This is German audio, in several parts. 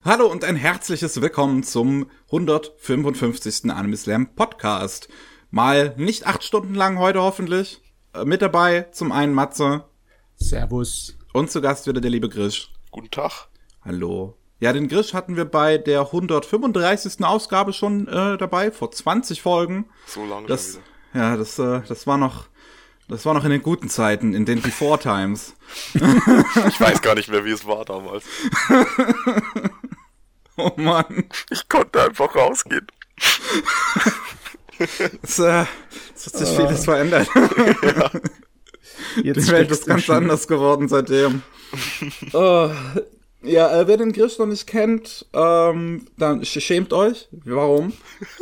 Hallo und ein herzliches Willkommen zum 155. Anime Slam Podcast. Mal nicht 8 Stunden lang heute hoffentlich. Mit dabei zum einen Matze. Servus. Und zu Gast wieder der liebe Grisch. Guten Tag. Hallo. Ja, den Grisch hatten wir bei der 135. Ausgabe schon dabei, vor 20 Folgen. So lange das, schon wieder. Ja, das war noch in den guten Zeiten, in den Before Times. Ich weiß gar nicht mehr, wie es war damals. Oh Mann. Ich konnte einfach rausgehen. Es hat sich vieles verändert. Ja. Die Welt ist ganz anders geworden seitdem. Ja, wer den Grisch noch nicht kennt, dann schämt euch. Warum?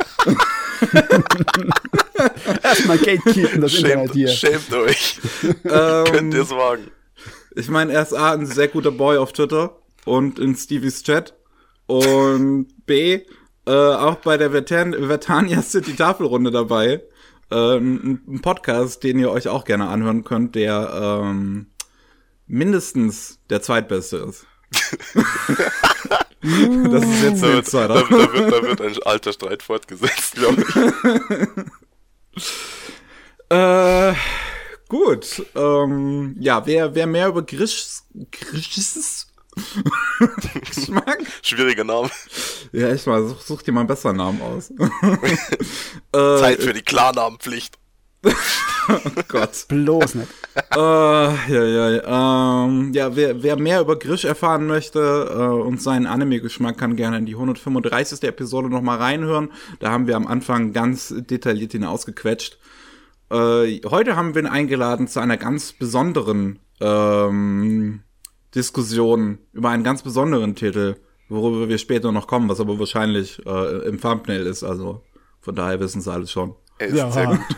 Erstmal Gatekeepen, das Internet hier. Schämt euch. Könnt ihr es wagen. Ich meine, er ist A, ein sehr guter Boy auf Twitter und in Stevies Chat. Und B, auch bei der Vertania City Tafelrunde dabei. Ein Podcast, den ihr euch auch gerne anhören könnt, der mindestens der zweitbeste ist. Das ist jetzt ein Insider. Da wird ein alter Streit fortgesetzt, glaube ich. Gut. Ja, wer mehr über Grischs Geschmack? Schwieriger Name. Ja, echt mal, such dir mal einen besseren Namen aus. Zeit für die Klarnamenpflicht. Oh Gott. Bloß nicht. Ja, wer mehr über Grisch erfahren möchte und seinen Anime-Geschmack, kann gerne in die 135. Episode nochmal reinhören. Da haben wir am Anfang ganz detailliert ihn ausgequetscht. Heute haben wir ihn eingeladen zu einer ganz besonderen Diskussion über einen ganz besonderen Titel, worüber wir später noch kommen, was aber wahrscheinlich im Thumbnail ist, also von daher wissen sie alles schon. Er ist sehr gut.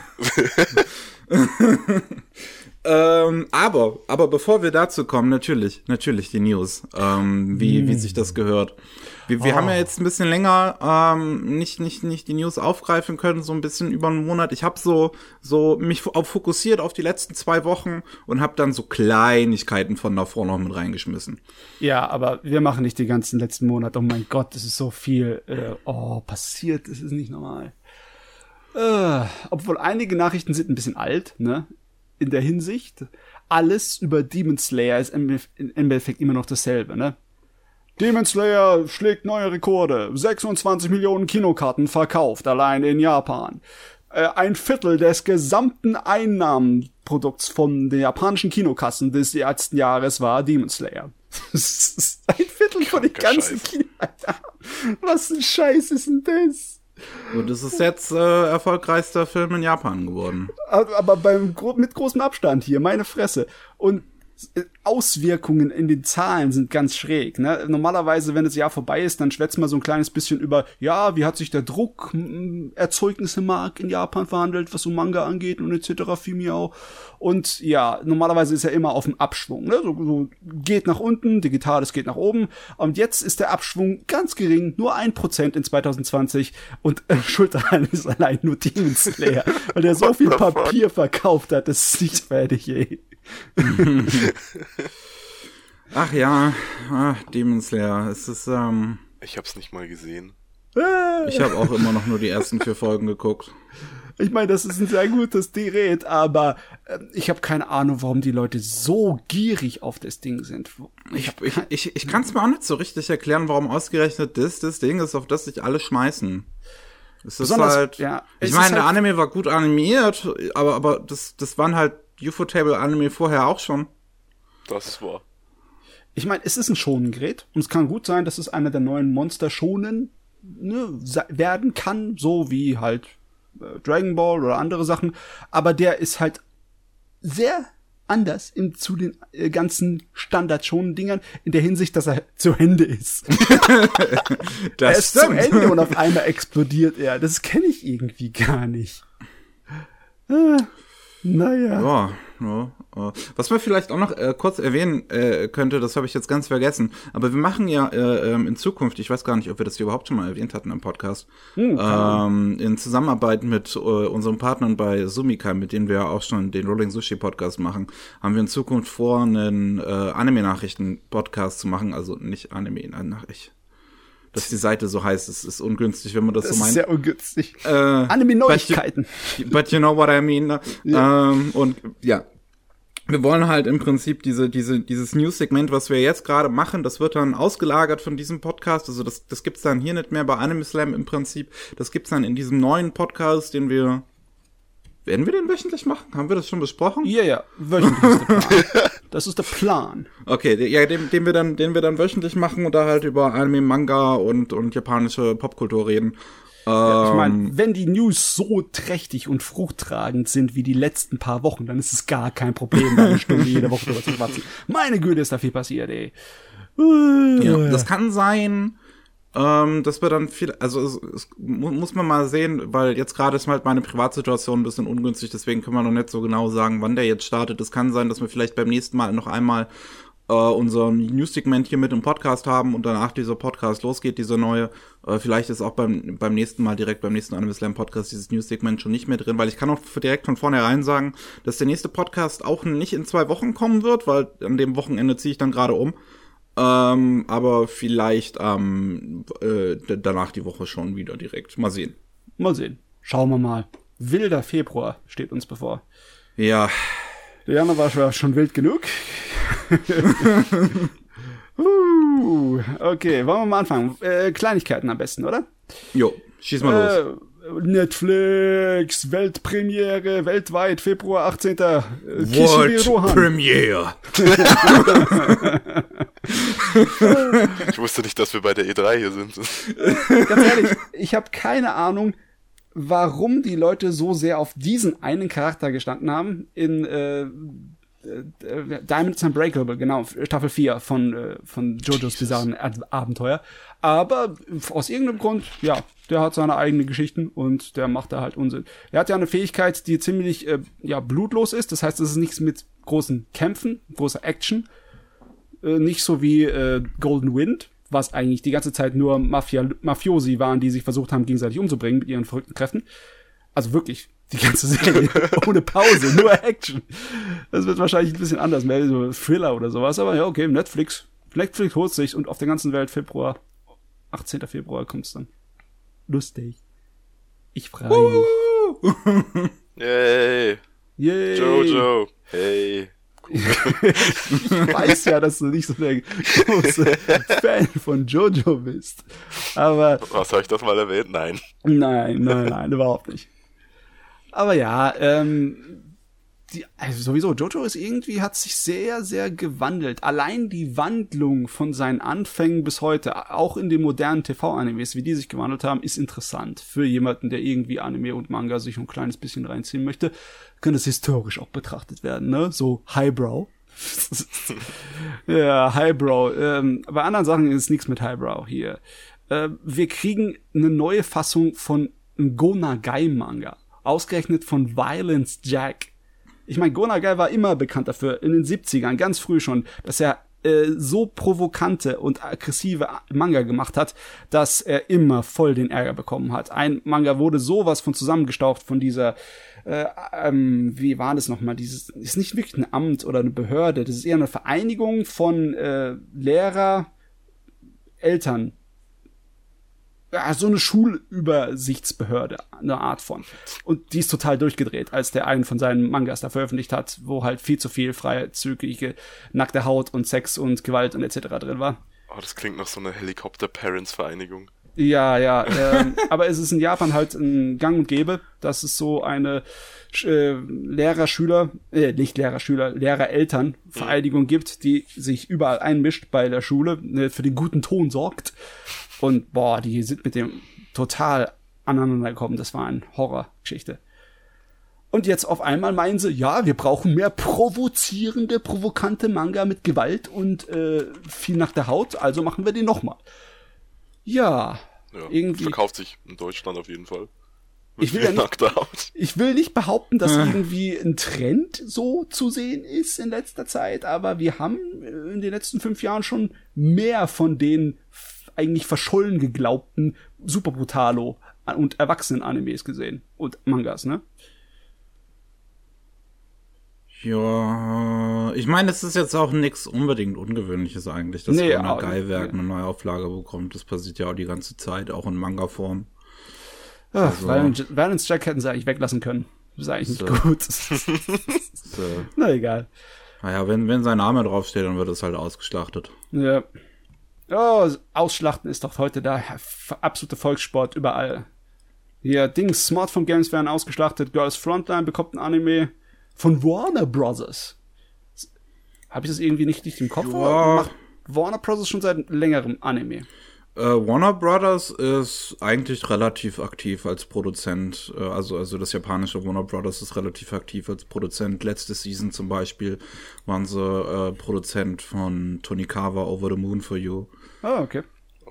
Aber bevor wir dazu kommen, natürlich die News, wie sich das gehört. Wir haben ja jetzt ein bisschen länger nicht die News aufgreifen können, so ein bisschen über einen Monat. Ich habe so mich fokussiert auf die letzten 2 Wochen und habe dann so Kleinigkeiten von davor noch mit reingeschmissen. Ja, aber wir machen nicht die ganzen letzten Monate. Oh mein Gott, es ist so viel passiert, es ist nicht normal. Obwohl einige Nachrichten sind ein bisschen alt, ne? In der Hinsicht. Alles über Demon Slayer ist im Endeffekt immer noch dasselbe, ne? Demon Slayer schlägt neue Rekorde. 26 Millionen Kinokarten verkauft, allein in Japan. Ein Viertel des gesamten Einnahmenprodukts von den japanischen Kinokassen des letzten Jahres war Demon Slayer. Das ist ein Viertel von den ganzen Kino. Was ein Scheiß ist denn das? Und es ist jetzt erfolgreichster Film in Japan geworden. Aber mit großem Abstand hier, meine Fresse. Und Auswirkungen in den Zahlen sind ganz schräg. Ne? Normalerweise, wenn das Jahr vorbei ist, dann schwätzt man so ein kleines bisschen über, ja, wie hat sich der Druckerzeugnisse-Markt in Japan verhandelt, was so Manga angeht und etc. Vimeo. Und ja, normalerweise ist er immer auf dem Abschwung. Ne? So geht nach unten, Digitales geht nach oben. Und jetzt ist der Abschwung ganz gering, nur 1% in 2020. Und schuld daran ist allein nur Demon Slayer, weil der so viel Papier verkauft hat, das ist nicht fertig, ey. Ach ja, Demon Slayer, es ist, Ich hab's nicht mal gesehen. Ich habe auch immer noch nur die ersten 4 Folgen geguckt. Ich meine, das ist ein sehr gutes Gerät, aber ich habe keine Ahnung, warum die Leute so gierig auf das Ding sind. Ich kann es mir auch nicht so richtig erklären, warum ausgerechnet das Ding ist, auf das sich alle schmeißen. Es ist halt, ja, ich meine, der Anime war gut animiert, aber das waren halt UFO-Table-Anime vorher auch schon. Das ist wahr. Ich meine, es ist ein Shonen-Gerät und es kann gut sein, dass es einer der neuen Monster-Shonen werden kann, so wie halt Dragon Ball oder andere Sachen, aber der ist halt sehr anders zu den ganzen Standard-Shonen-Dingern in der Hinsicht, dass er zu Ende ist. Er ist zu Ende und auf einmal explodiert er. Das kenne ich irgendwie gar nicht. Naja. Ja. Was man vielleicht auch noch kurz erwähnen könnte, das habe ich jetzt ganz vergessen, aber wir machen ja in Zukunft, ich weiß gar nicht, ob wir das hier überhaupt schon mal erwähnt hatten im Podcast, in Zusammenarbeit mit unseren Partnern bei Sumikai, mit denen wir ja auch schon den Rolling Sushi Podcast machen, haben wir in Zukunft vor, einen Anime-Nachrichten-Podcast zu machen, also nicht Anime-Nachrichten. dass die Seite so heißt. Es ist ungünstig, wenn man das so meint. Das ist sehr ungünstig. Anime-Neuigkeiten. But you know what I mean. Ja. Und ja, wir wollen halt im Prinzip dieses News-Segment, was wir jetzt gerade machen, das wird dann ausgelagert von diesem Podcast. Also das gibt's dann hier nicht mehr bei Anime Slam im Prinzip. Das gibt's dann in diesem neuen Podcast, werden wir den wöchentlich machen? Haben wir das schon besprochen? Ja, wöchentlich ist der Plan. Das ist der Plan. Okay, den wir dann wöchentlich machen und da halt über Anime, Manga und japanische Popkultur reden. Ja, ich meine, wenn die News so trächtig und fruchttragend sind wie die letzten paar Wochen, dann ist es gar kein Problem, da eine Stunde jede Woche drüber zu quatschen. Meine Güte, ist da viel passiert, ey. Ja, das kann sein, dass wir dann es muss man mal sehen, weil jetzt gerade ist halt meine Privatsituation ein bisschen ungünstig, deswegen können wir noch nicht so genau sagen, wann der jetzt startet. Es kann sein, dass wir vielleicht beim nächsten Mal noch einmal unser News-Segment hier mit im Podcast haben und danach dieser Podcast losgeht, dieser neue. Vielleicht ist auch beim nächsten Mal direkt beim nächsten Anime Slam Podcast dieses News-Segment schon nicht mehr drin, weil ich kann auch direkt von vornherein sagen, dass der nächste Podcast auch nicht in 2 Wochen kommen wird, weil an dem Wochenende ziehe ich dann gerade um. Aber vielleicht danach die Woche schon wieder direkt. Mal sehen. Schauen wir mal. Wilder Februar steht uns bevor. Ja. Der Januar war schon wild genug. Okay, wollen wir mal anfangen? Kleinigkeiten am besten, oder? Jo, schieß mal los. Netflix, Weltpremiere, weltweit, Februar 18. World Premiere. Ich wusste nicht, dass wir bei der E3 hier sind. Ganz ehrlich, ich habe keine Ahnung, warum die Leute so sehr auf diesen einen Charakter gestanden haben in Diamonds Unbreakable, genau, Staffel 4 von JoJo's bizarren Abenteuer. Aber aus irgendeinem Grund, ja, der hat seine eigenen Geschichten und der macht da halt Unsinn. Er hat ja eine Fähigkeit, die ziemlich blutlos ist. Das heißt, es ist nichts mit großen Kämpfen, großer Action. Nicht so wie Golden Wind, was eigentlich die ganze Zeit nur Mafiosi waren, die sich versucht haben, gegenseitig umzubringen mit ihren verrückten Kräften. Also wirklich, die ganze Serie, ohne Pause, nur Action. Das wird wahrscheinlich ein bisschen anders, mehr so Thriller oder sowas, aber ja, okay, Netflix holt sich und auf der ganzen Welt 18. Februar kommt's dann. Lustig. Ich freue mich. Yay. Jojo. Hey. Ich weiß ja, dass du nicht so der große Fan von Jojo bist. Aber. Was, habe ich das mal erwähnt? Nein. Nein, überhaupt nicht. Aber ja, also sowieso, Jojo ist irgendwie, hat sich sehr, sehr gewandelt. Allein die Wandlung von seinen Anfängen bis heute, auch in den modernen TV-Animes, wie die sich gewandelt haben, ist interessant. Für jemanden, der irgendwie Anime und Manga sich ein kleines bisschen reinziehen möchte, kann das historisch auch betrachtet werden, ne? So Highbrow. Ja, Highbrow. Bei anderen Sachen ist nichts mit Highbrow hier. Wir kriegen eine neue Fassung von einem Go Nagai-Manga. Ausgerechnet von Violence Jack. Ich meine, Go Nagai war immer bekannt dafür, in den 70ern, ganz früh schon, dass er so provokante und aggressive Manga gemacht hat, dass er immer voll den Ärger bekommen hat. Ein Manga wurde sowas von zusammengestaucht von dieser, wie war das nochmal, ist nicht wirklich ein Amt oder eine Behörde, das ist eher eine Vereinigung von Lehrer, Eltern, ja, so eine Schulübersichtsbehörde, eine Art von. Und die ist total durchgedreht, als der einen von seinen Mangas da veröffentlicht hat, wo halt viel zu viel freizügige, nackte Haut und Sex und Gewalt und etc. drin war. Oh, das klingt nach so einer Helikopter-Parents-Vereinigung. Ja, aber es ist in Japan halt ein Gang und Gäbe, dass es so eine Lehrer-Eltern-Vereinigung gibt, die sich überall einmischt bei der Schule, für den guten Ton sorgt. Und boah, die sind mit dem total aneinander gekommen. Das war eine Horrorgeschichte. Und jetzt auf einmal meinen sie, ja, wir brauchen mehr provokante Manga mit Gewalt und viel nach der Haut, also machen wir den nochmal. Ja, irgendwie. Verkauft sich in Deutschland auf jeden Fall. Ich will nicht behaupten, dass irgendwie ein Trend so zu sehen ist in letzter Zeit, aber wir haben in den letzten 5 Jahren schon mehr von den eigentlich verschollen geglaubten Super Brutalo und Erwachsenen-Animes gesehen. Und Mangas, ne? Ja, ich meine, es ist jetzt auch nichts unbedingt Ungewöhnliches eigentlich, dass Geiwerk eine Neuauflage bekommt. Das passiert ja auch die ganze Zeit, auch in Manga-Form. Also. Valence Jack hätten sie eigentlich weglassen können. Das ist eigentlich nicht gut. Na egal. Naja, wenn sein Name draufsteht, dann wird es halt ausgeschlachtet. Ja. Oh, Ausschlachten ist doch heute der absolute Volkssport überall. Hier, Smartphone Games werden ausgeschlachtet, Girls Frontline bekommt ein Anime von Warner Brothers. Habe ich das irgendwie nicht im Kopf? Ja. Oder macht Warner Brothers schon seit längerem Anime? Warner Brothers ist eigentlich relativ aktiv als Produzent. Also das japanische Warner Brothers ist relativ aktiv als Produzent. Letzte Season zum Beispiel waren sie Produzent von Tonikawa Over the Moon for You. Ah, okay.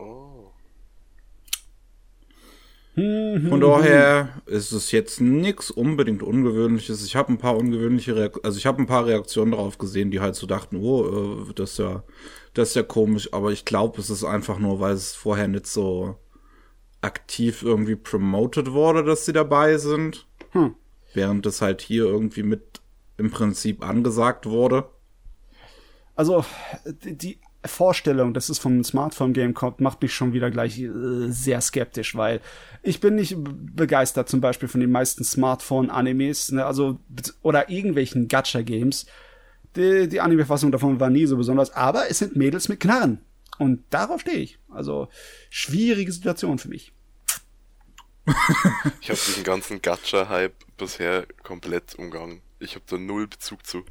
Von daher ist es jetzt nichts unbedingt Ungewöhnliches. Ich habe ein paar Reaktionen darauf gesehen, die halt so dachten, das ist ja komisch, aber ich glaube, es ist einfach nur, weil es vorher nicht so aktiv irgendwie promoted wurde, dass sie dabei sind. Während es halt hier irgendwie mit im Prinzip angesagt wurde. Also, die Vorstellung, dass es vom Smartphone-Game kommt, macht mich schon wieder gleich sehr skeptisch, weil ich bin nicht begeistert zum Beispiel von den meisten Smartphone-Animes, ne, also oder irgendwelchen Gacha-Games. Die Anime-Fassung davon war nie so besonders, aber es sind Mädels mit Knarren und darauf stehe ich. Also schwierige Situation für mich. Ich habe diesen ganzen Gacha-Hype bisher komplett umgangen. Ich habe da null Bezug zu.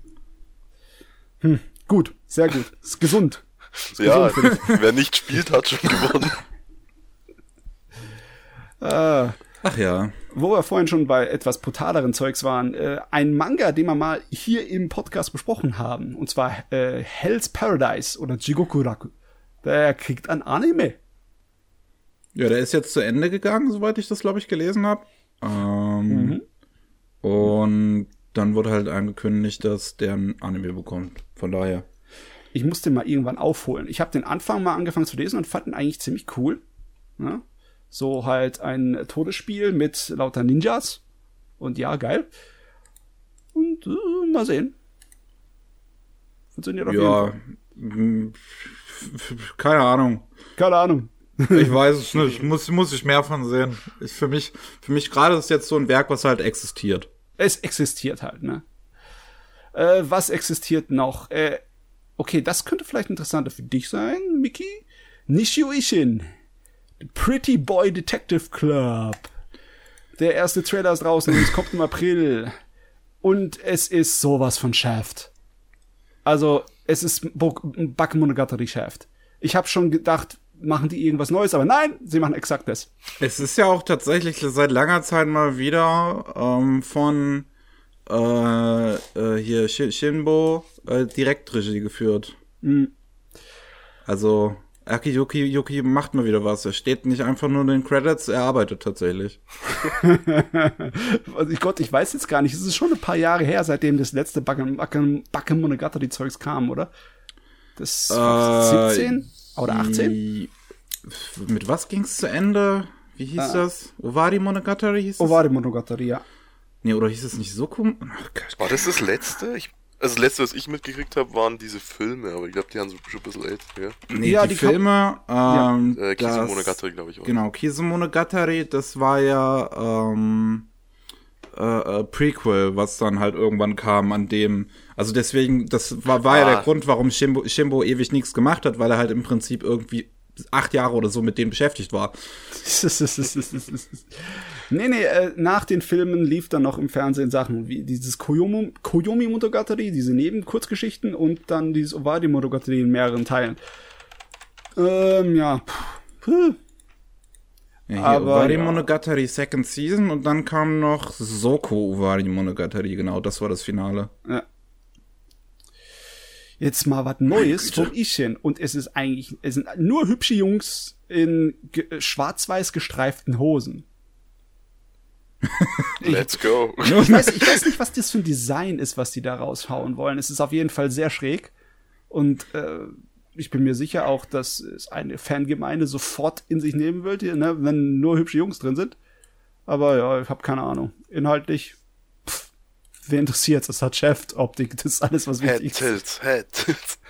Gut, sehr gut. Ist gesund. Ja, wer nicht spielt, hat schon gewonnen. Ach ja. Wo wir vorhin schon bei etwas brutaleren Zeugs waren, ein Manga, den wir mal hier im Podcast besprochen haben, und zwar Hell's Paradise oder Jigokuraku, der kriegt ein Anime. Ja, der ist jetzt zu Ende gegangen, soweit ich das, glaube ich, gelesen habe. Und dann wurde halt angekündigt, dass der ein Anime bekommt. Von daher. Ich musste den mal irgendwann aufholen. Ich habe den Anfang mal angefangen zu lesen und fand ihn eigentlich ziemlich cool. Ja? So halt ein Todesspiel mit lauter Ninjas. Und ja, geil. Und mal sehen. Funktioniert auf jeden Fall. Keine Ahnung. Keine Ahnung. Ich weiß es nicht. Muss ich mehr von sehen. Für mich gerade ist jetzt so ein Werk, was halt existiert. Es existiert halt, ne? Was existiert noch? Okay, das könnte vielleicht interessanter für dich sein, Miki. Nishio Ishin. The Pretty Boy Detective Club. Der erste Trailer ist draußen, es kommt im April. Und es ist sowas von Shaft. Also, es ist Bakemonogatari Shaft. Ich habe schon gedacht, machen die irgendwas Neues, aber nein, sie machen exakt das. Es ist ja auch tatsächlich seit langer Zeit mal wieder von hier Shinbo Direktregie geführt. Also Akiyuki macht mal wieder was. Er steht nicht einfach nur in den Credits, er arbeitet tatsächlich. Also ich weiß jetzt gar nicht, es ist schon ein paar Jahre her, seitdem das letzte Bakemonogatari-Zeugs kam, oder? Das 17 oder 18? Mit was ging's zu Ende? Wie hieß das? Owari Monogatari hieß es? Owari Monogatari, ja. Nee, oder hieß es nicht so komisch? War das letzte? Also das letzte, was ich mitgekriegt habe, waren diese Filme, aber ich glaube, die haben schon ein bisschen älter, ja? Nee, ja, die Filme, Kizumonogatari, glaube ich auch. Genau, Kizumonogatari, das war ja Prequel, was dann halt irgendwann kam, an dem, also deswegen, das war ja der Grund, warum Shinbo ewig nichts gemacht hat, weil er halt im Prinzip irgendwie 8 Jahre oder so mit denen beschäftigt war. Nee, nach den Filmen lief dann noch im Fernsehen Sachen wie dieses Koyomi Monogatari, diese Nebenkurzgeschichten und dann dieses Owari Monogatari in mehreren Teilen. Ja. Ja, aber Owari Monogatari Second Season und dann kam noch Soko Owari Monogatari, genau, das war das Finale. Ja. Jetzt mal was Neues vom Ishin. Und es sind nur hübsche Jungs in schwarz-weiß gestreiften Hosen. Let's go. Ich weiß nicht, was das für ein Design ist, was die da raushauen wollen. Es ist auf jeden Fall sehr schräg. Und ich bin mir sicher auch, dass es eine Fangemeinde sofort in sich nehmen wird, ne, wenn nur hübsche Jungs drin sind. Aber ja, ich habe keine Ahnung. Inhaltlich wer interessiert's? Es hat Chef-Optik, das ist alles, was wichtig ist. Head Tilts.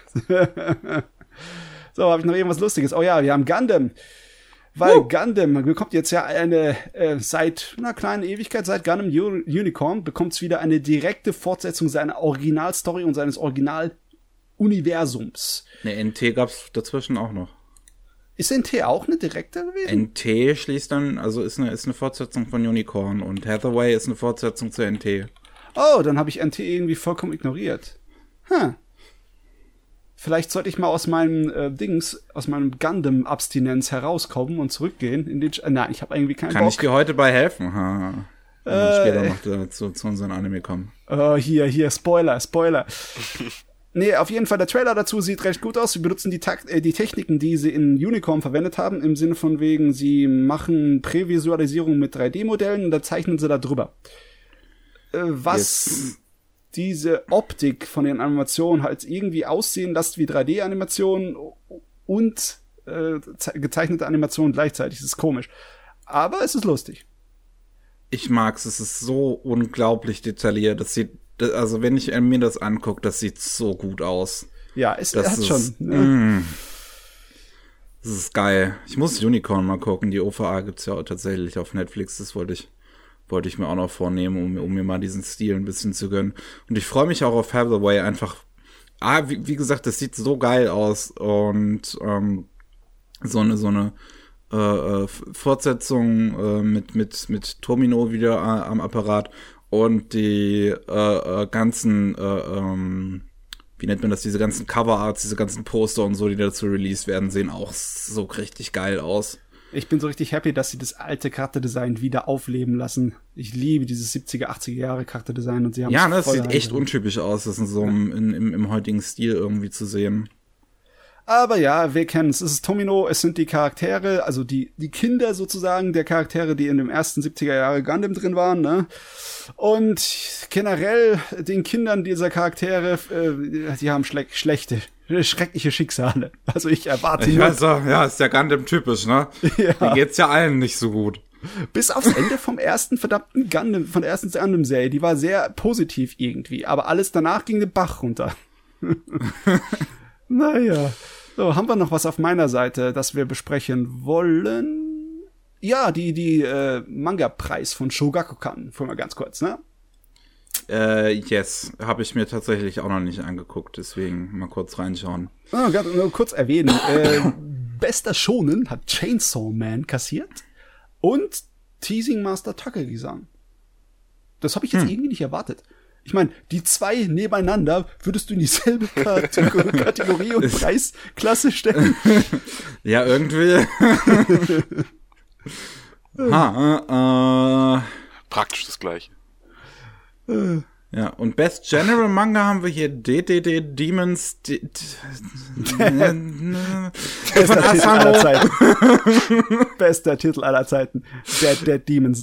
So, habe ich noch irgendwas Lustiges? Oh ja, wir haben Gundam. Weil Gundam bekommt jetzt ja eine, seit einer kleinen Ewigkeit, seit Gundam Unicorn, bekommt es wieder eine direkte Fortsetzung seiner Originalstory und seines Originaluniversums. Eine NT gab's dazwischen auch noch. Ist NT auch eine direkte gewesen? NT schließt dann, also ist eine Fortsetzung von Unicorn und Hathaway ist eine Fortsetzung zur NT. Oh, dann habe ich NT irgendwie vollkommen ignoriert. Vielleicht sollte ich mal aus meinem aus meinem Gundam-Abstinenz herauskommen und zurückgehen in den. Nein, ich habe irgendwie keinen Bock. Kann ich dir heute bei helfen? Wenn wir später noch zu unseren Anime kommen. Hier, Spoiler. Nee, auf jeden Fall, der Trailer dazu sieht recht gut aus. Sie benutzen die Techniken, die sie in Unicorn verwendet haben, im Sinne von wegen, sie machen Prävisualisierung mit 3D-Modellen und da zeichnen sie da drüber. Was diese Optik von den Animationen halt irgendwie aussehen lässt wie 3D-Animationen und gezeichnete Animationen gleichzeitig. Das ist komisch. Aber es ist lustig. Ich mag's, es ist so unglaublich detailliert. Also wenn ich mir das angucke, das sieht so gut aus. Ja, es hat schon. Ne? Das ist geil. Ich muss Unicorn mal gucken. Die OVA gibt's ja auch tatsächlich auf Netflix. Das wollte ich mir auch noch vornehmen, um mir mal diesen Stil ein bisschen zu gönnen. Und ich freue mich auch auf Hathaway einfach. Wie gesagt, das sieht so geil aus. Und so eine Fortsetzung mit Tomino wieder am Apparat und die ganzen wie nennt man das, diese ganzen Coverarts, diese ganzen Poster und so, die dazu released werden, sehen auch so richtig geil aus. Ich bin so richtig happy, dass sie das alte Charakterdesign wieder aufleben lassen. Ich liebe dieses 70er, 80er Jahre Charakterdesign und sie haben das sieht echt untypisch aus, das in so im heutigen Stil irgendwie zu sehen. Aber ja, wir kennen es. Es ist Tomino, es sind die Charaktere, also die Kinder sozusagen der Charaktere, die in dem ersten 70er Jahre Gundam drin waren, ne? Und generell den Kindern dieser Charaktere, die haben schreckliche Schicksale. Also ich erwarte ist ja Gundam typisch, ne? Ja. Mir geht's ja allen nicht so gut. Bis aufs Ende vom ersten verdammten Gundam, von der ersten Gundam-Serie, die war sehr positiv irgendwie, aber alles danach ging den Bach runter. Naja. So, haben wir noch was auf meiner Seite, das wir besprechen wollen? Ja, die Manga-Preis von Shogakukan, mal ganz kurz, ne? Yes, habe ich mir tatsächlich auch noch nicht angeguckt, deswegen mal kurz reinschauen. Nur kurz erwähnen, bester Shonen hat Chainsaw Man kassiert und Teasing Master Takagi-san. Das habe ich jetzt irgendwie nicht erwartet. Ich meine, die zwei nebeneinander würdest du in dieselbe Kategorie und Preisklasse stellen. Ja, irgendwie. Praktisch das Gleiche. Ja, und Best General Manga haben wir hier DDD Demons Bester Titel aller Zeiten. Bester Titel aller Zeiten. Dead Demons.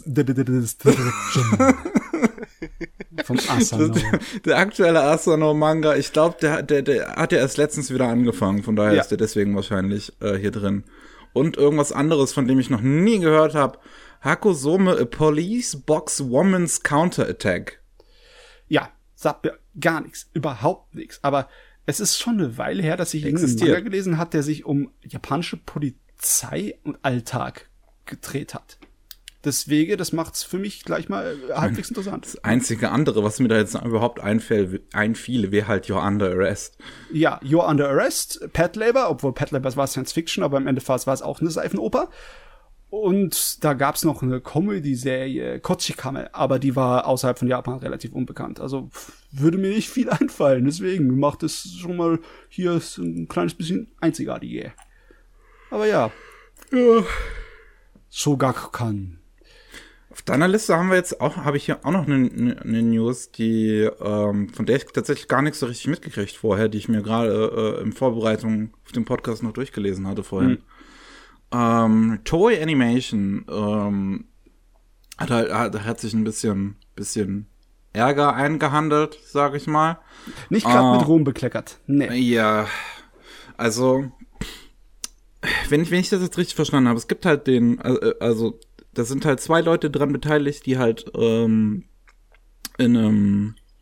Vom Asano. Der aktuelle Asano-Manga, ich glaube, der hat ja erst letztens wieder angefangen, von daher ist der deswegen wahrscheinlich hier drin. Und irgendwas anderes, von dem ich noch nie gehört habe. Hakusome, a Police Box Woman's Counterattack. Ja, sagt mir gar nichts, überhaupt nichts. Aber es ist schon eine Weile her, dass ich irgendeinen Manga gelesen habe, der sich um japanische Polizei und Alltag gedreht hat. Deswegen, das macht's für mich gleich mal halbwegs interessant. Das einzige andere, was mir da jetzt überhaupt einfiel, wäre halt You're Under Arrest. Ja, You're Under Arrest, Pet Labor, obwohl Pet Labor war Science Fiction, aber im Endeffekt war es auch eine Seifenoper. Und da gab's noch eine Comedy-Serie, Kochikame, aber die war außerhalb von Japan relativ unbekannt. Also würde mir nicht viel einfallen, deswegen macht es schon mal hier ein kleines bisschen einzigartig. Aber ja. Shogakukan. Auf deiner Liste habe ich hier auch noch eine News, die von der ich tatsächlich gar nichts so richtig mitgekriegt vorher, die ich mir gerade in Vorbereitung auf den Podcast noch durchgelesen hatte vorhin. Toei Animation hat sich ein bisschen Ärger eingehandelt, sag ich mal. Nicht gerade mit Ruhm bekleckert. Nee. Ja, also wenn ich das jetzt richtig verstanden habe, es gibt halt da sind halt 2 Leute dran beteiligt, die halt in einem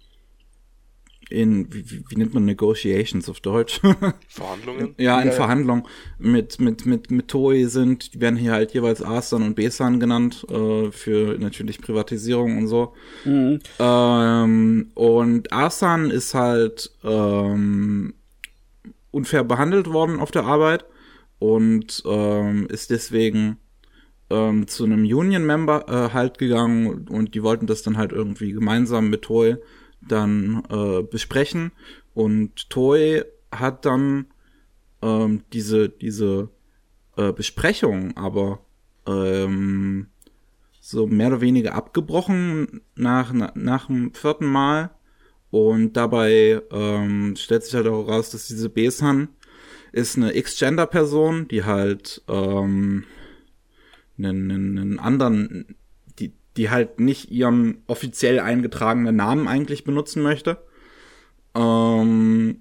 wie nennt man Negotiations auf Deutsch? Verhandlungen? Ja, in Verhandlungen mit Toei sind. Die werden hier halt jeweils A-San und B-San genannt, für natürlich Privatisierung und so. Mhm. Und A-San ist halt unfair behandelt worden auf der Arbeit und ist deswegen zu einem Union-Member halt gegangen und die wollten das dann halt irgendwie gemeinsam mit Toei dann besprechen und Toei hat dann diese Besprechung aber so mehr oder weniger abgebrochen nach dem 4. Mal und dabei stellt sich halt auch raus, dass diese B-San ist eine X-Gender-Person, die halt einen anderen, die halt nicht ihren offiziell eingetragenen Namen eigentlich benutzen möchte. Und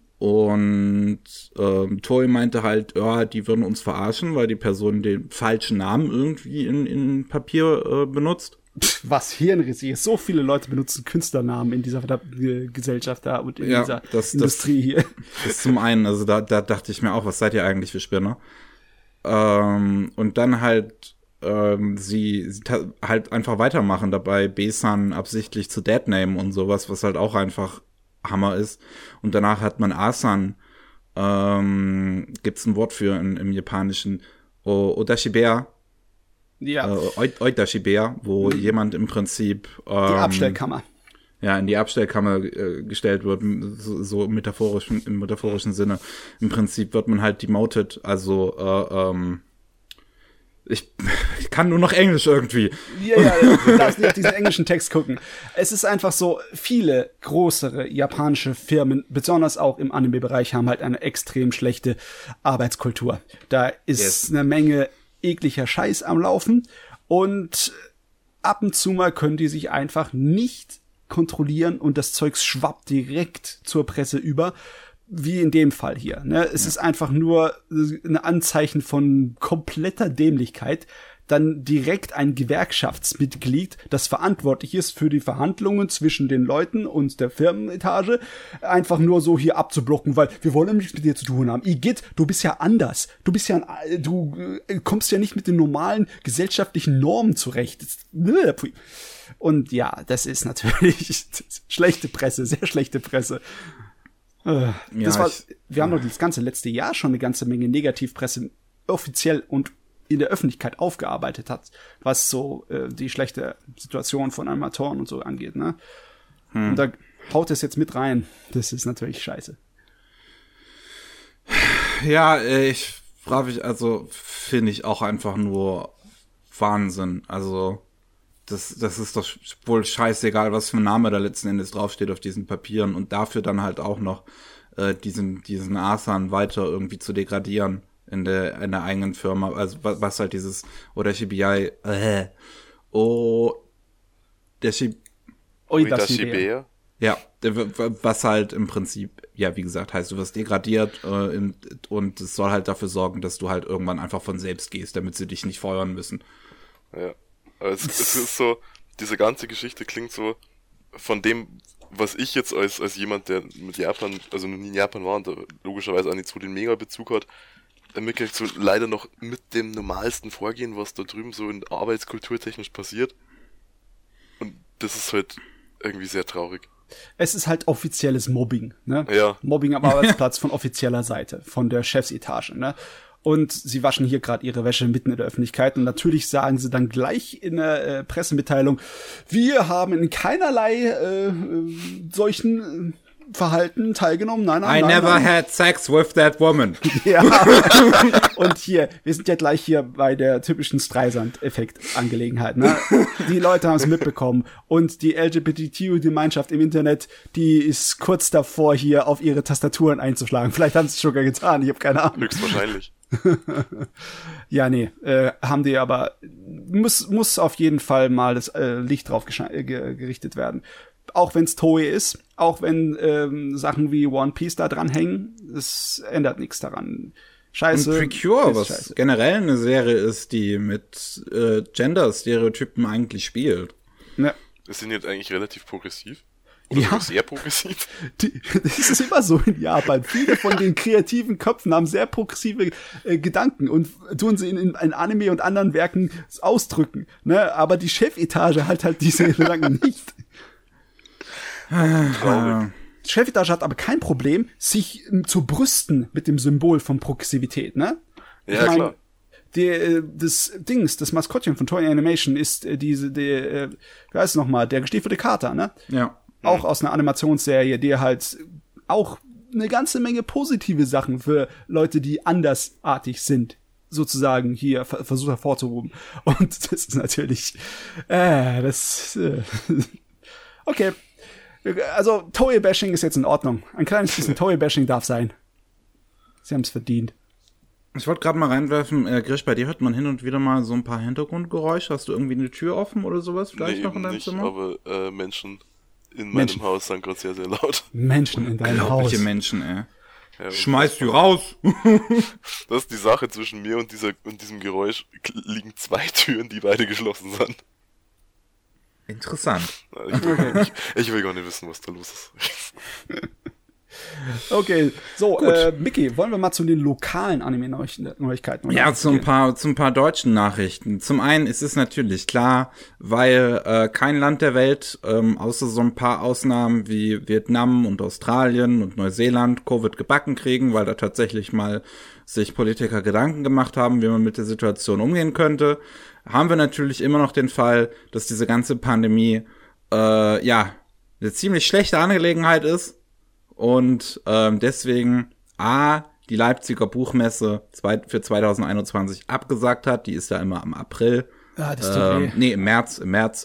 Toei meinte halt, ja, die würden uns verarschen, weil die Person den falschen Namen irgendwie in Papier benutzt. Was hirnrissig ist. So viele Leute benutzen Künstlernamen in dieser verdammten Gesellschaft da und in dieser Industrie hier. Das ist zum einen, also da dachte ich mir auch, was seid ihr eigentlich für Spinner? Und dann halt sie halt einfach weitermachen dabei, B-San absichtlich zu deadnamen und sowas, was halt auch einfach Hammer ist. Und danach hat man A-San, gibt's ein Wort für im Japanischen, Odashibea. Ja. Oitashibea, wo jemand im Prinzip die Abstellkammer. Ja, in die Abstellkammer gestellt wird, so im metaphorischen Sinne. Im Prinzip wird man halt demoted, also ich kann nur noch Englisch irgendwie. Ja, du darfst nicht auf diesen englischen Text gucken. Es ist einfach so, viele größere japanische Firmen, besonders auch im Anime-Bereich, haben halt eine extrem schlechte Arbeitskultur. Da ist eine Menge ekliger Scheiß am Laufen und ab und zu mal können die sich einfach nicht kontrollieren und das Zeugs schwappt direkt zur Presse über. Wie in dem Fall hier. Ne? Es ist einfach nur ein Anzeichen von kompletter Dämlichkeit, dann direkt ein Gewerkschaftsmitglied, das verantwortlich ist für die Verhandlungen zwischen den Leuten und der Firmenetage, einfach nur so hier abzublocken, weil wir wollen nichts mit dir zu tun haben. Igitt, du bist ja anders. Du kommst ja nicht mit den normalen gesellschaftlichen Normen zurecht. Und ja, das ist natürlich schlechte Presse, sehr schlechte Presse. Wir haben doch das ganze letzte Jahr schon eine ganze Menge Negativpresse offiziell und in der Öffentlichkeit aufgearbeitet hat, was so die schlechte Situation von Animatoren und so angeht, ne? Und da haut es jetzt mit rein. Das ist natürlich scheiße. Ja, ich frage mich, also finde ich auch einfach nur Wahnsinn. Also das ist doch wohl scheißegal, was für ein Name da letzten Endes draufsteht auf diesen Papieren und dafür dann halt auch noch diesen A-San weiter irgendwie zu degradieren in der eigenen Firma, also was halt dieses Odashibea Oitashibea. Ja, was halt im Prinzip, ja, wie gesagt, heißt, du wirst degradiert und es soll halt dafür sorgen, dass du halt irgendwann einfach von selbst gehst, damit sie dich nicht feuern müssen. Ja. Es ist so, diese ganze Geschichte klingt so von dem, was ich jetzt als jemand, der mit Japan, also noch nie in Japan war und logischerweise auch nicht so den Mega-Bezug hat, mitgekriegt so leider noch mit dem normalsten Vorgehen, was da drüben so in arbeitskulturtechnisch passiert. Und das ist halt irgendwie sehr traurig. Es ist halt offizielles Mobbing, ne? Ja. Mobbing am Arbeitsplatz von offizieller Seite, von der Chefsetage, ne? Und sie waschen hier gerade ihre Wäsche mitten in der Öffentlichkeit und natürlich sagen sie dann gleich in der Pressemitteilung, wir haben in keinerlei solchen Verhalten teilgenommen. Nein. I never had sex with that woman. Ja. Und hier, wir sind ja gleich hier bei der typischen Streisand-Effekt-Angelegenheit. Ne? Die Leute haben es mitbekommen und die LGBTQ-Gemeinschaft im Internet, die ist kurz davor, hier auf ihre Tastaturen einzuschlagen. Vielleicht haben sie es sogar getan, ich habe keine Ahnung. Höchstwahrscheinlich. Ja, nee, haben die aber, muss auf jeden Fall mal das Licht drauf gerichtet werden. Auch wenn es Toei ist, auch wenn Sachen wie One Piece da dran hängen, es ändert nichts daran. Scheiße. Und Precure, was scheiße. Generell eine Serie ist, die mit Gender-Stereotypen eigentlich spielt. Ja. Ist denn jetzt eigentlich relativ progressiv? Oder sehr progressiv. Das ist immer so in Japan. Viele von den kreativen Köpfen haben sehr progressive Gedanken und tun sie in Anime und anderen Werken ausdrücken. Ne? Aber die Chefetage hat halt diese Gedanken nicht. Die Chefetage hat aber kein Problem, sich zu brüsten mit dem Symbol von Progressivität. Ne? Ja, klar. Das Maskottchen von Toei Animation ist wie heißt es nochmal, der gestiefelte Kater, ne? Ja. Auch aus einer Animationsserie, die halt auch eine ganze Menge positive Sachen für Leute, die andersartig sind, sozusagen hier versucht hervorzuhoben. Und das ist natürlich, okay. Also, Toei-Bashing ist jetzt in Ordnung. Ein kleines bisschen Toei-Bashing darf sein. Sie haben es verdient. Ich wollte gerade mal reinwerfen, Grisch, bei dir hört man hin und wieder mal so ein paar Hintergrundgeräusche. Hast du irgendwie eine Tür offen oder sowas vielleicht noch in deinem nicht, Zimmer? Aber Menschen in meinem Haus sind gerade sehr, sehr laut. Menschen in deinem Haus. Menschen, ey. Ja, Schmeiß die raus! Das ist die Sache, zwischen mir und diesem Geräusch liegen 2 Türen, die beide geschlossen sind. Interessant. Ich will gar nicht wissen, was da los ist. Okay, so, Micky, wollen wir mal zu den lokalen Anime-Neuigkeiten? Ja, zu ein paar deutschen Nachrichten. Zum einen ist es natürlich klar, weil kein Land der Welt, außer so ein paar Ausnahmen wie Vietnam und Australien und Neuseeland, Covid gebacken kriegen, weil da tatsächlich mal sich Politiker Gedanken gemacht haben, wie man mit der Situation umgehen könnte, haben wir natürlich immer noch den Fall, dass diese ganze Pandemie eine ziemlich schlechte Angelegenheit ist. Und deswegen die Leipziger Buchmesse für 2021 abgesagt hat. Die ist ja immer im April. Ah, das tut weh. Nee, im März.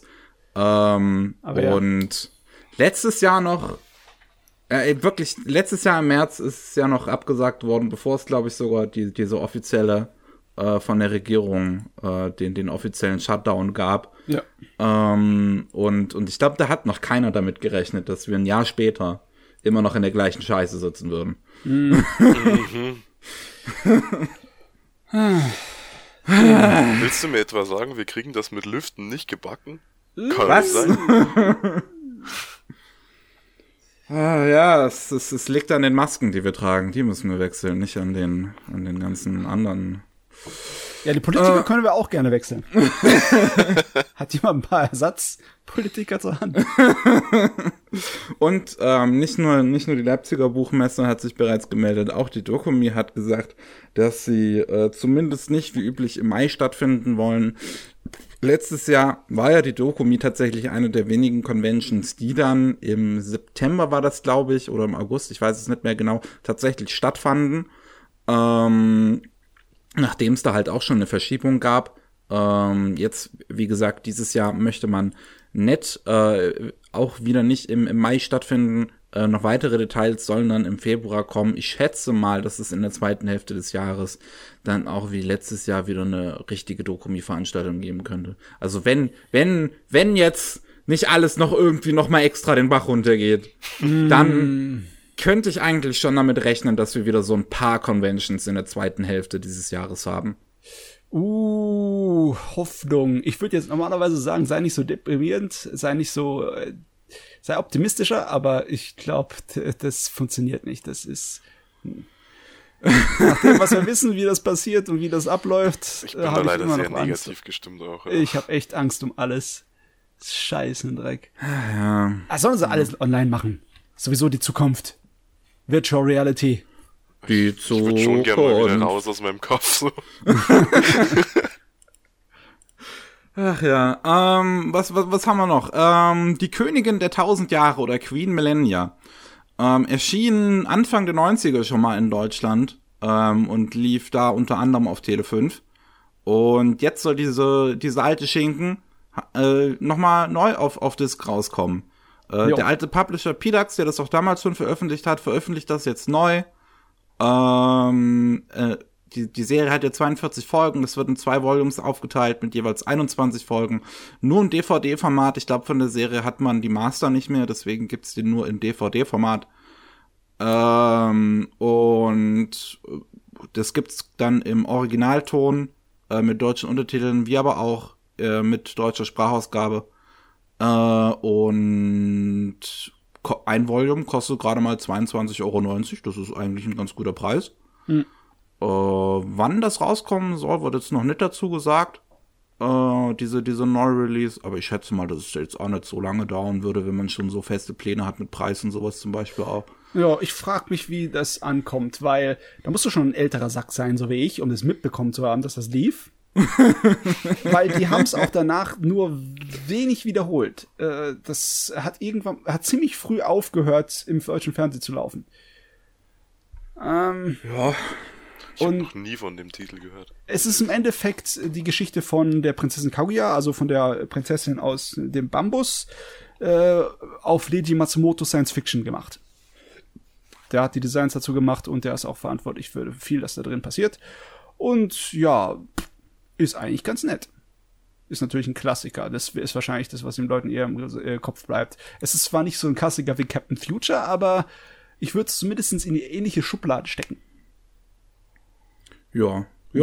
Und letztes Jahr noch, letztes Jahr im März ist es ja noch abgesagt worden, bevor es, glaube ich, sogar diese offizielle von der Regierung den offiziellen Shutdown gab. Ja. Und ich glaube, da hat noch keiner damit gerechnet, dass wir ein Jahr später immer noch in der gleichen Scheiße sitzen würden. Willst du mir etwa sagen, wir kriegen das mit Lüften nicht gebacken? Kann Was? nicht sein. Ja, es liegt an den Masken, die wir tragen. Die müssen wir wechseln, nicht an den ganzen anderen. Ja, die Politiker können wir auch gerne wechseln. Hat jemand ein paar Ersatzpolitiker zur Hand? Und nicht nur die Leipziger Buchmesse hat sich bereits gemeldet, auch die Dokumi hat gesagt, dass sie zumindest nicht wie üblich im Mai stattfinden wollen. Letztes Jahr war ja die Dokumi tatsächlich eine der wenigen Conventions, die dann im September war das, glaube ich, oder im August, ich weiß es nicht mehr genau, tatsächlich stattfanden. Nachdem es da halt auch schon eine Verschiebung gab. Jetzt, wie gesagt, dieses Jahr möchte man auch wieder nicht im Mai stattfinden. Noch weitere Details sollen dann im Februar kommen. Ich schätze mal, dass es in der zweiten Hälfte des Jahres dann auch wie letztes Jahr wieder eine richtige Dokumi-Veranstaltung geben könnte. Also wenn jetzt nicht alles noch irgendwie noch mal extra den Bach runtergeht, dann könnte ich eigentlich schon damit rechnen, dass wir wieder so ein paar Conventions in der zweiten Hälfte dieses Jahres haben. Hoffnung. Ich würde jetzt normalerweise sagen, sei nicht so deprimierend, sei optimistischer, aber ich glaube, das funktioniert nicht. Das ist nachdem, was wir wissen, wie das passiert und wie das abläuft, ich bin da leider sehr negativ gestimmt auch. Ja. Ich habe echt Angst um alles. Scheißendreck. Ja. Sollen sie alles online machen? Sowieso die Zukunft. Virtual Reality. Die Ich würde schon gerne mal wieder raus aus meinem Kopf. So. Ach ja, was haben wir noch? Die Königin der 1000 Jahre oder Queen Millennia erschien Anfang der 90er schon mal in Deutschland und lief da unter anderem auf Tele 5. Und jetzt soll diese alte Schinken nochmal neu auf Disc rauskommen. Der alte Publisher Pidax, der das auch damals schon veröffentlicht das jetzt neu. Die Serie hat ja 42 Folgen, das wird in 2 Volumes aufgeteilt mit jeweils 21 Folgen. Nur im DVD-Format, ich glaube von der Serie hat man die Master nicht mehr, deswegen gibt's den nur im DVD-Format. Und das gibt's dann im Originalton mit deutschen Untertiteln, wie aber auch mit deutscher Sprachausgabe. Und ein Volume kostet gerade mal 22,90 €. Das ist eigentlich ein ganz guter Preis. Wann das rauskommen soll, wird jetzt noch nicht dazu gesagt. Diese Neu-Release. Aber ich schätze mal, dass es jetzt auch nicht so lange dauern würde, wenn man schon so feste Pläne hat mit Preis und sowas zum Beispiel auch. Ja, ich frage mich, wie das ankommt, weil da musst du schon ein älterer Sack sein, so wie ich, um das mitbekommen zu haben, dass das lief. Weil die haben es auch danach nur wenig wiederholt. Das hat ziemlich früh aufgehört, im deutschen Fernsehen zu laufen. Ja. Ich habe noch nie von dem Titel gehört. Es ist im Endeffekt die Geschichte von der Prinzessin Kaguya, also von der Prinzessin aus dem Bambus, auf Leiji Matsumoto Science Fiction gemacht. Der hat die Designs dazu gemacht und der ist auch verantwortlich für viel, das da drin passiert. Und ja, ist eigentlich ganz nett. Ist natürlich ein Klassiker. Das ist wahrscheinlich das, was den Leuten eher im Kopf bleibt. Es ist zwar nicht so ein Klassiker wie Captain Future, aber ich würde es zumindest in die ähnliche Schublade stecken. Ja.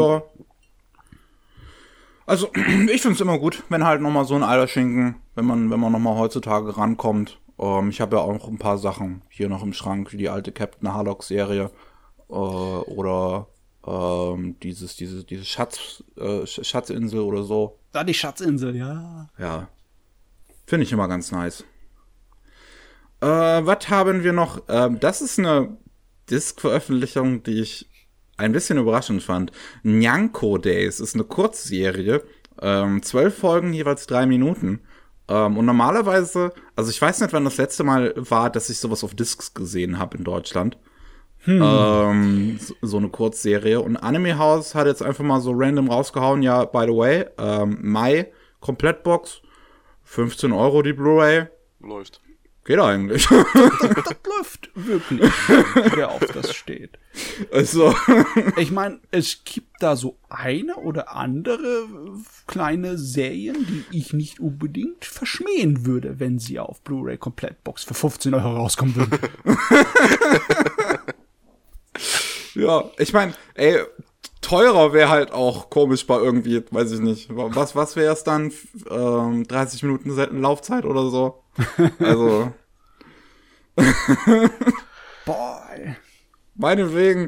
Also, ich find's immer gut, wenn halt nochmal so ein Eierschinken, wenn man nochmal heutzutage rankommt. Ich habe ja auch ein paar Sachen hier noch im Schrank, wie die alte Captain Harlock-Serie oder diese Schatzinsel oder so. Da die Schatzinsel, ja. Ja. Finde ich immer ganz nice. Was haben wir noch? Das ist eine Disc-Veröffentlichung, die ich ein bisschen überraschend fand. Nyanko Days ist eine Kurzserie. 12 Folgen, jeweils 3 Minuten. Und normalerweise, also ich weiß nicht, wann das letzte Mal war, dass ich sowas auf Discs gesehen habe in Deutschland. So eine Kurzserie. Und Anime House hat jetzt einfach mal so random rausgehauen, ja, by the way, Mai, Komplettbox, 15 € die Blu-ray. Läuft. Geht eigentlich. Das läuft wirklich, wer auf das steht. Also. Ich meine, es gibt da so eine oder andere kleine Serien, die ich nicht unbedingt verschmähen würde, wenn sie auf Blu-ray Komplettbox für 15 € rauskommen würden. Ja, ich meine, teurer wäre halt auch komisch bei irgendwie, weiß ich nicht. Was wäre es dann? 30 Minuten Laufzeit oder so? Also. Boy. Meinetwegen.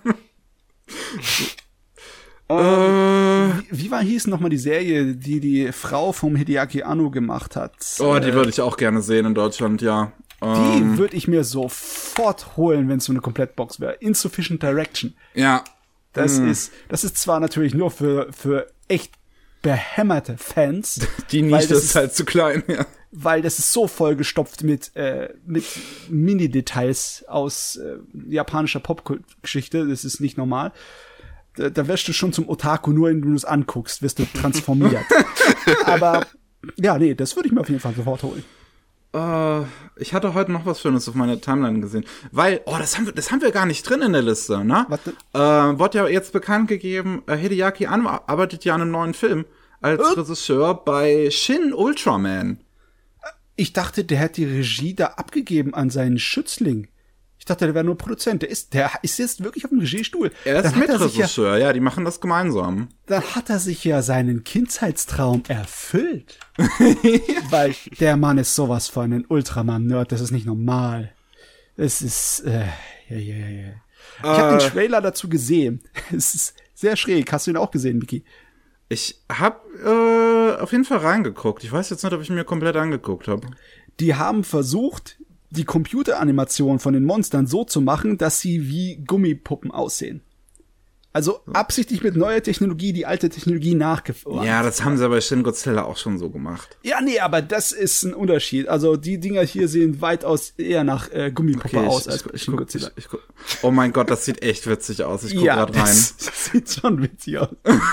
Wie hieß nochmal die Serie, die Frau vom Hideaki Anno gemacht hat? Oh, die würde ich auch gerne sehen in Deutschland, ja. Die würde ich mir sofort holen, wenn es so eine Komplettbox wäre. Insufficient Direction. Ja. Das ist zwar natürlich nur für echt behämmerte Fans. Die Nische ist halt zu klein, ja. Weil das ist so vollgestopft mit Mini-Details aus japanischer Popgeschichte. Das ist nicht normal. Da wirst du schon zum Otaku, nur wenn du es anguckst, wirst du transformiert. Aber ja, nee, das würde ich mir auf jeden Fall sofort holen. Ich hatte heute noch was Schönes auf meiner Timeline gesehen. Weil, das haben wir gar nicht drin in der Liste, ne? Wurde ja jetzt bekannt gegeben, Hideaki Anno arbeitet ja an einem neuen Film als Regisseur bei Shin Ultraman. Ich dachte, der hätte die Regie da abgegeben an seinen Schützling. Ich dachte, der wäre nur Produzent. Der ist jetzt wirklich auf dem Regiestuhl. Er ist Mitregisseur, ja, die machen das gemeinsam. Dann hat er sich ja seinen Kindheitstraum erfüllt. Weil der Mann ist sowas von ein Ultraman-Nerd, das ist nicht normal. Es ist, Ich habe den Trailer dazu gesehen. Es ist sehr schräg. Hast du ihn auch gesehen, Miki? Ich hab auf jeden Fall reingeguckt. Ich weiß jetzt nicht, ob ich ihn mir komplett angeguckt habe. Die haben versucht, die Computeranimation von den Monstern so zu machen, dass sie wie Gummipuppen aussehen. Also absichtlich mit neuer Technologie die alte Technologie nachgefahren. Ja, das haben sie bei Shin Godzilla auch schon so gemacht. Ja, nee, aber das ist ein Unterschied. Also die Dinger hier sehen weitaus eher nach Gummipuppe aus als bei Shin Godzilla. Oh mein Gott, das sieht echt witzig aus. Ich guck grad rein. Das sieht schon witzig aus.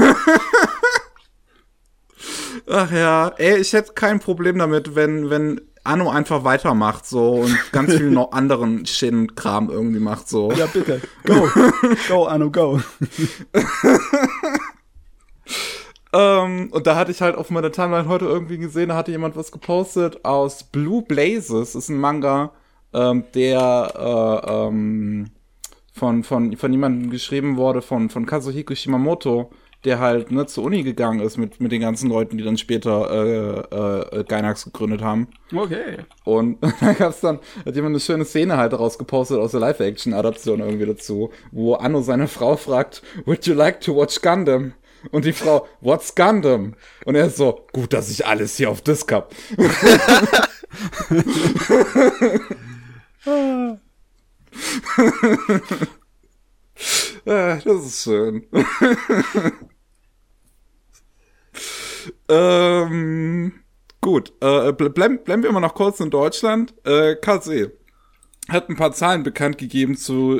Ach ja, ich hätte kein Problem damit, wenn Anno einfach weitermacht so und ganz viel noch anderen Shin-Kram irgendwie macht so. Ja, bitte. Go. Go, Anno, go. Und da hatte ich halt auf meiner Timeline heute irgendwie gesehen, da hatte jemand was gepostet aus Blue Blazes. Das ist ein Manga, der von jemandem geschrieben wurde, von Kazuhiko Shimamoto, der halt zur Uni gegangen ist mit den ganzen Leuten, die dann später Gainax gegründet haben. Okay. Und da hat jemand eine schöne Szene halt daraus gepostet aus der Live-Action-Adaption irgendwie dazu, wo Anno seine Frau fragt, would you like to watch Gundam? Und die Frau, what's Gundam? Und er ist so, gut, dass ich alles hier auf Disc hab. Das ist schön. Gut, bleiben wir immer noch kurz in Deutschland. KC hat ein paar Zahlen bekannt gegeben zu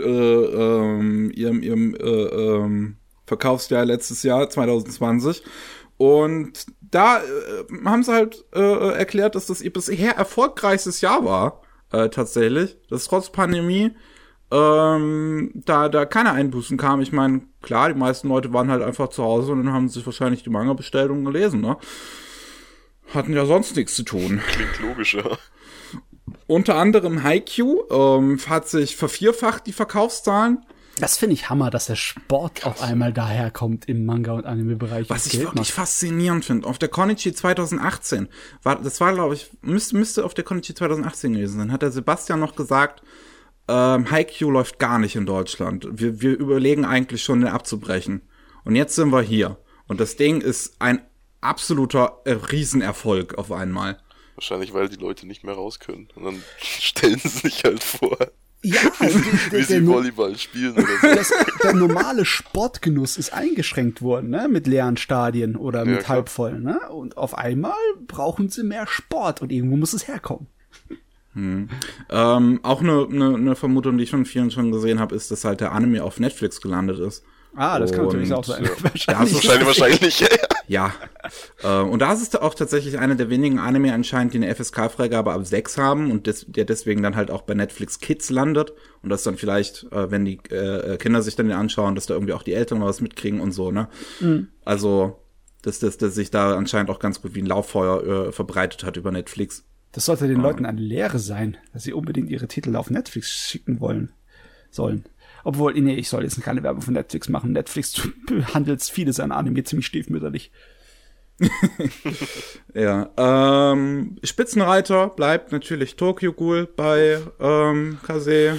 ihrem Verkaufsjahr letztes Jahr, 2020. Und da haben sie halt erklärt, dass das ihr bisher erfolgreichstes Jahr war, tatsächlich. Dass trotz Pandemie da keine Einbußen kam. Ich meine, klar, die meisten Leute waren halt einfach zu Hause und dann haben sich wahrscheinlich die Manga bestellt und gelesen, ne? Hatten ja sonst nichts zu tun. Klingt logischer. Unter anderem Haikyuu hat sich vervierfacht, die Verkaufszahlen. Das finde ich Hammer, dass der Sport auf einmal daherkommt im Manga- und Anime-Bereich. Was ich wirklich faszinierend finde, auf der Konichi 2018, glaube ich, müsste auf der Konichi 2018 gewesen sein, hat der Sebastian noch gesagt, Haikyuu läuft gar nicht in Deutschland. Wir überlegen eigentlich schon, den abzubrechen. Und jetzt sind wir hier. Und das Ding ist ein absoluter Riesenerfolg auf einmal. Wahrscheinlich, weil die Leute nicht mehr raus können. Und dann stellen sie sich halt vor, ja, wie sie Volleyball spielen oder so. Der normale Sportgenuss ist eingeschränkt worden, ne? Mit leeren Stadien oder mit halbvollen. Ne? Und auf einmal brauchen sie mehr Sport und irgendwo muss es herkommen. Auch eine Vermutung, die ich von vielen schon gesehen habe, ist, dass halt der Anime auf Netflix gelandet ist. Ah, das kann natürlich auch sein. Wahrscheinlich. Ja. Und da ist es auch tatsächlich einer der wenigen Anime anscheinend, die eine FSK-Freigabe ab 6 haben und der deswegen dann halt auch bei Netflix Kids landet. Und das dann vielleicht, wenn die Kinder sich dann den anschauen, dass da irgendwie auch die Eltern was mitkriegen und so, ne? Mhm. Also, dass sich da anscheinend auch ganz gut wie ein Lauffeuer verbreitet hat über Netflix. Das sollte den Leuten eine Lehre sein, dass sie unbedingt ihre Titel auf Netflix schicken sollen. Obwohl, nee, ich soll jetzt keine Werbung von Netflix machen. Netflix behandelt vieles an Anime ziemlich stiefmütterlich. Ja, Spitzenreiter bleibt natürlich Tokyo Ghoul bei Kase.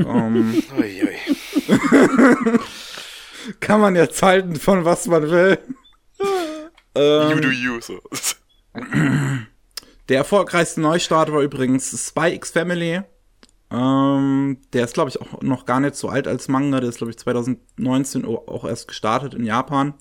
Kann man jetzt halten von was man will. You do you, so. Der erfolgreichste Neustart war übrigens Spy X Family. Der ist, glaube ich, auch noch gar nicht so alt als Manga. Der ist, glaube ich, 2019 auch erst gestartet in Japan.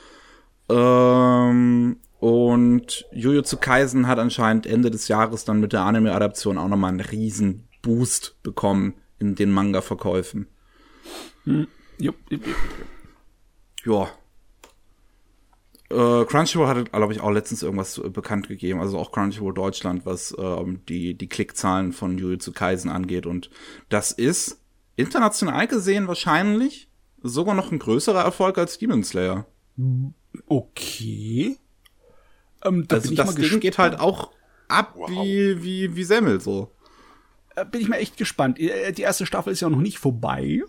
Und Jujutsu Kaisen hat anscheinend Ende des Jahres dann mit der Anime-Adaption auch nochmal einen riesen Boost bekommen in den Manga-Verkäufen. Jupp. Ja. Crunchyroll hatte, glaube ich, auch letztens irgendwas bekannt gegeben, also auch Crunchyroll Deutschland, was die Klickzahlen von Jujutsu Kaisen angeht. Und das ist international gesehen wahrscheinlich sogar noch ein größerer Erfolg als Demon Slayer. Okay. Also das Ding geht halt auch ab wie Semmel so. Bin ich mal echt gespannt. Die erste Staffel ist ja noch nicht vorbei.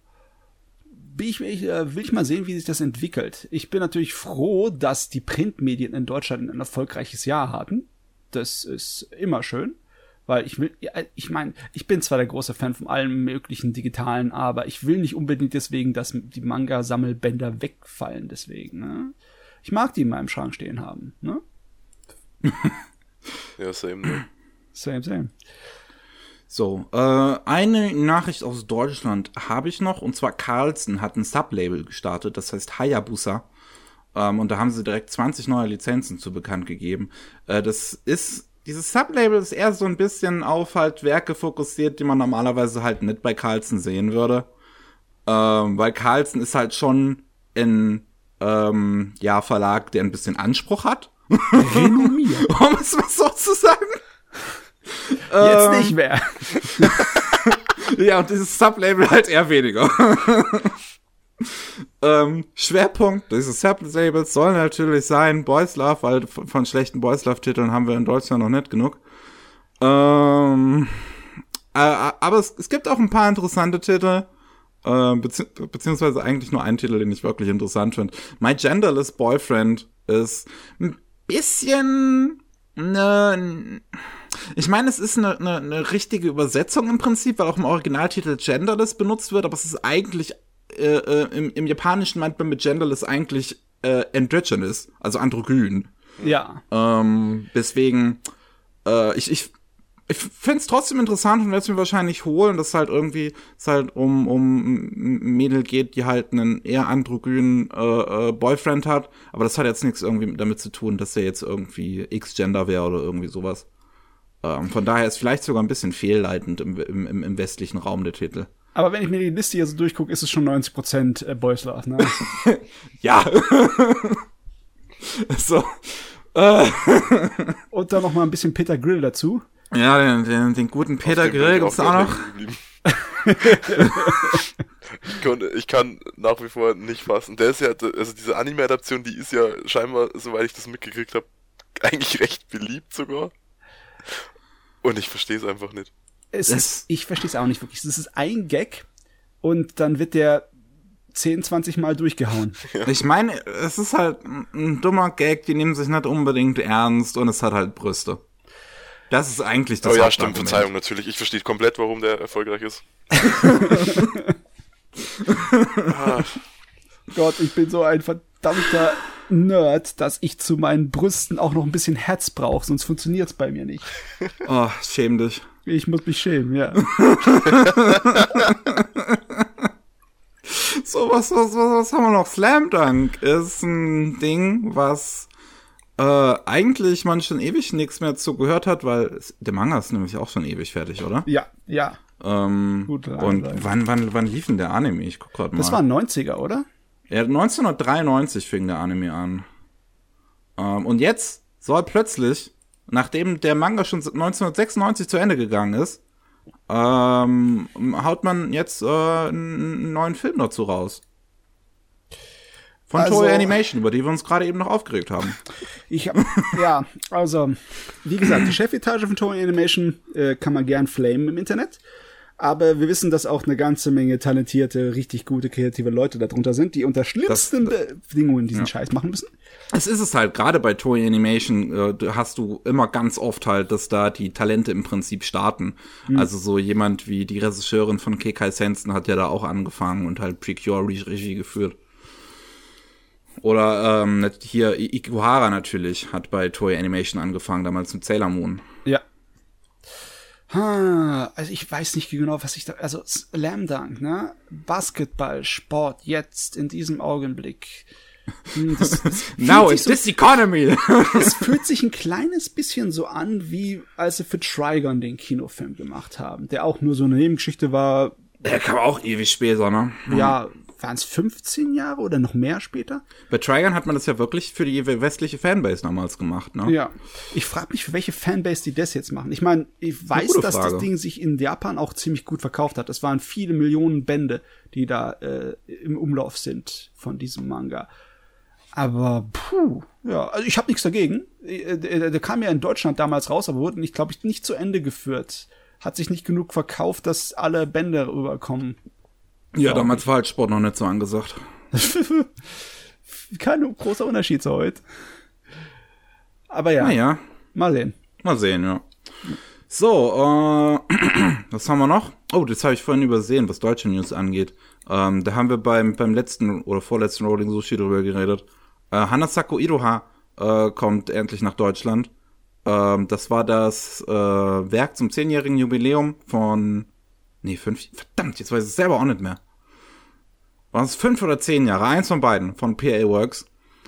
Will ich mal sehen, wie sich das entwickelt. Ich bin natürlich froh, dass die Printmedien in Deutschland ein erfolgreiches Jahr hatten. Das ist immer schön, weil ich bin zwar der große Fan von allem möglichen Digitalen, aber ich will nicht unbedingt deswegen, dass die Manga-Sammelbänder wegfallen deswegen. Ne? Ich mag die in meinem Schrank stehen haben. Ne? Ja, same, ne? Same. So, eine Nachricht aus Deutschland habe ich noch, und zwar Carlsen hat ein Sublabel gestartet, das heißt Hayabusa, und da haben sie direkt 20 neue Lizenzen zu bekannt gegeben. Dieses Sublabel ist eher so ein bisschen auf halt Werke fokussiert, die man normalerweise halt nicht bei Carlsen sehen würde, weil Carlsen ist halt schon ein Verlag, der ein bisschen Anspruch hat. Renommiert. Um es mal so zu sagen. Jetzt nicht mehr. Ja, und dieses Sublabel halt eher weniger. Schwerpunkt dieses Sublabels soll natürlich sein Boys Love, weil von schlechten Boys Love-Titeln haben wir in Deutschland noch nicht genug. Aber es gibt auch ein paar interessante Titel. beziehungsweise eigentlich nur einen Titel, den ich wirklich interessant finde. My Genderless Boyfriend ist ein bisschen ich meine, es ist eine richtige Übersetzung im Prinzip, weil auch im Originaltitel Genderless benutzt wird, aber es ist eigentlich im Japanischen meint man mit Genderless eigentlich androgynous, also androgyn. Ja. Deswegen ich finde es trotzdem interessant und werde es mir wahrscheinlich holen, dass halt irgendwie es halt um Mädel geht, die halt einen eher androgynen Boyfriend hat, aber das hat jetzt nichts irgendwie damit zu tun, dass er jetzt irgendwie X-Gender wäre oder irgendwie sowas. Von daher ist vielleicht sogar ein bisschen fehlleitend im westlichen Raum der Titel. Aber wenn ich mir die Liste hier so durchgucke, ist es schon 90% Boys Love, ne? Ja. So. Und dann noch mal ein bisschen Peter Grill dazu. Ja, den guten Peter Grill gibt's auch noch. Ich kann nach wie vor nicht fassen. Der ist ja, also diese Anime-Adaption, die ist ja scheinbar, soweit ich das mitgekriegt habe, eigentlich recht beliebt sogar. Und ich verstehe es einfach nicht. Ich verstehe es auch nicht wirklich. Es ist ein Gag und dann wird der 10, 20 Mal durchgehauen. Ja. Ich meine, es ist halt ein dummer Gag, die nehmen sich nicht unbedingt ernst und es hat halt Brüste. Das ist eigentlich das ja, stimmt, Verzeihung, natürlich. Ich verstehe komplett, warum der erfolgreich ist. Gott, ich bin so ein verdammter Nerd, dass ich zu meinen Brüsten auch noch ein bisschen Herz brauche, sonst funktioniert's bei mir nicht. Oh, schäm dich. Ich muss mich schämen, ja. So, was haben wir noch? Slam Dunk ist ein Ding, was eigentlich man schon ewig nichts mehr zugehört hat, weil der Manga ist nämlich auch schon ewig fertig, oder? Ja. Gut, und wann lief denn der Anime? Ich guck grad mal. Das war 90er, oder? Ja, 1993 fing der Anime an. Und jetzt soll plötzlich, nachdem der Manga schon 1996 zu Ende gegangen ist, haut man jetzt einen neuen Film dazu raus. Von Toei Animation, über die wir uns gerade eben noch aufgeregt haben. Wie gesagt, die Chefetage von Toei Animation kann man gern flamen im Internet. Aber wir wissen, dass auch eine ganze Menge talentierte, richtig gute, kreative Leute darunter sind, die unter schlimmsten Bedingungen diesen Scheiß machen müssen. Es ist es halt, gerade bei Toei Animation hast du immer ganz oft halt, dass da die Talente im Prinzip starten. Also so jemand wie die Regisseurin von Kekai Sensen hat ja da auch angefangen und halt Precure Regie geführt. Oder hier Ikuhara natürlich hat bei Toei Animation angefangen, damals mit Sailor Moon. Ja. Also ich weiß nicht genau, was ich da... Also Slam Dunk, ne? Basketball, Sport, jetzt, in diesem Augenblick. Now it's this economy. Es fühlt sich ein kleines bisschen so an, wie als sie für Trigun den Kinofilm gemacht haben, der auch nur so eine Nebengeschichte war. Der kam auch ewig später, ne? Ja, waren es 15 Jahre oder noch mehr später? Bei Trigun hat man das ja wirklich für die westliche Fanbase damals gemacht, ne? Ja. Ich frage mich, für welche Fanbase die das jetzt machen. Ich meine, ich weiß, dass das Ding sich in Japan auch ziemlich gut verkauft hat. Es waren viele Millionen Bände, die da im Umlauf sind von diesem Manga. Aber, also ich habe nichts dagegen. Der kam ja in Deutschland damals raus, aber wurde, glaube ich, nicht zu Ende geführt. Hat sich nicht genug verkauft, dass alle Bände rüberkommen. Ja, damals war halt Sport noch nicht so angesagt. Kein großer Unterschied zu heute. Aber ja. Naja. Mal sehen. Mal sehen, ja. So, was haben wir noch? Oh, das habe ich vorhin übersehen, was deutsche News angeht. Da haben wir beim letzten oder vorletzten Rolling Sushi drüber geredet. Hanasako Iroha kommt endlich nach Deutschland. Das war das Werk zum 10-jährigen Jubiläum von 5, verdammt, jetzt weiß ich es selber auch nicht mehr. War es 5 oder 10 Jahre? Eins von beiden, von PA Works.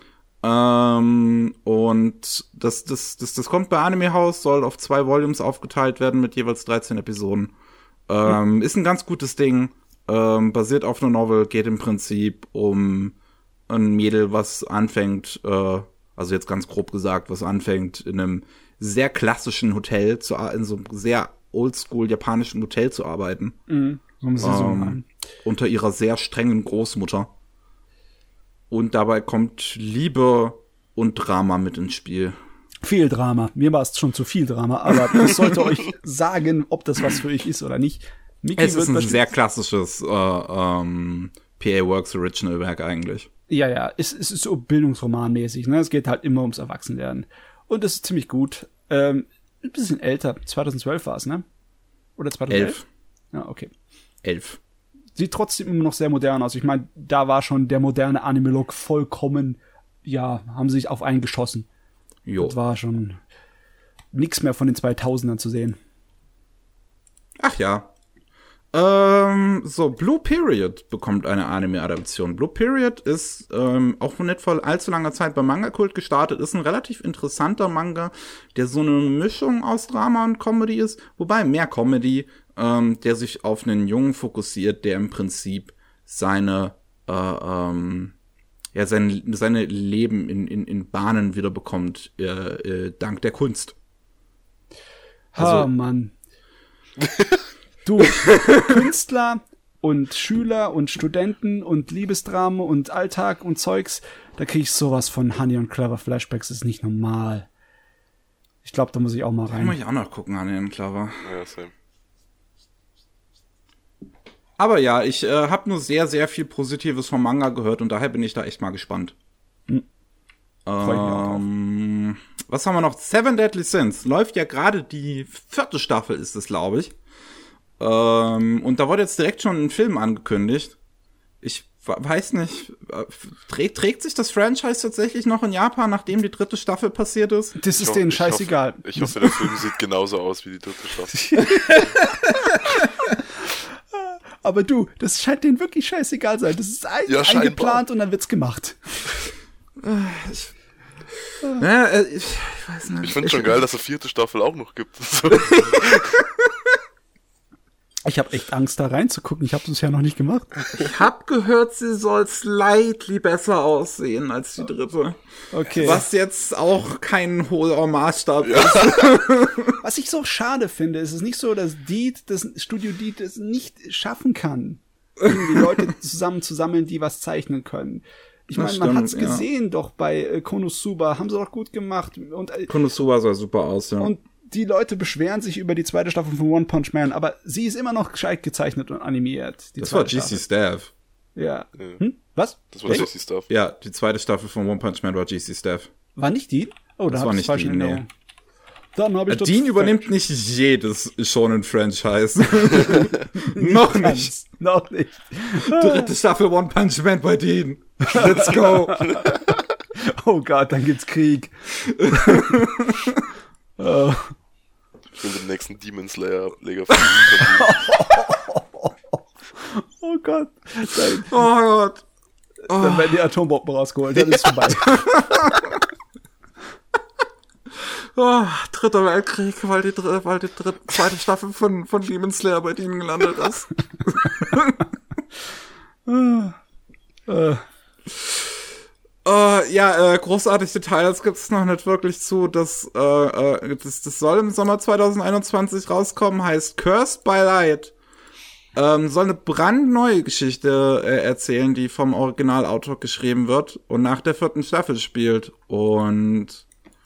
Und das kommt bei Anime House, soll auf 2 Volumes aufgeteilt werden mit jeweils 13 Episoden. Ist ein ganz gutes Ding. Basiert auf einer Novel, geht im Prinzip um ein Mädel, was anfängt, also jetzt ganz grob gesagt, was anfängt in einem sehr klassischen Hotel, in so einem sehr oldschool japanischen Hotel zu arbeiten. Unter ihrer sehr strengen Großmutter. Und dabei kommt Liebe und Drama mit ins Spiel. Viel Drama. Mir war es schon zu viel Drama, aber ich sollte euch sagen, ob das was für euch ist oder nicht. Miki Es ist ein wird sehr klassisches PA Works Original Werk eigentlich. Ja, es ist so bildungsromanmäßig, ne? Es geht halt immer ums Erwachsenwerden. Und es ist ziemlich gut. Ein bisschen älter. 2012 war es, ne? Oder 2011? 11. Ja, okay. 11. Sieht trotzdem immer noch sehr modern aus. Ich meine, da war schon der moderne Anime-Look vollkommen, ja, haben sie sich auf einen geschossen. Jo. Das war schon nix mehr von den 2000ern zu sehen. Ach ja. Blue Period bekommt eine Anime-Adaption. Blue Period ist auch nicht vor allzu langer Zeit beim Manga-Kult gestartet. Ist ein relativ interessanter Manga, der so eine Mischung aus Drama und Comedy ist. Wobei mehr Comedy, der sich auf einen Jungen fokussiert, der im Prinzip seine Leben in Bahnen wieder bekommt, dank der Kunst. Also, Mann. Du, Künstler und Schüler und Studenten und Liebesdrama und Alltag und Zeugs, da krieg ich sowas von Honey und Clever Flashbacks, das ist nicht normal. Ich glaube, da muss ich auch mal rein. Da muss ich auch noch gucken, Honey und Clever. Ja, same. Aber ja, ich habe nur sehr, sehr viel Positives vom Manga gehört und daher bin ich da echt mal gespannt. Freu ich mich auch drauf. Was haben wir noch? Seven Deadly Sins. Läuft ja gerade die 4. Staffel, ist es, glaube ich. Und da wurde jetzt direkt schon ein Film angekündigt. Ich weiß nicht, trägt sich das Franchise tatsächlich noch in Japan, nachdem die 3. Staffel passiert ist? Das ist denen scheißegal. Ich hoffe, der Film sieht genauso aus wie die 3. Staffel. Aber du, das scheint denen wirklich scheißegal sein. Das ist eingeplant und dann wird's gemacht. Ich weiß nicht. Ich finde schon geil, dass es 4. Staffel auch noch gibt. Ich habe echt Angst, da reinzugucken. Ich habe das ja noch nicht gemacht. Ich habe gehört, sie soll slightly besser aussehen als die 3. Okay. Was jetzt auch kein hoher Maßstab ist. Was ich so schade finde, ist es nicht so, dass das Studio Deed es nicht schaffen kann, irgendwie Leute zusammenzusammeln, die was zeichnen können. Ich meine, man hat's gesehen doch bei Konosuba, haben sie doch gut gemacht. Und Konosuba sah super aus, ja. Und die Leute beschweren sich über die 2. Staffel von One Punch Man, aber sie ist immer noch gescheit gezeichnet und animiert. Das war GC Staff. Ja. Was? Das war GC Staff. Ja, die 2. Staffel von One Punch Man war GC Staff. War nicht die? Oh, da war nicht die, nee. Dann habe ich das Dean übernimmt nicht jedes Shonen-Franchise. Noch nicht. Noch nicht. 3. Staffel One Punch Man bei Dean. Let's go. Oh Gott, dann gibt's Krieg. Ich will den nächsten Demon Slayer-Ableger Oh Gott. Oh Gott. Dann werden die Atombomben rausgeholt, dann ist vorbei. Dritter Weltkrieg, weil die 2. Staffel von Demon Slayer bei denen gelandet ist. Großartig Details gibt's noch nicht wirklich zu. Das soll im Sommer 2021 rauskommen, heißt Cursed by Light. Soll eine brandneue Geschichte erzählen, die vom Originalautor geschrieben wird und nach der 4. Staffel spielt. Und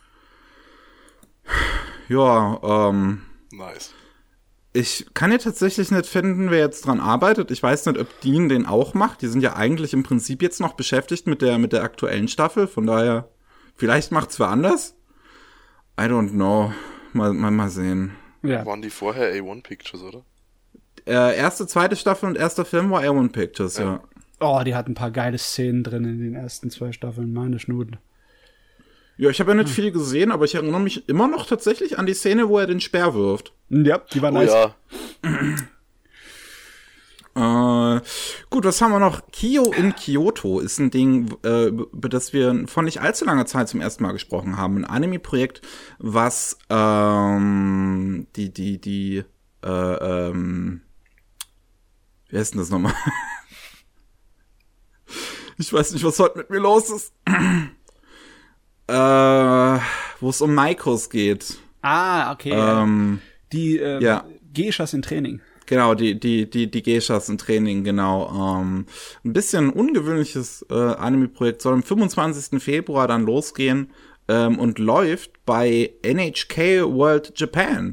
ja, nice. Ich kann ja tatsächlich nicht finden, wer jetzt dran arbeitet. Ich weiß nicht, ob Dean den auch macht. Die sind ja eigentlich im Prinzip jetzt noch beschäftigt mit der aktuellen Staffel. Von daher, vielleicht macht's wer anders. I don't know. Mal sehen. Ja. Waren die vorher A1 Pictures, oder? Erste, 2. Staffel und erster Film war A1 Pictures, ja. Oh, die hatten ein paar geile Szenen drin in den ersten 2 Staffeln. Meine Schnuten. Ja, ich habe ja nicht viel gesehen, aber ich erinnere mich immer noch tatsächlich an die Szene, wo er den Speer wirft. Ja, die war nice. Ja. Gut, was haben wir noch? Kyo in Kyoto ist ein Ding, über das wir vor nicht allzu langer Zeit zum ersten Mal gesprochen haben. Ein Anime-Projekt, was wie heißt denn das nochmal? Ich weiß nicht, was heute mit mir los ist. Wo es um Maikos geht. Ah, okay. Die Geishas in Training. Genau, die Geishas in Training, genau. Ein bisschen ungewöhnliches Anime-Projekt soll am 25. Februar dann losgehen und läuft bei NHK World Japan.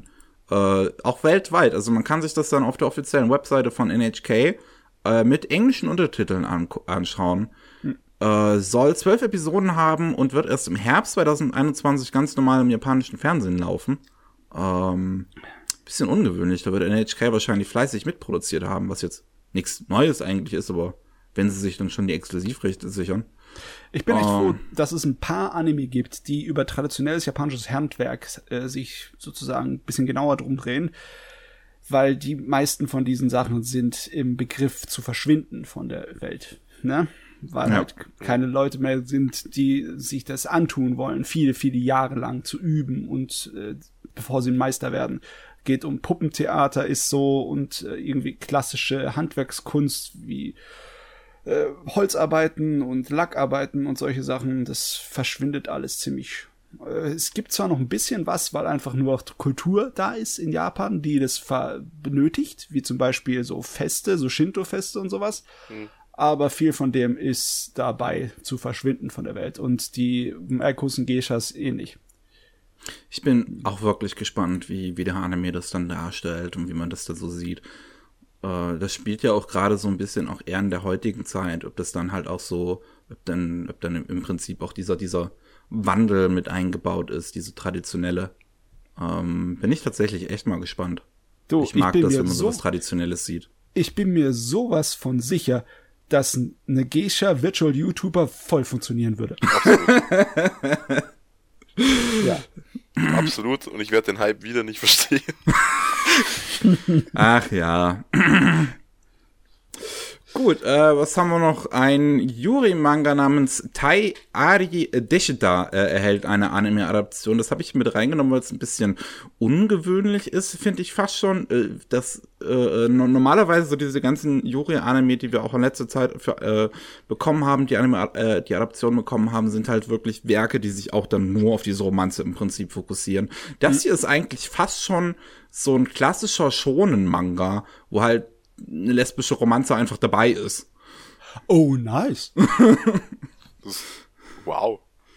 Auch weltweit. Also man kann sich das dann auf der offiziellen Webseite von NHK mit englischen Untertiteln anschauen. Soll 12 Episoden haben und wird erst im Herbst 2021 ganz normal im japanischen Fernsehen laufen. Bisschen ungewöhnlich, da wird NHK wahrscheinlich fleißig mitproduziert haben, was jetzt nichts Neues eigentlich ist, aber wenn sie sich dann schon die Exklusivrechte sichern. Ich bin echt froh, dass es ein paar Anime gibt, die über traditionelles japanisches Handwerk sich sozusagen ein bisschen genauer drum drehen, weil die meisten von diesen Sachen sind im Begriff zu verschwinden von der Welt, ne? Weil halt keine Leute mehr sind, die sich das antun wollen, viele, viele Jahre lang zu üben und bevor sie ein Meister werden. Geht um Puppentheater ist so und irgendwie klassische Handwerkskunst wie Holzarbeiten und Lackarbeiten und solche Sachen, das verschwindet alles ziemlich. Es gibt zwar noch ein bisschen was, weil einfach nur auch Kultur da ist in Japan, die das benötigt, wie zum Beispiel so Feste, so Shinto-Feste und sowas. Aber viel von dem ist dabei zu verschwinden von der Welt und die Erkus und Geishas ähnlich. Ich bin auch wirklich gespannt, wie der Anime das dann darstellt und wie man das da so sieht. Das spielt ja auch gerade so ein bisschen auch eher in der heutigen Zeit, ob das dann halt auch so, ob dann im Prinzip auch dieser Wandel mit eingebaut ist, diese traditionelle. Bin ich tatsächlich echt mal gespannt. Ich mag das, wenn man so was Traditionelles sieht. Ich bin mir sowas von sicher, dass eine Geisha Virtual YouTuber voll funktionieren würde. Absolut. Ja. Absolut. Und ich werde den Hype wieder nicht verstehen. Ach ja. Gut, was haben wir noch? Ein Yuri-Manga namens Tai Ari Deshita erhält eine Anime-Adaption. Das habe ich mit reingenommen, weil es ein bisschen ungewöhnlich ist, finde ich fast schon. Normalerweise so diese ganzen Yuri-Anime, die wir auch in letzter Zeit bekommen haben, die Adaption bekommen haben, sind halt wirklich Werke, die sich auch dann nur auf diese Romanze im Prinzip fokussieren. Das hier ist eigentlich fast schon so ein klassischer Shonen-Manga, wo halt eine lesbische Romanze einfach dabei ist. Oh, nice. Wow.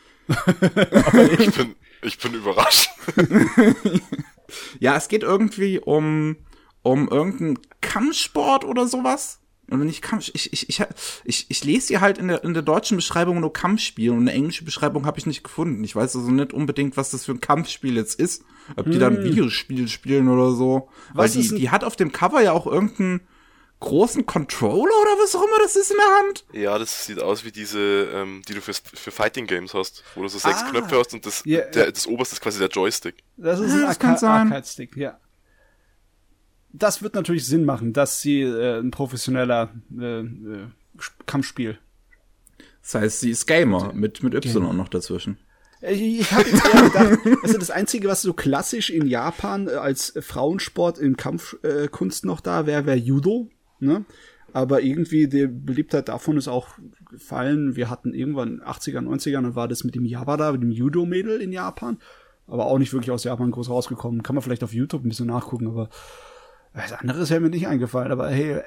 Ich bin überrascht. Ja, es geht irgendwie um irgendeinen Kampfsport oder sowas. Oder nicht Kampf. Ich lese hier halt in der deutschen Beschreibung nur Kampfspiel und eine englische Beschreibung habe ich nicht gefunden. Ich weiß also nicht unbedingt, was das für ein Kampfspiel jetzt ist. Ob die da ein Videospiel spielen oder so. Weil die hat auf dem Cover ja auch irgendeinen großen Controller oder was auch immer das ist in der Hand. Ja, das sieht aus wie diese, die du für Fighting Games hast, wo du so 6 Knöpfe hast und das oberste ist quasi der Joystick. Das ist ein Arcade-Stick, ja. Das wird natürlich Sinn machen, dass sie ein professioneller Kampfspiel. Das heißt, sie ist Gamer mit Y noch dazwischen. Ich habe jetzt eher gedacht, also das Einzige, was so klassisch in Japan als Frauensport in Kampfkunst noch da wäre Judo, ne? Aber irgendwie die Beliebtheit davon ist auch gefallen. Wir hatten irgendwann in den 80er, 90ern, dann war das mit dem Yabada, mit dem Judo-Mädel in Japan. Aber auch nicht wirklich aus Japan groß rausgekommen. Kann man vielleicht auf YouTube ein bisschen nachgucken, aber was anderes wäre mir nicht eingefallen. Aber hey,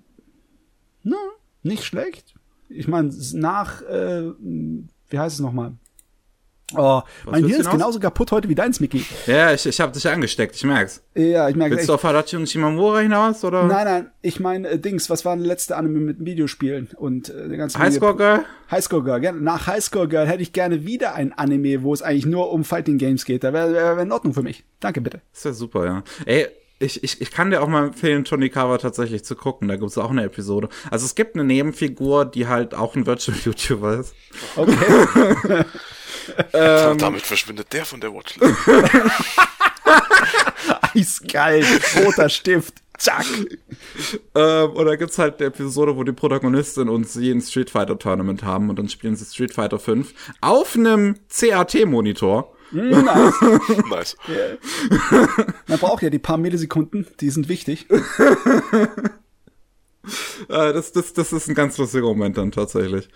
nicht schlecht. Ich meine, nach, wie heißt es nochmal? Oh, mein Hirn ist genauso kaputt heute wie deins, Mickey. Ja, ich hab dich angesteckt, ich merk's. Ja, ich merke. Willst du auf Harachi und Shimamura hinaus, oder? Nein, ich meine, was war der letzte Anime mit Videospielen und der ganze Highscore Girl? Highscore Girl, gerne. Nach Highscore Girl hätte ich gerne wieder ein Anime, wo es eigentlich nur um Fighting Games geht. Da wäre in Ordnung für mich. Danke, bitte. Das wäre super, ja. Ey, ich kann dir auch mal empfehlen, Tonikawa tatsächlich zu gucken. Da gibt's auch eine Episode. Also es gibt eine Nebenfigur, die halt auch ein Virtual-YouTuber ist. Okay. Damit verschwindet der von der Watchlist. Eiskalt, roter Stift, zack. Und da gibt's halt eine Episode, wo die Protagonistin und sie ein Street Fighter Tournament haben und dann spielen sie Street Fighter 5 auf einem CRT-Monitor. Nice. Yeah. Man braucht ja die paar Millisekunden, die sind wichtig. Das ist ein ganz lustiger Moment dann tatsächlich.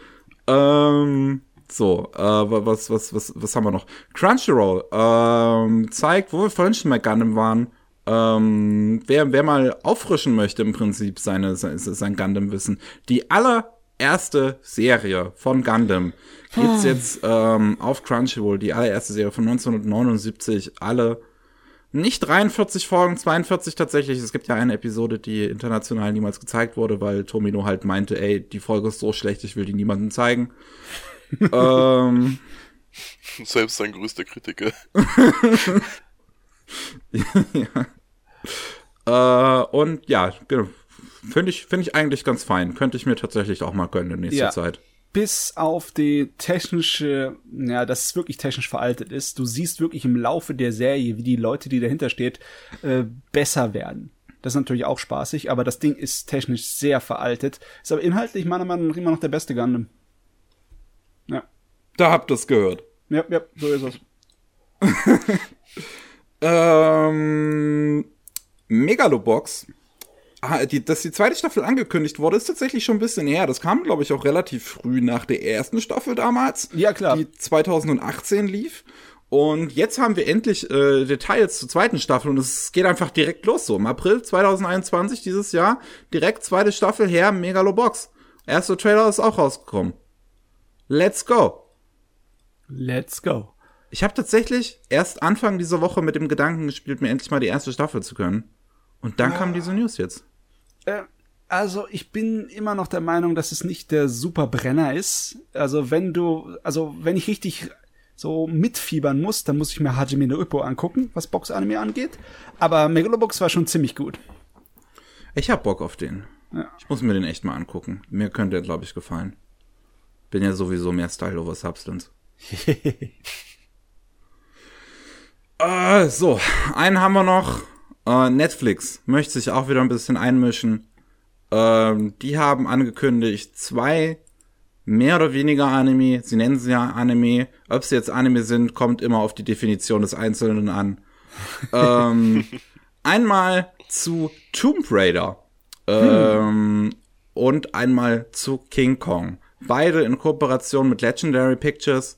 So, was haben wir noch? Crunchyroll zeigt, wo wir vorhin schon bei Gundam waren, wer mal auffrischen möchte im Prinzip sein Gundam-Wissen. Die allererste Serie von Gundam gibt's jetzt auf Crunchyroll, die allererste Serie von 1979, alle Nicht 43 Folgen, 42 tatsächlich. Es gibt ja eine Episode, die international niemals gezeigt wurde, weil Tomino halt meinte, ey, die Folge ist so schlecht, ich will die niemandem zeigen. Selbst sein größter Kritiker. ja. Und ja, finde ich eigentlich ganz fein. Könnte ich mir tatsächlich auch mal gönnen in nächster Zeit. Bis auf die technische, dass es wirklich technisch veraltet ist. Du siehst wirklich im Laufe der Serie, wie die Leute, die dahinter steht, besser werden. Das ist natürlich auch spaßig, aber das Ding ist technisch sehr veraltet. Ist aber inhaltlich meiner Meinung nach immer noch der beste Gundam. Ja. Da habt ihr es gehört. Ja, so ist es. Megalobox. Dass die zweite Staffel angekündigt wurde, ist tatsächlich schon ein bisschen her. Das kam, glaube ich, auch relativ früh nach der ersten Staffel damals. Ja, klar. Die 2018 lief. Und jetzt haben wir endlich Details zur zweiten Staffel und es geht einfach direkt los. So im April 2021 dieses Jahr, direkt zweite Staffel her, Megalobox. Erster Trailer ist auch rausgekommen. Let's go. Let's go. Ich habe tatsächlich erst Anfang dieser Woche mit dem Gedanken gespielt, mir endlich mal die erste Staffel zu können. Und dann kam diese News jetzt. Also ich bin immer noch der Meinung, dass es nicht der Superbrenner ist. Also wenn ich richtig so mitfiebern muss, dann muss ich mir Hajime no Ippo angucken, was Box-Anime angeht. Aber Megalobox war schon ziemlich gut. Ich hab Bock auf den. Ja. Ich muss mir den echt mal angucken. Mir könnte der, glaube ich, gefallen. Bin ja sowieso mehr Style over Substance. So, einen haben wir noch. Netflix möchte sich auch wieder ein bisschen einmischen. Die haben angekündigt, 2 mehr oder weniger Anime. Sie nennen sie ja Anime. Ob sie jetzt Anime sind, kommt immer auf die Definition des Einzelnen an. Einmal zu Tomb Raider. Und einmal zu King Kong. Beide in Kooperation mit Legendary Pictures.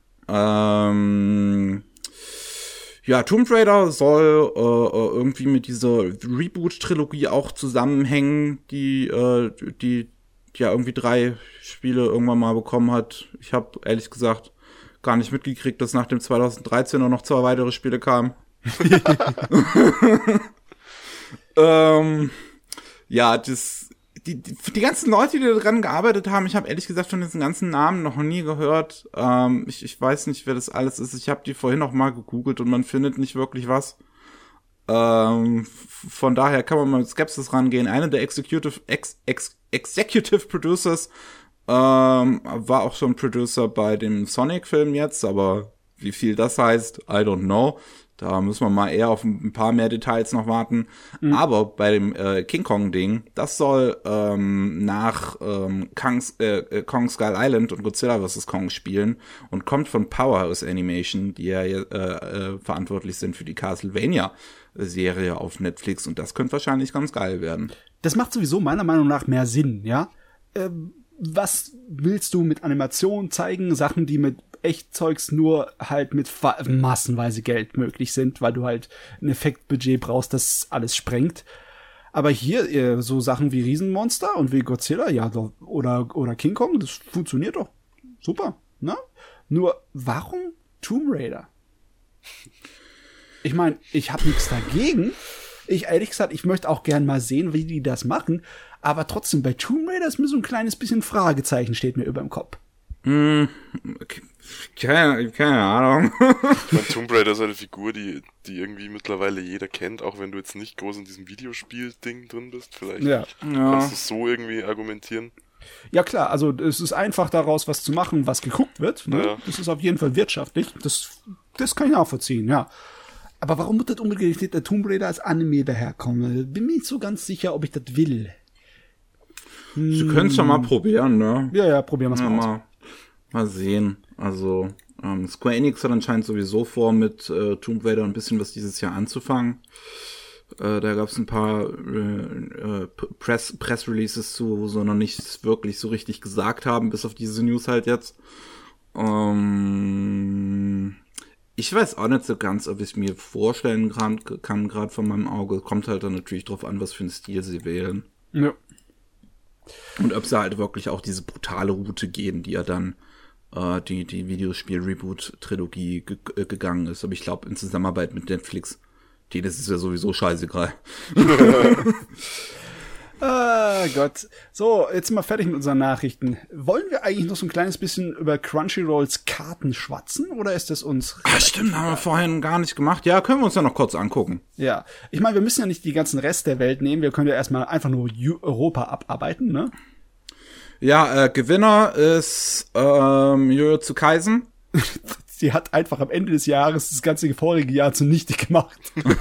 Ja, Tomb Raider soll irgendwie mit dieser Reboot-Trilogie auch zusammenhängen, die ja irgendwie 3 Spiele irgendwann mal bekommen hat. Ich habe ehrlich gesagt gar nicht mitgekriegt, dass nach dem 2013 noch 2 weitere Spiele kamen. Ja, die ganzen Leute, die daran gearbeitet haben, ich habe ehrlich gesagt von diesen ganzen Namen noch nie gehört. Ich weiß nicht, wer das alles ist. Ich habe die vorhin noch mal gegoogelt und man findet nicht wirklich was. Von daher kann man mal mit Skepsis rangehen. Einer der Executive Producers war auch schon Producer bei dem Sonic-Film jetzt, aber wie viel das heißt, I don't know. Da müssen wir mal eher auf ein paar mehr Details noch warten. Aber bei dem King Kong-Ding, das soll nach Kong Skull Island und Godzilla vs. Kong spielen und kommt von Powerhouse Animation, die ja verantwortlich sind für die Castlevania-Serie auf Netflix. Und das könnte wahrscheinlich ganz geil werden. Das macht sowieso meiner Meinung nach mehr Sinn, ja? Was willst du mit Animation zeigen? Sachen, die mit Echtzeugs nur halt mit massenweise Geld möglich sind, weil du halt ein Effektbudget brauchst, das alles sprengt. Aber hier so Sachen wie Riesenmonster und wie Godzilla, ja, oder King Kong, das funktioniert doch. Super, ne? Nur, warum Tomb Raider? Ich meine, ich habe nichts dagegen. Ehrlich gesagt, ich möchte auch gern mal sehen, wie die das machen. Aber trotzdem, bei Tomb Raider ist mir so ein kleines bisschen Fragezeichen steht mir über dem Kopf. Keine Ahnung. Ich meine, Tomb Raider ist eine Figur, die irgendwie mittlerweile jeder kennt, auch wenn du jetzt nicht groß in diesem Videospiel-Ding drin bist. Vielleicht kannst du es so irgendwie argumentieren. Ja klar, also es ist einfach daraus was zu machen, was geguckt wird. Ne? Ja. Das ist auf jeden Fall wirtschaftlich. Das kann ich nachvollziehen, ja. Aber warum wird das unbedingt der Tomb Raider als Anime daherkommen? Bin mir nicht so ganz sicher, ob ich das will. Sie können es ja mal probieren, ne? Ja, probieren wir es mal aus. Mal sehen. Also, Square Enix hat anscheinend sowieso vor, mit Tomb Raider ein bisschen was dieses Jahr anzufangen. Da gab es ein paar Press-Releases zu, wo sie noch nicht wirklich so richtig gesagt haben, bis auf diese News halt jetzt. Ich weiß auch nicht so ganz, ob ich es mir vorstellen kann, gerade von meinem Auge. Kommt halt dann natürlich drauf an, was für einen Stil sie wählen. Ja. Und ob sie halt wirklich auch diese brutale Route gehen, die ja dann die Videospiel-Reboot-Trilogie gegangen ist. Aber ich glaube, in Zusammenarbeit mit Netflix Denen ist es ja sowieso scheißegal. Ah, Gott. So, jetzt sind wir fertig mit unseren Nachrichten. Wollen wir eigentlich noch so ein kleines bisschen über Crunchyrolls Karten schwatzen oder ist das uns... Stimmt, haben wir vorhin gar nicht gemacht. Ja, können wir uns ja noch kurz angucken. Ja, ich meine, wir müssen ja nicht die ganzen Rest der Welt nehmen. Wir können ja erstmal einfach nur Europa abarbeiten, ne? Ja, Gewinner ist Jujutsu Kaisen. Sie hat einfach am Ende des Jahres das ganze vorige Jahr zunichte gemacht.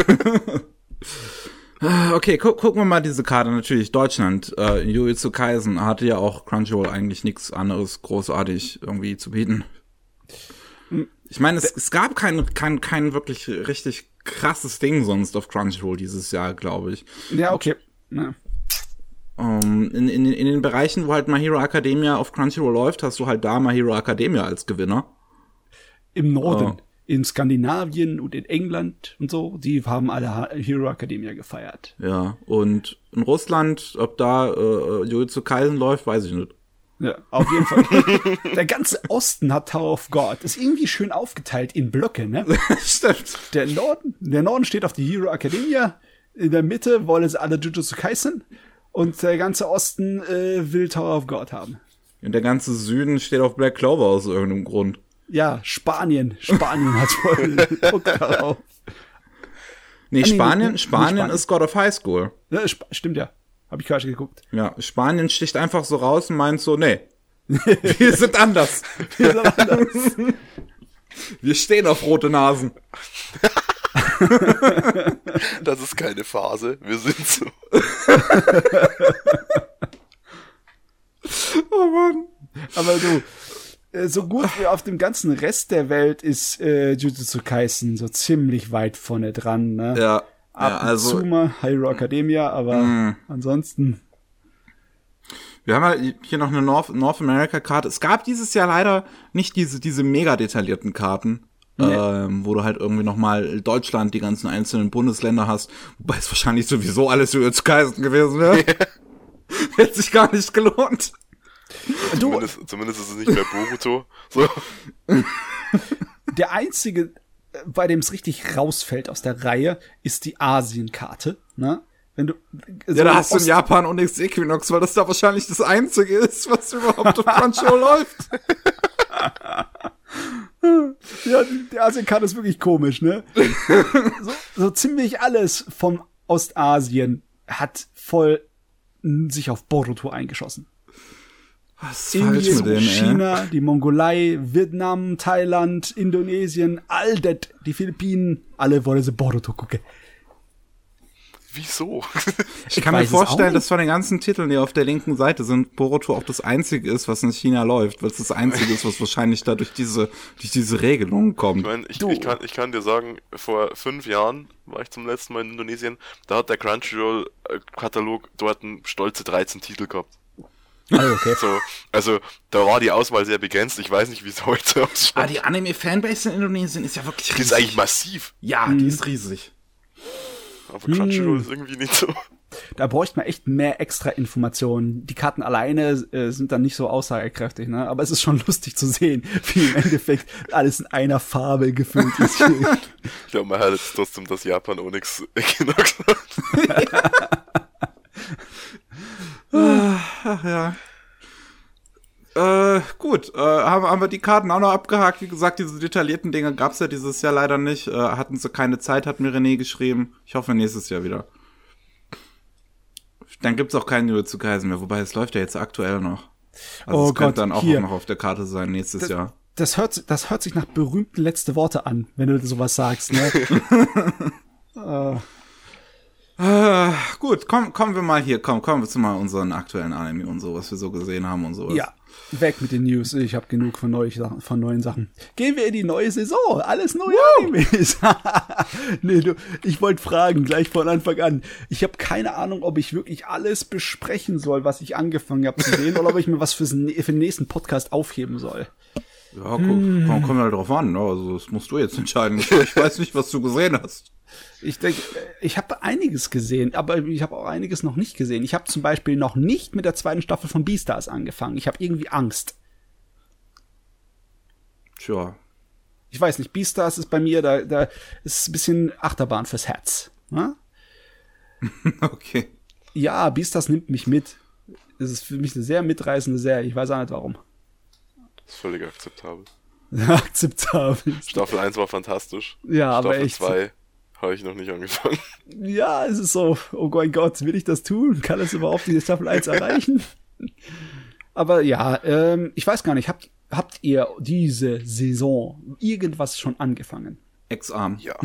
Okay, gucken wir mal diese Karte. Natürlich, Deutschland. Jujutsu Kaisen hatte ja auch Crunchyroll eigentlich nichts anderes großartig irgendwie zu bieten. Ich meine, es gab kein wirklich richtig krasses Ding sonst auf Crunchyroll dieses Jahr, glaube ich. Ja, okay. Ja. In den Bereichen, wo halt My Hero Academia auf Crunchyroll läuft, hast du halt da My Hero Academia als Gewinner. Im Norden. In Skandinavien und in England und so, die haben alle Hero Academia gefeiert. Ja, und in Russland, ob da Jujutsu Kaisen läuft, weiß ich nicht. Ja, auf jeden Fall. Der ganze Osten hat Tower of God. Ist irgendwie schön aufgeteilt in Blöcke, ne? Stimmt. Der Norden steht auf die Hero Academia. In der Mitte wollen sie alle Jujutsu Kaisen. Und der ganze Osten will Tower of God haben. Und der ganze Süden steht auf Black Clover aus irgendeinem Grund. Ja, Spanien hat voll Druck darauf. Nee, Spanien ist God of High School. Ja, stimmt ja. Hab ich gerade geguckt. Ja, Spanien sticht einfach so raus und meint so, nee, wir sind anders. Wir stehen auf rote Nasen. Das ist keine Phase, wir sind so. Oh Mann. Aber du, so gut wie auf dem ganzen Rest der Welt ist Jujutsu Kaisen so ziemlich weit vorne dran, ne? Ja. Also Hero Academia, aber ansonsten. Wir haben halt hier noch eine North America Karte. Es gab dieses Jahr leider nicht diese mega detaillierten Karten, wo du halt irgendwie nochmal Deutschland, die ganzen einzelnen Bundesländer hast, wobei es wahrscheinlich sowieso alles Jujutsu Kaisen gewesen wäre. Hätte sich gar nicht gelohnt. Zumindest ist es nicht mehr Boruto. So. Der einzige, bei dem es richtig rausfällt aus der Reihe, ist die Asienkarte, ne? Wenn du so da hast du in Japan Onyx Equinox, weil das da wahrscheinlich das einzige ist, was überhaupt auf Crunchyroll läuft. Ja, die Asienkarte ist wirklich komisch, ne? So ziemlich alles von Ostasien hat voll sich auf Boruto eingeschossen. Was ist falsch mit denen, China, die Mongolei, Vietnam, Thailand, Indonesien, all das, die Philippinen, alle wollen sie Boruto gucken. Wieso? Ich kann mir vorstellen, dass von den ganzen Titeln, die auf der linken Seite sind, Boruto auch das einzige ist, was in China läuft, weil es das einzige ist, was wahrscheinlich da durch diese Regelungen kommt. Ich meine, ich kann dir sagen, vor 5 Jahren war ich zum letzten Mal in Indonesien, da hat der Crunchyroll-Katalog dort stolze 13 Titel gehabt. Okay. So, also, da war die Auswahl sehr begrenzt. Ich weiß nicht, wie es heute ausschaut. Die Anime-Fanbase in Indonesien ist ja wirklich riesig. Die ist eigentlich massiv. Ja, die ist riesig. Aber Crunchyroll ist irgendwie nicht so. Da bräuchte man echt mehr extra Informationen. Die Karten alleine sind dann nicht so aussagekräftig, ne? Aber es ist schon lustig zu sehen, wie im Endeffekt alles in einer Farbe gefüllt ist. Ich glaube, man hat jetzt trotzdem das Japan Onyx Equinox. Ach ja. Gut, haben wir die Karten auch noch abgehakt. Wie gesagt, diese detaillierten Dinge gab's ja dieses Jahr leider nicht. Hatten sie keine Zeit, hat mir René geschrieben. Ich hoffe nächstes Jahr wieder. Dann gibt's auch keinen Jujutsu Kaisen mehr, wobei es läuft ja jetzt aktuell noch. Also es könnte dann auch noch auf der Karte sein nächstes Jahr. Das hört sich nach berühmten letzte Worte an, wenn du sowas sagst, ne? Gut, kommen wir mal hier, kommen wir zu mal unseren aktuellen Anime und so, was wir so gesehen haben und sowas. Ja, weg mit den News. Ich habe genug von neuen Sachen. Gehen wir in die neue Saison. Alles neue Animes. Nee, ich wollte fragen, gleich von Anfang an. Ich habe keine Ahnung, ob ich wirklich alles besprechen soll, was ich angefangen habe zu sehen, oder ob ich mir was für den nächsten Podcast aufheben soll. Ja, kommt halt drauf an. Also das musst du jetzt entscheiden. Ich weiß nicht, was du gesehen hast. Ich denke, ich habe einiges gesehen, aber ich habe auch einiges noch nicht gesehen. Ich habe zum Beispiel noch nicht mit der 2. Staffel von Beastars angefangen. Ich habe irgendwie Angst. Tja. Ich weiß nicht, Beastars ist bei mir, da ist ein bisschen Achterbahn fürs Herz. Ne? Okay. Ja, Beastars nimmt mich mit. Es ist für mich eine sehr mitreißende Serie. Ich weiß auch nicht warum. Das ist völlig akzeptabel. Akzeptabel. Staffel 1 war fantastisch. Ja, aber echt. Staffel 2 habe ich noch nicht angefangen. Ja, es ist so, oh mein Gott, will ich das tun? Kann es überhaupt diese Staffel 1 erreichen? Aber ja, ich weiß gar nicht, habt ihr diese Saison irgendwas schon angefangen? Ex-Arm. Ja.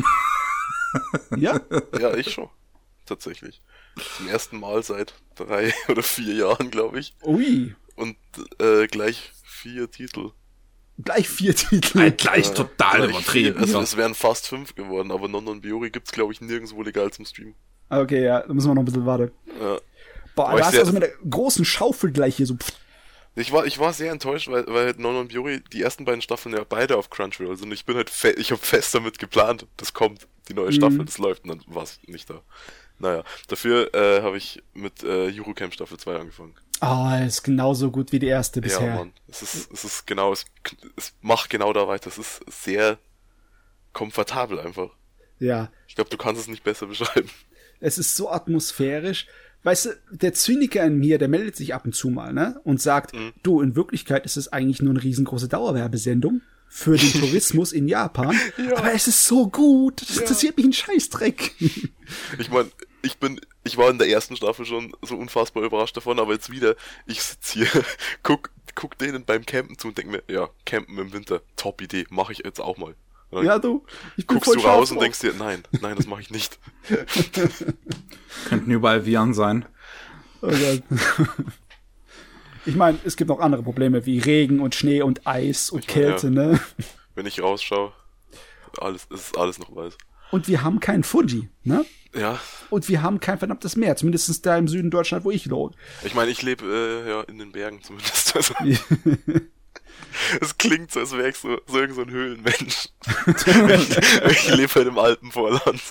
Ja? Ja, ich schon. Tatsächlich. Zum ersten Mal seit 3 oder 4 Jahren, glaube ich. Ui. Und gleich 4 Titel. Gleich 4 Titel. Gleich total Gleich übertrieben. 4. Also es wären fast 5 geworden, aber Non-Non-Biori gibt's, glaube ich, nirgendwo legal zum Streamen. Okay, ja, da müssen wir noch ein bisschen warten. Ja. Boah, Aber du ich hast sehr- also mit der großen Schaufel gleich hier so. Ich war sehr enttäuscht, weil Non-Non-Biori die ersten beiden Staffeln ja beide auf Crunchyroll sind. Ich bin halt ich habe fest damit geplant, das kommt, die neue Staffel, das läuft, und dann war's nicht da. Naja, dafür habe ich mit Eurocamp Staffel 2 angefangen. Ah, ist genauso gut wie die erste bisher. Ja, Mann. Es ist genau, es macht genau da weiter. Es ist sehr komfortabel einfach. Ja, Ich glaube, du kannst es nicht besser beschreiben. es ist so atmosphärisch. Weißt du, der Zyniker in mir, der meldet sich ab und zu mal, ne? Und sagt, du, in Wirklichkeit ist es eigentlich nur eine riesengroße Dauerwerbesendung für den Tourismus in Japan. Ja. Aber es ist so gut. Das interessiert mich ein Scheißdreck. Ich meine, ich war in der ersten Staffel schon so unfassbar überrascht davon, aber jetzt wieder, ich sitz hier, guck denen beim Campen zu und denk mir, ja, Campen im Winter, top Idee, mache ich jetzt auch mal. Und dann Ja, du. Ich bin guckst voll du raus scharf und denkst dir, nein, das mache ich nicht. Könnten überall Viren sein. Oh Gott. Ich meine, es gibt noch andere Probleme wie Regen und Schnee und Eis und Ich mein, Kälte, ne? Wenn ich rausschaue, es ist alles noch weiß. Und wir haben keinen Fuji, ne? Ja, Und wir haben kein verdammtes Meer, zumindest da im Süden Deutschland, wo ich lebe. ich meine, ich lebe ja in den Bergen zumindest. Also, es klingt so, als wäre ich so irgend so ein Höhlenmensch. ich lebe halt im Alpenvorland.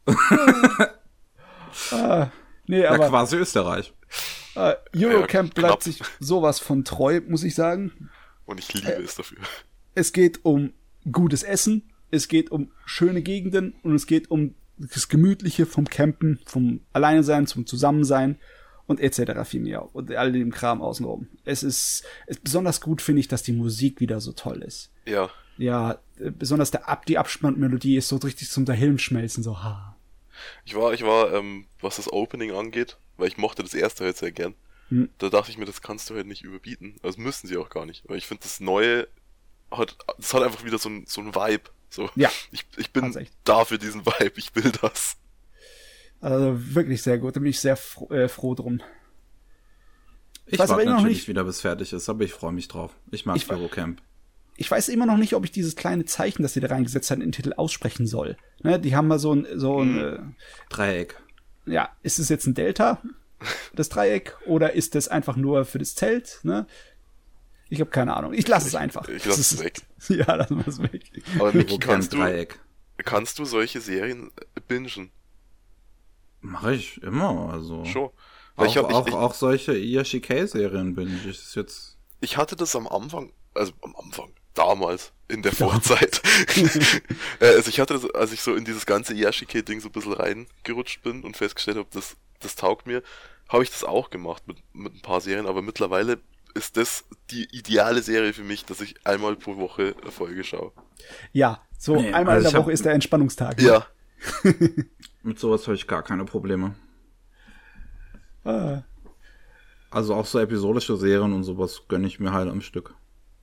Nee, Ja, aber quasi Österreich. Eurocamp Ja, bleibt knapp. sich sowas von treu, muss ich sagen. Und ich liebe es dafür. Es geht um gutes Essen, es geht um schöne Gegenden und es geht um das Gemütliche vom Campen, vom Alleinesein zum Zusammensein und etc. viel mehr und all dem Kram außenrum. Es ist besonders gut, finde ich, dass die Musik wieder so toll ist. Ja, Ja, besonders die Abspannmelodie ist so richtig zum Dahinschmelzen, so ha. ich war, was das Opening angeht, weil ich mochte das erste halt sehr gern. Da dachte ich mir, das kannst du halt nicht überbieten. Also müssen sie auch gar nicht. Weil ich finde, das Neue hat einfach wieder so ein Vibe. So, Ja, ich bin hat's echt. da für diesen Vibe, ich will das. Also wirklich sehr gut, da bin ich sehr froh drum. Ich weiß aber warte immer noch natürlich nicht- wieder, bis fertig ist, aber ich freue mich drauf. Ich mag Ich wa- Eurocamp. Ich weiß immer noch nicht, ob ich dieses kleine Zeichen, das sie da reingesetzt haben, in den Titel aussprechen soll. Ne, die haben mal so ein Dreieck. ja, ist es jetzt ein Delta, das Dreieck, oder ist das einfach nur für das Zelt, ne? Ich habe keine Ahnung. Ich lasse es einfach. Ich lasse es Das weg. ist- Ja, lassen wir es weg. Aber Miki, Eurocamp Dreieck. kannst du solche Serien bingen? Mache ich immer, also. Schon. Weil Auch solche Iyashikei-Serien bin ich. Ist jetzt. Ich hatte das am Anfang, damals, in der Vorzeit. Also ich hatte das, als ich so in dieses ganze Yashike-Ding so ein bisschen reingerutscht bin und festgestellt habe, das taugt mir, habe ich das auch gemacht mit ein paar Serien, aber mittlerweile ist das die ideale Serie für mich, dass ich einmal pro Woche eine Folge schaue. Ja, so Nee, einmal also in ich der hab- Woche ist der Entspannungstag. ne? Ja, Mit sowas habe ich gar keine Probleme. Ah. Also auch so episodische Serien und sowas gönne ich mir halt am Stück.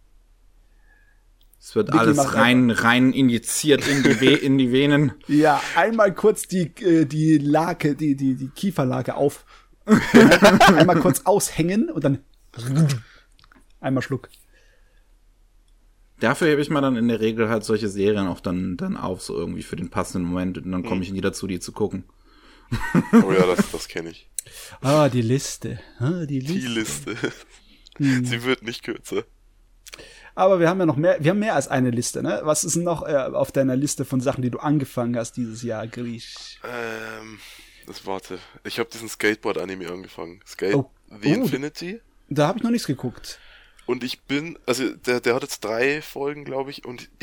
Es wird Vicky alles macht rein injiziert in die Venen. Ja, einmal kurz die Lake, die Kieferlake auf. Einmal kurz aushängen und dann einmal Schluck. Dafür hebe ich mir dann in der Regel halt solche Serien auch dann auf, so irgendwie für den passenden Moment. Und dann komme ich nie dazu, die zu gucken. oh ja, das kenne ich. Ah, die Liste. Die Die Liste. Liste. Sie wird nicht kürzer. Aber wir haben ja noch mehr, wir haben mehr als eine Liste, ne? Was ist denn noch auf deiner Liste von Sachen, die du angefangen hast dieses Jahr, Griech? Warte. Ich habe diesen Skateboard-Anime angefangen. Oh. The Oh. Infinity. Da habe ich noch nichts geguckt. Und ich bin, also der hat jetzt 3 Folgen, glaube ich, und ich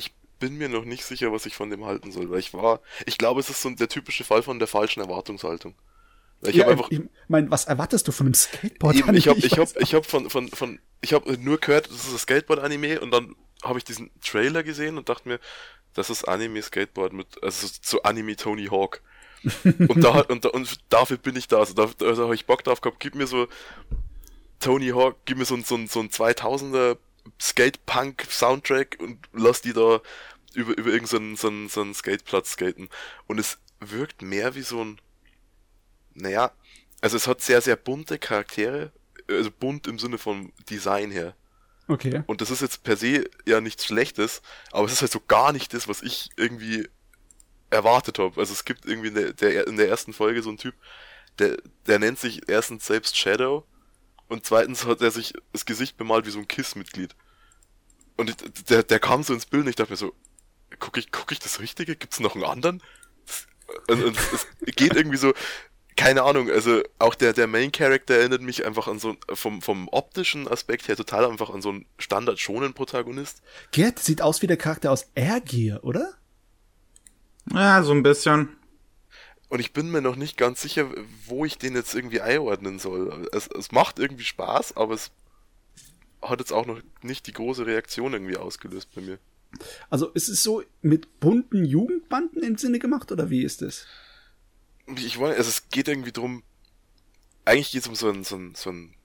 bin mir noch nicht sicher, was ich von dem halten soll, weil ich glaube, es ist so der typische Fall von der falschen Erwartungshaltung. Ich meine, was erwartest du von einem Skateboard? Eben, ich habe nur gehört, das ist ein Skateboard-Anime und dann habe ich diesen Trailer gesehen und dachte mir, das ist Anime-Skateboard also so Anime Tony Hawk. und dafür bin ich da, also da habe ich Bock drauf gehabt, gib mir so Tony Hawk, gib mir so ein 2000er Skate-Punk-Soundtrack und lass die da über irgendeinen so einen Skateplatz skaten. Und es wirkt mehr wie so ein, naja, also es hat sehr, sehr bunte Charaktere, also bunt im Sinne von Design her. Okay. Und das ist jetzt per se ja nichts Schlechtes, aber es ist halt so gar nicht das, was ich irgendwie erwartet habe. Also es gibt irgendwie in der ersten Folge so einen Typ, der nennt sich erstens selbst Shadow und zweitens hat er sich das Gesicht bemalt wie so ein KISS-Mitglied. Und der kam so ins Bild und ich dachte mir so, guck ich das Richtige? Gibt's noch einen anderen? Und es geht irgendwie so, keine Ahnung, also auch der Main Character erinnert mich einfach an so, vom optischen Aspekt her total einfach an so einen Standard-Shonen-Protagonist. Gerd sieht aus wie der Charakter aus Air Gear, oder? Ja, so ein bisschen. Und ich bin mir noch nicht ganz sicher, wo ich den jetzt irgendwie einordnen soll. Es macht irgendwie Spaß, aber es hat jetzt auch noch nicht die große Reaktion irgendwie ausgelöst bei mir. Also ist es so mit bunten Jugendbanden im Sinne gemacht, oder wie ist es? Ich weiß, also es geht irgendwie drum, eigentlich geht es um so einen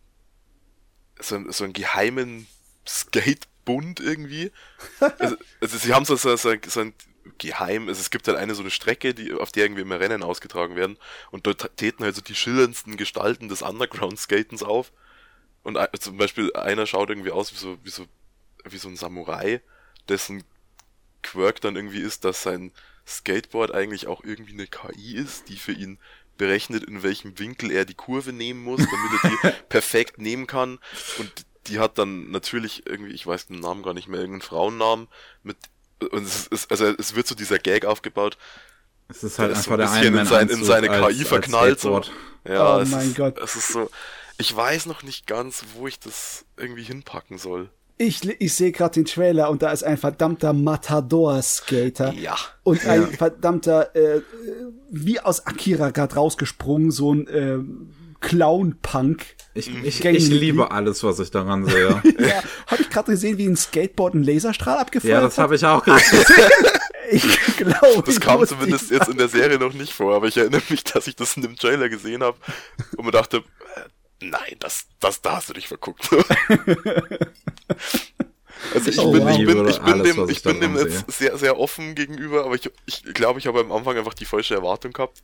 geheimen Skatebund irgendwie. Also sie haben so ein geheim, also es gibt halt so eine Strecke, auf der irgendwie immer Rennen ausgetragen werden und dort treten halt so die schillerndsten Gestalten des Underground-Skatens auf und zum Beispiel einer schaut irgendwie aus wie so ein Samurai, dessen Quirk dann irgendwie ist, dass sein Skateboard eigentlich auch irgendwie eine KI ist, die für ihn berechnet, in welchem Winkel er die Kurve nehmen muss, damit er die perfekt nehmen kann und die hat dann natürlich irgendwie, ich weiß den Namen gar nicht mehr, irgendeinen Frauennamen und es wird so dieser Gag aufgebaut. Es ist halt einfach so ein der bisschen in seine KI verknallt. So. Ja, oh mein Gott. Es ist so, ich weiß noch nicht ganz, wo ich das irgendwie hinpacken soll. Ich sehe gerade den Trailer und da ist ein verdammter Matador-Skater. Ja. Und ein verdammter, wie aus Akira gerade rausgesprungen, so ein Clown-Punk. Ich liebe alles, was ich daran sehe. Ja, habe ich gerade gesehen, wie ein Skateboard einen Laserstrahl abgefeuert Ja, das habe ich auch gerade gesehen. Ich glaube, das kam zumindest jetzt in der Serie noch nicht vor, aber ich erinnere mich, dass ich das in dem Trailer gesehen habe und mir dachte, nein, da hast du dich verguckt. Also ich bin dem jetzt sehr, sehr offen gegenüber, aber ich glaube, ich habe am Anfang einfach die falsche Erwartung gehabt.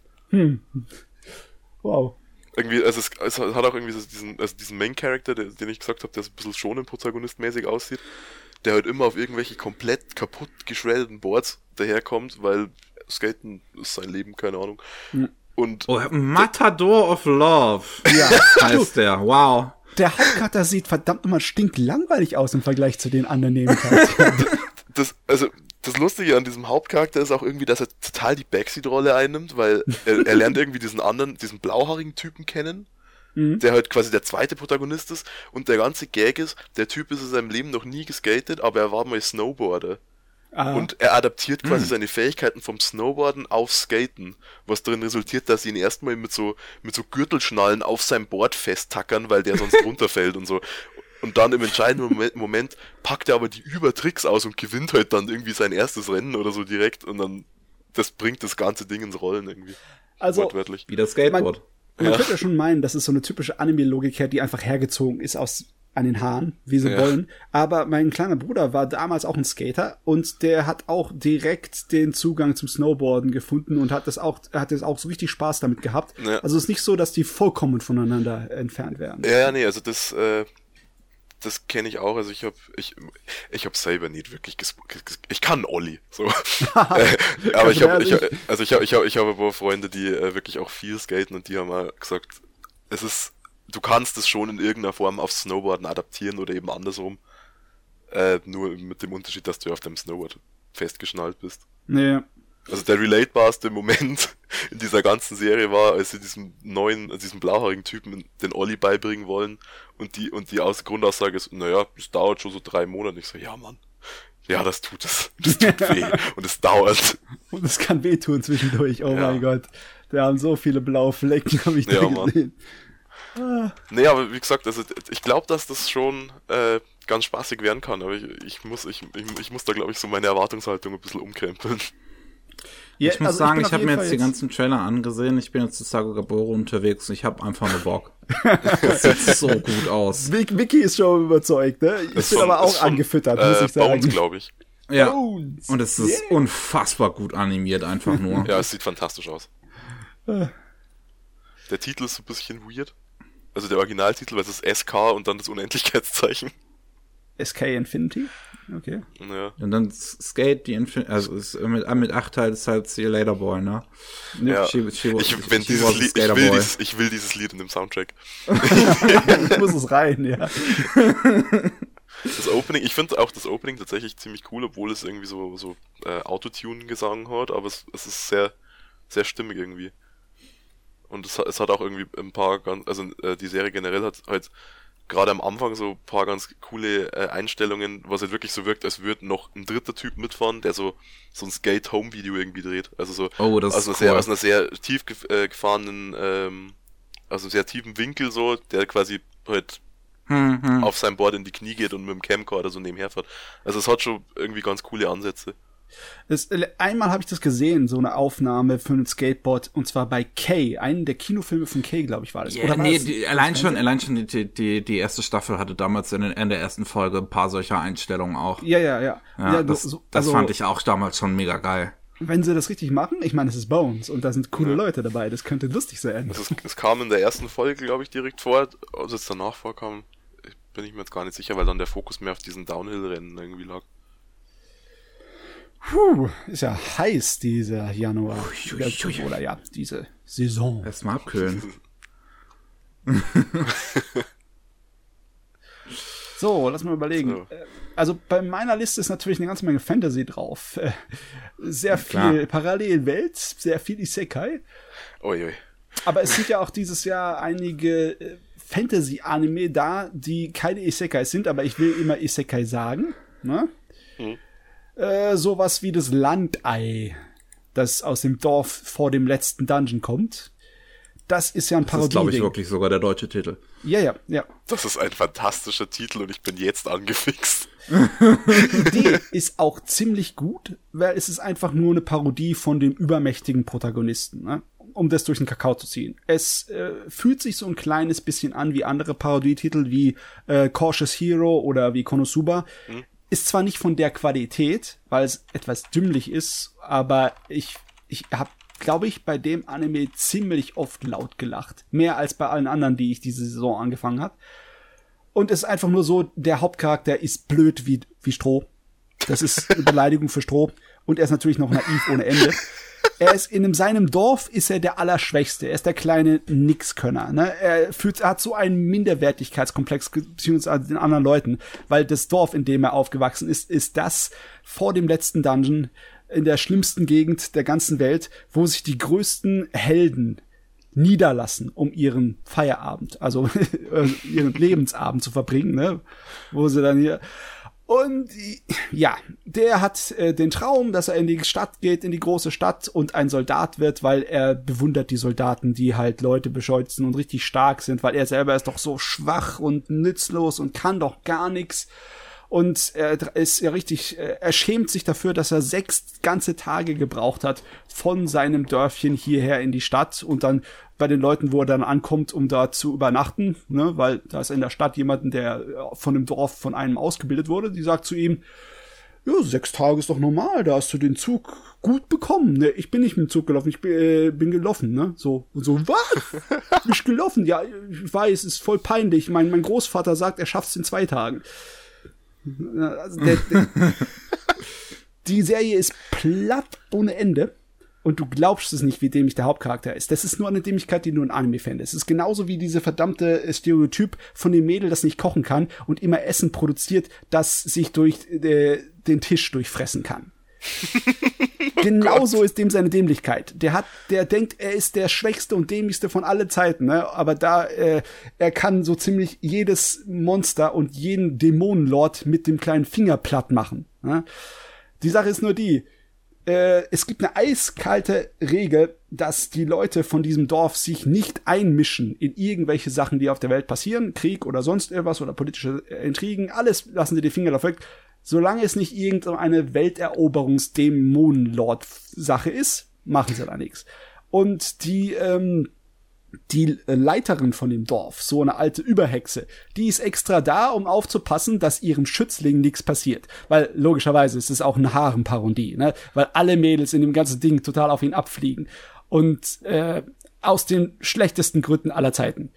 Wow. Irgendwie, also es hat auch irgendwie so diesen Main-Character, den ich gesagt habe, der so ein bisschen Shonen-Protagonist-mäßig aussieht, der halt immer auf irgendwelche komplett kaputt geschreddeten Boards daherkommt, weil Skaten ist sein Leben, keine Ahnung. Und Matador of Love. Ja, heißt der. Wow. Der Hauptcharakter sieht verdammt nochmal stinklangweilig aus im Vergleich zu den anderen Nebencharakteren. Das Lustige an diesem Hauptcharakter ist auch irgendwie, dass er total die Backseat-Rolle einnimmt, weil er lernt irgendwie diesen blauhaarigen Typen kennen, der halt quasi der zweite Protagonist ist und der ganze Gag ist, der Typ ist in seinem Leben noch nie geskatet, aber er war mal Snowboarder. Und er adaptiert quasi seine Fähigkeiten vom Snowboarden auf Skaten, was darin resultiert, dass sie ihn erstmal mit so Gürtelschnallen auf seinem Board festtackern, weil der sonst runterfällt und so. Und dann im entscheidenden Moment packt er aber die Übertricks aus und gewinnt halt dann irgendwie sein erstes Rennen oder so direkt und dann, das bringt das ganze Ding ins Rollen irgendwie. Also, wortwörtlich. Wie das Skateboard. Man könnte ja schon meinen, dass es so eine typische Anime-Logik her, die einfach hergezogen ist an den Haaren, wie sie wollen. Aber mein kleiner Bruder war damals auch ein Skater und der hat auch direkt den Zugang zum Snowboarden gefunden und hat auch so richtig Spaß damit gehabt. Ja. Also es ist nicht so, dass die vollkommen voneinander entfernt werden. Ja, nee, also das kenne ich auch, also ich hab selber nicht wirklich ich kann Olli, so. Aber ich habe ein paar Freunde, die wirklich auch viel skaten und die haben mal gesagt, du kannst es schon in irgendeiner Form aufs Snowboarden adaptieren oder eben andersrum, nur mit dem Unterschied, dass du auf dem Snowboard festgeschnallt bist. Ja. Also der relatabarste Moment in dieser ganzen Serie war, als sie diesem blauhaarigen Typen den Olli beibringen wollen und die Grundaussage ist, naja, das dauert schon so 3 Monate. Ich so, ja Mann, Ja, das tut es. Das tut weh. Und es dauert. Und es kann wehtun zwischendurch. Oh Ja. mein Gott. Da haben so viele blaue Flecken, habe ich da Ja, Mann. gesehen. Nee, aber wie gesagt, also ich glaube, dass das schon ganz spaßig werden kann, aber ich muss da, glaube ich, so meine Erwartungshaltung ein bisschen umkrempeln. Ja, Ich muss also sagen, bin ich auf habe jeden mir Fall jetzt die ganzen Trailer angesehen. Ich bin jetzt zu Sago Gaboro unterwegs und ich habe einfach nur Bock. Das sieht so gut aus. Vicky ist schon überzeugt, ne? Ich Ist bin von- aber ist auch von, angefüttert, muss ich sagen. Bones, glaube ich. Ja. Bones. Und es ist unfassbar gut animiert, einfach nur. Ja, es sieht fantastisch aus. Der Titel ist so ein bisschen weird. Also der Originaltitel, weil es ist SK und dann das Unendlichkeitszeichen. SK Infinity? Okay. Ja. Und dann Skate, die also ist mit 8 Teilen ist halt See You Later Boy, ne? Ja. She Ich will was a dieses skater boy. Lied in dem Soundtrack. Ich muss es rein, ja. Das Opening, ich finde auch das Opening tatsächlich ziemlich cool, obwohl es irgendwie so Autotune-Gesang hat, aber es ist sehr, sehr stimmig irgendwie. Und es hat auch irgendwie ein paar die Serie generell hat halt gerade am Anfang so ein paar ganz coole Einstellungen, was halt wirklich so wirkt, als würde noch ein dritter Typ mitfahren, der so ein Skate-Home-Video irgendwie dreht. Also so Das aus ist einer cool. aus einer sehr tief gefahrenen, aus einem sehr tiefen Winkel so, der quasi halt auf sein Board in die Knie geht und mit dem Camcorder so nebenher fährt. Also es hat schon irgendwie ganz coole Ansätze. Einmal habe ich das gesehen, so eine Aufnahme für ein Skateboard, und zwar bei Kay, einen der Kinofilme von Kay, glaube ich, war das. Ja, Oder war nee, das allein schon die erste Staffel hatte damals in der ersten Folge ein paar solcher Einstellungen auch. Ja. Ja, das also, fand ich auch damals schon mega geil. wenn sie das richtig machen, ich meine, es ist Bones und da sind coole Leute dabei, das könnte lustig sein. Also es kam in der ersten Folge, glaube ich, direkt vor, als es danach vorkam, bin ich mir jetzt gar nicht sicher, weil dann der Fokus mehr auf diesen Downhill-Rennen irgendwie lag. Ist ja heiß, dieser Januar. Oder ja, diese Saison. Erstmal abkühlen. So, lass mal überlegen. So. Also bei meiner Liste ist natürlich eine ganze Menge Fantasy drauf. Sehr viel Klar. Parallelwelt, sehr viel Isekai. Uiui. Aber es sind ja auch dieses Jahr einige Fantasy-Anime da, die keine Isekais sind, aber ich will immer Isekai sagen. Ne? Sowas wie das Landei, das aus dem Dorf vor dem letzten Dungeon kommt. Das ist ja ein Das ist, glaube ich, Parodie-Ding. wirklich sogar der deutsche Titel. Ja. Das ist ein fantastischer Titel und ich bin jetzt angefixt. Die Idee ist auch ziemlich gut, weil es ist einfach nur eine Parodie von dem übermächtigen Protagonisten, ne? Um das durch den Kakao zu ziehen. Es fühlt sich so ein kleines bisschen an wie andere Parodietitel wie Cautious Hero oder wie Konosuba. Ist zwar nicht von der Qualität, weil es etwas dümmlich ist, aber ich habe, glaube ich, bei dem Anime ziemlich oft laut gelacht. Mehr als bei allen anderen, die ich diese Saison angefangen habe. Und es ist einfach nur so, der Hauptcharakter ist blöd wie Stroh. Das ist eine Beleidigung für Stroh. Und er ist natürlich noch naiv ohne Ende. Er ist in seinem Dorf ist er der Allerschwächste. Er ist der kleine Nixkönner. Ne? Er hat so einen Minderwertigkeitskomplex beziehungsweise den anderen Leuten, weil das Dorf, in dem er aufgewachsen ist das vor dem letzten Dungeon in der schlimmsten Gegend der ganzen Welt, wo sich die größten Helden niederlassen, um ihren Feierabend, also ihren Lebensabend zu verbringen, ne? Wo sie dann hier und ja, der hat den Traum, dass er in die Stadt geht, in die große Stadt und ein Soldat wird, weil er bewundert die Soldaten, die halt Leute bescheuzen und richtig stark sind, weil er selber ist doch so schwach und nützlos und kann doch gar nichts. Und er ist ja richtig, er schämt sich dafür, dass er 6 ganze Tage gebraucht hat von seinem Dörfchen hierher in die Stadt und dann bei den Leuten, wo er dann ankommt, um da zu übernachten, ne, weil da ist in der Stadt jemanden, der von dem Dorf von einem ausgebildet wurde, die sagt zu ihm, ja, 6 Tage ist doch normal, da hast du den Zug gut bekommen, ne, ich bin nicht mit dem Zug gelaufen, ich bin gelaufen, ne, so, und so, was? Bist gelaufen? Ja, ich weiß, ist voll peinlich, mein Großvater sagt, er schafft's in 2 Tagen. Also die Serie ist platt ohne Ende und du glaubst es nicht, wie dämlich der Hauptcharakter ist. Das ist nur eine Dämlichkeit, die nur ein Anime-Fan ist. Es ist genauso wie diese verdammte Stereotyp von dem Mädel, das nicht kochen kann und immer Essen produziert, das sich durch den Tisch durchfressen kann. Genauso ist dem seine Dämlichkeit. Der denkt, er ist der schwächste und dämlichste von allen Zeiten, ne? Aber er kann so ziemlich jedes Monster und jeden Dämonenlord mit dem kleinen Finger platt machen. Ne? Die Sache ist nur die, es gibt eine eiskalte Regel, dass die Leute von diesem Dorf sich nicht einmischen in irgendwelche Sachen, die auf der Welt passieren, Krieg oder sonst irgendwas oder politische Intrigen, alles lassen sie die Finger davon weg, solange es nicht irgendeine Welteroberungs-Dämonenlord-Sache ist, machen sie da nichts. Und die Leiterin von dem Dorf, so eine alte Überhexe, die ist extra da, um aufzupassen, dass ihrem Schützling nichts passiert. Weil logischerweise ist es auch eine Harem-Parodie, ne? Weil alle Mädels in dem ganzen Ding total auf ihn abfliegen. Und aus den schlechtesten Gründen aller Zeiten.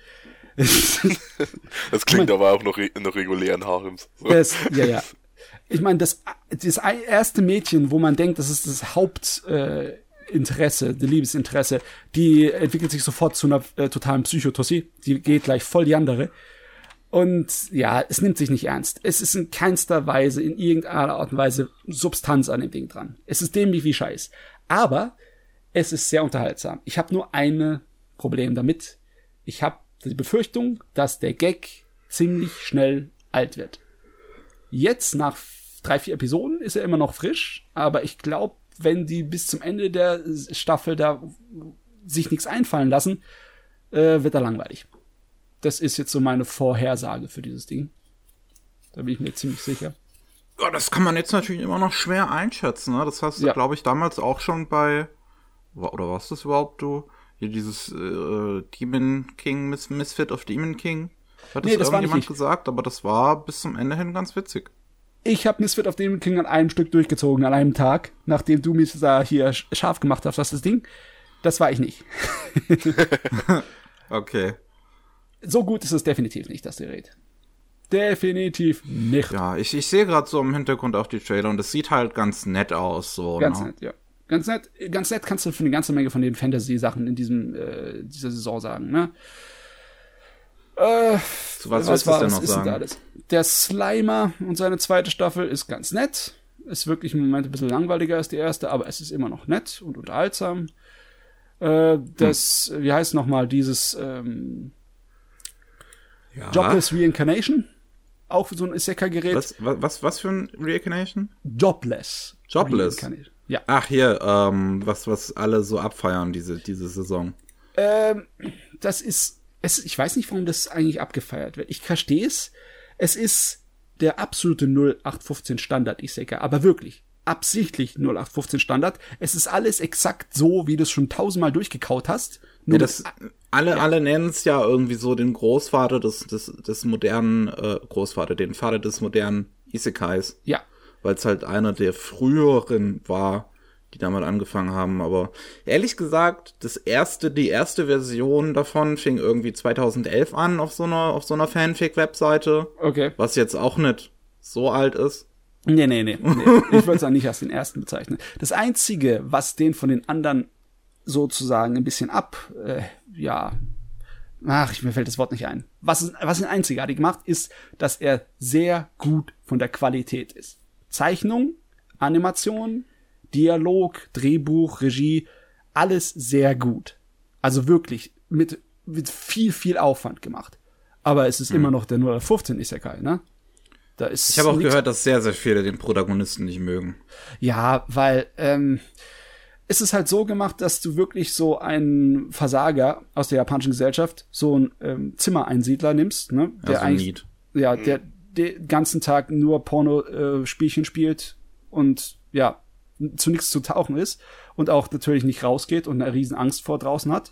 Das klingt aber auch noch regulären Harems. So. Ja. Ich meine, das erste Mädchen, wo man denkt, das ist das Hauptinteresse, das Liebesinteresse, die entwickelt sich sofort zu einer totalen Psychotossi. Die geht gleich voll die andere. Und ja, es nimmt sich nicht ernst. Es ist in keinster Weise, in irgendeiner Art und Weise Substanz an dem Ding dran. Es ist dämlich wie Scheiß. Aber es ist sehr unterhaltsam. Ich habe nur ein Problem damit. Ich habe die Befürchtung, dass der Gag ziemlich schnell alt wird. Jetzt, nach 3-4 Episoden, ist er immer noch frisch, aber ich glaube, wenn die bis zum Ende der Staffel da sich nichts einfallen lassen, wird er langweilig. Das ist jetzt so meine Vorhersage für dieses Ding. Da bin ich mir ziemlich sicher. Ja, das kann man jetzt natürlich immer noch schwer einschätzen, ne? Das hast du, glaube ich, damals auch schon bei, oder was ist das überhaupt, hier dieses Demon King, Misfit of Demon King. Hat das irgendjemand gesagt, aber das war bis zum Ende hin ganz witzig. Ich habe Misfit of Demon King an einem Stück durchgezogen, an einem Tag, nachdem du mir da hier scharf gemacht hast, das Ding. Das war ich nicht. Okay. So gut ist es definitiv nicht, das Gerät. Definitiv nicht. Ja, ich sehe gerade so im Hintergrund auch die Trailer und es sieht halt ganz nett aus. So, ganz nett, ja. Ganz nett kannst du für eine ganze Menge von den Fantasy-Sachen in dieser Saison sagen, ne? Was willst du denn noch sagen? Der Slimer und seine zweite Staffel ist ganz nett. Ist wirklich im Moment ein bisschen langweiliger als die erste, aber es ist immer noch nett und unterhaltsam. Wie heißt nochmal, dieses Jobless Reincarnation? Auch so ein Isekai-Gerät. Was für ein Reincarnation? Jobless. Ja. Ach, hier, was alle so abfeiern, diese Saison. Das ist, ich weiß nicht, warum das eigentlich abgefeiert wird. Ich verstehe es. Es ist der absolute 0815 Standard Isekai, aber wirklich. Absichtlich 0815 Standard. Es ist alles exakt so, wie du es schon 1000-mal durchgekaut hast. Nur alle nennen es ja irgendwie so den Großvater des modernen, den Vater des modernen Isekais. Ja. Weil es halt einer der früheren war, die damit angefangen haben. Aber ehrlich gesagt, die erste Version davon fing irgendwie 2011 an auf so einer Fanfic-Webseite. Okay. Was jetzt auch nicht so alt ist. Nee. Ich würde es auch nicht als den ersten bezeichnen. Das Einzige, was den von den anderen sozusagen ein bisschen mir fällt das Wort nicht ein. Was ihn einzigartig macht, ist, dass er sehr gut von der Qualität ist. Zeichnung, Animation, Dialog, Drehbuch, Regie, alles sehr gut. Also wirklich mit viel Aufwand gemacht. Aber es ist immer noch der 0815 Isekai, ne? Ich habe auch gehört, dass sehr, sehr viele den Protagonisten nicht mögen. Ja, weil es ist halt so gemacht, dass du wirklich so einen Versager aus der japanischen Gesellschaft, so einen Zimmereinsiedler nimmst, ne? Der eigentlich, ja, der den ganzen Tag nur Porno-Spielchen spielt und ja, zu nichts zu tauchen ist und auch natürlich nicht rausgeht und eine riesen Angst vor draußen hat.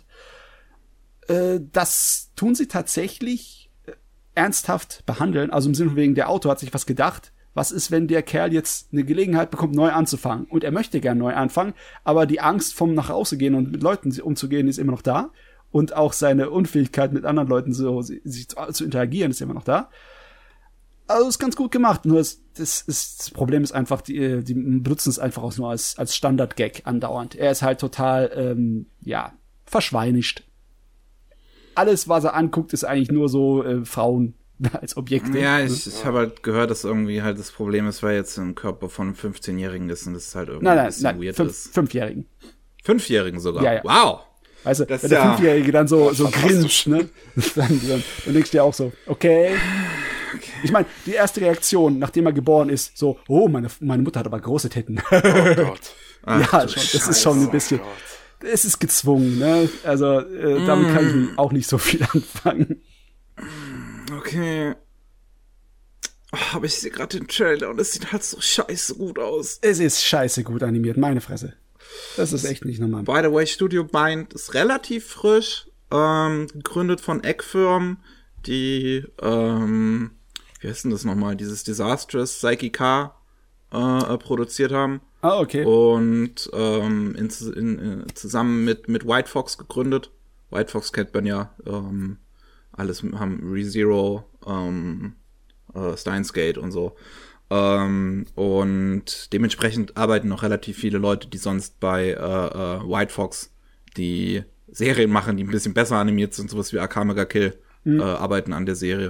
Das tun sie tatsächlich ernsthaft behandeln, also im Sinne von wegen, der Autor hat sich was gedacht, was ist, wenn der Kerl jetzt eine Gelegenheit bekommt, neu anzufangen und er möchte gern neu anfangen, aber die Angst vom nach Hause gehen und mit Leuten umzugehen ist immer noch da und auch seine Unfähigkeit mit anderen Leuten sich zu interagieren ist immer noch da. Also ist ganz gut gemacht, nur das Problem ist einfach, die benutzen es einfach auch nur als Standard-Gag andauernd. Er ist halt total, verschweinischt. Alles, was er anguckt, ist eigentlich nur so Frauen als Objekte. Ja, ich habe halt gehört, dass irgendwie halt das Problem ist, weil jetzt ein Körper von einem 15-Jährigen ist und das halt irgendwie ein bisschen weird ist. 5-Jährigen. 5-Jährigen sogar? Ja. Wow! Also, wenn der 5-Jährige dann so grinst, ne? Dann denkst du dir auch so, okay. Okay. Ich meine, die erste Reaktion, nachdem er geboren ist, so, oh, meine Mutter hat aber große Titten. Oh Gott. Ja, schon, das ist schon ein bisschen, es ist gezwungen, ne? Also, damit kann ich auch nicht so viel anfangen. Okay. Oh, aber ich sehe gerade den Trailer und es sieht halt so scheiße gut aus. Es ist scheiße gut animiert, meine Fresse. Das ist echt nicht normal. By the way, Studio Bind ist relativ frisch, gegründet von Eggfirm, die, wie heißt denn das nochmal, dieses Disastrous Psyche K produziert haben. Ah, okay. Und zusammen mit White Fox gegründet. White Fox kennt man ja, alles haben ReZero, Steins Gate und so. Und dementsprechend arbeiten noch relativ viele Leute, die sonst bei White Fox die Serien machen, die ein bisschen besser animiert sind, sowas wie Akame ga Kill, arbeiten an der Serie.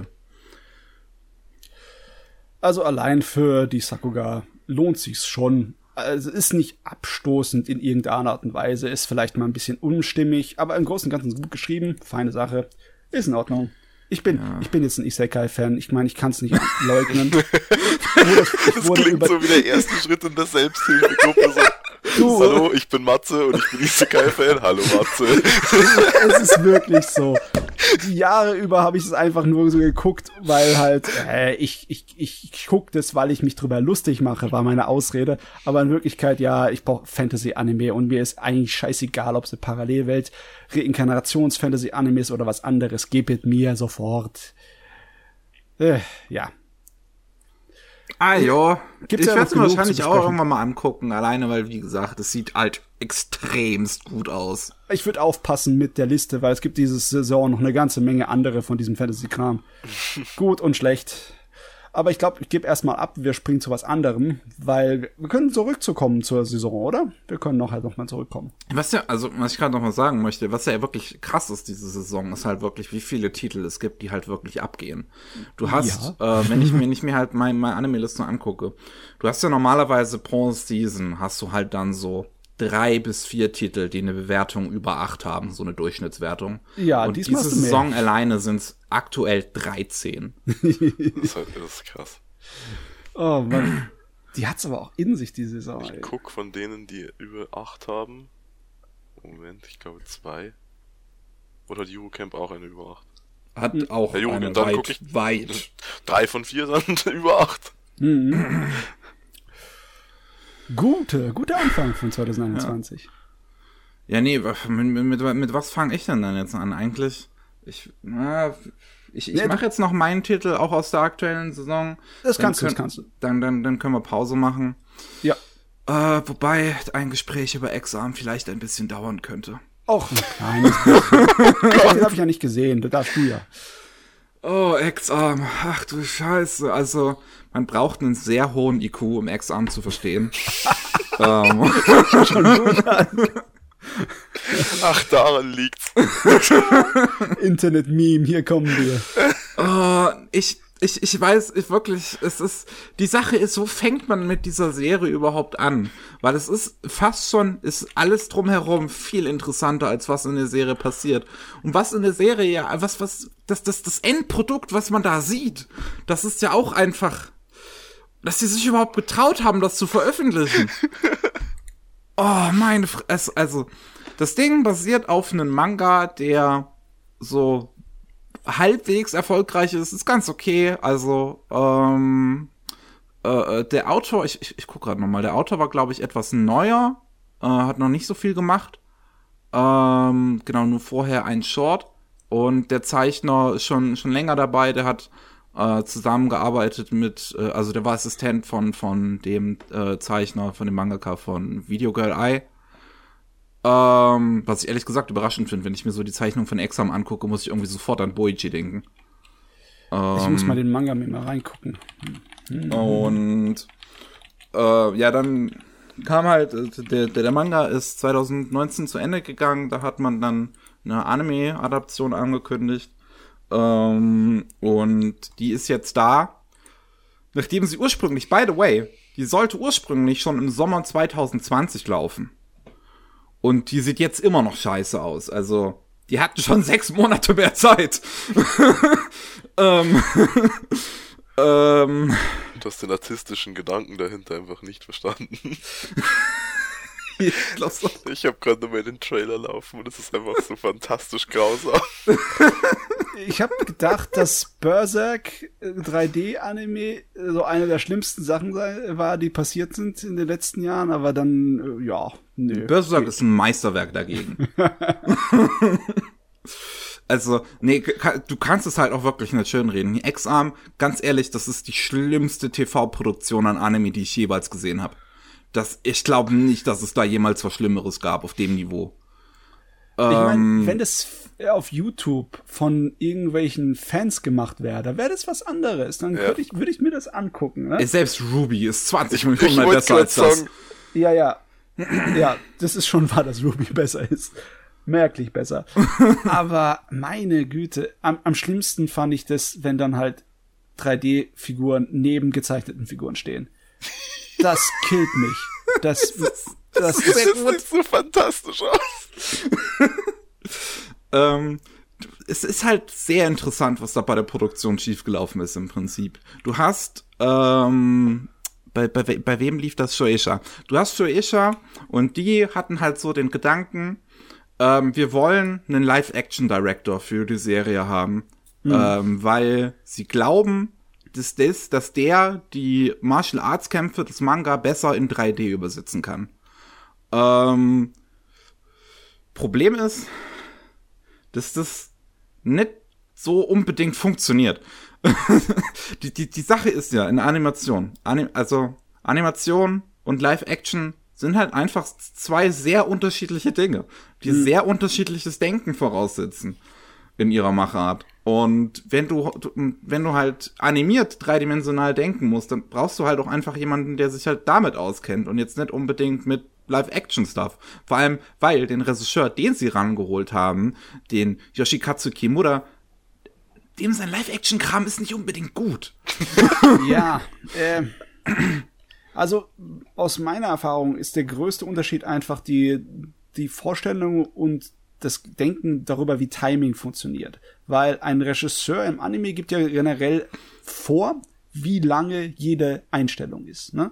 Also allein für die Sakuga lohnt sich's schon. Also ist nicht abstoßend in irgendeiner Art und Weise, ist vielleicht mal ein bisschen unstimmig, aber im Großen und Ganzen gut geschrieben, feine Sache, ist in Ordnung. Ich bin jetzt ein Isekai-Fan. Ich meine, ich kann es nicht leugnen. Das klingt so wie der erste Schritt in der Selbsthilfegruppe. So, hallo, ich bin Matze und ich bin Isekai-Fan. Hallo Matze. Es ist wirklich so. Die Jahre über habe ich es einfach nur so geguckt, weil halt, ich gucke das, weil ich mich drüber lustig mache, war meine Ausrede. Aber in Wirklichkeit, ja, ich brauche Fantasy-Anime und mir ist eigentlich scheißegal, ob es eine Parallelwelt, Reinkarnations-Fantasy-Anime ist oder was anderes. Gebet mir sofort. Ja. Ah, ja. Gibt's ich ja werde es noch genug wahrscheinlich zu auch besprechen. irgendwann mal angucken, alleine, weil, wie gesagt, es sieht halt extremst gut aus. Ich würde aufpassen mit der Liste, weil es gibt diese Saison noch eine ganze Menge andere von diesem Fantasy-Kram. Gut und schlecht. Aber ich glaube, ich gebe erstmal ab, wir springen zu was anderem, weil wir können zurückzukommen zur Saison, oder? Wir können noch mal zurückkommen. Was ich gerade noch mal sagen möchte, was ja wirklich krass ist diese Saison, ist halt wirklich, wie viele Titel es gibt, die halt wirklich abgehen. Du hast, wenn ich mir halt meine Anime-Liste angucke, du hast ja normalerweise pro Season, hast du halt dann so 3 bis 4 Titel, die eine Bewertung über 8 haben, so eine Durchschnittswertung. Ja, und diesmal diese hast du mehr. Saison alleine sind es aktuell 13. Das ist krass. Oh Mann. Die hat's aber auch in sich, die Saison. Ich guck von denen, die über 8 haben. Moment, ich glaube 2. Oder die Eurocamp auch eine über 8. Hat auch Ja, eine dann guck ich weit. 3 von 4 sind über 8. Mhm. Guter Anfang von 2021. Ja, nee, mit was fange ich denn dann jetzt an? Eigentlich, ich mache jetzt noch meinen Titel, auch aus der aktuellen Saison. Das kannst du. Dann können wir Pause machen. Ja. Wobei ein Gespräch über Exarm vielleicht ein bisschen dauern könnte. Och, ein kleines bisschen. Den habe ich ja nicht gesehen, das darfst du ja. Oh, Exarm, ach du Scheiße. Also, man braucht einen sehr hohen IQ, um Exarm zu verstehen. Schon gut an. Ach, daran liegt's. Internet-Meme, hier kommen wir. Ich weiß wirklich, die Sache ist, wo fängt man mit dieser Serie überhaupt an? Weil es ist fast schon, ist alles drumherum viel interessanter, als was in der Serie passiert. Und was in der Serie ja, das Endprodukt, was man da sieht, das ist ja auch einfach, dass sie sich überhaupt getraut haben, das zu veröffentlichen. Oh, also, das Ding basiert auf einem Manga, der so halbwegs erfolgreich ist ganz okay. Also, der Autor, ich guck gerade nochmal, der Autor war, glaube ich, etwas neuer, hat noch nicht so viel gemacht. Genau, nur vorher ein Short. Und der Zeichner ist schon länger dabei, der hat zusammengearbeitet mit, also der war Assistent von dem Zeichner, von dem Mangaka von Video Girl Eye. Was ich ehrlich gesagt überraschend finde, wenn ich mir so die Zeichnung von Exam angucke, muss ich irgendwie sofort an Boichi denken. Ich muss mal den Manga mir mal reingucken. Und ja, dann kam halt, der Manga ist 2019 zu Ende gegangen, da hat man dann eine Anime-Adaption angekündigt. Und die ist jetzt da, nachdem sie ursprünglich, by the way, die sollte ursprünglich schon im Sommer 2020 laufen. Und die sieht jetzt immer noch scheiße aus. Also, die hatten schon 6 Monate mehr Zeit. Du hast den artistischen Gedanken dahinter einfach nicht verstanden. Ich glaub so. Ich habe gerade nur mal den Trailer laufen und es ist einfach so fantastisch grausam. Ich habe gedacht, dass Berserk 3D-Anime so eine der schlimmsten Sachen war, die passiert sind in den letzten Jahren, aber dann, nö. Berserk ist ein Meisterwerk dagegen. Also, nee, du kannst es halt auch wirklich nicht schönreden. X-Arm, ganz ehrlich, das ist die schlimmste TV-Produktion an Anime, die ich jeweils gesehen habe. Ich glaube nicht, dass es da jemals was Schlimmeres gab auf dem Niveau. Ich meine, wenn das auf YouTube von irgendwelchen Fans gemacht wäre, da wäre das was anderes. Dann würde ich mir das angucken. Ne? Selbst Ruby ist 20 Millionen mal besser als das. Ja. Ja, das ist schon wahr, dass Ruby besser ist. Merklich besser. Aber meine Güte, am schlimmsten fand ich das, wenn dann halt 3D-Figuren neben gezeichneten Figuren stehen. Das killt mich. Das sieht so fantastisch aus. Es ist halt sehr interessant, was da bei der Produktion schiefgelaufen ist im Prinzip. Du hast, bei wem lief das? Shueisha. Du hast Shueisha und die hatten halt so den Gedanken, wir wollen einen Live-Action-Director für die Serie haben, weil sie glauben, dass der die Martial-Arts-Kämpfe des Manga besser in 3D übersetzen kann. Problem ist, dass das nicht so unbedingt funktioniert. die Sache ist ja, in der Animation, Animation und Live-Action sind halt einfach zwei sehr unterschiedliche Dinge, die sehr unterschiedliches Denken voraussetzen in ihrer Machart. Und wenn du halt animiert dreidimensional denken musst, dann brauchst du halt auch einfach jemanden, der sich halt damit auskennt und jetzt nicht unbedingt mit Live-Action-Stuff. Vor allem, weil den Regisseur, den sie rangeholt haben, den Yoshikatsu Kimura, dem sein Live-Action-Kram ist nicht unbedingt gut. Ja, also aus meiner Erfahrung ist der größte Unterschied einfach die Vorstellung und das Denken darüber, wie Timing funktioniert. Weil ein Regisseur im Anime gibt ja generell vor, wie lange jede Einstellung ist. Ne?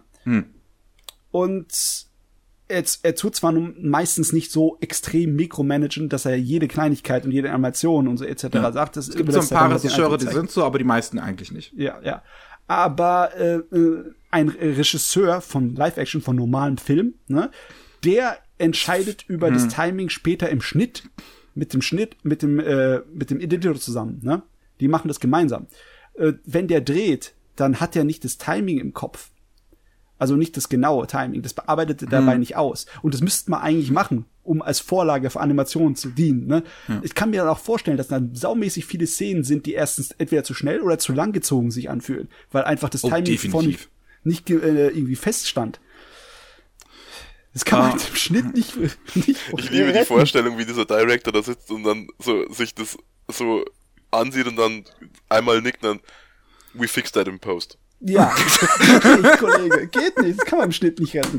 Und er tut zwar meistens nicht so extrem mikromanagen, dass er jede Kleinigkeit und jede Animation und so etc. sagt. Es gibt so ein paar Regisseure, die sind so, aber die meisten eigentlich nicht. Ja. Aber ein Regisseur von Live-Action, von normalem Film, ne, der entscheidet über das Timing später im Schnitt, mit dem Editor zusammen, ne? Die machen das gemeinsam. Wenn der dreht, dann hat er nicht das Timing im Kopf. Also nicht das genaue Timing. Das bearbeitet er dabei nicht aus. Und das müsste man eigentlich machen, um als Vorlage für Animationen zu dienen, ne? Ja. Ich kann mir dann auch vorstellen, dass dann saumäßig viele Szenen sind, die erstens entweder zu schnell oder zu lang gezogen sich anfühlen, weil einfach das Timing von nicht irgendwie feststand. Das kann man im Schnitt nicht Ich liebe die Vorstellung, wie dieser Director da sitzt und dann so sich das so ansieht und dann einmal nickt und dann we fix that in post. Ja, Kollege, geht nicht, das kann man im Schnitt nicht retten.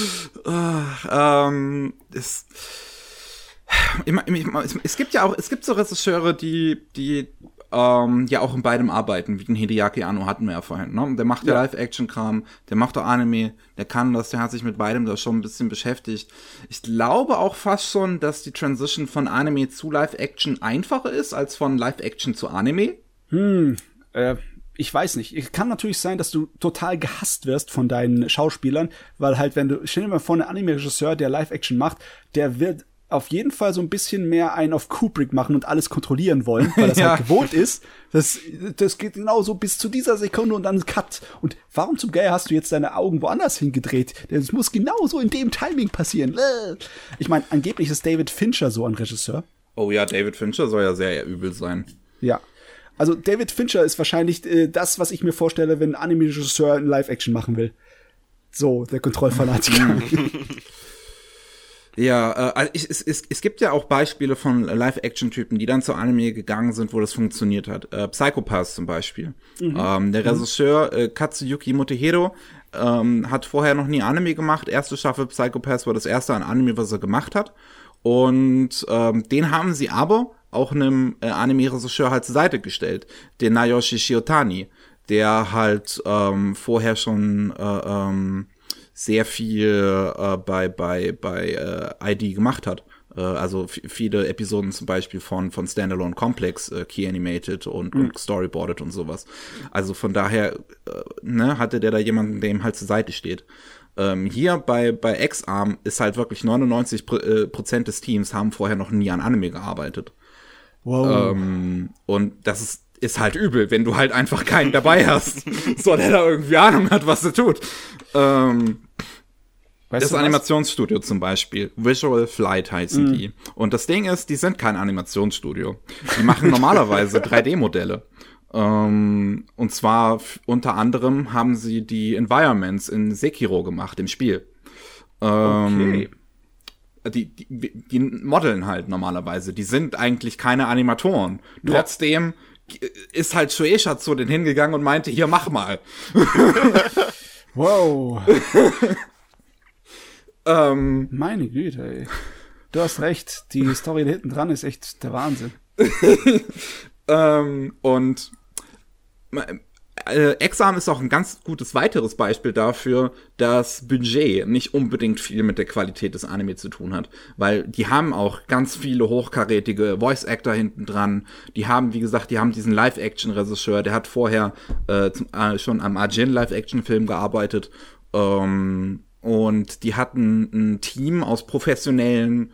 Es gibt so Regisseure, die ja auch in beidem arbeiten, wie den Hideaki Anno hatten wir ja vorhin, ne? Der macht ja Live-Action-Kram, der macht auch Anime, der kann das, der hat sich mit beidem da schon ein bisschen beschäftigt. Ich glaube auch fast schon, dass die Transition von Anime zu Live-Action einfacher ist, als von Live-Action zu Anime. Ich weiß nicht. Es kann natürlich sein, dass du total gehasst wirst von deinen Schauspielern, weil halt, stell dir mal vor, ein Anime-Regisseur, der Live-Action macht, der wird auf jeden Fall so ein bisschen mehr einen auf Kubrick machen und alles kontrollieren wollen, weil das halt gewohnt ist. Das geht genau so bis zu dieser Sekunde und dann Cut. Und warum zum Geier hast du jetzt deine Augen woanders hingedreht? Das muss genauso in dem Timing passieren. Ich meine, angeblich ist David Fincher so ein Regisseur. Oh ja, David Fincher soll ja sehr übel sein. Ja. Also David Fincher ist wahrscheinlich das, was ich mir vorstelle, wenn ein Anime-Regisseur ein Live-Action machen will. So, der Kontrollfanatiker. Ja, es gibt ja auch Beispiele von Live-Action-Typen, die dann zu Anime gegangen sind, wo das funktioniert hat. Psycho-Pass zum Beispiel. Der Regisseur Katsuyuki Motohiro hat vorher noch nie Anime gemacht. Erste Staffel Psycho-Pass war das erste an Anime, was er gemacht hat. Und den haben sie aber auch einem Anime-Regisseur halt zur Seite gestellt, den Naoshi Shiotani. der halt vorher schon sehr viel bei ID gemacht hat. Also viele Episoden zum Beispiel von Standalone Complex, Key Animated und Storyboarded und sowas. Also von daher hatte der da jemanden, der ihm halt zur Seite steht. Hier bei X-Arm ist halt wirklich 99% des Teams haben vorher noch nie an Anime gearbeitet. Wow. Und das ist halt übel, wenn du halt einfach keinen dabei hast, so der da irgendwie Ahnung hat, was er tut. Das Animationsstudio zum Beispiel, Visual Flight heißen die. Und das Ding ist, die sind kein Animationsstudio. Die machen normalerweise 3D-Modelle. Und zwar unter anderem haben sie die Environments in Sekiro gemacht, im Spiel. Okay. Die modeln halt normalerweise. Die sind eigentlich keine Animatoren. Trotzdem ist halt Shueisha zu denen hingegangen und meinte, hier, mach mal. Wow. Meine Güte, ey. Du hast recht, die Story da hinten dran ist echt der Wahnsinn. Und Exam ist auch ein ganz gutes weiteres Beispiel dafür, dass Budget nicht unbedingt viel mit der Qualität des Anime zu tun hat, weil die haben auch ganz viele hochkarätige Voice-Actor hinten dran. Die haben, wie gesagt, diesen Live-Action-Regisseur, der hat vorher schon am Ajin Live-Action-Film gearbeitet. Und die hatten ein Team aus professionellen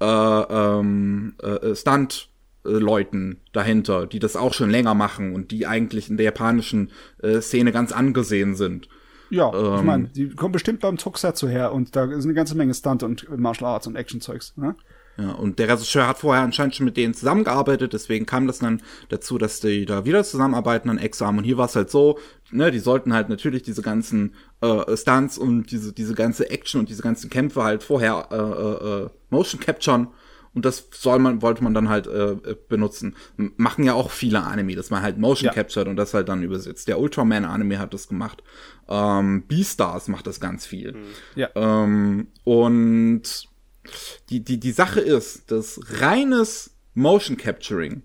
Stunt-Leuten dahinter, die das auch schon länger machen und die eigentlich in der japanischen Szene ganz angesehen sind. Ja, ich meine, die kommen bestimmt beim Tokusatsu her und da ist eine ganze Menge Stunt und Martial Arts und Action-Zeugs, ne? Ja, und der Regisseur hat vorher anscheinend schon mit denen zusammengearbeitet, deswegen kam das dann dazu, dass die da wieder zusammenarbeiten an Exam. Und hier war es halt so, ne, die sollten halt natürlich diese ganzen Stunts und diese ganze Action und diese ganzen Kämpfe halt vorher Motion capturen. Und das wollte man dann halt benutzen. Machen ja auch viele Anime, dass man halt Motion captured und das halt dann übersetzt. Der Ultraman-Anime hat das gemacht. Beastars macht das ganz viel. Ja. Und die Sache ist, dass reines Motion Capturing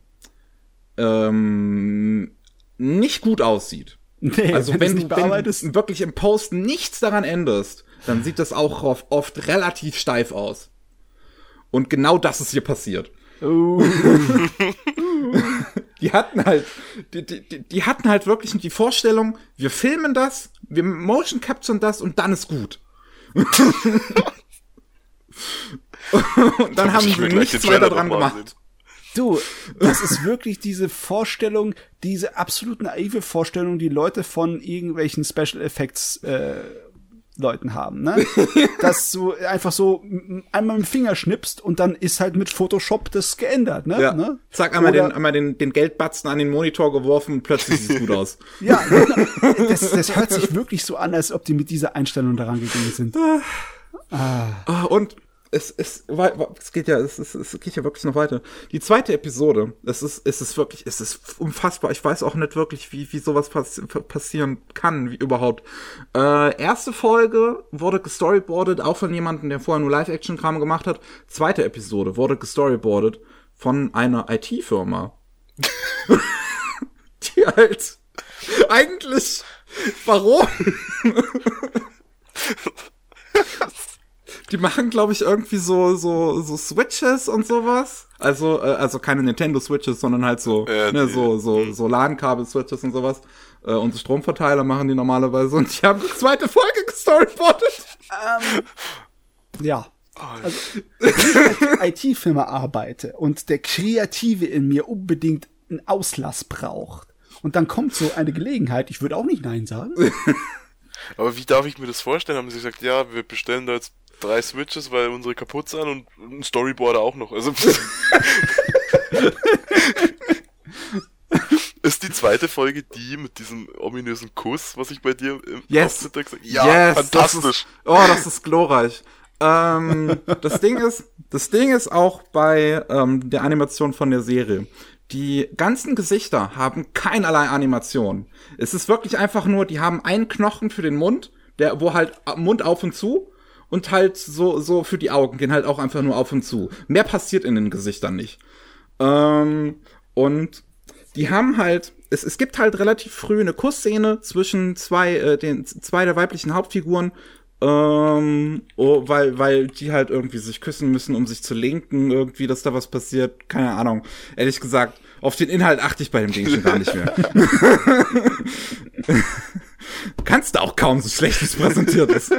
nicht gut aussieht. Nee, also wenn du bearbeitest, wirklich im Post nichts daran änderst, dann sieht das auch oft relativ steif aus. Und genau das ist hier passiert. Die hatten halt wirklich die Vorstellung, wir filmen das, wir motion capturen das und dann ist gut. Und dann haben sie nichts weiter dran gemacht. Du, das ist wirklich diese Vorstellung, diese absolut naive Vorstellung, die Leute von irgendwelchen Special Effects Leuten haben, ne? Dass du einfach so einmal mit dem Finger schnippst und dann ist halt mit Photoshop das geändert, ne? Ja. Ne? Zack, einmal den Geldbatzen an den Monitor geworfen und plötzlich sieht es gut aus. Ja, das hört sich wirklich so an, als ob die mit dieser Einstellung daran gegangen sind. Und es geht ja wirklich noch weiter. Die zweite Episode, es ist unfassbar. Ich weiß auch nicht wirklich, wie sowas passieren kann, wie überhaupt. Erste Folge wurde gestoryboardet, auch von jemandem, der vorher nur Live-Action-Kram gemacht hat. Zweite Episode wurde gestoryboardet von einer IT-Firma. Die halt eigentlich, warum? Die machen, glaube ich, irgendwie so Switches und sowas. Also keine Nintendo-Switches, sondern halt so LAN-Kabel-Switches und sowas. Und so Stromverteiler machen die normalerweise. Und die haben die zweite Folge gestoryboardet. Ja. Also, wenn ich als IT-Firma arbeite und der Kreative in mir unbedingt einen Auslass braucht und dann kommt so eine Gelegenheit, ich würde auch nicht Nein sagen. Aber wie darf ich mir das vorstellen? Haben sie gesagt, ja, wir bestellen da jetzt 3 Switches, weil unsere kaputt sind und ein Storyboarder auch noch. Also ist die zweite Folge die mit diesem ominösen Kuss, was ich bei dir im Auftritt gesagt habe? Ja, fantastisch. Das ist glorreich. Das Ding ist auch bei der Animation von der Serie. Die ganzen Gesichter haben keinerlei Animation. Es ist wirklich einfach nur, die haben einen Knochen für den Mund, wo halt Mund auf und zu und halt so für die Augen gehen halt auch einfach nur auf und zu. Mehr passiert in den Gesichtern nicht. Und die haben halt es gibt halt relativ früh eine Kussszene zwischen zwei der weiblichen Hauptfiguren, weil die halt irgendwie sich küssen müssen, um sich zu linken, irgendwie, dass da was passiert. Keine Ahnung. Ehrlich gesagt, auf den Inhalt achte ich bei dem Ding schon gar nicht mehr. Kannst du auch kaum, so schlecht wie es präsentiert ist.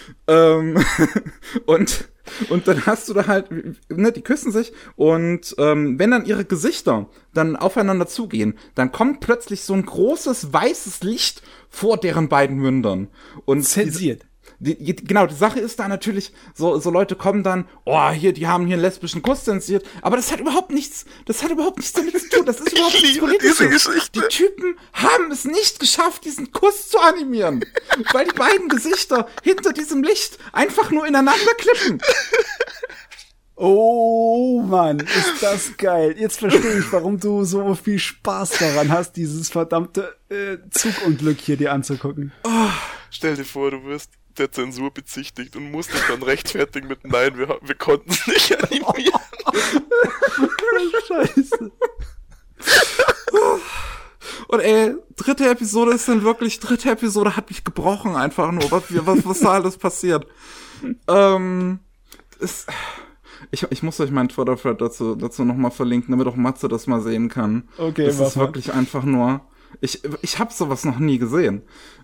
Und dann hast du da halt, ne, die küssen sich und wenn dann ihre Gesichter dann aufeinander zugehen, dann kommt plötzlich so ein großes weißes Licht vor deren beiden Mündern. Und zensiert. Genau, die Sache ist da natürlich, so Leute kommen dann, die haben hier einen lesbischen Kuss zensiert, aber das hat überhaupt nichts damit zu tun, das ist überhaupt nichts Politisches. Die Typen haben es nicht geschafft, diesen Kuss zu animieren, weil die beiden Gesichter hinter diesem Licht einfach nur ineinander klippen. Oh Mann, ist das geil. Jetzt verstehe ich, warum du so viel Spaß daran hast, dieses verdammte Zugunglück hier dir anzugucken. Stell dir vor, du wirst der Zensur bezichtigt und musst dich dann rechtfertigen mit Nein, wir konnten es nicht animieren. Scheiße. Und dritte Episode hat mich gebrochen einfach nur, was da alles passiert. Ich muss euch meinen Twitter-Thread dazu nochmal verlinken, damit auch Matze das mal sehen kann. Okay, das ist wirklich einfach nur, ich hab sowas noch nie gesehen.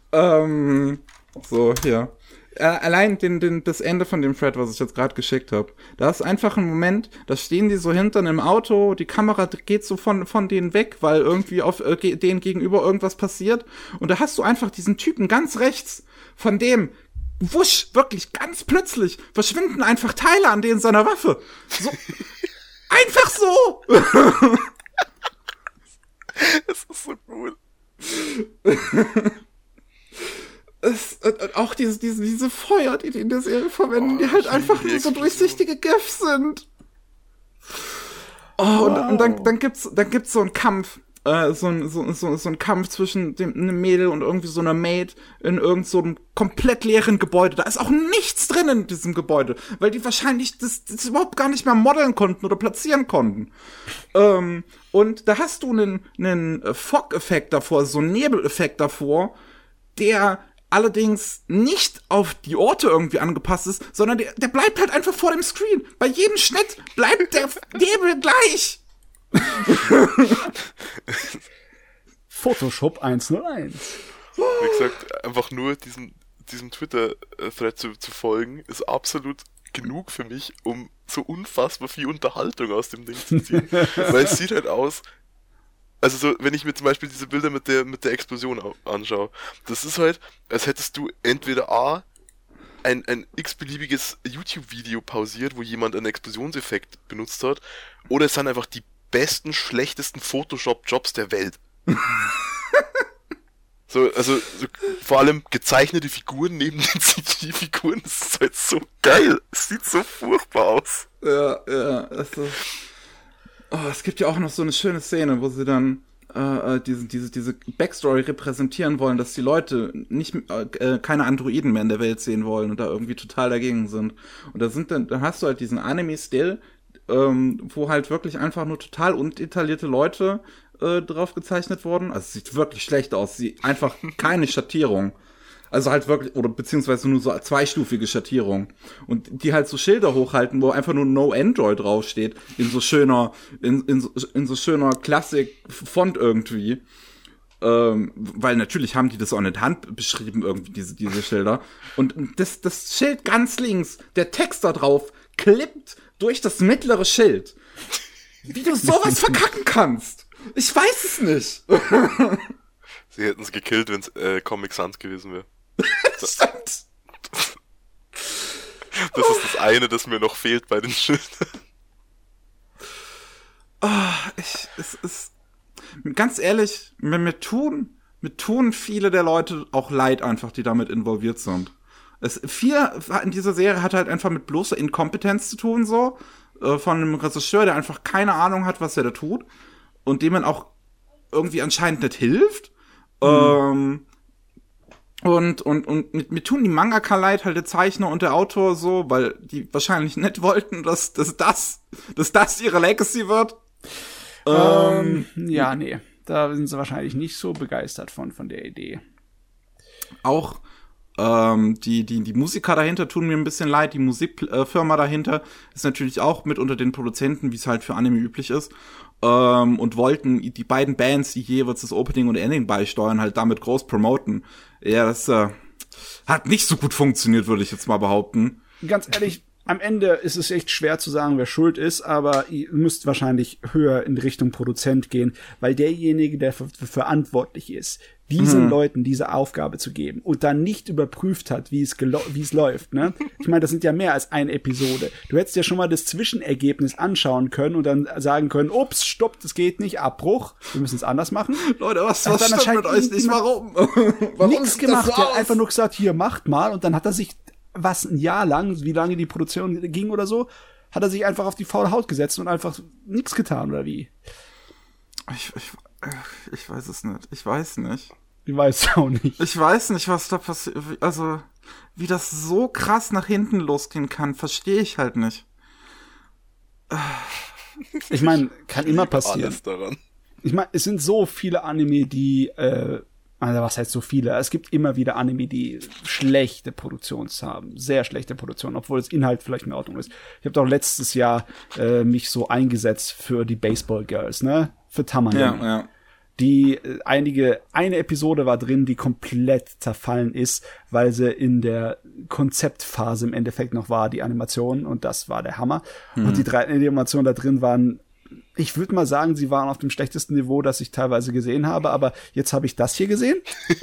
So, hier. Allein das Ende von dem Thread, was ich jetzt gerade geschickt habe. Da ist einfach ein Moment, da stehen die so hinter einem Auto, die Kamera geht so von denen weg, weil irgendwie auf denen gegenüber irgendwas passiert. Und da hast du einfach diesen Typen ganz rechts, von dem, wusch, wirklich ganz plötzlich, verschwinden einfach Teile an denen seiner Waffe. So, einfach so! Das ist so cool. Auch diese Feuer, die in der Serie verwenden, die halt einfach nur so durchsichtige GIFs sind. Und dann gibt's so einen Kampf, so ein Kampf zwischen einem Mädel und irgendwie so einer Maid in irgend so einem komplett leeren Gebäude. Da ist auch nichts drin in diesem Gebäude, weil die wahrscheinlich das überhaupt gar nicht mehr modeln konnten oder platzieren konnten. Und da hast du einen Fog-Effekt davor, so einen Nebeleffekt davor, der allerdings nicht auf die Orte irgendwie angepasst ist, sondern der bleibt halt einfach vor dem Screen. Bei jedem Schnitt bleibt der Nebel gleich. Photoshop 101. Wie gesagt, einfach nur diesem Twitter-Thread zu folgen, ist absolut genug für mich, um so unfassbar viel Unterhaltung aus dem Ding zu ziehen. Weil es sieht halt aus, also so, wenn ich mir zum Beispiel diese Bilder mit der Explosion anschaue, das ist halt, als hättest du entweder ein x-beliebiges YouTube-Video pausiert, wo jemand einen Explosionseffekt benutzt hat, oder es sind einfach die besten, schlechtesten Photoshop-Jobs der Welt. So vor allem gezeichnete Figuren neben den CGI-Figuren, das ist halt so geil. Es sieht so furchtbar aus. Ja, also, es gibt ja auch noch so eine schöne Szene, wo sie dann diese Backstory repräsentieren wollen, dass die Leute nicht keine Androiden mehr in der Welt sehen wollen und da irgendwie total dagegen sind. Und dann hast du halt diesen Anime-Still, wo halt wirklich einfach nur total undetaillierte Leute drauf gezeichnet wurden. Also es sieht wirklich schlecht aus. Einfach keine Schattierung. Also halt wirklich, oder beziehungsweise nur so zweistufige Schattierung. Und die halt so Schilder hochhalten, wo einfach nur No Android draufsteht, in so schöner Klassik-Font irgendwie. Weil natürlich haben die das auch in der Hand beschrieben, irgendwie, diese Schilder. Und das Schild ganz links, der Text da drauf, klippt durch das mittlere Schild. Wie du sowas verkacken kannst. Ich weiß es nicht. Sie hätten es gekillt, wenn es Comic Sans gewesen wäre. Stimmt. Das ist das eine, das mir noch fehlt bei den Schildern. Es ist ganz ehrlich, mir tun viele der Leute auch leid einfach, die damit involviert sind. Viel in dieser Serie hat halt einfach mit bloßer Inkompetenz zu tun, so, von einem Regisseur, der einfach keine Ahnung hat, was er da tut und dem man auch irgendwie anscheinend nicht hilft. Und mir tun die Mangaka leid, halt der Zeichner und der Autor so, weil die wahrscheinlich nicht wollten, dass das ihre Legacy wird. Ja, nee. Da sind sie wahrscheinlich nicht so begeistert von der Idee. Auch die Musiker dahinter tun mir ein bisschen leid. Die Musikfirma dahinter ist natürlich auch mit unter den Produzenten, wie es halt für Anime üblich ist. Und wollten die beiden Bands, die jeweils das Opening und Ending beisteuern, halt damit groß promoten. Ja, das hat nicht so gut funktioniert, würde ich jetzt mal behaupten. Ganz ehrlich, am Ende ist es echt schwer zu sagen, wer schuld ist, aber ihr müsst wahrscheinlich höher in Richtung Produzent gehen, weil derjenige, der verantwortlich ist, diesen Leuten diese Aufgabe zu geben und dann nicht überprüft hat, wie es läuft, ne? Ich meine, das sind ja mehr als eine Episode. Du hättest ja schon mal das Zwischenergebnis anschauen können und dann sagen können, ups, stopp, das geht nicht, Abbruch, wir müssen es anders machen. Leute, was stimmt mit euch nicht? Warum? Nichts gemacht, er hat einfach nur gesagt, hier, macht mal, und dann hat er sich ein Jahr lang, wie lange die Produktion ging oder so, hat er sich einfach auf die faule Haut gesetzt und einfach nichts getan, oder wie? Ich weiß es nicht. Ich weiß nicht. Ich weiß auch nicht. Ich weiß nicht, was da passiert. Also, wie das so krass nach hinten losgehen kann, verstehe ich halt nicht. Ich meine, kann immer passieren. Alles daran. Ich meine, es sind so viele Anime, die, also was heißt so viele? Es gibt immer wieder Anime, die schlechte Produktions haben. Sehr schlechte Produktion, obwohl das Inhalt vielleicht in Ordnung ist. Ich habe doch letztes Jahr mich so eingesetzt für die Baseball Girls, ne? Für Tamane. Ja. Die eine Episode war drin, die komplett zerfallen ist, weil sie in der Konzeptphase im Endeffekt noch war, die Animation, und das war der Hammer. Und die 3 Animationen da drin waren, ich würde mal sagen, sie waren auf dem schlechtesten Niveau, das ich teilweise gesehen habe, aber jetzt habe ich das hier gesehen.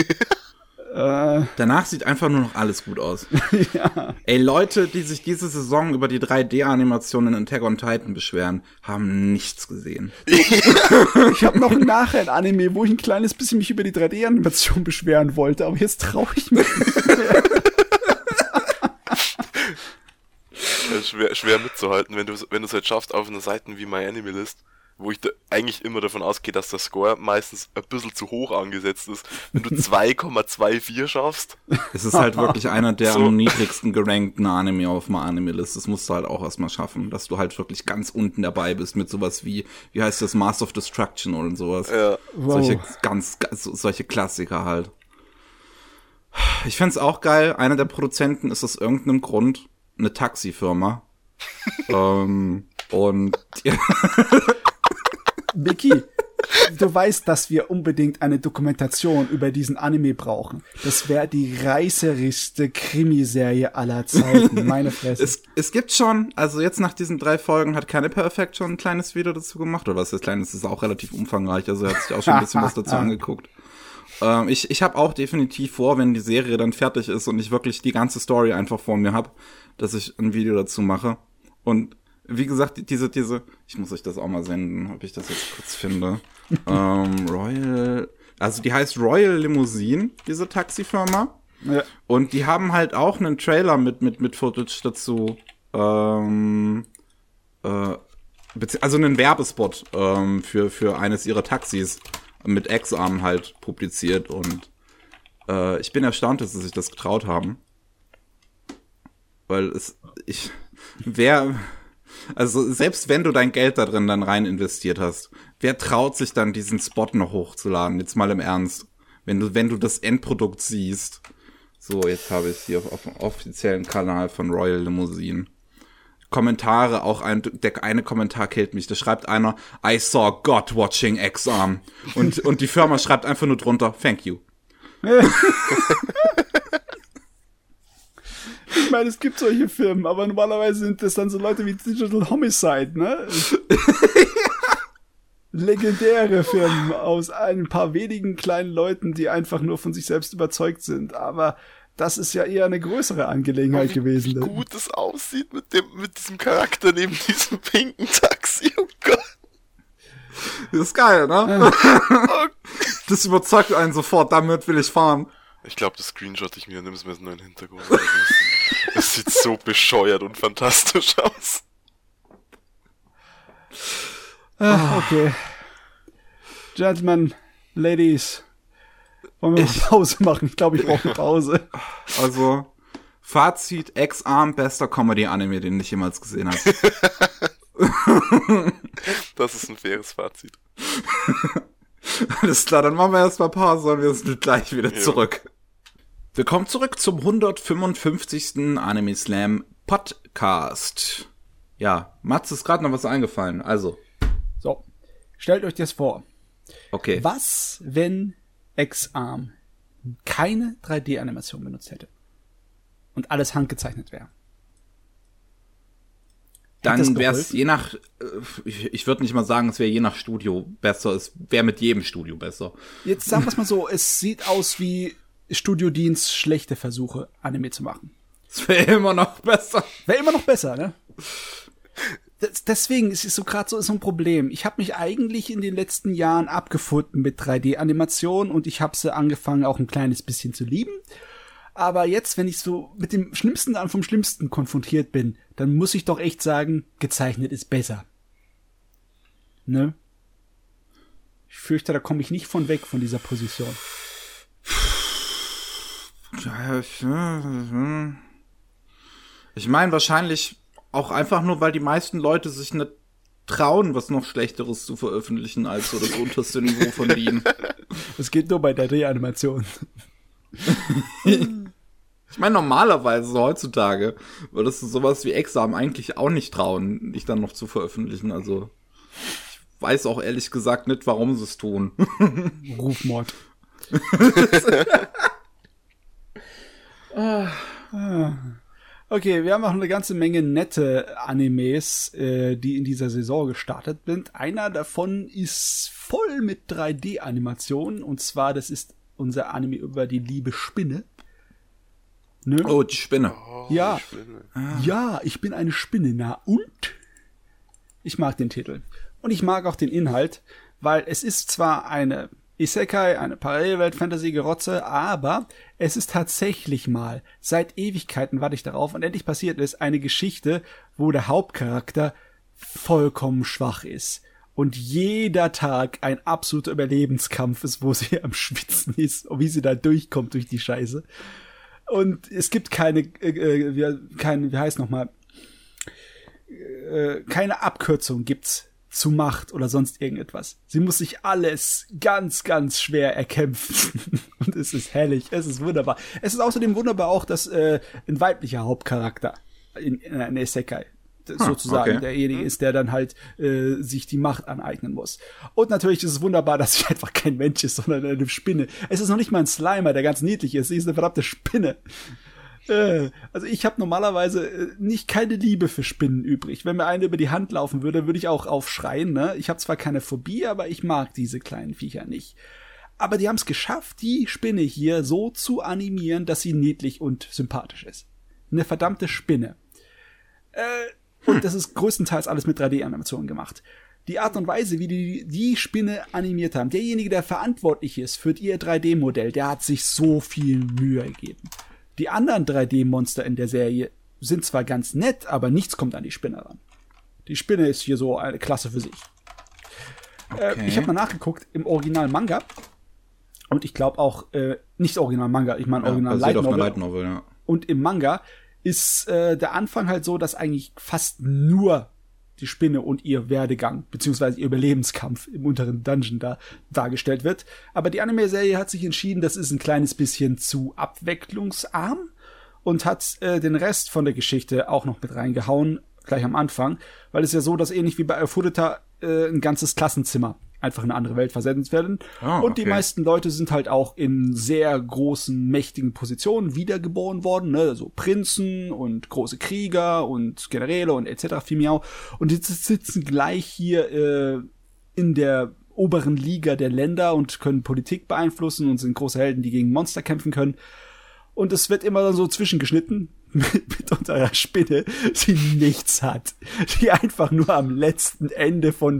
Danach sieht einfach nur noch alles gut aus. Ja. Ey, Leute, die sich diese Saison über die 3D-Animationen in Attack on Titan beschweren, haben nichts gesehen. Ich habe noch nachher ein Anime, wo ich ein kleines bisschen mich über die 3D-Animation beschweren wollte, aber jetzt traue ich mich nicht mehr. Schwer mitzuhalten, wenn du es halt schaffst auf einer Seite wie MyAnimeList, wo ich eigentlich immer davon ausgehe, dass der Score meistens ein bisschen zu hoch angesetzt ist. Wenn du 2,24 schaffst. Es ist halt wirklich einer der am niedrigsten gerankten Anime auf MyAnimeList. Das musst du halt auch erstmal schaffen, dass du halt wirklich ganz unten dabei bist mit sowas wie heißt das, Mass of Destruction oder sowas. Ja. Wow. Solche Klassiker halt. Ich find's auch geil, einer der Produzenten ist aus irgendeinem Grund eine Taxifirma. Und Vicky, du weißt, dass wir unbedingt eine Dokumentation über diesen Anime brauchen. Das wäre die reißerischste Krimiserie aller Zeiten, meine Fresse. Es gibt schon, also jetzt nach diesen 3 Folgen hat keine Perfect schon ein kleines Video dazu gemacht, oder was ist kleines, ist auch relativ umfangreich, also er hat sich auch schon ein bisschen was dazu angeguckt. Ich habe auch definitiv vor, wenn die Serie dann fertig ist und ich wirklich die ganze Story einfach vor mir habe, dass ich ein Video dazu mache. Und wie gesagt, diese, ich muss euch das auch mal senden, ob ich das jetzt kurz finde. Also die heißt Royal Limousine, diese Taxifirma. Ja. Und die haben halt auch einen Trailer mit Footage dazu, also einen Werbespot für eines ihrer Taxis mit X-Arm halt publiziert, und ich bin erstaunt, dass sie sich das getraut haben. Weil also selbst wenn du dein Geld da drin dann rein investiert hast, wer traut sich dann diesen Spot noch hochzuladen? Jetzt mal im Ernst. Wenn du das Endprodukt siehst. So, jetzt habe ich es hier auf dem offiziellen Kanal von Royal Limousine. Kommentare, auch der eine Kommentar killt mich. Da schreibt einer, I saw God watching X-Arm. Und die Firma schreibt einfach nur drunter, thank you. Ich meine, es gibt solche Firmen, aber normalerweise sind das dann so Leute wie Digital Homicide, ne? Legendäre Firmen aus ein paar wenigen kleinen Leuten, die einfach nur von sich selbst überzeugt sind. Aber das ist ja eher eine größere Angelegenheit gewesen. Wie gut es aussieht mit diesem Charakter neben diesem pinken Taxi. Oh Gott. Das ist geil, ne? Das überzeugt einen sofort, damit will ich fahren. Ich glaube, das Screenshot ich mir, nimm es mir einen neuen Hintergrund. Das sieht so bescheuert und fantastisch aus. Okay. Gentlemen, Ladies, wollen wir mal Pause machen? Ich glaube, ich brauche eine Pause. Also, Fazit, X-Arm, bester Comedy-Anime, den ich jemals gesehen habe. Das ist ein faires Fazit. Alles klar, dann machen wir erstmal Pause und wir sind gleich wieder zurück. Willkommen zurück zum 155. Anime Slam Podcast. Ja, Mats ist gerade noch was eingefallen, also. So, stellt euch das vor. Okay. Was, wenn X-Arm keine 3D-Animation benutzt hätte? Und alles handgezeichnet wäre? Dann wäre es je nach, ich würde nicht mal sagen, es wäre je nach Studio besser, es wäre mit jedem Studio besser. Jetzt sagen wir es mal so, es sieht aus wie Studiodienst schlechte Versuche, Anime zu machen. Es wäre immer noch besser. Wäre immer noch besser, ne? Deswegen ist es so gerade so ein Problem. Ich habe mich eigentlich in den letzten Jahren abgefunden mit 3D-Animation und ich habe sie angefangen auch ein kleines bisschen zu lieben. Aber jetzt, wenn ich so mit dem Schlimmsten an vom Schlimmsten konfrontiert bin, dann muss ich doch echt sagen, gezeichnet ist besser. Ne? Ich fürchte, da komme ich nicht von weg von dieser Position. Ich meine wahrscheinlich auch einfach nur, weil die meisten Leute sich nicht trauen, was noch Schlechteres zu veröffentlichen als so das unterste Niveau von denen. Das geht nur bei der 3D-Animation. Ich meine, normalerweise heutzutage würdest du sowas wie Exam eigentlich auch nicht trauen, dich dann noch zu veröffentlichen. Also ich weiß auch ehrlich gesagt nicht, warum sie es tun. Rufmord. Okay, wir haben auch eine ganze Menge nette Animes, die in dieser Saison gestartet sind. Einer davon ist voll mit 3D-Animationen. Und zwar, das ist unser Anime über die liebe Spinne. Ne? Oh, die Spinne. Ja. Die Spinne. Ja, ich bin eine Spinne. Na und? Ich mag den Titel. Und ich mag auch den Inhalt, weil es ist zwar eine Isekai, eine Parallelwelt-Fantasy-Gerotze, aber es ist tatsächlich mal, seit Ewigkeiten warte ich darauf und endlich passiert ist, eine Geschichte, wo der Hauptcharakter vollkommen schwach ist. Und jeder Tag ein absoluter Überlebenskampf ist, wo sie am Schwitzen ist und wie sie da durchkommt durch die Scheiße. Und es gibt keine Abkürzung gibt's zu Macht oder sonst irgendetwas. Sie muss sich alles ganz, ganz schwer erkämpfen. Und es ist herrlich, es ist wunderbar. Es ist außerdem wunderbar auch, dass ein weiblicher Hauptcharakter in einer Isekai sozusagen derjenige ist, der dann halt sich die Macht aneignen muss. Und natürlich ist es wunderbar, dass sie einfach kein Mensch ist, sondern eine Spinne. Es ist noch nicht mal ein Slimer, der ganz niedlich ist. Sie ist eine verdammte Spinne. Also ich habe normalerweise keine Liebe für Spinnen übrig. Wenn mir eine über die Hand laufen würde, würde ich auch aufschreien. Ne? Ich habe zwar keine Phobie, aber ich mag diese kleinen Viecher nicht. Aber die haben es geschafft, die Spinne hier so zu animieren, dass sie niedlich und sympathisch ist. Eine verdammte Spinne. Und das ist größtenteils alles mit 3D-Animationen gemacht. Die Art und Weise, wie die Spinne animiert haben, derjenige, der verantwortlich ist für ihr 3D-Modell, der hat sich so viel Mühe gegeben. Die anderen 3D-Monster in der Serie sind zwar ganz nett, aber nichts kommt an die Spinne ran. Die Spinne ist hier so eine Klasse für sich. Okay. Ich habe mal nachgeguckt, im Original-Manga, und ich glaube auch, nicht Original-Manga, ich meine Original-Light Novel. Ja. Und im Manga ist der Anfang halt so, dass eigentlich fast nur die Spinne und ihr Werdegang, beziehungsweise ihr Überlebenskampf im unteren Dungeon da dargestellt wird. Aber die Anime-Serie hat sich entschieden, das ist ein kleines bisschen zu abwechslungsarm und hat den Rest von der Geschichte auch noch mit reingehauen, gleich am Anfang, weil es ja so, dass ähnlich wie bei Furita ein ganzes Klassenzimmer einfach in eine andere Welt versetzt werden. Und die meisten Leute sind halt auch in sehr großen, mächtigen Positionen wiedergeboren worden, ne, so Prinzen und große Krieger und Generäle und etc. Fimiau. Und die sitzen gleich hier in der oberen Liga der Länder und können Politik beeinflussen und sind große Helden, die gegen Monster kämpfen können. Und es wird immer so zwischengeschnitten mit unserer Spinne, die nichts hat. Die einfach nur am letzten Ende vom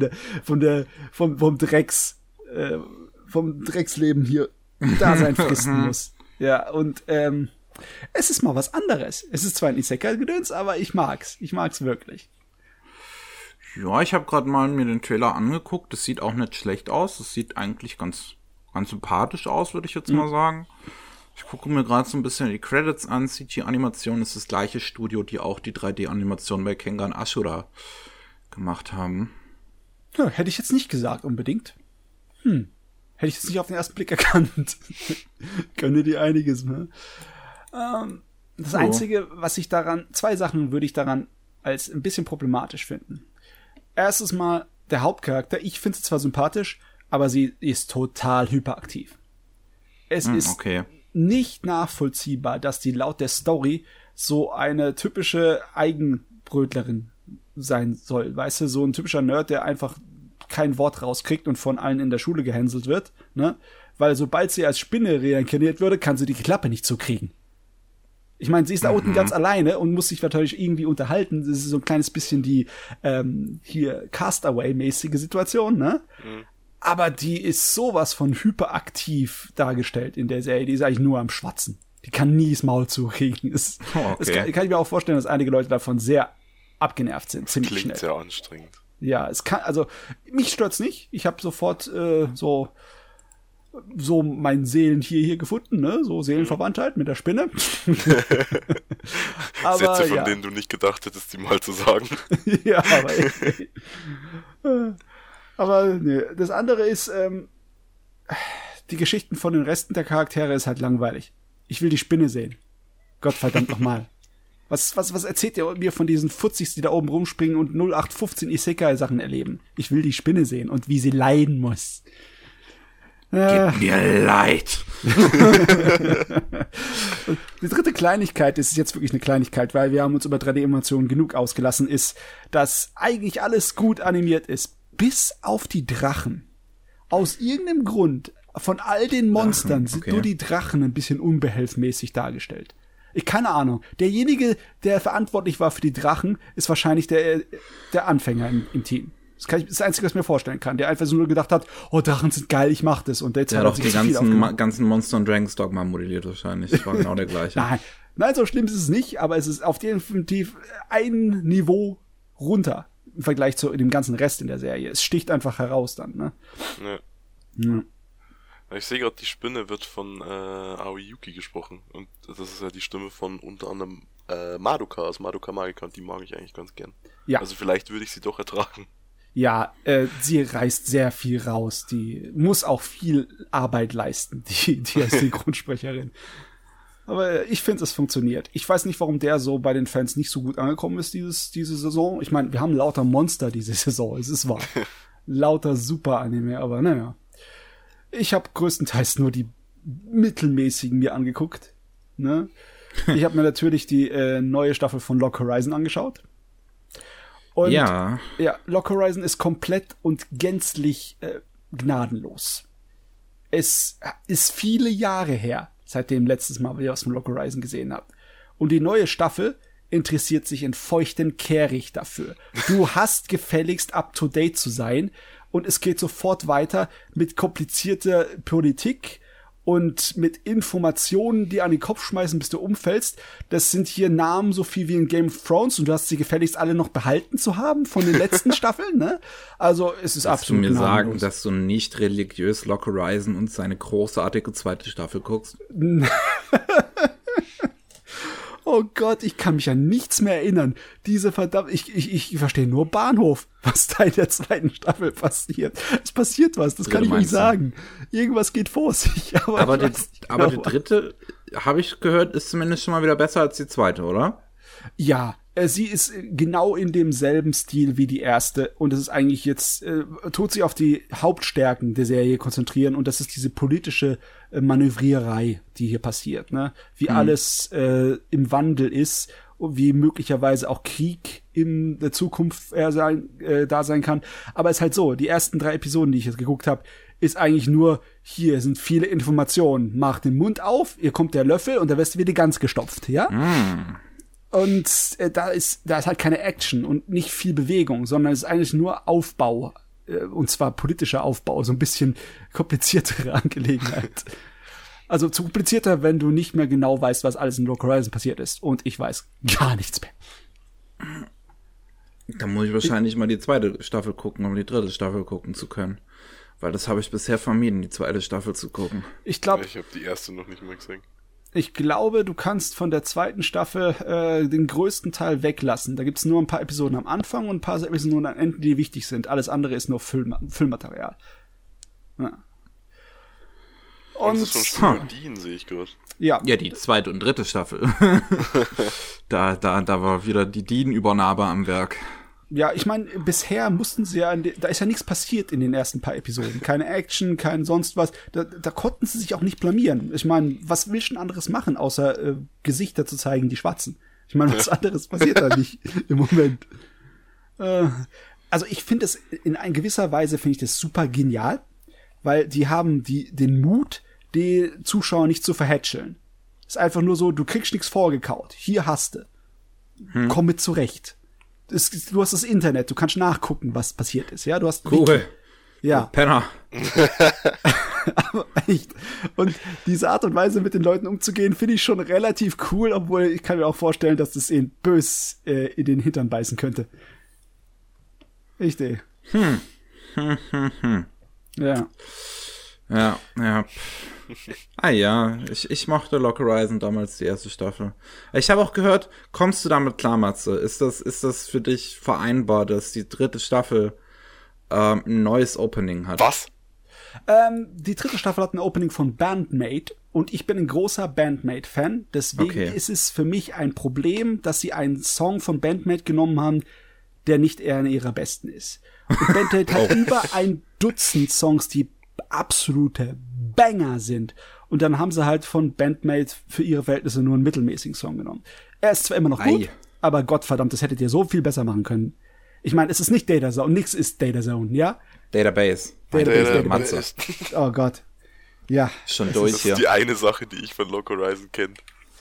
Drecksleben hier Dasein fristen muss. Ja, und es ist mal was anderes. Es ist zwar ein Isekai-Gedöns, aber ich mag's. Ich mag's wirklich. Ja, ich habe gerade mal mir den Trailer angeguckt. Das sieht auch nicht schlecht aus. Das sieht eigentlich ganz sympathisch aus, würde ich jetzt mal sagen. Ich gucke mir gerade so ein bisschen die Credits an. CG-Animation ist das gleiche Studio, die auch die 3D-Animation bei Kengan Ashura gemacht haben. Ja, hätte ich jetzt nicht gesagt unbedingt. Hätte ich es nicht auf den ersten Blick erkannt. Könnte die einiges, ne? Das Einzige, zwei Sachen würde ich daran als ein bisschen problematisch finden. Erstens mal, der Hauptcharakter, ich finde sie zwar sympathisch, aber sie ist total hyperaktiv. Es ist nicht nachvollziehbar, dass die laut der Story so eine typische Eigenbrötlerin sein soll. Weißt du, so ein typischer Nerd, der einfach kein Wort rauskriegt und von allen in der Schule gehänselt wird, ne? Weil sobald sie als Spinne reinkarniert würde, kann sie die Klappe nicht zukriegen. Ich meine, sie ist da unten ganz alleine und muss sich natürlich irgendwie unterhalten. Das ist so ein kleines bisschen die hier Castaway-mäßige Situation, ne? Mhm. Aber die ist sowas von hyperaktiv dargestellt in der Serie. Die ist eigentlich nur am Schwatzen. Die kann nie das Maul zukriegen. Das kann ich mir auch vorstellen, dass einige Leute davon sehr abgenervt sind. Ziemlich schnell. Klingt sehr anstrengend. Ja, also mich stört's nicht. Ich habe sofort so mein Seelentier hier gefunden, ne? So Seelenverwandtheit mit der Spinne. Aber, Sätze, von denen du nicht gedacht hättest, die mal zu sagen. Ja, aber nee. Das andere ist, die Geschichten von den Resten der Charaktere ist halt langweilig. Ich will die Spinne sehen. Gottverdammt nochmal. Was erzählt ihr mir von diesen Futzis, die da oben rumspringen und 0815 Isekai-Sachen erleben? Ich will die Spinne sehen und wie sie leiden muss. Gib mir leid. Die dritte Kleinigkeit, das ist jetzt wirklich eine Kleinigkeit, weil wir haben uns über 3D-Animationen genug ausgelassen, ist, dass eigentlich alles gut animiert ist, bis auf die Drachen. Aus irgendeinem Grund, von all den Monstern sind nur die Drachen ein bisschen unbehelfsmäßig dargestellt. Keine Ahnung. Derjenige, der verantwortlich war für die Drachen, ist wahrscheinlich der Anfänger im Team. Das ist das Einzige, was ich mir vorstellen kann. Der einfach so nur gedacht hat, oh, Drachen sind geil, ich mach das. Und der hat auch die ganzen Monster und Dragons Dogma modelliert wahrscheinlich. Das war genau der gleiche. Nein, so schlimm ist es nicht, aber es ist auf definitiv ein Niveau runter im Vergleich zu dem ganzen Rest in der Serie. Es sticht einfach heraus dann, ne? Ja. Ich sehe gerade, die Spinne wird von Aoi Yuki gesprochen. Und das ist ja die Stimme von unter anderem Madoka aus Madoka Magica. Und die mag ich eigentlich ganz gern. Ja. Also vielleicht würde ich sie doch ertragen. Ja, sie reißt sehr viel raus. Die muss auch viel Arbeit leisten, die als Synchronsprecherin. Aber ich finde, es funktioniert. Ich weiß nicht, warum der so bei den Fans nicht so gut angekommen ist, diese Saison. Ich meine, wir haben lauter Monster diese Saison, es ist wahr. Lauter Super-Anime, aber naja. Ich habe größtenteils nur die mittelmäßigen mir angeguckt. Ne? Ich habe mir natürlich die neue Staffel von Log Horizon angeschaut. Und ja, Log Horizon ist komplett und gänzlich gnadenlos. Es ist viele Jahre her, seitdem letztes Mal wieder was von Log Horizon gesehen habe. Und die neue Staffel interessiert sich in feuchten Kehricht dafür. Du hast gefälligst up-to-date zu sein und es geht sofort weiter mit komplizierter Politik und mit Informationen, die an den Kopf schmeißen, bis du umfällst. Das sind hier Namen so viel wie in Game of Thrones und du hast sie gefälligst alle noch behalten zu haben von den letzten Staffeln, ne? Also es ist absolut gnadenlos. Willst du mir sagen, dass du nicht religiös Log Horizon und seine großartige zweite Staffel guckst? Oh Gott, ich kann mich an nichts mehr erinnern. Ich verstehe nur Bahnhof, was da in der zweiten Staffel passiert. Es passiert was, das kann ich nicht sagen. Irgendwas geht vor sich. Aber die dritte, habe ich gehört, ist zumindest schon mal wieder besser als die zweite, oder? Ja, sie ist genau in demselben Stil wie die erste und es ist eigentlich jetzt, tut sich auf die Hauptstärken der Serie konzentrieren und das ist diese politische Manövrierei, die hier passiert, ne? Wie alles im Wandel ist und wie möglicherweise auch Krieg in der Zukunft da sein kann. Aber es ist halt so, die ersten 3 Episoden, die ich jetzt geguckt habe, ist eigentlich nur, hier sind viele Informationen, mach den Mund auf, hier kommt der Löffel und da wirst du wieder ganz gestopft, ja? Und da ist halt keine Action und nicht viel Bewegung, sondern es ist eigentlich nur Aufbau. Und zwar politischer Aufbau, so ein bisschen kompliziertere Angelegenheit. Also zu komplizierter, wenn du nicht mehr genau weißt, was alles in Log Horizon passiert ist. Und ich weiß gar nichts mehr. Da muss ich wahrscheinlich mal die zweite Staffel gucken, um die dritte Staffel gucken zu können. Weil das habe ich bisher vermieden, die zweite Staffel zu gucken. Ich habe die erste noch nicht mehr gesehen. Ich glaube, du kannst von der zweiten Staffel den größten Teil weglassen. Da gibt's nur ein paar Episoden am Anfang und ein paar Episoden am Ende, die wichtig sind. Alles andere ist nur Füllmaterial. Ja. Und das ist von Studio Dean, sehe ich gerade. Ja, die 2. und 3. Staffel. da war wieder die Dean-Übernahme am Werk. Ja, ich meine, bisher mussten sie ja, da ist ja nichts passiert in den ersten paar Episoden. Keine Action, kein sonst was. Da konnten sie sich auch nicht blamieren. Ich meine, was willst du denn anderes machen, außer Gesichter zu zeigen, die schwatzen? Ich meine, was anderes passiert da nicht im Moment. Also ich finde es, in gewisser Weise finde ich das super genial, weil die haben den Mut, die Zuschauer nicht zu verhätscheln. Ist einfach nur so, du kriegst nichts vorgekaut. Hier hast du. Komm mit zurecht. Du hast das Internet, du kannst nachgucken, was passiert ist. Ja, du hast cool. Ja. Penner. Aber echt. Und diese Art und Weise, mit den Leuten umzugehen, finde ich schon relativ cool, obwohl ich kann mir auch vorstellen, dass das ihn bös in den Hintern beißen könnte. Echt, ey. Ja. Ja. Ja, ich mochte Log Horizon damals, die erste Staffel. Ich habe auch gehört, kommst du damit klar, Matze? Ist das für dich vereinbar, dass die 3. Staffel ein neues Opening hat? Was? Die 3. Staffel hat ein Opening von Bandmate und ich bin ein großer Bandmate-Fan. Deswegen ist es für mich ein Problem, dass sie einen Song von Bandmate genommen haben, der nicht eher einer ihrer besten ist. Und Bandmate hat über 1 Dutzend Songs, die absolute Banger sind. Und dann haben sie halt von Bandmate für ihre Verhältnisse nur einen mittelmäßigen Song genommen. Er ist zwar immer noch gut, aber Gottverdammt, das hättet ihr so viel besser machen können. Ich meine, es ist nicht Data Zone, nichts ist Data Zone, ja? Database. Oh Gott. Ja. Schon durch hier. Das ist die eine Sache, die ich von Log Horizon kenne.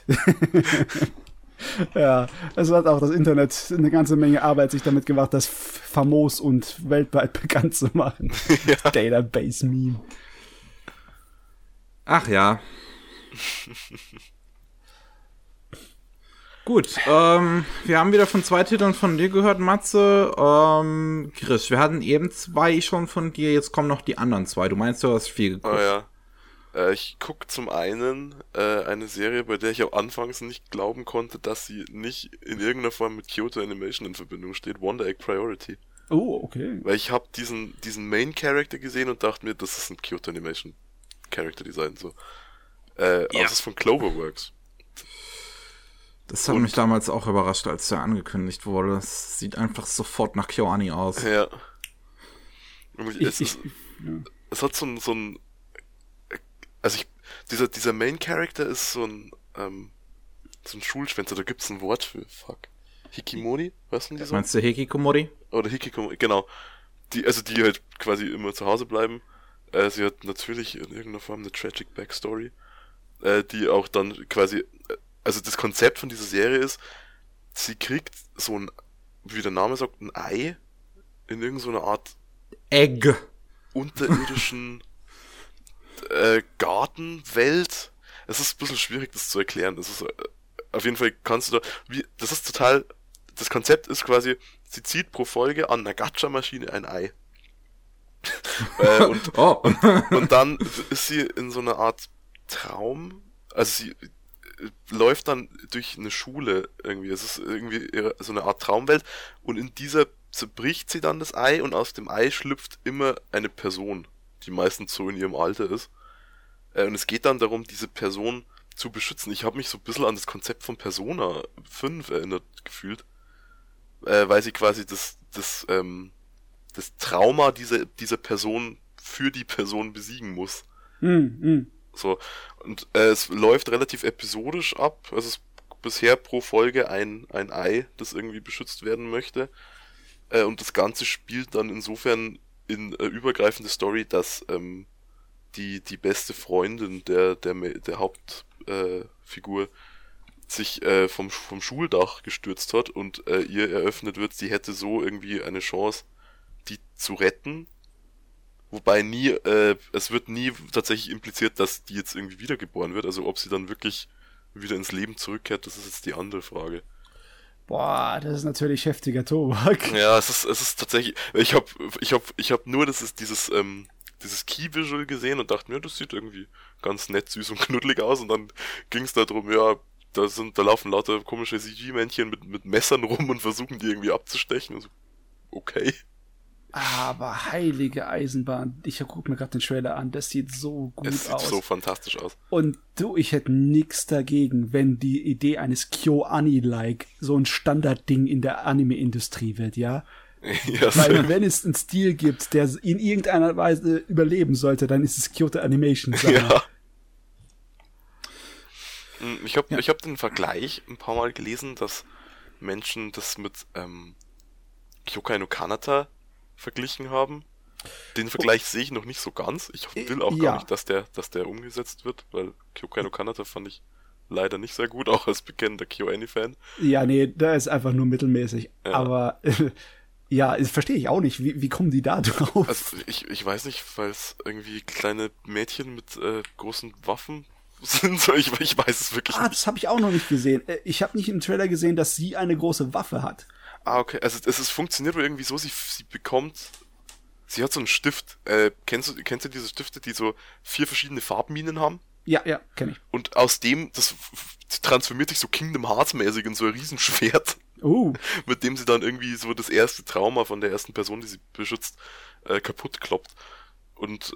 Ja, es hat auch das Internet eine ganze Menge Arbeit sich damit gemacht, das famos und weltweit bekannt zu machen. Ja. Database-Meme. Ach ja. Gut, wir haben wieder von 2 Titeln von dir gehört, Matze. Chris, wir hatten eben 2 schon von dir, jetzt kommen noch die anderen 2. Du meinst, du hast 4 geguckt. Oh ja. Ich gucke zum einen eine Serie, bei der ich am Anfangs nicht glauben konnte, dass sie nicht in irgendeiner Form mit Kyoto Animation in Verbindung steht. Wonder Egg Priority. Oh, okay. Weil ich habe diesen Main Character gesehen und dachte mir, das ist ein Kyoto Animation Character Design. So. Aber es ist von Cloverworks. Das hat mich damals auch überrascht, als der angekündigt wurde. Das sieht einfach sofort nach KyoAni aus. Ja. Es hat so ein also dieser Main Character ist so ein Schulschwänzer, da gibt's ein Wort für, Hikimori, weißt du das? Meinst du Hikikomori? Oder Hikikomori, genau. Die halt quasi immer zu Hause bleiben. Sie hat natürlich in irgendeiner Form eine tragic Backstory, die auch dann quasi, also das Konzept von dieser Serie ist, sie kriegt so ein, wie der Name sagt, ein Ei in irgendeiner Art Egg unterirdischen Gartenwelt. Es ist ein bisschen schwierig, das zu erklären. Das ist auf jeden Fall kannst du das ist total, das Konzept ist quasi, sie zieht pro Folge an einer Gacha-Maschine ein Ei. Und dann ist sie in so einer Art Traum, also sie läuft dann durch eine Schule irgendwie, es ist irgendwie so eine Art Traumwelt und in dieser zerbricht sie dann das Ei und aus dem Ei schlüpft immer eine Person, die meistens so in ihrem Alter ist. Und es geht dann darum, diese Person zu beschützen. Ich habe mich so ein bisschen an das Konzept von Persona 5 erinnert gefühlt, weil sie quasi das Trauma dieser Person für die Person besiegen muss. So. Und es läuft relativ episodisch ab. Also es ist bisher pro Folge ein Ei, das irgendwie beschützt werden möchte. Und das Ganze spielt dann insofern in übergreifende Story, dass die beste Freundin der Hauptfigur sich vom Schuldach gestürzt hat und ihr eröffnet wird, sie hätte so irgendwie eine Chance, die zu retten. Wobei es wird nie tatsächlich impliziert, dass die jetzt irgendwie wiedergeboren wird. Also ob sie dann wirklich wieder ins Leben zurückkehrt, das ist jetzt die andere Frage. Boah, das ist natürlich heftiger Tobak. Ja, es ist tatsächlich. Ich hab nur dieses Key-Visual gesehen und dachte mir, das sieht irgendwie ganz nett, süß und knuddelig aus. Und dann ging es darum, ja, da laufen lauter komische CG-Männchen mit Messern rum und versuchen die irgendwie abzustechen. Also, okay. Aber heilige Eisenbahn. Ich gucke mir gerade den Trailer an. Das sieht so gut aus. Es sieht so fantastisch aus. Und du, ich hätte nix dagegen, wenn die Idee eines KyoAni-like so ein Standardding in der Anime-Industrie wird, ja? Ja, Weil wenn es einen Stil gibt, der in irgendeiner Weise überleben sollte, dann ist es Kyoto Animation. Ja. Ich hab den Vergleich ein paar Mal gelesen, dass Menschen das mit Kyokai no Kanata verglichen haben. Den Vergleich sehe ich noch nicht so ganz. Ich will auch gar nicht, dass der umgesetzt wird, weil Kyokai no Kanata fand ich leider nicht sehr gut, auch als bekennender KyoAni-Fan. Ja, nee, der ist einfach nur mittelmäßig. Ja. Aber ja, das verstehe ich auch nicht. Wie kommen die da drauf? Also ich weiß nicht, weil es irgendwie kleine Mädchen mit großen Waffen sind. So, ich weiß es wirklich nicht. Das habe ich auch noch nicht gesehen. Ich habe nicht im Trailer gesehen, dass sie eine große Waffe hat. Okay. Also es funktioniert wohl irgendwie so, sie hat so einen Stift. Kennst du diese Stifte, die so 4 verschiedene Farbminen haben? Ja, kenne ich. Und aus dem, das transformiert sich so Kingdom Hearts mäßig in so ein Riesenschwert. Mit dem sie dann irgendwie so das erste Trauma von der ersten Person, die sie beschützt, kaputt kloppt. Und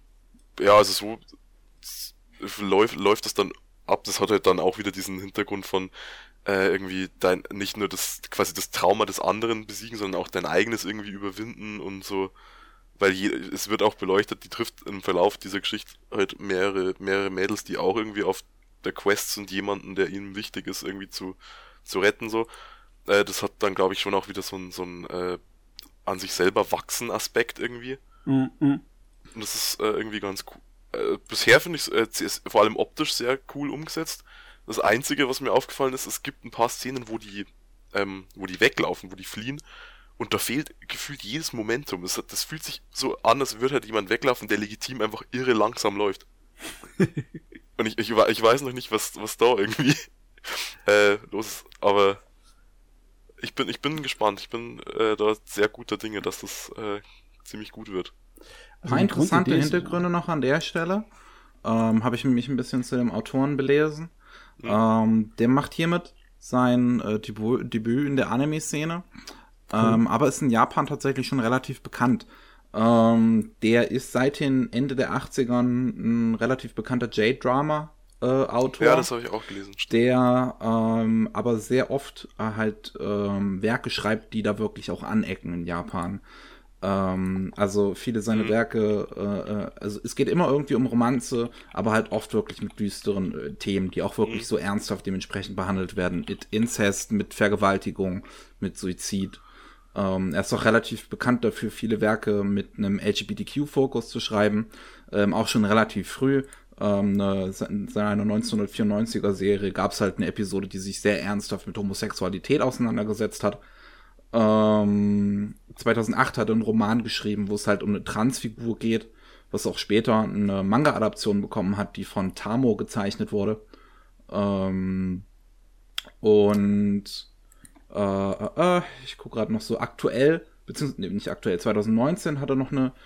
also so läuft das dann ab. Das hat halt dann auch wieder diesen Hintergrund von irgendwie nicht nur das Trauma des anderen besiegen, sondern auch dein eigenes irgendwie überwinden und so. Weil es wird auch beleuchtet, die trifft im Verlauf dieser Geschichte halt mehrere Mädels, die auch irgendwie auf der Quest sind, jemanden, der ihnen wichtig ist, irgendwie zu retten, so. Das hat dann, glaube ich, schon auch wieder so ein an sich selber wachsen Aspekt irgendwie. Mhm. Und das ist irgendwie ganz cool. Bisher finde ich es vor allem optisch sehr cool umgesetzt. Das Einzige, was mir aufgefallen ist, es gibt ein paar Szenen, wo die weglaufen, wo die fliehen. Und da fehlt gefühlt jedes Momentum. Das fühlt sich so an, als würde halt jemand weglaufen, der legitim einfach irre langsam läuft. Und ich weiß noch nicht, was da irgendwie los ist. Aber ich bin gespannt. Ich bin da sehr guter Dinge, dass das ziemlich gut wird. Ein paar interessante Hintergründe noch an der Stelle. Habe ich mich ein bisschen zu dem Autoren belesen. Der macht hiermit sein Debüt in der Anime-Szene. Cool. Aber ist in Japan tatsächlich schon relativ bekannt. Der ist seit den Ende der 80ern ein relativ bekannter J-Drama-Autor. Ja, das habe ich auch gelesen. Der aber sehr oft Werke schreibt, die da wirklich auch anecken in Japan. Also viele seiner Werke, also es geht immer irgendwie um Romanze, aber halt oft wirklich mit düsteren Themen, die auch wirklich so ernsthaft dementsprechend behandelt werden. Mit Inzest, mit Vergewaltigung, mit Suizid. Er ist auch relativ bekannt dafür, viele Werke mit einem LGBTQ-Fokus zu schreiben. Auch schon relativ früh. In seiner 1994er Serie gab es halt eine Episode, die sich sehr ernsthaft mit Homosexualität auseinandergesetzt hat. 2008 hat er einen Roman geschrieben, wo es halt um eine Transfigur geht, was auch später eine Manga-Adaption bekommen hat, die von Tamo gezeichnet wurde. Ich gucke gerade noch so aktuell, beziehungsweise nicht aktuell, 2019 hat er noch eine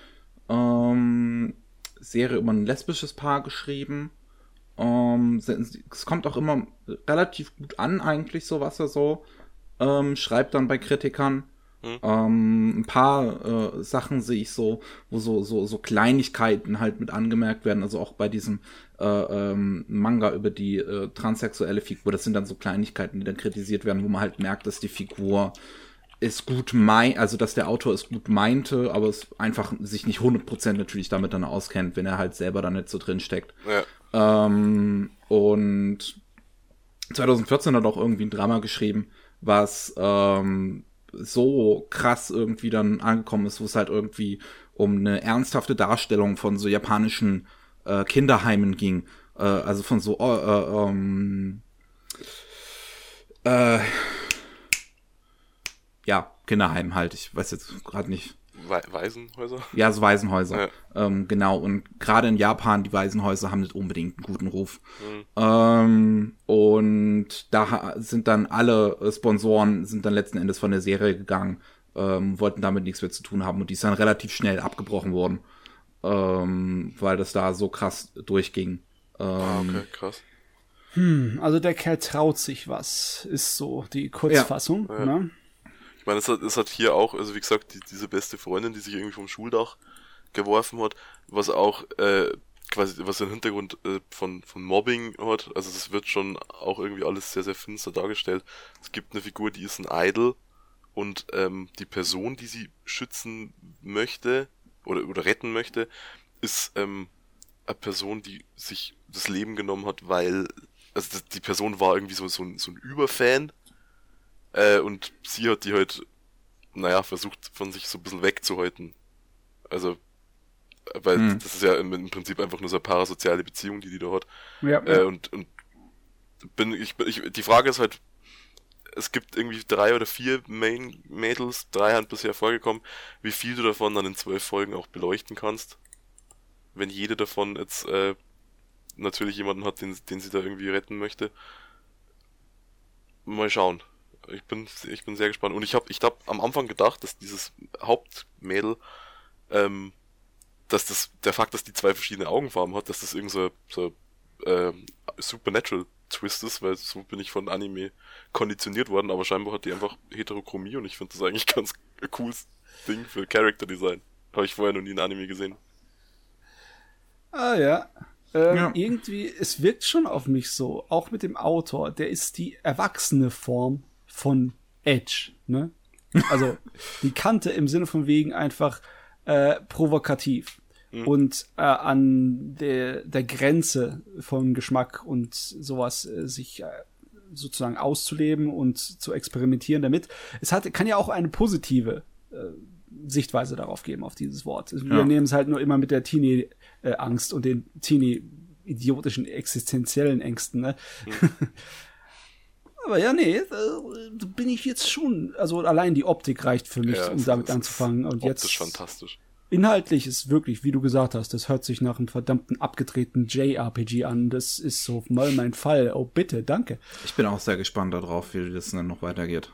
Serie über ein lesbisches Paar geschrieben. Es kommt auch immer relativ gut an eigentlich, so was er so schreibt dann bei Kritikern. Ein paar Sachen sehe ich so, wo so Kleinigkeiten halt mit angemerkt werden, also auch bei diesem Manga über die transsexuelle Figur, das sind dann so Kleinigkeiten, die dann kritisiert werden, wo man halt merkt, dass die Figur es gut also dass der Autor es gut meinte, aber es einfach sich nicht 100% natürlich damit dann auskennt, wenn er halt selber da nicht so drin steckt. Ja. Und 2014 hat er auch irgendwie ein Drama geschrieben, was so krass irgendwie dann angekommen ist, wo es halt irgendwie um eine ernsthafte Darstellung von so japanischen Kinderheimen ging. Also von so Kinderheim halt. Ich weiß jetzt gerade nicht. Waisenhäuser? Ja, so Waisenhäuser. Ja. Genau. Und gerade in Japan, die Waisenhäuser haben nicht unbedingt einen guten Ruf. Und da sind dann alle Sponsoren sind dann letzten Endes von der Serie gegangen, wollten damit nichts mehr zu tun haben und die ist dann relativ schnell abgebrochen worden, weil das da so krass durchging. Okay, krass. Also der Kerl traut sich was, ist so die Kurzfassung. Ja. Ne? Ich meine, es hat hier auch, also wie gesagt, diese beste Freundin, die sich irgendwie vom Schuldach geworfen hat, was auch quasi, was den Hintergrund von Mobbing hat. Also das wird schon auch irgendwie alles sehr, sehr finster dargestellt. Es gibt eine Figur, die ist ein Idol und die Person, die sie schützen möchte oder retten möchte, ist eine Person, die sich das Leben genommen hat, weil also die Person war irgendwie so ein Überfan und sie hat die halt, versucht von sich so ein bisschen wegzuhalten. Also, weil das ist ja im Prinzip einfach nur so eine parasoziale Beziehung, die da hat. Ja. Und die Frage ist halt, es gibt irgendwie 3 oder 4 Main-Mädels, 3 haben bisher vorgekommen, wie viel du davon dann in 12 Folgen auch beleuchten kannst. Wenn jede davon jetzt natürlich jemanden hat, den sie da irgendwie retten möchte. Mal schauen. Ich bin sehr gespannt. Und ich hab am Anfang gedacht, dass dieses Hauptmädel, der Fakt, dass die 2 verschiedene Augenfarben hat, dass das irgend so Supernatural Twist ist, weil so bin ich von Anime konditioniert worden, aber scheinbar hat die einfach Heterochromie und ich finde das eigentlich ganz ein cooles Ding für Character Design. Habe ich vorher noch nie in Anime gesehen. Ah ja. Irgendwie, es wirkt schon auf mich so, auch mit dem Autor, der ist die erwachsene Form von Edge, ne? Also die Kante im Sinne von wegen einfach provokativ und an der Grenze von Geschmack und sowas sich sozusagen auszuleben und zu experimentieren damit. Kann ja auch eine positive Sichtweise darauf geben, auf dieses Wort. Wir nehmen es halt nur immer mit der Teenie-Angst und den Teenie-idiotischen existenziellen Ängsten, ne? Aber ja, nee, bin ich jetzt schon, also allein die Optik reicht für mich, um damit anzufangen. Und jetzt optisch fantastisch. Inhaltlich ist wirklich, wie du gesagt hast, das hört sich nach einem verdammten abgedrehten JRPG an. Das ist so mal mein Fall. Oh, bitte, danke. Ich bin auch sehr gespannt darauf, wie das dann noch weitergeht.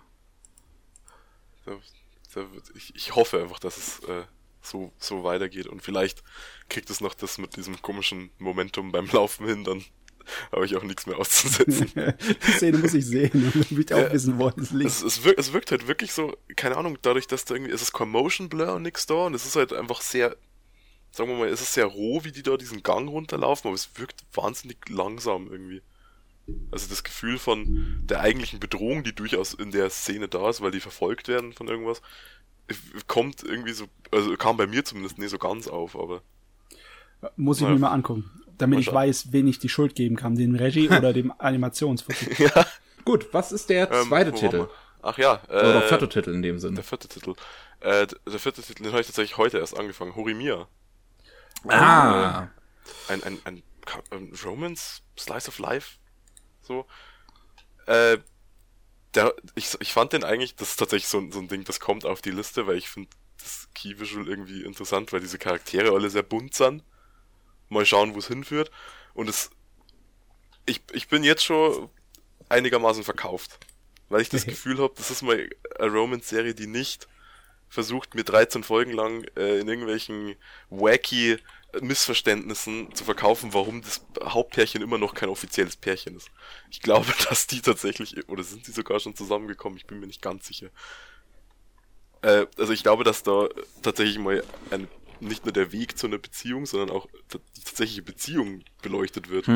Ich hoffe einfach, dass es so weitergeht und vielleicht kriegt es noch das mit diesem komischen Momentum beim Laufen hin, dann habe ich auch nichts mehr auszusetzen. Die Szene muss ich sehen, und will ich auch wissen, wo es liegt. Es wirkt halt wirklich so, keine Ahnung, dadurch, dass da irgendwie, es ist kein Motion Blur und nix da und es ist halt einfach sehr, sagen wir mal, es ist sehr roh, wie die da diesen Gang runterlaufen, aber es wirkt wahnsinnig langsam irgendwie. Also das Gefühl von der eigentlichen Bedrohung, die durchaus in der Szene da ist, weil die verfolgt werden von irgendwas, kommt irgendwie so, also kam bei mir zumindest nicht so ganz auf, aber... Muss ich mir mal angucken, damit ich weiß, wen ich die Schuld geben kann, dem Regie oder dem Animationsfoto. Ja. Gut, was ist der zweite Titel? Ach ja. Oder vierte Titel in dem Sinne. Der vierte Titel. Der vierte Titel, den habe ich tatsächlich heute erst angefangen. Horimiya. Ah. Ein Romance, Slice of Life. So. Ich fand den eigentlich, das ist tatsächlich so ein Ding, das kommt auf die Liste, weil ich finde das Key Visual irgendwie interessant, weil diese Charaktere alle sehr bunt sind. Mal schauen, wo es hinführt. Und ich bin jetzt schon einigermaßen verkauft. Weil ich das Gefühl habe, das ist mal eine Romance-Serie, die nicht versucht, mir 13 Folgen lang in irgendwelchen wacky Missverständnissen zu verkaufen, warum das Hauptpärchen immer noch kein offizielles Pärchen ist. Ich glaube, dass die tatsächlich, oder sind sie sogar schon zusammengekommen, ich bin mir nicht ganz sicher. Also ich glaube, dass da tatsächlich mal nicht nur der Weg zu einer Beziehung, sondern auch die tatsächliche Beziehung beleuchtet wird.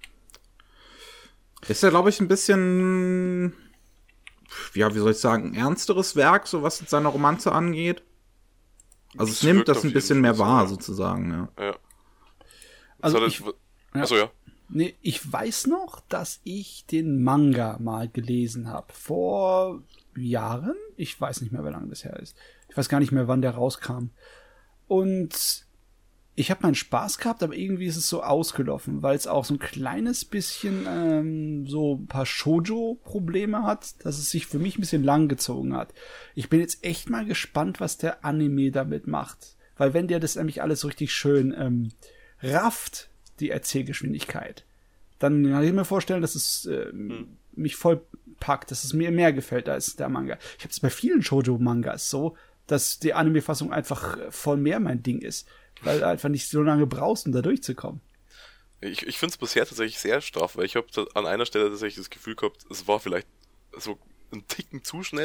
Ist ja, glaube ich, ein bisschen, ja, wie soll ich sagen, ernsteres Werk, so was seine Romanze angeht. Also es nimmt das ein bisschen mehr wahr, sozusagen, ja. Also Achso, ja. Nee, ich weiß noch, dass ich den Manga mal gelesen habe. Vor Jahren? Ich weiß nicht mehr, wie lange das her ist. Ich weiß gar nicht mehr, wann der rauskam. Und ich habe meinen Spaß gehabt, aber irgendwie ist es so ausgelaufen, weil es auch so ein kleines bisschen so ein paar Shoujo-Probleme hat, dass es sich für mich ein bisschen lang gezogen hat. Ich bin jetzt echt mal gespannt, was der Anime damit macht. Weil wenn der das nämlich alles so richtig schön rafft, die Erzählgeschwindigkeit, dann kann ich mir vorstellen, dass es mich voll packt, dass es mir mehr gefällt als der Manga. Ich habe es bei vielen Shoujo-Mangas so, dass die Anime-Fassung einfach voll mehr mein Ding ist, weil du einfach nicht so lange brauchst, um da durchzukommen. Ich finde es bisher tatsächlich sehr straff, weil ich habe an einer Stelle tatsächlich das Gefühl gehabt, es war vielleicht so ein Ticken zu schnell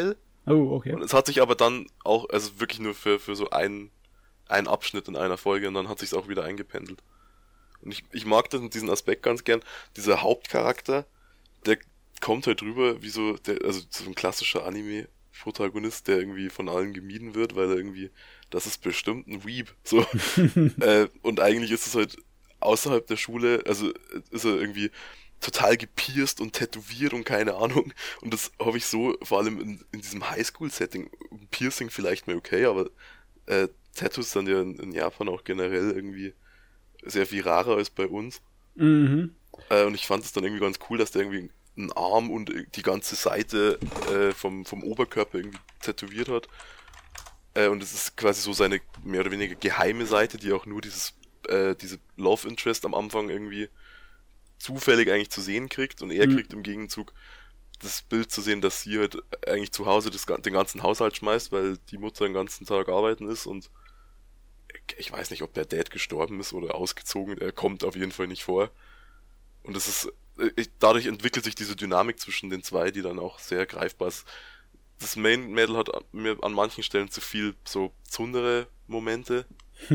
Oh, okay. Und es hat sich aber dann auch, also wirklich nur für so einen Abschnitt in einer Folge und dann hat sich's auch wieder eingependelt. Und ich mag diesen Aspekt ganz gern. Dieser Hauptcharakter, der kommt halt rüber wie so ein klassischer Anime-Protagonist, der irgendwie von allen gemieden wird, weil er irgendwie, das ist bestimmt ein Weeb. So. Und eigentlich ist es halt außerhalb der Schule, also ist er irgendwie total gepierst und tätowiert und keine Ahnung. Und das habe ich so, vor allem in diesem Highschool-Setting, Piercing vielleicht mal okay, aber Tattoos sind ja in Japan auch generell irgendwie sehr viel rarer als bei uns. Mhm. Und ich fand es dann irgendwie ganz cool, dass der irgendwie einen Arm und die ganze Seite vom Oberkörper irgendwie tätowiert hat. Und es ist quasi so seine mehr oder weniger geheime Seite, die auch nur diese Love Interest am Anfang irgendwie zufällig eigentlich zu sehen kriegt. Und er kriegt im Gegenzug das Bild zu sehen, dass sie halt eigentlich zu Hause den ganzen Haushalt schmeißt, weil die Mutter den ganzen Tag arbeiten ist und ich weiß nicht, ob der Dad gestorben ist oder ausgezogen, er kommt auf jeden Fall nicht vor. Und es ist, dadurch entwickelt sich diese Dynamik zwischen den zwei, die dann auch sehr greifbar ist. Das Main-Mädel hat mir an manchen Stellen zu viel so zundere Momente.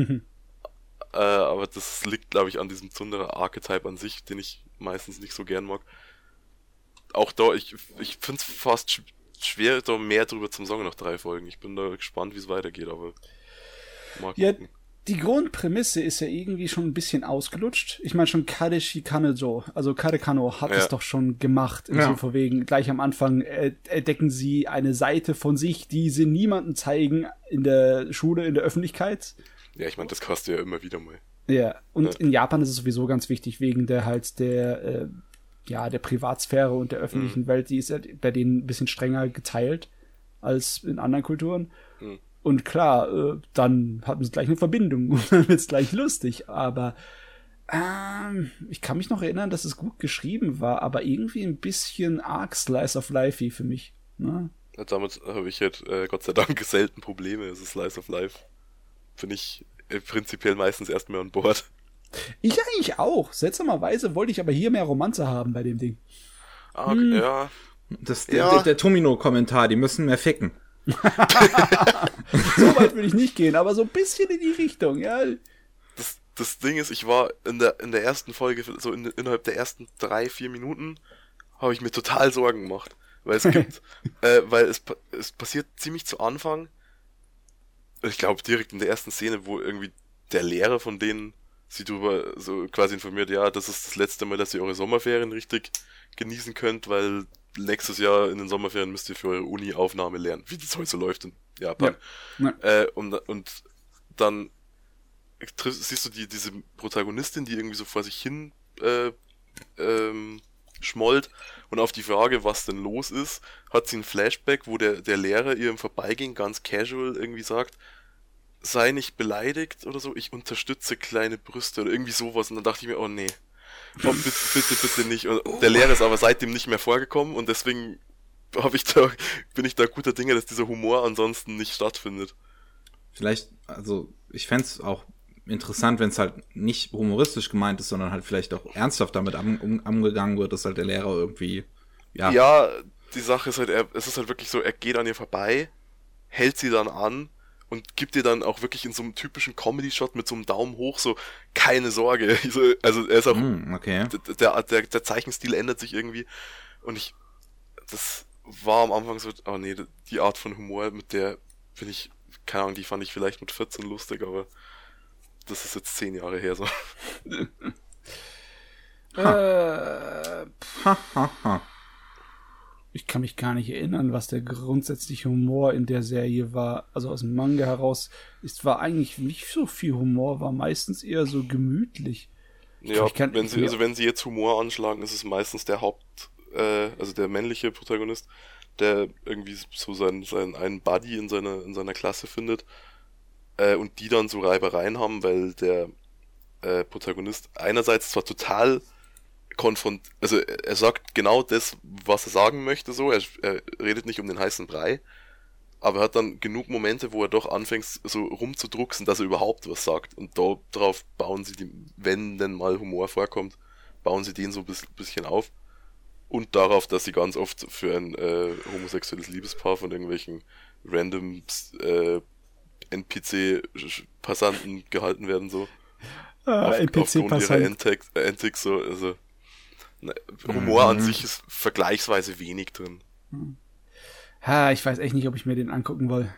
Aber das liegt, glaube ich, an diesem Tsundere-Archetype an sich, den ich meistens nicht so gern mag. Auch da, ich finde es fast schwer, da mehr drüber zu sagen nach 3 Folgen. Ich bin da gespannt, wie es weitergeht, aber mal gucken. Die Grundprämisse ist ja irgendwie schon ein bisschen ausgelutscht. Ich meine schon Kadeshi Kanejo, also Karekano hat es doch schon gemacht. So von wegen, gleich am Anfang entdecken sie eine Seite von sich, die sie niemandem zeigen in der Schule, in der Öffentlichkeit. Ja, ich meine, das kannst du ja immer wieder mal. Ja, und in Japan ist es sowieso ganz wichtig, wegen der der Privatsphäre und der öffentlichen Welt, die ist ja bei denen ein bisschen strenger geteilt als in anderen Kulturen. Und klar, dann hat man gleich eine Verbindung und dann wird's gleich lustig. Aber ich kann mich noch erinnern, dass es gut geschrieben war, aber irgendwie ein bisschen arg Slice of Life für mich. Ne? Ja, damit habe ich halt Gott sei Dank selten Probleme. Es ist Slice of Life. Bin ich prinzipiell meistens erstmal an Bord. Ich eigentlich auch. Seltsamerweise wollte ich aber hier mehr Romanze haben bei dem Ding. Ah, okay, ja. Der Tomino-Kommentar, die müssen mehr ficken. So weit will ich nicht gehen, aber so ein bisschen in die Richtung, ja. Das Ding ist, ich war in der ersten Folge, so innerhalb der ersten 3-4 Minuten, habe ich mir total Sorgen gemacht. Weil es gibt, weil es passiert ziemlich zu Anfang, ich glaube direkt in der ersten Szene, wo irgendwie der Lehrer von denen sie drüber so quasi informiert, ja, das ist das letzte Mal, dass ihr eure Sommerferien richtig genießen könnt, weil nächstes Jahr in den Sommerferien müsst ihr für eure Uni-Aufnahme lernen, wie das heute so läuft in Japan. Ja. Und dann siehst du diese Protagonistin, die irgendwie so vor sich hin schmollt und auf die Frage, was denn los ist, hat sie ein Flashback, wo der Lehrer ihr im Vorbeigehen ganz casual irgendwie sagt, sei nicht beleidigt oder so, ich unterstütze kleine Brüste oder irgendwie sowas. Und dann dachte ich mir, oh nee, oh, bitte nicht. Und der Lehrer ist aber seitdem nicht mehr vorgekommen und deswegen bin ich da guter Dinge, dass dieser Humor ansonsten nicht stattfindet. Vielleicht, also ich fände es auch interessant, wenn es halt nicht humoristisch gemeint ist, sondern halt vielleicht auch ernsthaft damit angegangen wird, dass halt der Lehrer irgendwie, Ja, die Sache ist halt, es ist halt wirklich so, er geht an ihr vorbei, hält sie dann an und gibt dir dann auch wirklich in so einem typischen Comedy-Shot mit so einem Daumen hoch so, keine Sorge. Also er ist auch, okay. Der Zeichenstil ändert sich irgendwie und das war am Anfang so, oh nee, die Art von Humor, mit der bin ich, keine Ahnung, die fand ich vielleicht mit 14 lustig, aber das ist jetzt 10 Jahre her so. Ich kann mich gar nicht erinnern, was der grundsätzliche Humor in der Serie war. Also aus dem Manga heraus, es war eigentlich nicht so viel Humor, war meistens eher so gemütlich. Wenn sie jetzt Humor anschlagen, ist es meistens der also der männliche Protagonist, der irgendwie so seinen einen Buddy in seiner Klasse findet und die dann so Reibereien haben, weil der Protagonist einerseits zwar total also er sagt genau das, was er sagen möchte, so, er redet nicht um den heißen Brei, aber er hat dann genug Momente, wo er doch anfängt so rumzudrucksen, dass er überhaupt was sagt und darauf bauen sie, wenn denn mal Humor vorkommt, bauen sie den so ein bisschen auf und darauf, dass sie ganz oft für ein homosexuelles Liebespaar von irgendwelchen random NPC-Passanten gehalten werden, so. Aufgrund ihrer Antics, so, also Humor an sich ist vergleichsweise wenig drin. Ha, ich weiß echt nicht, ob ich mir den angucken will.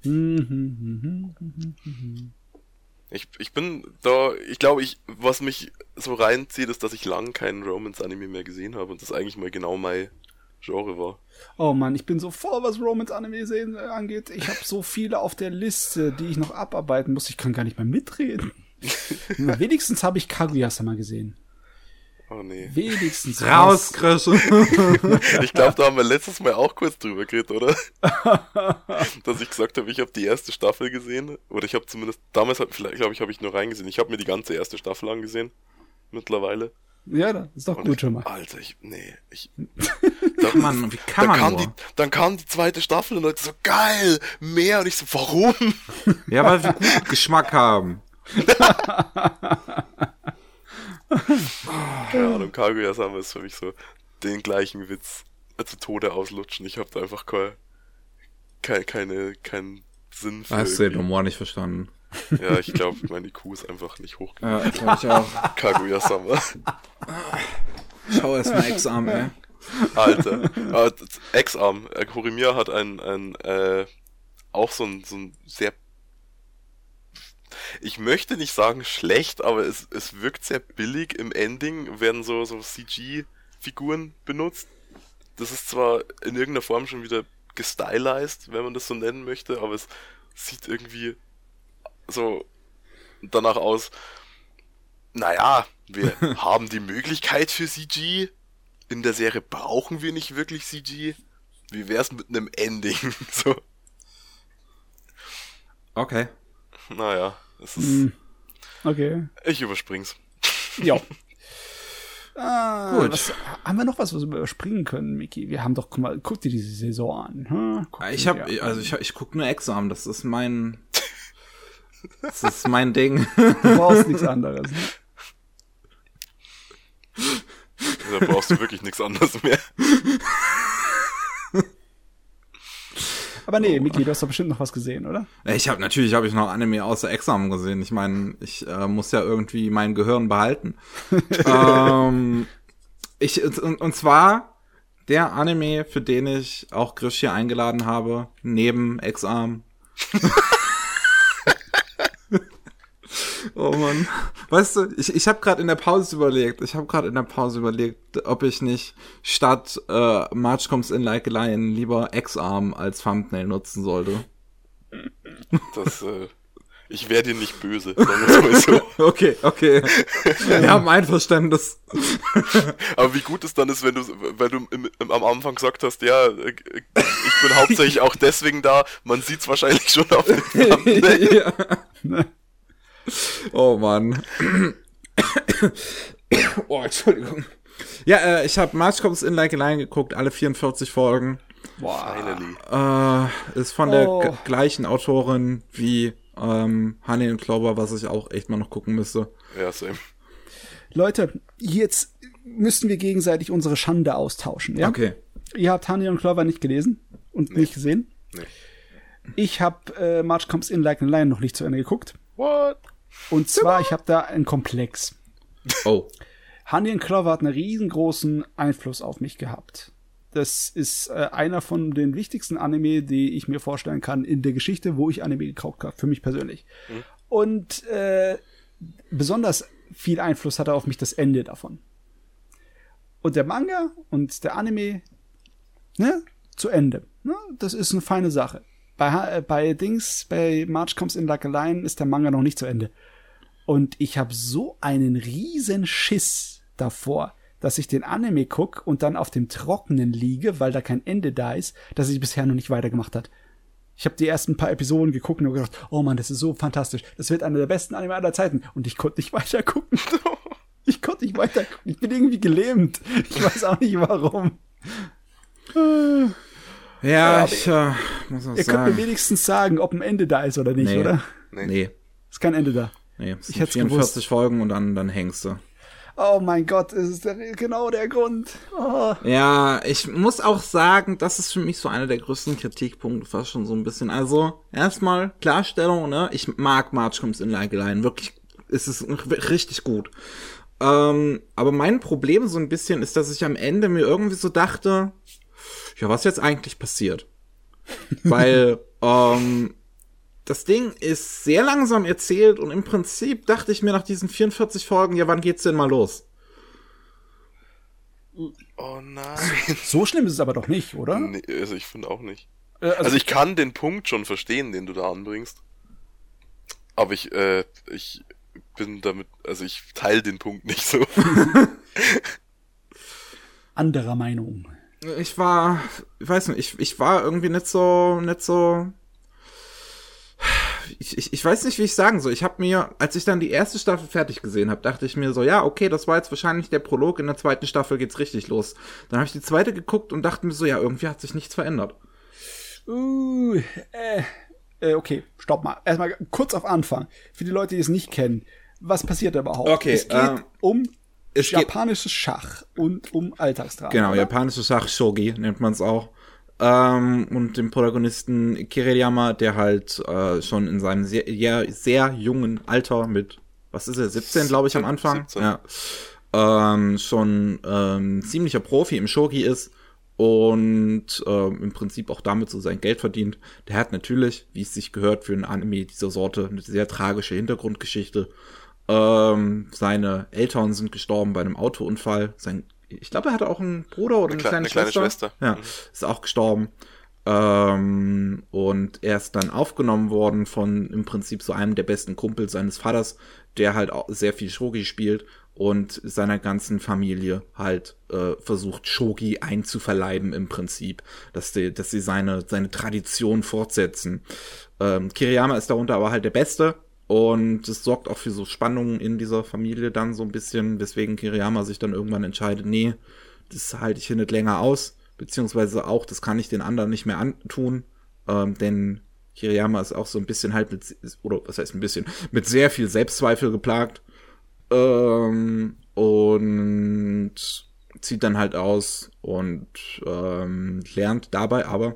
Ich bin da, ich glaube, was mich so reinzieht, ist, dass ich lang keinen Romance-Anime mehr gesehen habe und das eigentlich mal genau mein Genre war. Oh Mann, ich bin so voll, was Romance-Anime angeht. Ich habe so viele auf der Liste, die ich noch abarbeiten muss. Ich kann gar nicht mehr mitreden. Wenigstens habe ich Kaguya-sama gesehen. Oh nee. Wenigstens. Raus, Chris. Ich glaube, da haben wir letztes Mal auch kurz drüber geredet, oder? Dass ich gesagt habe, ich habe die erste Staffel gesehen. Oder ich habe zumindest, damals glaube ich, habe ich nur reingesehen. Ich habe mir die ganze erste Staffel angesehen. Mittlerweile. Ja, das ist doch gut schon mal. Alter, Mann, wie kann man nur? Dann kam die zweite Staffel und Leute so, geil, mehr. Und ich so, warum? Ja, weil wir guten Geschmack haben. Keine Ahnung, Kaguya-sama ist für mich so den gleichen Witz zu Tode auslutschen. Ich habe da einfach keinen Sinn für. Hast du den Humor nicht verstanden? Ja, ich glaube, meine IQ ist einfach nicht hoch genug. Ja, glaube ich auch. Kaguya-sama. Schau erst mal Ex-Arm, ey. Alter. Ex-Arm. Horimiya hat auch so ein sehr, ich möchte nicht sagen schlecht, aber es wirkt sehr billig. Im Ending werden so CG-Figuren benutzt. Das ist zwar in irgendeiner Form schon wieder gestylized, wenn man das so nennen möchte, aber es sieht irgendwie so danach aus, naja, wir haben die Möglichkeit für CG. In der Serie brauchen wir nicht wirklich CG. Wie wär's mit einem Ending? So. Okay. Naja, es ist. Okay. Ich überspring's. Ja. Gut. Haben wir noch was wir überspringen können, Miki? Wir haben doch, guck dir diese Saison an. Hm? Ich guck nur Ex-Arm, das ist mein Ding. Du brauchst nichts anderes. Ne? Da brauchst du wirklich nichts anderes mehr. Aber nee, Miki, du hast doch bestimmt noch was gesehen, oder? Natürlich habe ich noch Anime außer Examen gesehen. Ich meine, ich muss ja irgendwie mein Gehirn behalten. Und zwar der Anime, für den ich auch Grisch hier eingeladen habe, neben Examen. Oh Mann. Weißt du, ich habe gerade in der Pause überlegt, ob ich nicht statt March Comes in Like a Lion lieber X-Arm als Thumbnail nutzen sollte. Ich wäre dir nicht böse, sagen wir mal so. Okay. Wir haben Einverständnis. Aber wie gut es dann ist, weil du am Anfang gesagt hast, ja, ich bin hauptsächlich auch deswegen da, man sieht's wahrscheinlich schon auf dem Thumbnail. Ja. Oh Mann. Oh, Entschuldigung. Ja, ich habe March Comes in Like a Lion geguckt, alle 44 Folgen. Finally. Ist von der gleichen Autorin wie Honey and Clover, was ich auch echt mal noch gucken müsste. Ja, same. Leute, jetzt müssten wir gegenseitig unsere Schande austauschen, ja? Okay. Ihr habt Honey and Clover nicht gelesen und nicht gesehen? Nee. Ich habe March Comes in Like a Lion noch nicht zu Ende geguckt. What? Und zwar, ich habe da einen Komplex. Oh. Honey and Clover hat einen riesengroßen Einfluss auf mich gehabt. Das ist einer von den wichtigsten Anime, die ich mir vorstellen kann in der Geschichte, wo ich Anime gekauft habe, für mich persönlich. Und besonders viel Einfluss hatte auf mich das Ende davon. Und der Manga und der Anime, ne, zu Ende. Ne, das ist eine feine Sache. Bei March Comes in Like a Lion ist der Manga noch nicht zu Ende. Und ich habe so einen riesen Schiss davor, dass ich den Anime gucke und dann auf dem Trockenen liege, weil da kein Ende da ist, dass ich bisher noch nicht weitergemacht hat. Ich habe die ersten paar Episoden geguckt und gedacht, oh Mann, das ist so fantastisch. Das wird einer der besten Anime aller Zeiten. Und ich konnte nicht weiter gucken. Ich bin irgendwie gelähmt. Ich weiß auch nicht warum. Ja, ich muss auch sagen. Ihr könnt mir wenigstens sagen, ob ein Ende da ist oder nicht, oder? Nee. Ist kein Ende da. Nee, es Ich sind hätte 44 Folgen und dann hängst du. Oh mein Gott, es ist genau der Grund. Oh. Ja, ich muss auch sagen, das ist für mich so einer der größten Kritikpunkte, fast schon so ein bisschen. Also, erstmal Klarstellung, ne? Ich mag March Comes in Like a Lion. Wirklich, es ist richtig gut. Aber mein Problem so ein bisschen ist, dass ich am Ende mir irgendwie so dachte, ja, was jetzt eigentlich passiert? Weil, das Ding ist sehr langsam erzählt und im Prinzip dachte ich mir nach diesen 44 Folgen, ja, wann geht's denn mal los? Oh nein. So schlimm ist es aber doch nicht, oder? Nee, also ich finde auch nicht. Also ich kann den Punkt schon verstehen, den du da anbringst. Aber ich bin damit, also ich teile den Punkt nicht so. Anderer Meinung. Ich weiß nicht, ich war irgendwie nicht so, ich weiß nicht, wie ich sagen soll. Ich habe mir, als ich dann die erste Staffel fertig gesehen habe, dachte ich mir so, ja, okay, das war jetzt wahrscheinlich der Prolog, in der zweiten Staffel geht's richtig los. Dann habe ich die zweite geguckt und dachte mir so, ja, irgendwie hat sich nichts verändert. Okay, stopp mal. Erstmal kurz auf Anfang. Für die Leute, die es nicht kennen, was passiert da überhaupt? Okay, es geht um japanisches Schach und um Alltagsdrama. Genau, oder? japanisches Schach, Shogi nennt man es auch. Und dem Protagonisten Kiriyama, der halt schon in seinem sehr jungen Alter mit, was ist er, 17, glaube ich, am Anfang? 17. Ja. Schon ziemlicher Profi im Shogi ist und im Prinzip auch damit so sein Geld verdient. Der hat natürlich, wie es sich gehört für einen Anime dieser Sorte, eine sehr tragische Hintergrundgeschichte. Seine Eltern sind gestorben bei einem Autounfall. Ich glaube, er hatte auch einen Bruder oder eine kleine Schwester. Ja, ist auch gestorben. Und er ist dann aufgenommen worden von im Prinzip so einem der besten Kumpels seines Vaters, der halt auch sehr viel Shogi spielt und seiner ganzen Familie halt versucht, Shogi einzuverleiben im Prinzip, dass sie seine Tradition fortsetzen. Kiriyama ist darunter aber halt der Beste. Und es sorgt auch für so Spannungen in dieser Familie dann so ein bisschen, weswegen Kiriyama sich dann irgendwann entscheidet, nee, das halte ich hier nicht länger aus, beziehungsweise auch, das kann ich den anderen nicht mehr antun, denn Kiriyama ist auch so ein bisschen halt mit sehr viel Selbstzweifel geplagt, und zieht dann halt aus und lernt dabei aber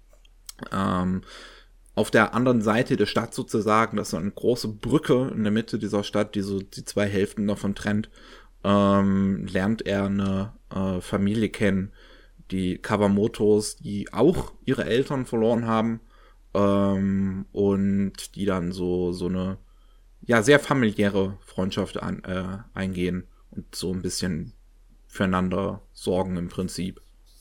auf der anderen Seite der Stadt sozusagen, das ist so eine große Brücke in der Mitte dieser Stadt, die so die zwei Hälften davon trennt, lernt er eine Familie kennen, die Kawamotos, die auch ihre Eltern verloren haben, und die dann so eine ja sehr familiäre Freundschaft eingehen und so ein bisschen füreinander sorgen im Prinzip.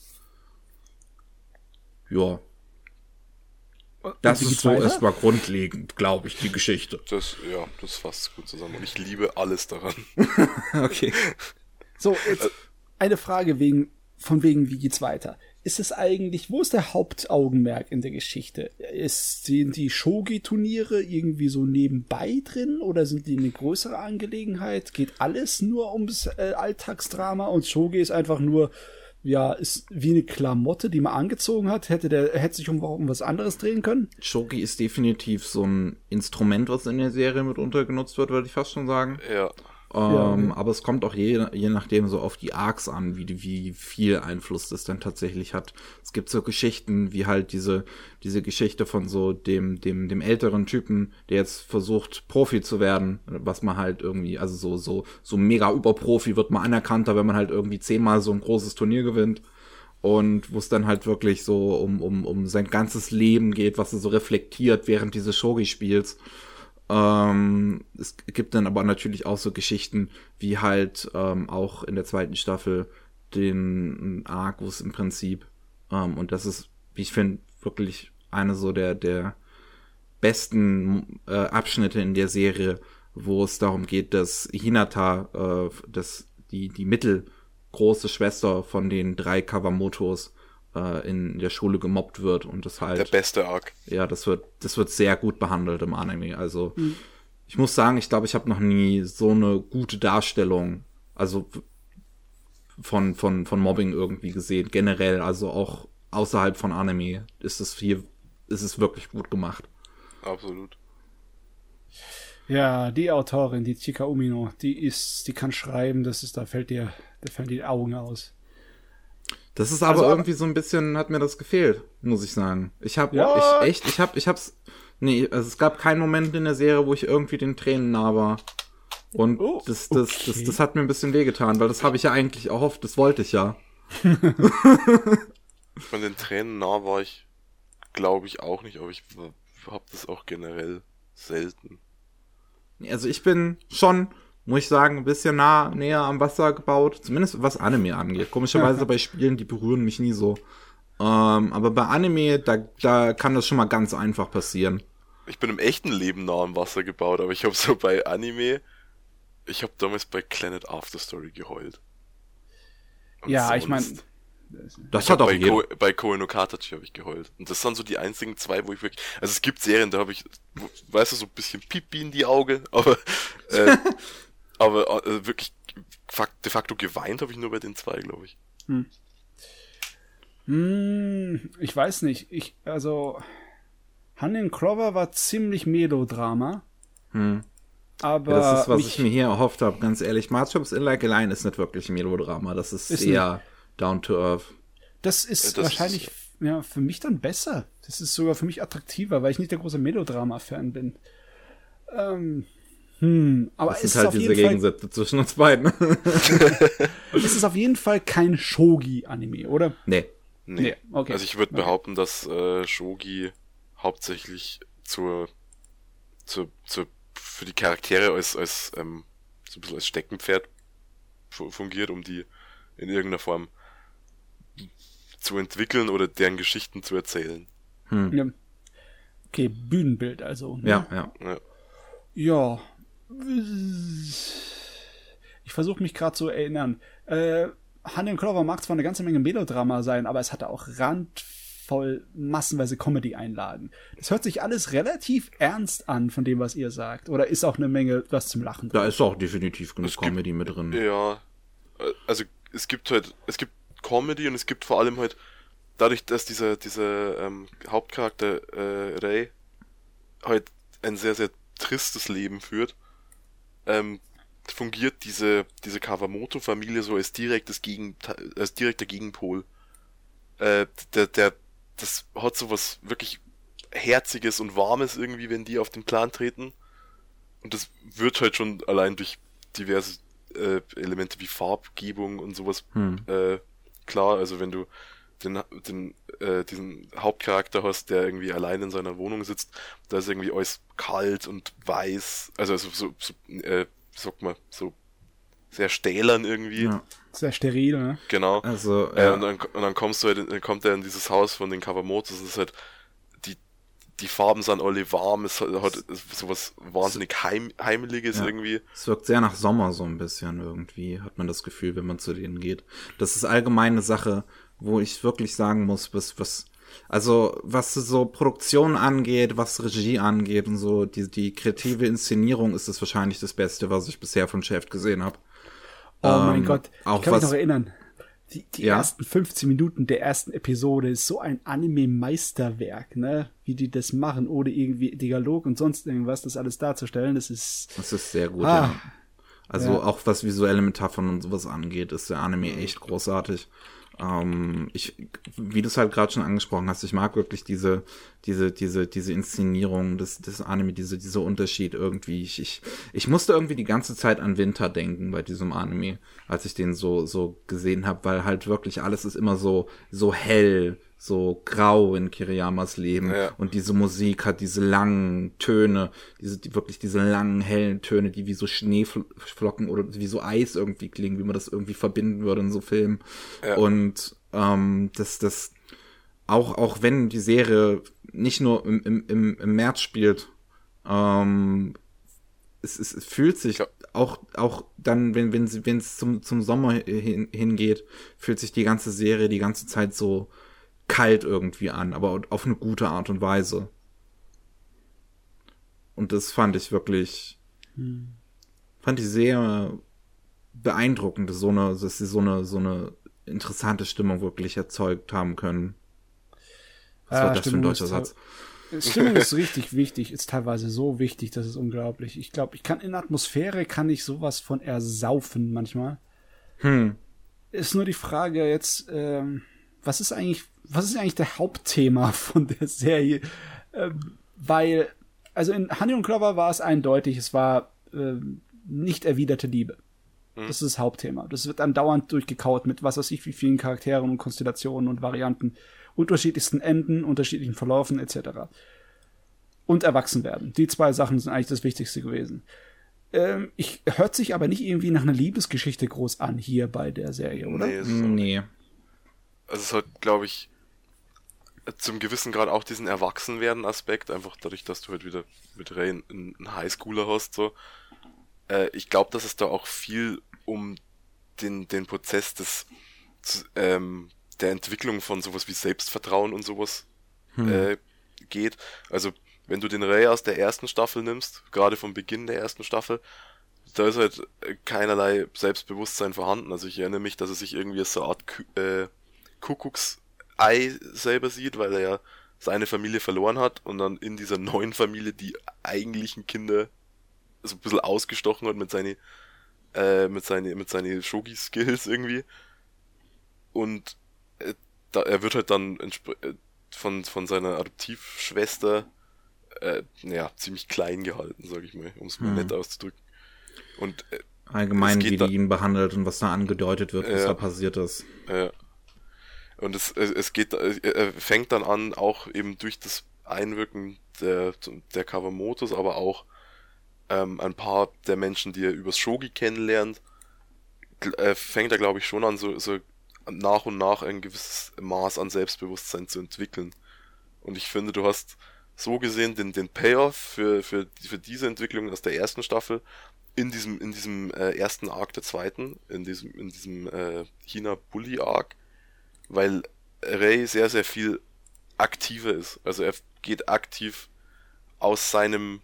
Ja. Das ist so erstmal grundlegend, glaube ich, die Geschichte. Das fasst gut zusammen. Und ich liebe alles daran. Okay. So, jetzt eine Frage von wegen, wie geht's weiter? Ist es eigentlich, wo ist der Hauptaugenmerk in der Geschichte? Sind die Shogi-Turniere irgendwie so nebenbei drin oder sind die eine größere Angelegenheit? Geht alles nur ums Alltagsdrama und Shogi ist einfach nur, ja, ist wie eine Klamotte, die man angezogen hat. Hätte sich um was anderes drehen können? Shogi ist definitiv so ein Instrument, was in der Serie mitunter genutzt wird, würde ich fast schon sagen. Ja. Aber es kommt auch je nachdem so auf die Arcs an, wie viel Einfluss das dann tatsächlich hat. Es gibt so Geschichten wie halt diese Geschichte von so dem älteren Typen, der jetzt versucht, Profi zu werden, was man halt irgendwie, also so mega Überprofi wird man anerkannter, wenn man halt irgendwie 10-mal so ein großes Turnier gewinnt. Und wo es dann halt wirklich so um sein ganzes Leben geht, was er so reflektiert während dieses Shogi-Spiels. Es gibt dann aber natürlich auch so Geschichten wie halt auch in der zweiten Staffel den Arc, wo es im Prinzip und das ist, wie ich finde, wirklich eine so der besten Abschnitte in der Serie, wo es darum geht, dass Hinata, die mittelgroße Schwester von den 3 Kawamotos in der Schule gemobbt wird und das halt... Der beste Arc. Ja, das wird sehr gut behandelt im Anime. Also, ich muss sagen, ich glaube, ich habe noch nie so eine gute Darstellung, also von Mobbing irgendwie gesehen. Generell, also auch außerhalb von Anime ist es wirklich gut gemacht. Absolut. Ja, die Autorin, die Chika Umino, die kann schreiben, da fallen die Augen aus. Das ist aber irgendwie so ein bisschen, hat mir das gefehlt, muss ich sagen. Es gab keinen Moment in der Serie, wo ich irgendwie den Tränen nah war. Und das hat mir ein bisschen wehgetan, weil das habe ich ja eigentlich erhofft, das wollte ich ja. Von den Tränen nah war ich, glaube ich, auch nicht, aber ich habe das auch generell selten. Also ich bin schon, muss ich sagen, ein bisschen näher am Wasser gebaut, zumindest was Anime angeht. Komischerweise bei Spielen, die berühren mich nie so. Aber bei Anime, da kann das schon mal ganz einfach passieren. Ich bin im echten Leben nah am Wasser gebaut, aber ich habe so bei Anime, ich habe damals bei Planet After Story geheult. Und ja, ich meine, das hat auch bei Koe no Katachi habe ich geheult. Und das sind so die einzigen zwei, wo ich wirklich, also es gibt Serien, da habe ich, weißt du, so ein bisschen Pipi in die Augen, aber wirklich de facto geweint habe ich nur bei den zwei, glaube ich. Ich weiß nicht. Honey and Clover war ziemlich Melodrama. Aber ja, das ist, was ich mir hier erhofft habe, ganz ehrlich. March in Like a Lion ist nicht wirklich ein Melodrama. Das ist eher down to earth. Das ist wahrscheinlich für mich dann besser. Das ist sogar für mich attraktiver, weil ich nicht der große Melodrama-Fan bin. Aber das sind halt diese Gegensätze zwischen uns beiden. Es ist auf jeden Fall kein Shogi-Anime, oder? Nee, okay. Also ich würde behaupten, dass Shogi hauptsächlich für die Charaktere als so ein bisschen als Steckenpferd fungiert, um die in irgendeiner Form zu entwickeln oder deren Geschichten zu erzählen. Ja. Okay, Bühnenbild also. Ne? Ja. Ich versuche mich gerade zu erinnern. Honey and Clover mag zwar eine ganze Menge Melodrama sein, aber es hatte auch randvoll massenweise Comedy-Einlagen. Das hört sich alles relativ ernst an von dem, was ihr sagt. Oder ist auch eine Menge was zum Lachen drin? Da ist auch definitiv genug Comedy mit drin. Ja, also es gibt Comedy und es gibt vor allem halt, dadurch, dass dieser Hauptcharakter Rei halt ein sehr, sehr tristes Leben führt, fungiert diese Kawamoto-Familie so als direkter Gegenpol. Das hat so was wirklich Herziges und Warmes irgendwie, wenn die auf den Plan treten. Und das wird halt schon allein durch diverse Elemente wie Farbgebung und sowas klar. Also wenn du diesen Hauptcharakter hast, der irgendwie allein in seiner Wohnung sitzt, da ist irgendwie alles kalt und weiß, also sagt man, so sehr stählern irgendwie. Ja. Sehr steril, ne? Genau. Also, ja. Und dann kommt er in dieses Haus von den Kawamotos, es ist halt, die Farben sind alle warm, es hat sowas wahnsinnig Heimeliges irgendwie. Es wirkt sehr nach Sommer so ein bisschen irgendwie, hat man das Gefühl, wenn man zu denen geht. Das ist allgemeine Sache, wo ich wirklich sagen muss, was so Produktion angeht, was Regie angeht und so, die kreative Inszenierung ist das wahrscheinlich das Beste, was ich bisher von Shaft gesehen habe. Oh mein Gott, ich kann mich noch erinnern. Die ersten 15 Minuten der ersten Episode ist so ein Anime-Meisterwerk, ne? Wie die das machen, ohne irgendwie Dialog und sonst irgendwas, das alles darzustellen, das ist sehr gut, ja. Also auch was visuelle Metaphern und sowas angeht, ist der Anime echt großartig. Wie du es halt gerade schon angesprochen hast, ich mag wirklich diese Inszenierung des Anime, dieser Unterschied irgendwie. Ich musste irgendwie die ganze Zeit an Winter denken bei diesem Anime, als ich den so gesehen habe, weil halt wirklich alles ist immer so hell, so grau in Kiriyamas Leben. Ja. Und diese Musik hat diese langen Töne, diese langen, hellen Töne, die wie so Schneeflocken oder wie so Eis irgendwie klingen, wie man das irgendwie verbinden würde in so Filmen. Ja. Und das auch wenn die Serie nicht nur im März spielt, es fühlt sich auch dann, wenn es zum Sommer hingeht, fühlt sich die ganze Serie die ganze Zeit so kalt irgendwie an, aber auf eine gute Art und Weise. Und das fand ich sehr beeindruckend, dass sie so eine interessante Stimmung wirklich erzeugt haben können. Was war das für ein deutscher Satz? Stimmung ist richtig wichtig, ist teilweise so wichtig, das ist unglaublich. Ich glaube, in Atmosphäre kann ich sowas von ersaufen manchmal. Ist nur die Frage jetzt, was ist eigentlich der Hauptthema von der Serie? Weil, also in Honey und Clover war es eindeutig, es war nicht erwiderte Liebe. Das ist das Hauptthema. Das wird andauernd durchgekaut mit was weiß ich wie vielen Charakteren und Konstellationen und Varianten, unterschiedlichsten Enden, unterschiedlichen Verlaufen etc. Und erwachsen werden. Die zwei Sachen sind eigentlich das Wichtigste gewesen. Hört sich aber nicht irgendwie nach einer Liebesgeschichte groß an hier bei der Serie, oder? Nee. Also es hat, glaube ich, zum gewissen Grad auch diesen Erwachsenwerden-Aspekt, einfach dadurch, dass du halt wieder mit Ray einen Highschooler hast, so. Ich glaube, dass es da auch viel um den Prozess der Entwicklung von sowas wie Selbstvertrauen und sowas geht. Also, wenn du den Ray aus der ersten Staffel nimmst, gerade vom Beginn der ersten Staffel, da ist halt keinerlei Selbstbewusstsein vorhanden. Also ich erinnere mich, dass er sich irgendwie als so eine Art Kuckucksei selber sieht, weil er ja seine Familie verloren hat und dann in dieser neuen Familie die eigentlichen Kinder so ein bisschen ausgestochen hat mit seine Shogi-Skills irgendwie. Und er wird halt dann von seiner Adoptivschwester ziemlich klein gehalten, sag ich mal, um es mal nett auszudrücken. Und allgemein, wie die ihn behandelt und was da angedeutet wird, was da passiert ist. Und es fängt dann an, auch eben durch das Einwirken der Kawamotos, aber auch ein paar der Menschen, die er übers Shogi kennenlernt, fängt er, glaube ich, schon an, so nach und nach ein gewisses Maß an Selbstbewusstsein zu entwickeln. Und ich finde, du hast so gesehen den Payoff für diese Entwicklung aus der ersten Staffel in diesem ersten Arc der zweiten, in diesem Hina-Bully-Arc, weil Ray sehr, sehr viel aktiver ist. Also er geht aktiv aus seinem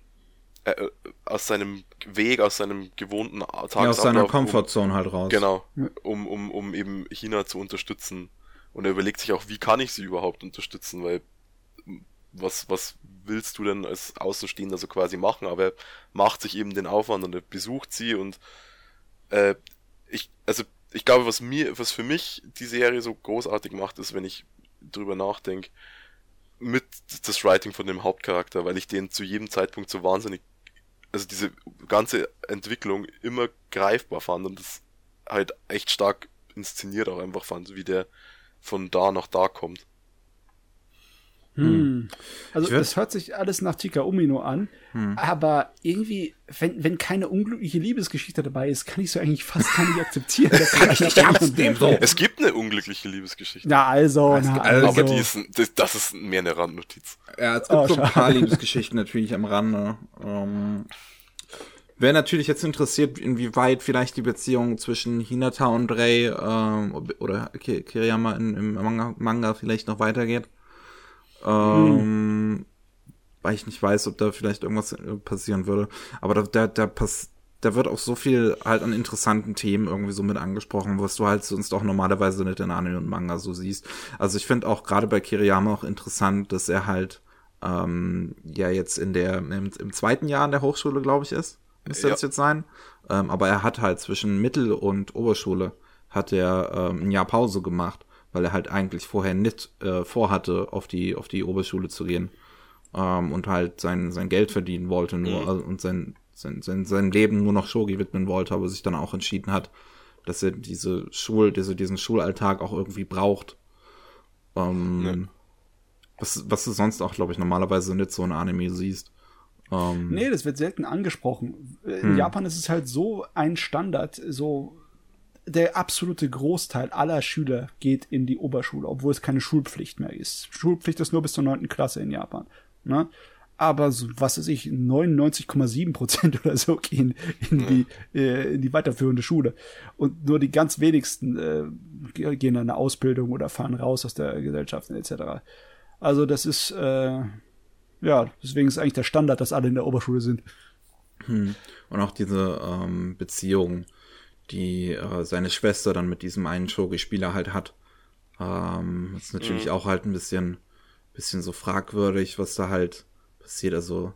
Weg, aus seinem gewohnten Tagesablauf. Ja, aus seiner Comfortzone halt raus. Genau, um eben Hina zu unterstützen. Und er überlegt sich auch, wie kann ich sie überhaupt unterstützen, weil was willst du denn als Außenstehender so quasi machen? Aber er macht sich eben den Aufwand und er besucht sie und ich glaube, was für mich die Serie so großartig macht, ist, wenn ich drüber nachdenke, mit das Writing von dem Hauptcharakter, weil ich den zu jedem Zeitpunkt so wahnsinnig, also diese ganze Entwicklung immer greifbar fand und das halt echt stark inszeniert auch einfach fand, wie der von da nach da kommt. Also das hört sich alles nach Chika Umino an, aber irgendwie, wenn keine unglückliche Liebesgeschichte dabei ist, kann ich so eigentlich fast gar nicht akzeptieren. Es gibt eine unglückliche Liebesgeschichte. Aber das ist mehr eine Randnotiz. Ja, es gibt so ein paar Liebesgeschichten natürlich am Rande. Wäre natürlich jetzt interessiert, inwieweit vielleicht die Beziehung zwischen Hinata und Rei oder Kiriyama im Manga vielleicht noch weitergeht. Weil ich nicht weiß, ob da vielleicht irgendwas passieren würde. Aber da wird auch so viel halt an interessanten Themen irgendwie so mit angesprochen, was du halt sonst auch normalerweise nicht in Anime und Manga so siehst. Also ich finde auch gerade bei Kiriyama auch interessant, dass er halt jetzt im zweiten Jahr an der Hochschule, glaube ich, ist. Müsste das jetzt sein. Aber er hat halt zwischen Mittel- und Oberschule hat er ein Jahr Pause gemacht, weil er halt eigentlich vorher nicht vorhatte, auf die Oberschule zu gehen und halt sein Geld verdienen wollte nur und sein Leben nur noch Shogi widmen wollte, aber sich dann auch entschieden hat, dass er diesen Schulalltag auch irgendwie braucht. Was du sonst auch, glaube ich, normalerweise nicht so in Anime siehst. Nee, das wird selten angesprochen. In Japan ist es halt so ein Standard, so der absolute Großteil aller Schüler geht in die Oberschule, obwohl es keine Schulpflicht mehr ist. Schulpflicht ist nur bis zur 9. Klasse in Japan. Ne? Aber so, was weiß ich, 99,7% oder so gehen in die weiterführende Schule. Und nur die ganz wenigsten gehen in eine Ausbildung oder fahren raus aus der Gesellschaft etc. Also das ist, deswegen ist eigentlich der Standard, dass alle in der Oberschule sind. Und auch diese Beziehung, die seine Schwester dann mit diesem einen Shogi-Spieler halt hat. Ist natürlich auch halt ein bisschen bisschen so fragwürdig, was da halt passiert. Also,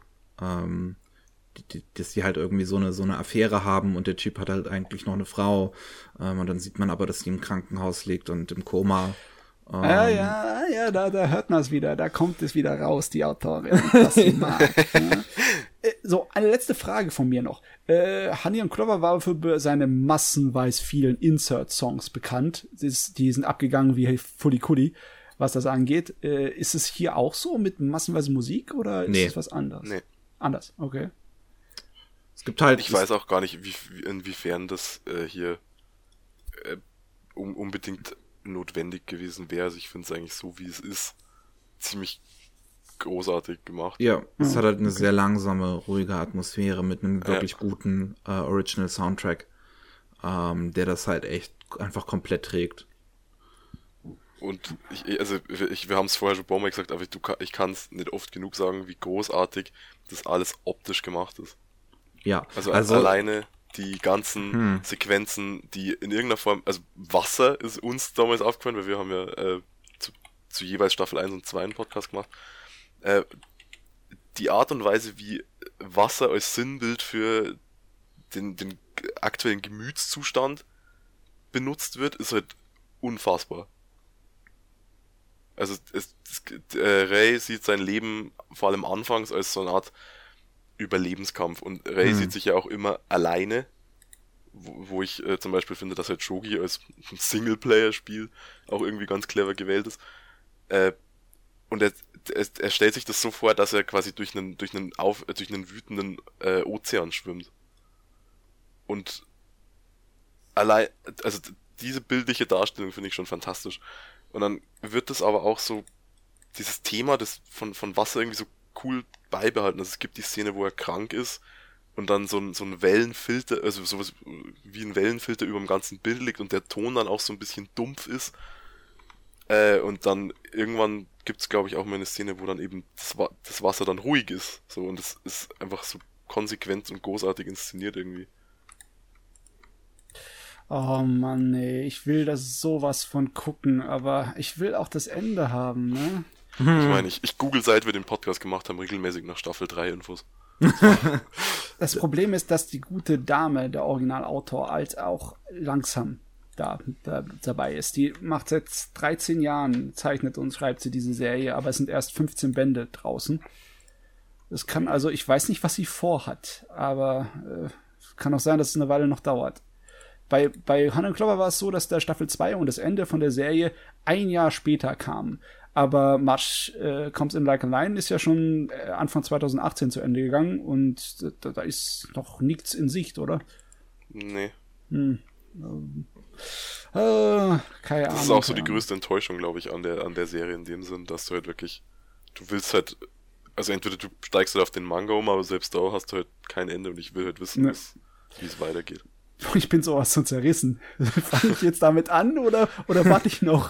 dass die halt irgendwie so eine Affäre haben und der Typ hat halt eigentlich noch eine Frau. Und dann sieht man aber, dass die im Krankenhaus liegt und im Koma. Ja, da hört man es wieder. Da kommt es wieder raus, die Autorin, was sie mag. Ja. So, eine letzte Frage von mir noch. Honey und Clover war für seine massenweise vielen Insert-Songs bekannt. Die sind abgegangen wie Fully Coolie, was das angeht. Ist es hier auch so mit massenweise Musik oder ist es was anderes? Nee. Anders, okay. Es gibt halt. Ich weiß auch gar nicht, inwiefern das hier unbedingt notwendig gewesen wäre. Also ich finde es eigentlich so, wie es ist, ziemlich großartig gemacht. Ja, es hat halt eine sehr langsame, ruhige Atmosphäre mit einem wirklich guten Original Soundtrack, der das halt echt einfach komplett trägt. Und wir haben es vorher schon ein paar Mal gesagt, aber ich kann es nicht oft genug sagen, wie großartig das alles optisch gemacht ist. Ja, also alleine die ganzen Sequenzen, die in irgendeiner Form, also Wasser ist uns damals aufgefallen, weil wir haben ja zu jeweils Staffel 1 und 2 einen Podcast gemacht. Die Art und Weise, wie Wasser als Sinnbild für den aktuellen Gemütszustand benutzt wird, ist halt unfassbar. Also Ray sieht sein Leben vor allem anfangs als so eine Art Überlebenskampf und Ray sieht sich ja auch immer alleine, wo ich zum Beispiel finde, dass halt Shogi als Singleplayer-Spiel auch irgendwie ganz clever gewählt ist. Und er stellt sich das so vor, dass er quasi durch einen wütenden Ozean schwimmt. Und allein, also diese bildliche Darstellung finde ich schon fantastisch. Und dann wird das aber auch so, dieses Thema das von Wasser irgendwie so cool beibehalten. Also es gibt die Szene, wo er krank ist und dann so ein Wellenfilter, also sowas wie ein Wellenfilter über dem ganzen Bild liegt und der Ton dann auch so ein bisschen dumpf ist. Und dann irgendwann gibt's, glaube ich, auch mal eine Szene, wo dann eben das Wasser dann ruhig ist. So, und es ist einfach so konsequent und großartig inszeniert irgendwie. Oh Mann, ey, ich will das sowas von gucken, aber ich will auch das Ende haben, ne? Ich meine, ich google, seit wir den Podcast gemacht haben, regelmäßig nach Staffel 3 Infos. Das Problem ist, dass die gute Dame, der Originalautor, als auch langsam dabei ist. Die macht seit 13 Jahren, zeichnet und schreibt sie diese Serie, aber es sind erst 15 Bände draußen. Das kann also, ich weiß nicht, was sie vorhat, aber kann auch sein, dass es eine Weile noch dauert. Bei Honey und Clover war es so, dass der Staffel 2 und das Ende von der Serie ein Jahr später kam. Aber March Comes in Like a Lion ist ja schon Anfang 2018 zu Ende gegangen und da ist noch nichts in Sicht, oder? Nee. Keine Ahnung. Das ist auch so die größte Enttäuschung, glaube ich, an der Serie in dem Sinn, dass du halt wirklich, du willst halt, also entweder du steigst halt auf den Manga um, aber selbst da hast du halt kein Ende und ich will halt wissen, wie es weitergeht. Ich bin sowas so zerrissen. Fange ich jetzt damit an oder warte ich noch?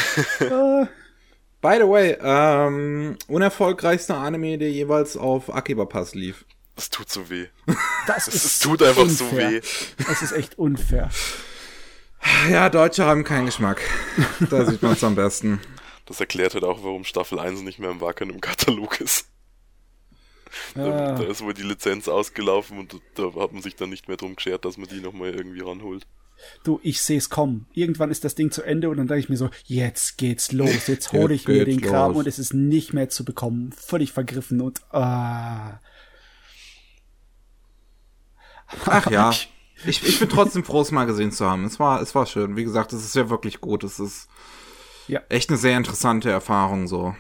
By the way, unerfolgreichster Anime, der jeweils auf Akiba Pass lief. Das tut so weh. Es tut einfach unfair. So weh. Es ist echt unfair. Ja, Deutsche haben keinen Geschmack. Da sieht man es am besten. Das erklärt halt auch, warum Staffel 1 nicht mehr im Wacken im Katalog ist. Da ist wohl die Lizenz ausgelaufen und da hat man sich dann nicht mehr drum geschert, dass man die nochmal irgendwie ranholt. Du, ich seh's kommen. Irgendwann ist das Ding zu Ende und dann denke ich mir so, jetzt geht's los. Jetzt hole ich mir den Kram und es ist nicht mehr zu bekommen. Völlig vergriffen und Ach ja. Ich bin trotzdem froh, es mal gesehen zu haben. Es war schön. Wie gesagt, es ist ja wirklich gut. Es ist echt eine sehr interessante Erfahrung so.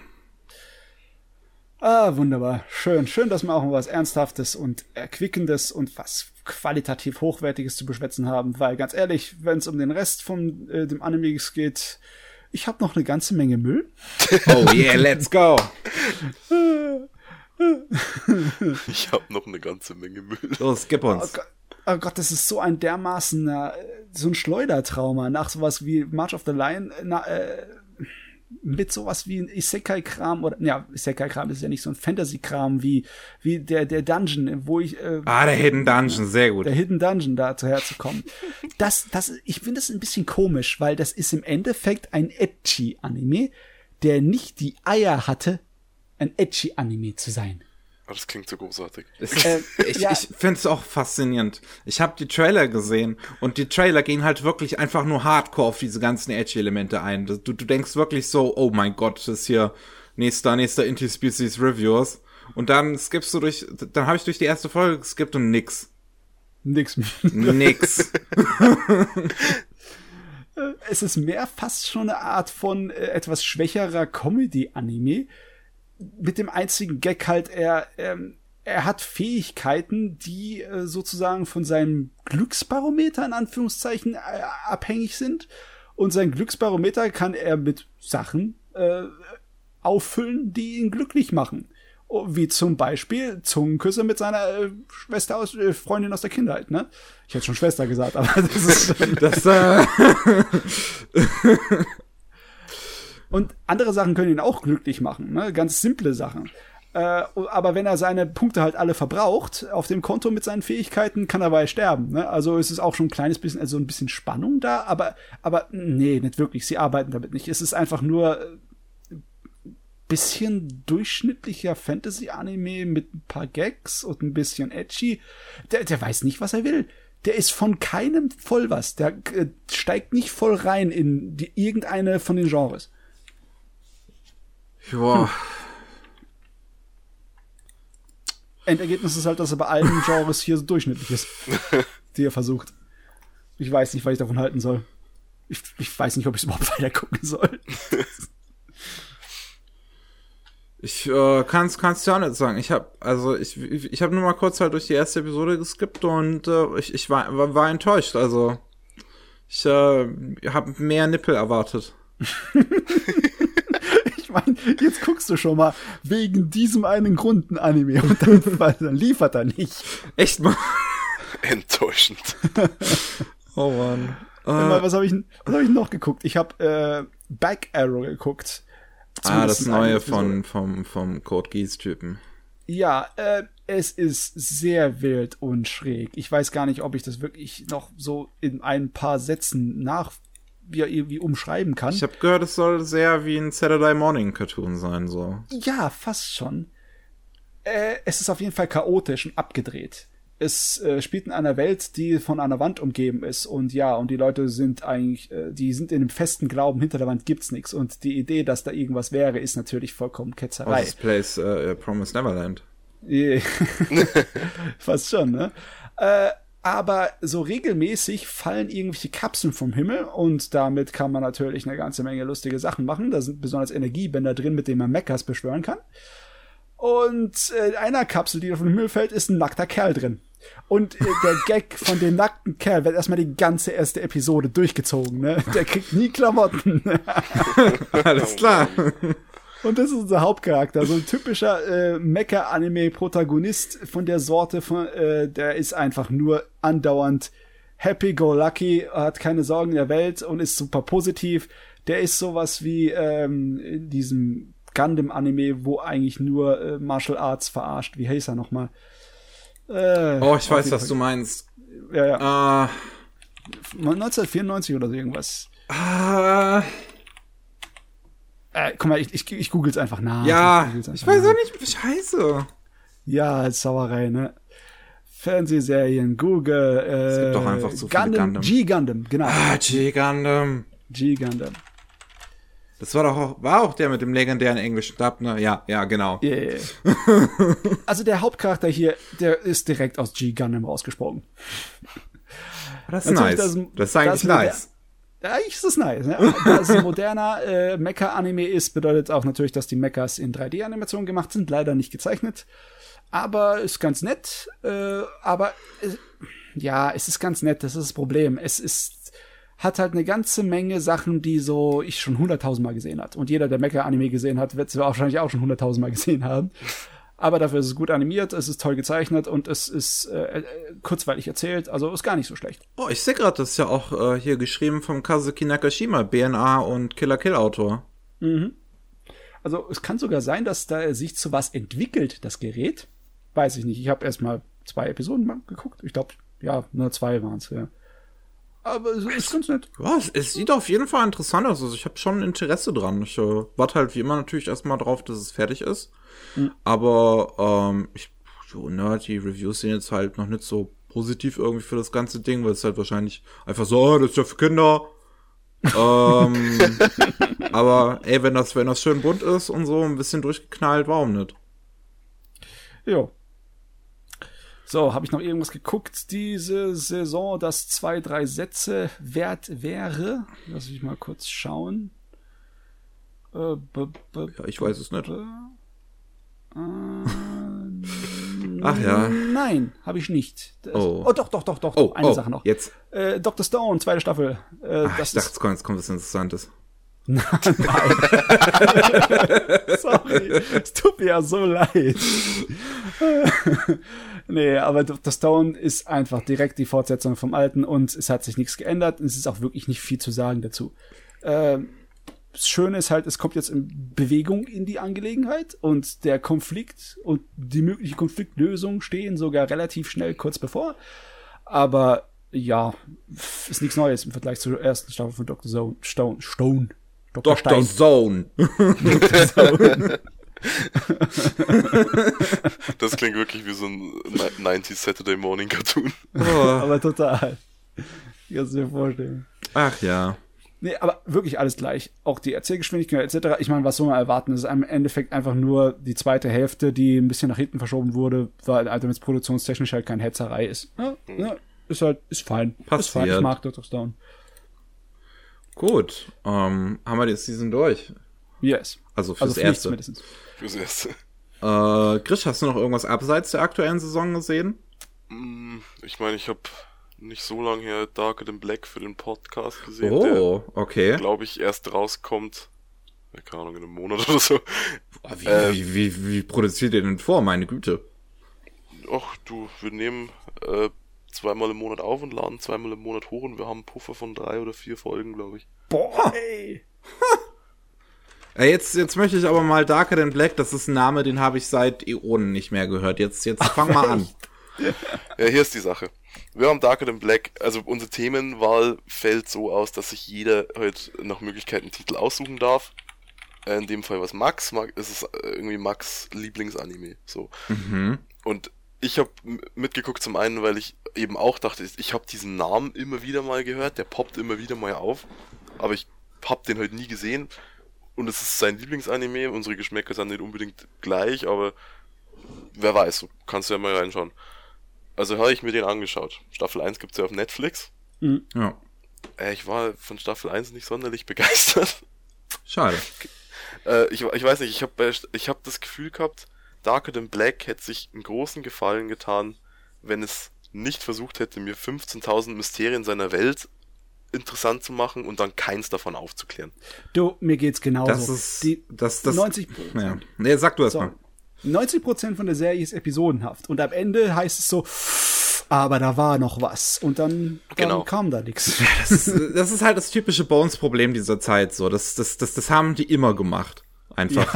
Wunderbar. Schön, dass wir auch was Ernsthaftes und Erquickendes und was qualitativ Hochwertiges zu beschwätzen haben, weil ganz ehrlich, wenn es um den Rest von dem Anime geht, ich habe noch eine ganze Menge Müll. Oh yeah, let's go! Ich habe noch eine ganze Menge Müll. Los, gib uns. Oh Gott, das ist so ein dermaßen, so ein Schleudertrauma nach sowas wie March of the Lion, mit sowas wie ein Isekai-Kram oder, Isekai-Kram ist ja nicht so ein Fantasy-Kram wie der Dungeon, wo ich, der Hidden Dungeon, sehr gut. Der Hidden Dungeon da herzukommen. Ich finde das ein bisschen komisch, weil das ist im Endeffekt ein Ecchi-Anime, der nicht die Eier hatte, ein Ecchi-Anime zu sein. Oh, das klingt so großartig. Ich finde es auch faszinierend. Ich habe die Trailer gesehen und die Trailer gehen halt wirklich einfach nur hardcore auf diese ganzen Edge-Elemente ein. Du denkst wirklich so, oh mein Gott, das ist hier nächster Interspecies Reviews. Und dann skippst du dann habe ich durch die erste Folge geskippt und nix. Nix. Es ist mehr fast schon eine Art von etwas schwächerer Comedy-Anime. Mit dem einzigen Gag halt, er hat Fähigkeiten, die sozusagen von seinem Glücksbarometer in Anführungszeichen abhängig sind. Und sein Glücksbarometer kann er mit Sachen auffüllen, die ihn glücklich machen. Wie zum Beispiel Zungenküsse mit seiner Freundin aus der Kindheit, ne? Ich hätte schon Schwester gesagt, aber das ist... Und andere Sachen können ihn auch glücklich machen, ne? Ganz simple Sachen. Aber wenn er seine Punkte halt alle verbraucht auf dem Konto mit seinen Fähigkeiten, kann er dabei sterben, ne? Also es ist auch schon ein kleines bisschen, also ein bisschen Spannung da, aber nee, nicht wirklich. Sie arbeiten damit nicht. Es ist einfach nur bisschen durchschnittlicher Fantasy-Anime mit ein paar Gags und ein bisschen edgy. Der weiß nicht, was er will. Der ist von keinem voll was. Der steigt nicht voll rein in irgendeine von den Genres. Ja. Endergebnis ist halt, dass er bei allen Genres hier so durchschnittlich ist, die er versucht. Ich weiß nicht, was ich davon halten soll. Ich weiß nicht, ob ich es überhaupt weiter gucken soll. Ich kann's dir auch nicht sagen. Ich habe nur mal kurz halt durch die erste Episode geskippt und ich war enttäuscht. Also ich habe mehr Nippel erwartet. Ich meine, jetzt guckst du schon mal wegen diesem einen Grund ein Anime und dann liefert er nicht. Echt mal? Enttäuschend. Oh Mann. Was habe ich noch geguckt? Ich habe Back Arrow geguckt. Das neue vom Code Geass-Typen. Ja, es ist sehr wild und schräg. Ich weiß gar nicht, ob ich das wirklich noch so in ein paar Sätzen irgendwie umschreiben kann. Ich habe gehört, es soll sehr wie ein Saturday Morning Cartoon sein, so. Ja, fast schon. Es ist auf jeden Fall chaotisch und abgedreht. Es spielt in einer Welt, die von einer Wand umgeben ist. Und ja, und die Leute sind eigentlich, die sind in einem festen Glauben, hinter der Wand gibt's nichts. Und die Idee, dass da irgendwas wäre, ist natürlich vollkommen Ketzerei. This place, Promised Neverland. Fast schon, ne? Aber so regelmäßig fallen irgendwelche Kapseln vom Himmel und damit kann man natürlich eine ganze Menge lustige Sachen machen. Da sind besonders Energiebänder drin, mit denen man Mechas beschwören kann. Und in einer Kapsel, die vom Himmel fällt, ist ein nackter Kerl drin. Und der Gag von dem nackten Kerl wird erstmal die ganze erste Episode durchgezogen, ne? Der kriegt nie Klamotten. Alles klar. Und das ist unser Hauptcharakter, so ein typischer Mecha-Anime-Protagonist von der Sorte, der ist einfach nur andauernd happy-go-lucky, hat keine Sorgen in der Welt und ist super positiv. Der ist sowas wie in diesem Gundam-Anime, wo eigentlich nur Martial Arts verarscht. Wie heißt er nochmal? Ich weiß, was du meinst. Ja. 1994 oder so irgendwas. Guck mal, ich google's einfach nach. Ja, ich weiß auch nicht, Scheiße. Ja, Sauerei, ne? Fernsehserien, Google, es gibt doch einfach so viele Gundam. G-Gundam, genau. G-Gundam. G-Gundam. Das war auch der mit dem legendären englischen Dub, ne? Ja, genau. Yeah. Also der Hauptcharakter hier, der ist direkt aus G-Gundam rausgesprungen. Das ist nice. Das ist eigentlich nice. Eigentlich ist das nice, ne? Dass es ein moderner Mecha-Anime ist, bedeutet auch natürlich, dass die Mechas in 3D-Animationen gemacht sind, leider nicht gezeichnet. Aber ist ganz nett. Es ist ganz nett, das ist das Problem. Hat halt eine ganze Menge Sachen, die so ich schon 100.000 Mal gesehen hat. Und jeder, der Mecha-Anime gesehen hat, wird es wahrscheinlich auch schon 100.000 Mal gesehen haben. Aber dafür ist es gut animiert, es ist toll gezeichnet und es ist kurzweilig erzählt. Also ist gar nicht so schlecht. Oh, ich sehe gerade, das ist ja auch hier geschrieben vom Kazuki Nakashima, BNA und Killer Kill Autor. Mhm. Also es kann sogar sein, dass da sich zu was entwickelt, das Gerät. Weiß ich nicht. Ich habe erst mal 2 Episoden mal geguckt. Ich glaube, ja, nur 2 waren es, ja. Aber es ist ganz nett. Ja, es sieht auf jeden Fall interessant aus. Also ich habe schon Interesse dran. Ich warte halt wie immer natürlich erstmal drauf, dass es fertig ist. Aber die Reviews sind jetzt halt noch nicht so positiv irgendwie für das ganze Ding, weil es halt wahrscheinlich einfach so, das ist ja für Kinder. Aber ey, wenn das schön bunt ist und so ein bisschen durchgeknallt, warum nicht? Jo. So, habe ich noch irgendwas geguckt diese Saison, das 2-3 Sätze wert wäre? Lass mich mal kurz schauen. Ja, ich weiß es nicht. Ach ja. Nein, habe ich nicht. Oh, doch. Eine Sache noch. Jetzt. Dr. Stone, zweite Staffel. Ich dachte, es kommt was Interessantes. Nein. Sorry, es tut mir ja so leid. Nee, aber Dr. Stone ist einfach direkt die Fortsetzung vom Alten und es hat sich nichts geändert und es ist auch wirklich nicht viel zu sagen dazu. Das Schöne ist halt, es kommt jetzt in Bewegung in die Angelegenheit und der Konflikt und die mögliche Konfliktlösung stehen sogar relativ schnell kurz bevor. Aber ja, ist nichts Neues im Vergleich zur ersten Staffel von Dr. Stone. Dr. Zone. Das klingt wirklich wie so ein 90s Saturday Morning Cartoon. Aber total. Ich kann es mir vorstellen. Ach ja. Nee, aber wirklich alles gleich. Auch die Erzählgeschwindigkeit etc. Ich meine, was soll man erwarten? Es ist im Endeffekt einfach nur die zweite Hälfte, die ein bisschen nach hinten verschoben wurde, weil damit es produktionstechnisch halt keine Hetzerei ist. Ja, ist fein. Passiert. Ist fein. Ich mag Dr. Stone. Gut. Haben wir die Season durch? Yes. Also fürs Erste. Mindestens. Fürs Erste. Grisch, hast du noch irgendwas abseits der aktuellen Saison gesehen? Ich meine, ich habe nicht so lange her Darker Than Black für den Podcast gesehen. Oh, okay. Glaube ich, erst rauskommt, keine Ahnung, in einem Monat oder so. Wie produziert ihr denn vor, meine Güte? Ach du, wir nehmen zweimal im Monat auf und laden zweimal im Monat hoch und wir haben einen Puffer von 3 oder 4 Folgen, glaube ich. Boah, ey. Jetzt möchte ich aber mal Darker Than Black, das ist ein Name, den habe ich seit Äonen nicht mehr gehört. Jetzt fang mal an. Ja, hier ist die Sache. Wir haben Darker Than Black, also unsere Themenwahl fällt so aus, dass sich jeder halt nach Möglichkeit einen Titel aussuchen darf. In dem Fall was Max ist es irgendwie Max Lieblingsanime. So. Und ich habe mitgeguckt zum einen, weil ich eben auch dachte, ich habe diesen Namen immer wieder mal gehört, der poppt immer wieder mal auf, aber ich habe den halt nie gesehen. Und es ist sein Lieblingsanime, unsere Geschmäcker sind nicht unbedingt gleich, aber wer weiß, so kannst du ja mal reinschauen. Also habe ich mir den angeschaut. Staffel 1 gibt's ja auf Netflix. Ja. Ich war von Staffel 1 nicht sonderlich begeistert. Schade. Ich weiß nicht, ich hab das Gefühl gehabt, Darker Than Black hätte sich einen großen Gefallen getan, wenn es nicht versucht hätte, mir 15.000 Mysterien seiner Welt interessant zu machen und dann keins davon aufzuklären. Du, mir geht's genauso. Das ist, die 90%. Ja. Nee, sag du erst mal. 90% von der Serie ist episodenhaft und am Ende heißt es so, aber da war noch was und dann kam da nichts. Das ist halt das typische Bones-Problem dieser Zeit, so. Das haben die immer gemacht. Einfach,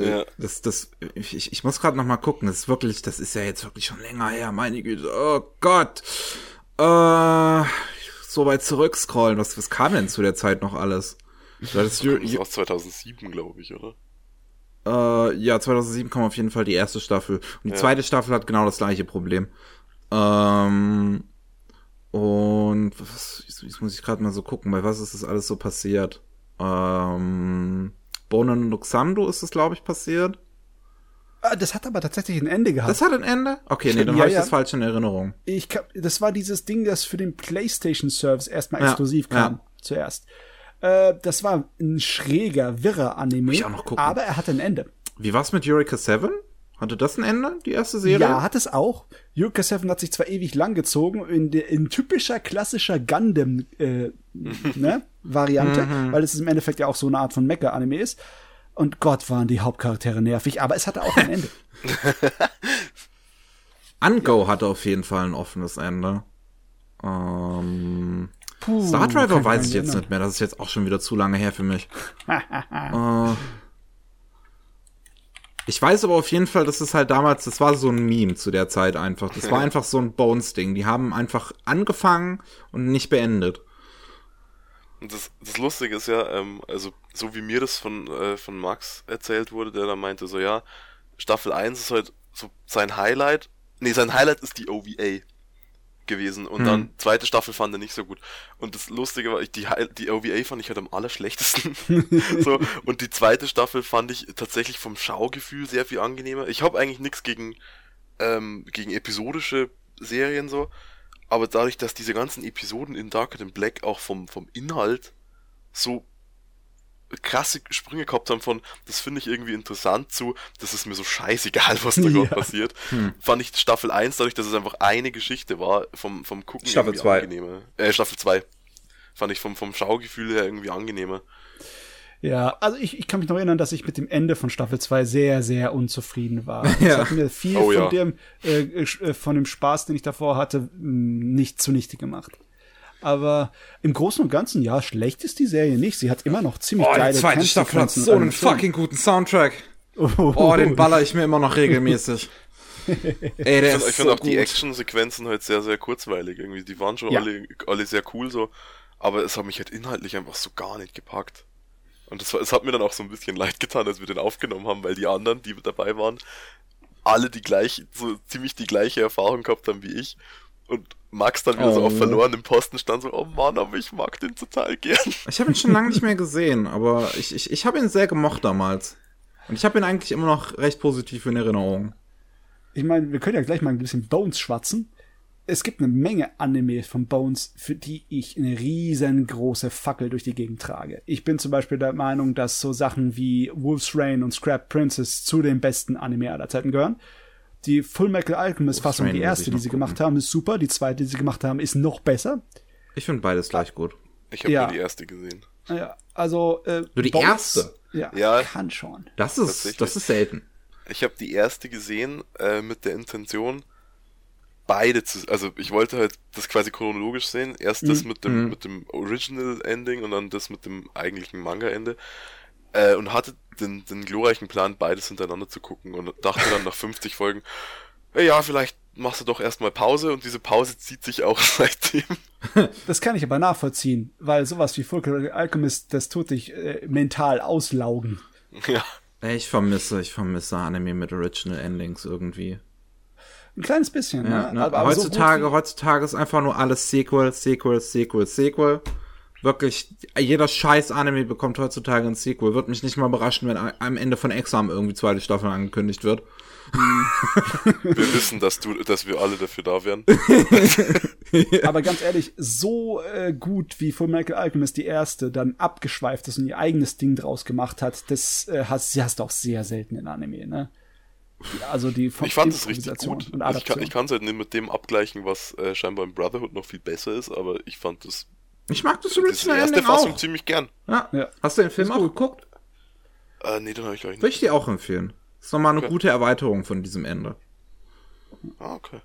ich muss gerade noch mal gucken, das ist ja jetzt wirklich schon länger her, meine Güte, oh Gott. So weit zurückscrollen, was kam denn zu der Zeit noch alles? Das ist aus 2007, glaube ich, oder? Ja, 2007 kam auf jeden Fall die erste Staffel. Und die zweite Staffel hat genau das gleiche Problem. Und jetzt muss ich gerade mal so gucken, bei was ist das alles so passiert? Bonen Luxando ist das, glaube ich, passiert. Das hat aber tatsächlich ein Ende gehabt. Das hat ein Ende? Okay, nee, dann habe ich das falsch in Erinnerung. Das war dieses Ding, das für den PlayStation-Service erstmal exklusiv kam, zuerst. Das war ein schräger, wirrer Anime, ich auch noch gucken. aber er hatte ein Ende. Wie war's mit Eureka 7? Hatte das ein Ende, die erste Serie? Ja, hat es auch. Eureka 7 hat sich zwar ewig lang gezogen, in typischer, klassischer Gundam Variante, weil es im Endeffekt ja auch so eine Art von Mecha-Anime ist. Und Gott, waren die Hauptcharaktere nervig, aber es hatte auch ein Ende. Ungo hatte auf jeden Fall ein offenes Ende. Star Driver weiß ich jetzt nicht mehr, das ist jetzt auch schon wieder zu lange her für mich. Ich weiß aber auf jeden Fall, dass es halt damals, das war so ein Meme zu der Zeit einfach. Das war einfach so ein Bones-Ding. Die haben einfach angefangen und nicht beendet. Und das Lustige ist ja, also so wie mir das von Max erzählt wurde, der dann meinte so, ja, Staffel 1 ist halt so sein Highlight. Nee, sein Highlight ist die OVA gewesen und dann zweite Staffel fand er nicht so gut. Und das Lustige war, die OVA fand ich halt am allerschlechtesten. So, und die zweite Staffel fand ich tatsächlich vom Schaugefühl sehr viel angenehmer. Ich habe eigentlich nichts gegen episodische Serien so, aber dadurch, dass diese ganzen Episoden in Darker Than Black auch vom Inhalt so krasse Sprünge gehabt haben von, das finde ich irgendwie interessant zu, das ist mir so scheißegal, was da gerade passiert, fand ich Staffel 1, dadurch, dass es einfach eine Geschichte war, vom Gucken Staffel 2. angenehmer. Staffel 2. Fand ich vom Schaugefühl her irgendwie angenehmer. Ja, also ich kann mich noch erinnern, dass ich mit dem Ende von Staffel 2 sehr, sehr unzufrieden war. Ja. Das hat mir viel von dem Spaß, den ich davor hatte, nicht zunichte gemacht. Aber im Großen und Ganzen, ja, schlecht ist die Serie nicht. Sie hat immer noch ziemlich geile die zweite Staffel hat so einen fucking guten Soundtrack. Den baller ich mir immer noch regelmäßig. Ey, der ich finde auch die Actionsequenzen halt sehr, sehr kurzweilig irgendwie. Die waren schon alle sehr cool so, aber es hat mich halt inhaltlich einfach so gar nicht gepackt. Und es hat mir dann auch so ein bisschen leid getan, als wir den aufgenommen haben, weil die anderen, die dabei waren, alle so ziemlich die gleiche Erfahrung gehabt haben wie ich. Und Max dann wieder so auf verlorenem Posten stand so, oh Mann, aber ich mag den total gern. Ich habe ihn schon lange nicht mehr gesehen, aber ich habe ihn sehr gemocht damals. Und ich habe ihn eigentlich immer noch recht positiv in Erinnerung. Ich meine, wir können ja gleich mal ein bisschen Bones schwatzen. Es gibt eine Menge Anime von Bones, für die ich eine riesengroße Fackel durch die Gegend trage. Ich bin zum Beispiel der Meinung, dass so Sachen wie Wolf's Rain und Scrap Princess zu den besten Anime aller Zeiten gehören. Die Fullmetal Alchemist Fassung, die erste, die sie gemacht haben, ist super. Die zweite, die sie gemacht haben, ist noch besser. Ich finde beides gleich gut. Ich habe nur die erste gesehen. Ja, also nur die erste? Ja, kann schon. Das ist selten. Ich habe die erste gesehen mit der Intention, beide also ich wollte halt das quasi chronologisch sehen. Erst das mit dem Original Ending und dann das mit dem eigentlichen Manga-Ende. Und hatte den glorreichen Plan, beides hintereinander zu gucken und dachte dann nach 50 Folgen, ja, vielleicht machst du doch erstmal Pause und diese Pause zieht sich auch seitdem. Das kann ich aber nachvollziehen, weil sowas wie Fullmetal Alchemist, das tut dich mental auslaugen. Ja. Ich vermisse Anime mit Original Endings irgendwie. Ein kleines bisschen, ja, ne? Aber heutzutage ist einfach nur alles Sequel. Wirklich, jeder scheiß Anime bekommt heutzutage ein Sequel. Wird mich nicht mal überraschen, wenn am Ende von Exam irgendwie zweite Staffel angekündigt wird. Wir wissen, dass wir alle dafür da wären. Aber ganz ehrlich, so gut wie Fullmetal Alchemist die erste dann abgeschweift ist und ihr eigenes Ding draus gemacht hat, das hast du auch sehr selten in Anime, ne? Also ich fand es richtig gut. Ich kann es halt nicht mit dem abgleichen, was scheinbar im Brotherhood noch viel besser ist, aber ich fand das. Ich mag das Original erste Ending Fassung auch. Ziemlich gern. Ja. Hast du den Film auch geguckt? Nee, den habe ich gleich nicht. Würde ich dir auch empfehlen. Ist nochmal eine gute Erweiterung von diesem Ende. Okay.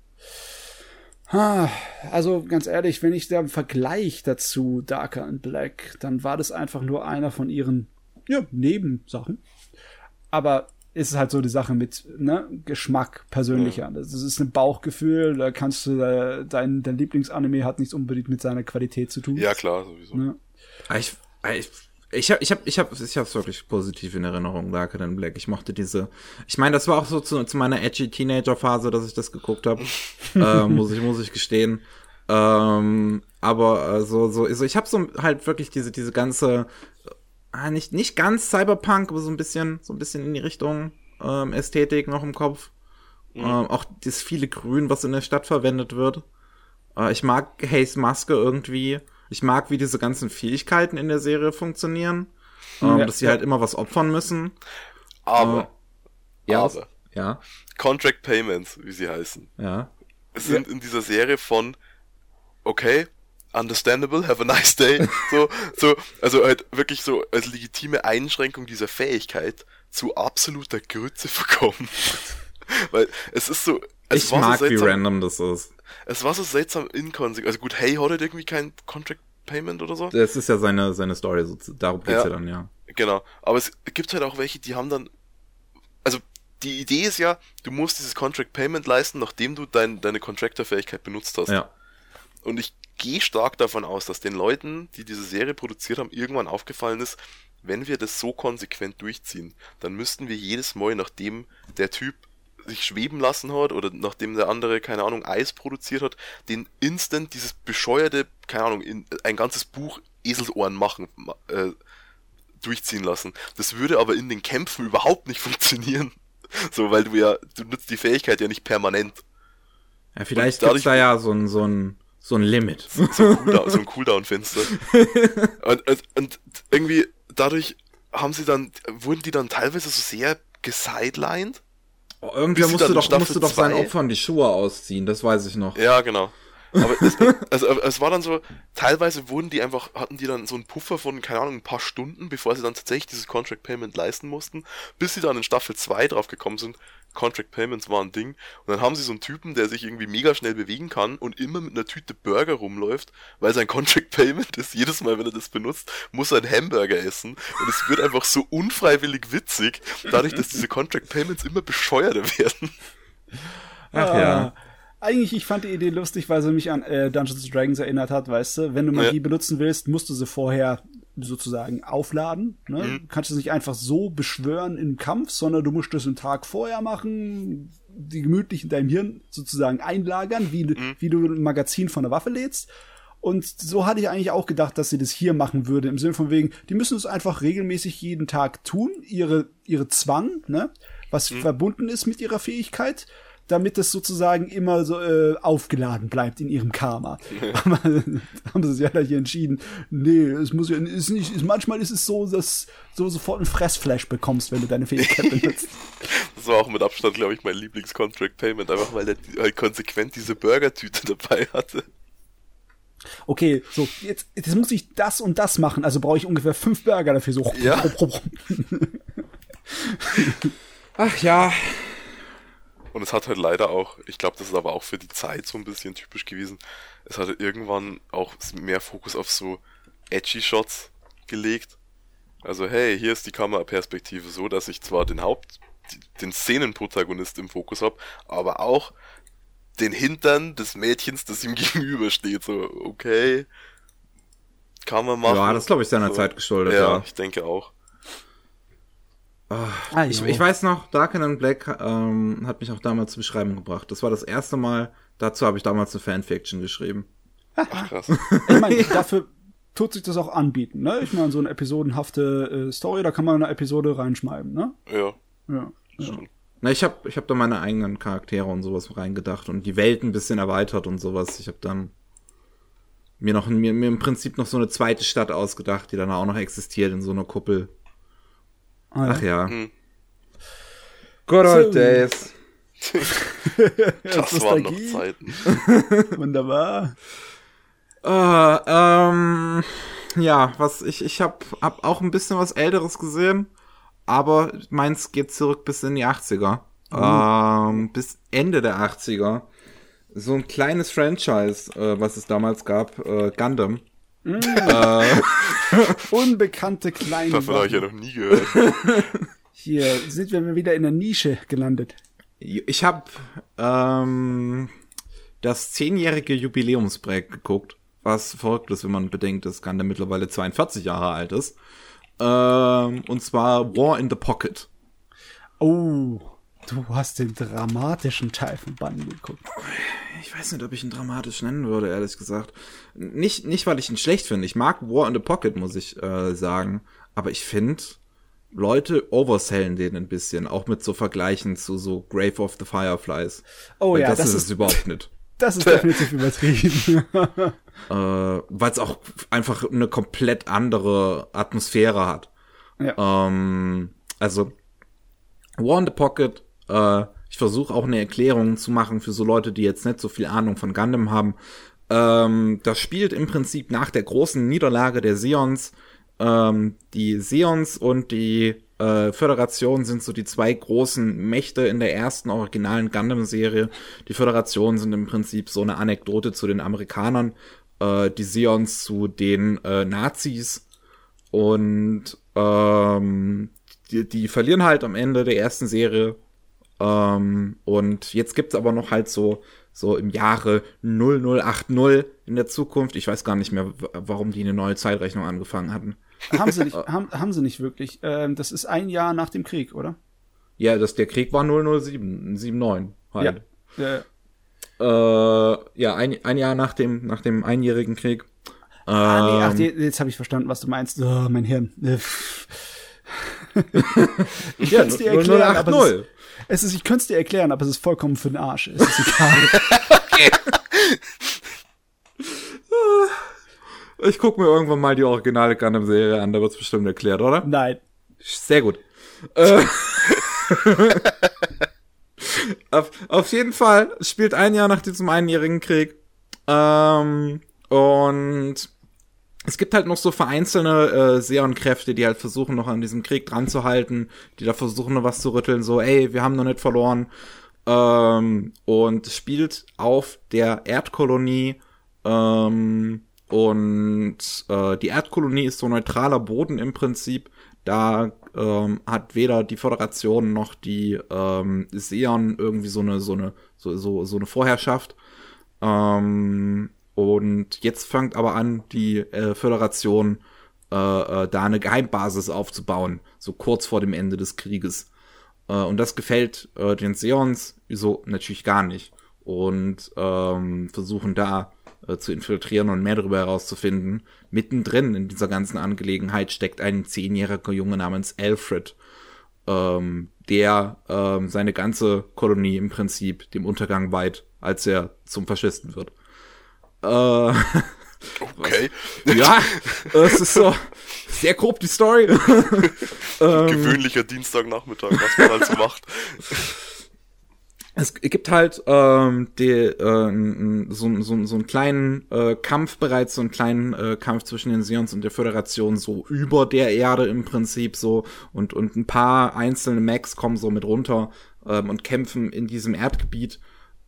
Also ganz ehrlich, wenn ich da im Vergleich dazu Darker and Black, dann war das einfach nur einer von ihren Nebensachen. Aber ist es halt so die Sache mit Geschmack persönlicher. Das ist ein Bauchgefühl, da kannst du dein Lieblingsanime hat nichts unbedingt mit seiner Qualität zu tun. Ja, klar, sowieso. Ne? Ich hab's wirklich positiv in Erinnerung, Darker Than Black. Ich mochte ich meine, das war auch so zu meiner edgy Teenager-Phase, dass ich das geguckt habe. muss ich gestehen. Aber ich habe so halt wirklich diese ganze nicht ganz Cyberpunk, aber so ein bisschen in die Richtung Ästhetik noch im Kopf. Auch das viele Grün, was in der Stadt verwendet wird. Ich mag Hays Maske irgendwie. Ich mag, wie diese ganzen Fähigkeiten in der Serie funktionieren. Dass sie halt immer was opfern müssen. Aber. Contract Payments, wie sie heißen. Ja. Es sind in dieser Serie von okay, understandable, have a nice day. Also halt wirklich so als legitime Einschränkung dieser Fähigkeit zu absoluter Grütze verkommen. Weil es ist so. Ich mag, wie random das ist. Es war so seltsam inkonsequent. Also gut, Hey hat halt irgendwie kein Contract Payment oder so. Das ist ja seine Story, darum geht's ja dann, ja. Genau. Aber es gibt halt auch welche, die haben dann. Also die Idee ist ja, du musst dieses Contract Payment leisten, nachdem du deine Contractor-Fähigkeit benutzt hast. Ja. Und ich gehe stark davon aus, dass den Leuten, die diese Serie produziert haben, irgendwann aufgefallen ist, wenn wir das so konsequent durchziehen, dann müssten wir jedes Mal, nachdem der Typ sich schweben lassen hat oder nachdem der andere, keine Ahnung, Eis produziert hat, den instant dieses bescheuerte, keine Ahnung, ein ganzes Buch Eselsohren machen, durchziehen lassen. Das würde aber in den Kämpfen überhaupt nicht funktionieren. So, weil du nutzt die Fähigkeit ja nicht permanent. Ja, vielleicht gibt's da ja so ein Limit. So ein Cooldown-Fenster. und irgendwie dadurch wurden die dann teilweise so sehr gesidelined. Oh, irgendwer musste doch seinen Opfern die Schuhe ausziehen, das weiß ich noch. Ja, genau. Aber es war dann so, teilweise hatten die dann so einen Puffer von, keine Ahnung, ein paar Stunden, bevor sie dann tatsächlich dieses Contract Payment leisten mussten, bis sie dann in Staffel 2 drauf gekommen sind, Contract Payments war ein Ding. Und dann haben sie so einen Typen, der sich irgendwie mega schnell bewegen kann und immer mit einer Tüte Burger rumläuft, weil sein Contract Payment ist, jedes Mal, wenn er das benutzt, muss er einen Hamburger essen. Und es wird einfach so unfreiwillig witzig, dadurch, dass diese Contract Payments immer bescheuerter werden. Ach ja. Eigentlich, ich fand die Idee lustig, weil sie mich an Dungeons & Dragons erinnert hat, weißt du? Wenn du Magie benutzen willst, musst du sie vorher sozusagen aufladen. Ne? Du kannst es nicht einfach so beschwören im Kampf, sondern du musst das einen Tag vorher machen, die gemütlich in deinem Hirn sozusagen einlagern, wie du ein Magazin von einer Waffe lädst. Und so hatte ich eigentlich auch gedacht, dass sie das hier machen würde, im Sinne von wegen, die müssen es einfach regelmäßig jeden Tag tun, ihre Zwang, ne? Was verbunden ist mit ihrer Fähigkeit, damit es sozusagen immer so aufgeladen bleibt in ihrem Karma. Ja. Aber haben sie sich ja hier entschieden, nee, manchmal ist es so, dass du sofort einen Fressflash bekommst, wenn du deine Fähigkeit benutzt. Das war auch mit Abstand, glaube ich, mein Lieblings-Contract-Payment, einfach weil der halt konsequent diese Burgertüte dabei hatte. Okay, so, jetzt muss ich das und das machen, also brauche ich ungefähr 5 Burger dafür, so. Ja. Ach ja. Und es hat halt leider auch, ich glaube, das ist aber auch für die Zeit so ein bisschen typisch gewesen, es hatte irgendwann auch mehr Fokus auf so edgy Shots gelegt. Also hey, hier ist die Kameraperspektive so, dass ich zwar den Szenenprotagonist im Fokus habe, aber auch den Hintern des Mädchens, das ihm gegenübersteht. So, okay, kann man machen. Ja, das glaube ich seiner Zeit geschuldet. Ja, ich denke auch. Ich weiß noch, Darker Than Black hat mich auch damals zur Beschreibung gebracht. Das war das erste Mal, dazu habe ich damals eine Fanfiction geschrieben. Ach, krass. Ich meine, dafür tut sich das auch anbieten, ne? Ich meine, so eine episodenhafte Story, da kann man eine Episode reinschreiben, ne? Ja. Na, ich hab da meine eigenen Charaktere und sowas reingedacht und die Welt ein bisschen erweitert und sowas. Ich habe dann mir im Prinzip noch so eine zweite Stadt ausgedacht, die dann auch noch existiert in so einer Kuppel. Ach ja. Good old days. Das waren noch Zeiten. Wunderbar. Ja, ich hab auch ein bisschen was Älteres gesehen, aber meins geht zurück bis in die 80er. Bis Ende der 80er. So ein kleines Franchise, was es damals gab, Gundam. Unbekannte kleine Davon habe ich ja noch nie gehört. Hier sind wir wieder in der Nische gelandet. Ich habe das 10-jährige Jubiläumsprojekt geguckt, was verrückt ist, wenn man bedenkt, dass Gundam mittlerweile 42 Jahre alt ist. Und zwar War in the Pocket. Oh, du hast den dramatischen Teil von Banden geguckt. Ich weiß nicht, ob ich ihn dramatisch nennen würde, ehrlich gesagt. Nicht, weil ich ihn schlecht finde. Ich mag War in the Pocket, muss ich sagen. Aber ich finde, Leute oversellen den ein bisschen. Auch mit so Vergleichen zu so Grave of the Fireflies. Oh weil ja, das ist es überhaupt nicht. Das ist definitiv übertrieben. Weil es auch einfach eine komplett andere Atmosphäre hat. Ja. Also, War in the Pocket, ich versuche auch eine Erklärung zu machen für so Leute, die jetzt nicht so viel Ahnung von Gundam haben. Das spielt im Prinzip nach der großen Niederlage der Zeons. Die Zeons und die Föderation sind so die zwei großen Mächte in der ersten originalen Gundam-Serie. Die Föderation sind im Prinzip so eine Anekdote zu den Amerikanern, die Zeons zu den Nazis und die verlieren halt am Ende der ersten Serie Und jetzt gibt's aber noch halt so im Jahre 0080 in der Zukunft. Ich weiß gar nicht mehr, warum die eine neue Zeitrechnung angefangen hatten. Haben sie nicht wirklich. Das ist ein Jahr nach dem Krieg, oder? Ja, der Krieg war 0079 halt. Ja. Ein Jahr nach dem einjährigen Krieg. Jetzt habe ich verstanden, was du meinst. Oh, mein Hirn. Ich Ja, könnte es dir erklären, 0080. ich könnte es dir erklären, aber es ist vollkommen für den Arsch. Es ist egal. Okay. Ich gucke mir irgendwann mal die originale Gundam-Serie an, da wird's bestimmt erklärt, oder? Nein. Sehr gut. Auf jeden Fall spielt ein Jahr nach diesem einjährigen Krieg. Und es gibt halt noch so vereinzelte Seon-Kräfte, die halt versuchen, noch an diesem Krieg dran zu halten, die da versuchen, noch was zu rütteln, so, ey, wir haben noch nicht verloren. Und es spielt auf der Erdkolonie, die Erdkolonie ist so neutraler Boden im Prinzip. Da hat weder die Föderation noch die Seon irgendwie so eine Vorherrschaft. Und jetzt fängt aber an, die Föderation da eine Geheimbasis aufzubauen, so kurz vor dem Ende des Krieges. Und das gefällt den Seons so natürlich gar nicht. Und versuchen da zu infiltrieren und mehr darüber herauszufinden. Mittendrin in dieser ganzen Angelegenheit steckt ein 10-jähriger Junge namens Alfred, der seine ganze Kolonie im Prinzip dem Untergang weiht, als er zum Faschisten wird. Okay. Ja, es ist so sehr grob die Story. Gewöhnlicher Dienstagnachmittag, was man halt so macht. Es gibt halt so einen kleinen Kampf bereits, so einen kleinen Kampf zwischen den Seons und der Föderation, so über der Erde im Prinzip so, und ein paar einzelne Mechs kommen so mit runter und kämpfen in diesem Erdgebiet.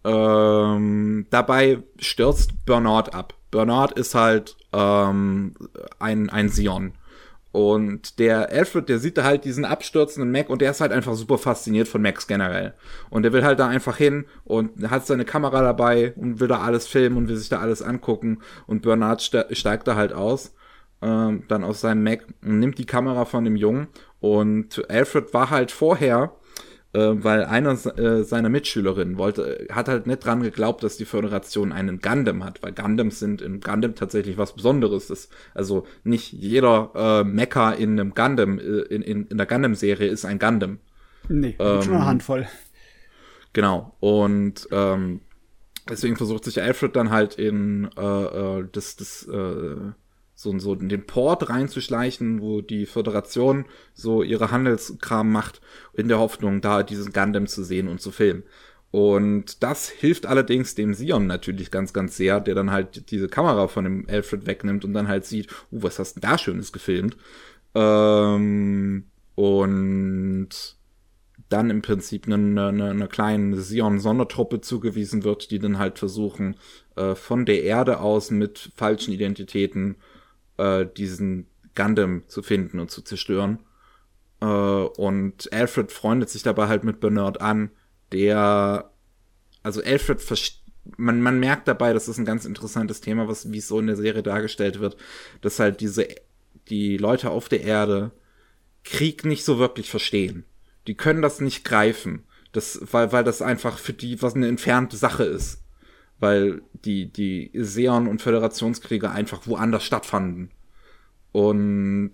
Dabei stürzt Burnout ab. Burnout ist halt ein Seon. Und der Alfred, der sieht da halt diesen abstürzenden Mech und der ist halt einfach super fasziniert von Mechs generell. Und der will halt da einfach hin und hat seine Kamera dabei und will da alles filmen und will sich da alles angucken. Und Bernard steigt da halt aus, dann aus seinem Mech und nimmt die Kamera von dem Jungen. Und Alfred war halt vorher, weil einer seiner Mitschülerinnen hat halt nicht dran geglaubt, dass die Föderation einen Gundam hat, weil Gundams sind in Gundam tatsächlich was Besonderes. Also nicht jeder Mecha in einem Gundam, in der Gundam-Serie ist ein Gundam. Nee, schon eine Handvoll. Genau. Und deswegen versucht sich Alfred dann halt in so den Port reinzuschleichen, wo die Föderation so ihre Handelskram macht, in der Hoffnung, da diesen Gundam zu sehen und zu filmen. Und das hilft allerdings dem Seon natürlich ganz, ganz sehr, der dann halt diese Kamera von dem Alfred wegnimmt und dann halt sieht, was hast du denn da Schönes gefilmt? Und dann im Prinzip eine kleine Seon-Sondertruppe zugewiesen wird, die dann halt versuchen, von der Erde aus mit falschen Identitäten diesen Gundam zu finden und zu zerstören. Und Alfred freundet sich dabei halt mit Bernard an, Alfred man merkt dabei, das ist ein ganz interessantes Thema, wie es so in der Serie dargestellt wird, dass halt die Leute auf der Erde Krieg nicht so wirklich verstehen. Die können das nicht greifen, weil das einfach für die was eine entfernte Sache ist. Weil die Seon- und Föderationskriege einfach woanders stattfanden. Und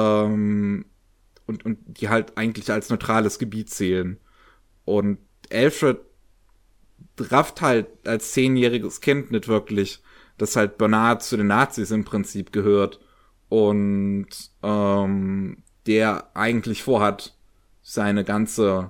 die halt eigentlich als neutrales Gebiet zählen. Und Alfred rafft halt als 10-jähriges Kind nicht wirklich, dass halt Bernard zu den Nazis im Prinzip gehört. Und der eigentlich vorhat, seine ganze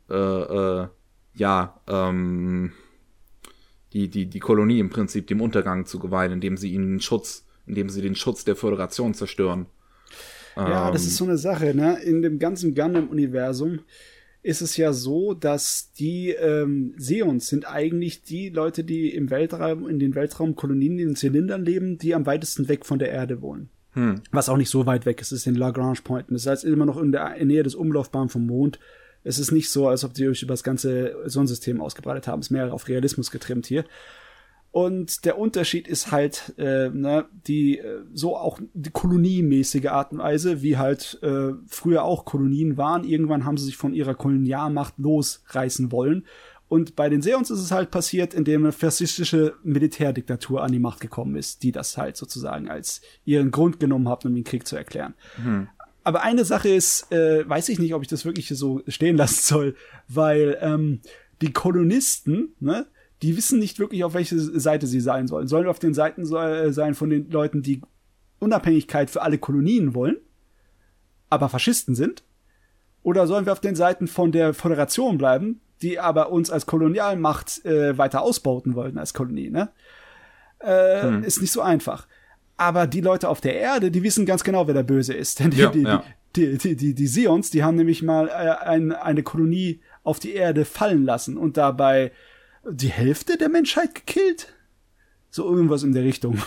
die Kolonie im Prinzip dem Untergang zu geweihen, indem sie den Schutz der Föderation zerstören. Ja, das ist so eine Sache, ne? In dem ganzen Gundam-Universum ist es ja so, dass die Seons sind eigentlich die Leute, die in den Weltraumkolonien, in den Zylindern leben, die am weitesten weg von der Erde wohnen. Was auch nicht so weit weg ist, ist in Lagrange Point. Das heißt immer noch in der Nähe des Umlaufbahns vom Mond. Es ist nicht so, als ob die euch über das ganze Sonnensystem ausgebreitet haben. Es ist mehr auf Realismus getrimmt hier. Und der Unterschied ist halt, so auch die koloniemäßige Art und Weise, wie halt früher auch Kolonien waren. Irgendwann haben sie sich von ihrer Kolonialmacht losreißen wollen. Und bei den Seons ist es halt passiert, indem eine faschistische Militärdiktatur an die Macht gekommen ist, die das halt sozusagen als ihren Grund genommen hat, um den Krieg zu erklären. Aber eine Sache ist, weiß ich nicht, ob ich das wirklich so stehen lassen soll, weil die Kolonisten, ne, die wissen nicht wirklich, auf welche Seite sie sein sollen. Sollen wir auf den Seiten sein von den Leuten, die Unabhängigkeit für alle Kolonien wollen, aber Faschisten sind? Oder sollen wir auf den Seiten von der Föderation bleiben, die aber uns als Kolonialmacht weiter ausbauten wollten als Kolonie, ne? Ist nicht so einfach. Aber die Leute auf der Erde, die wissen ganz genau, wer der Böse ist. Denn die Seons, die haben nämlich mal eine Kolonie auf die Erde fallen lassen und dabei die Hälfte der Menschheit gekillt? So irgendwas in der Richtung.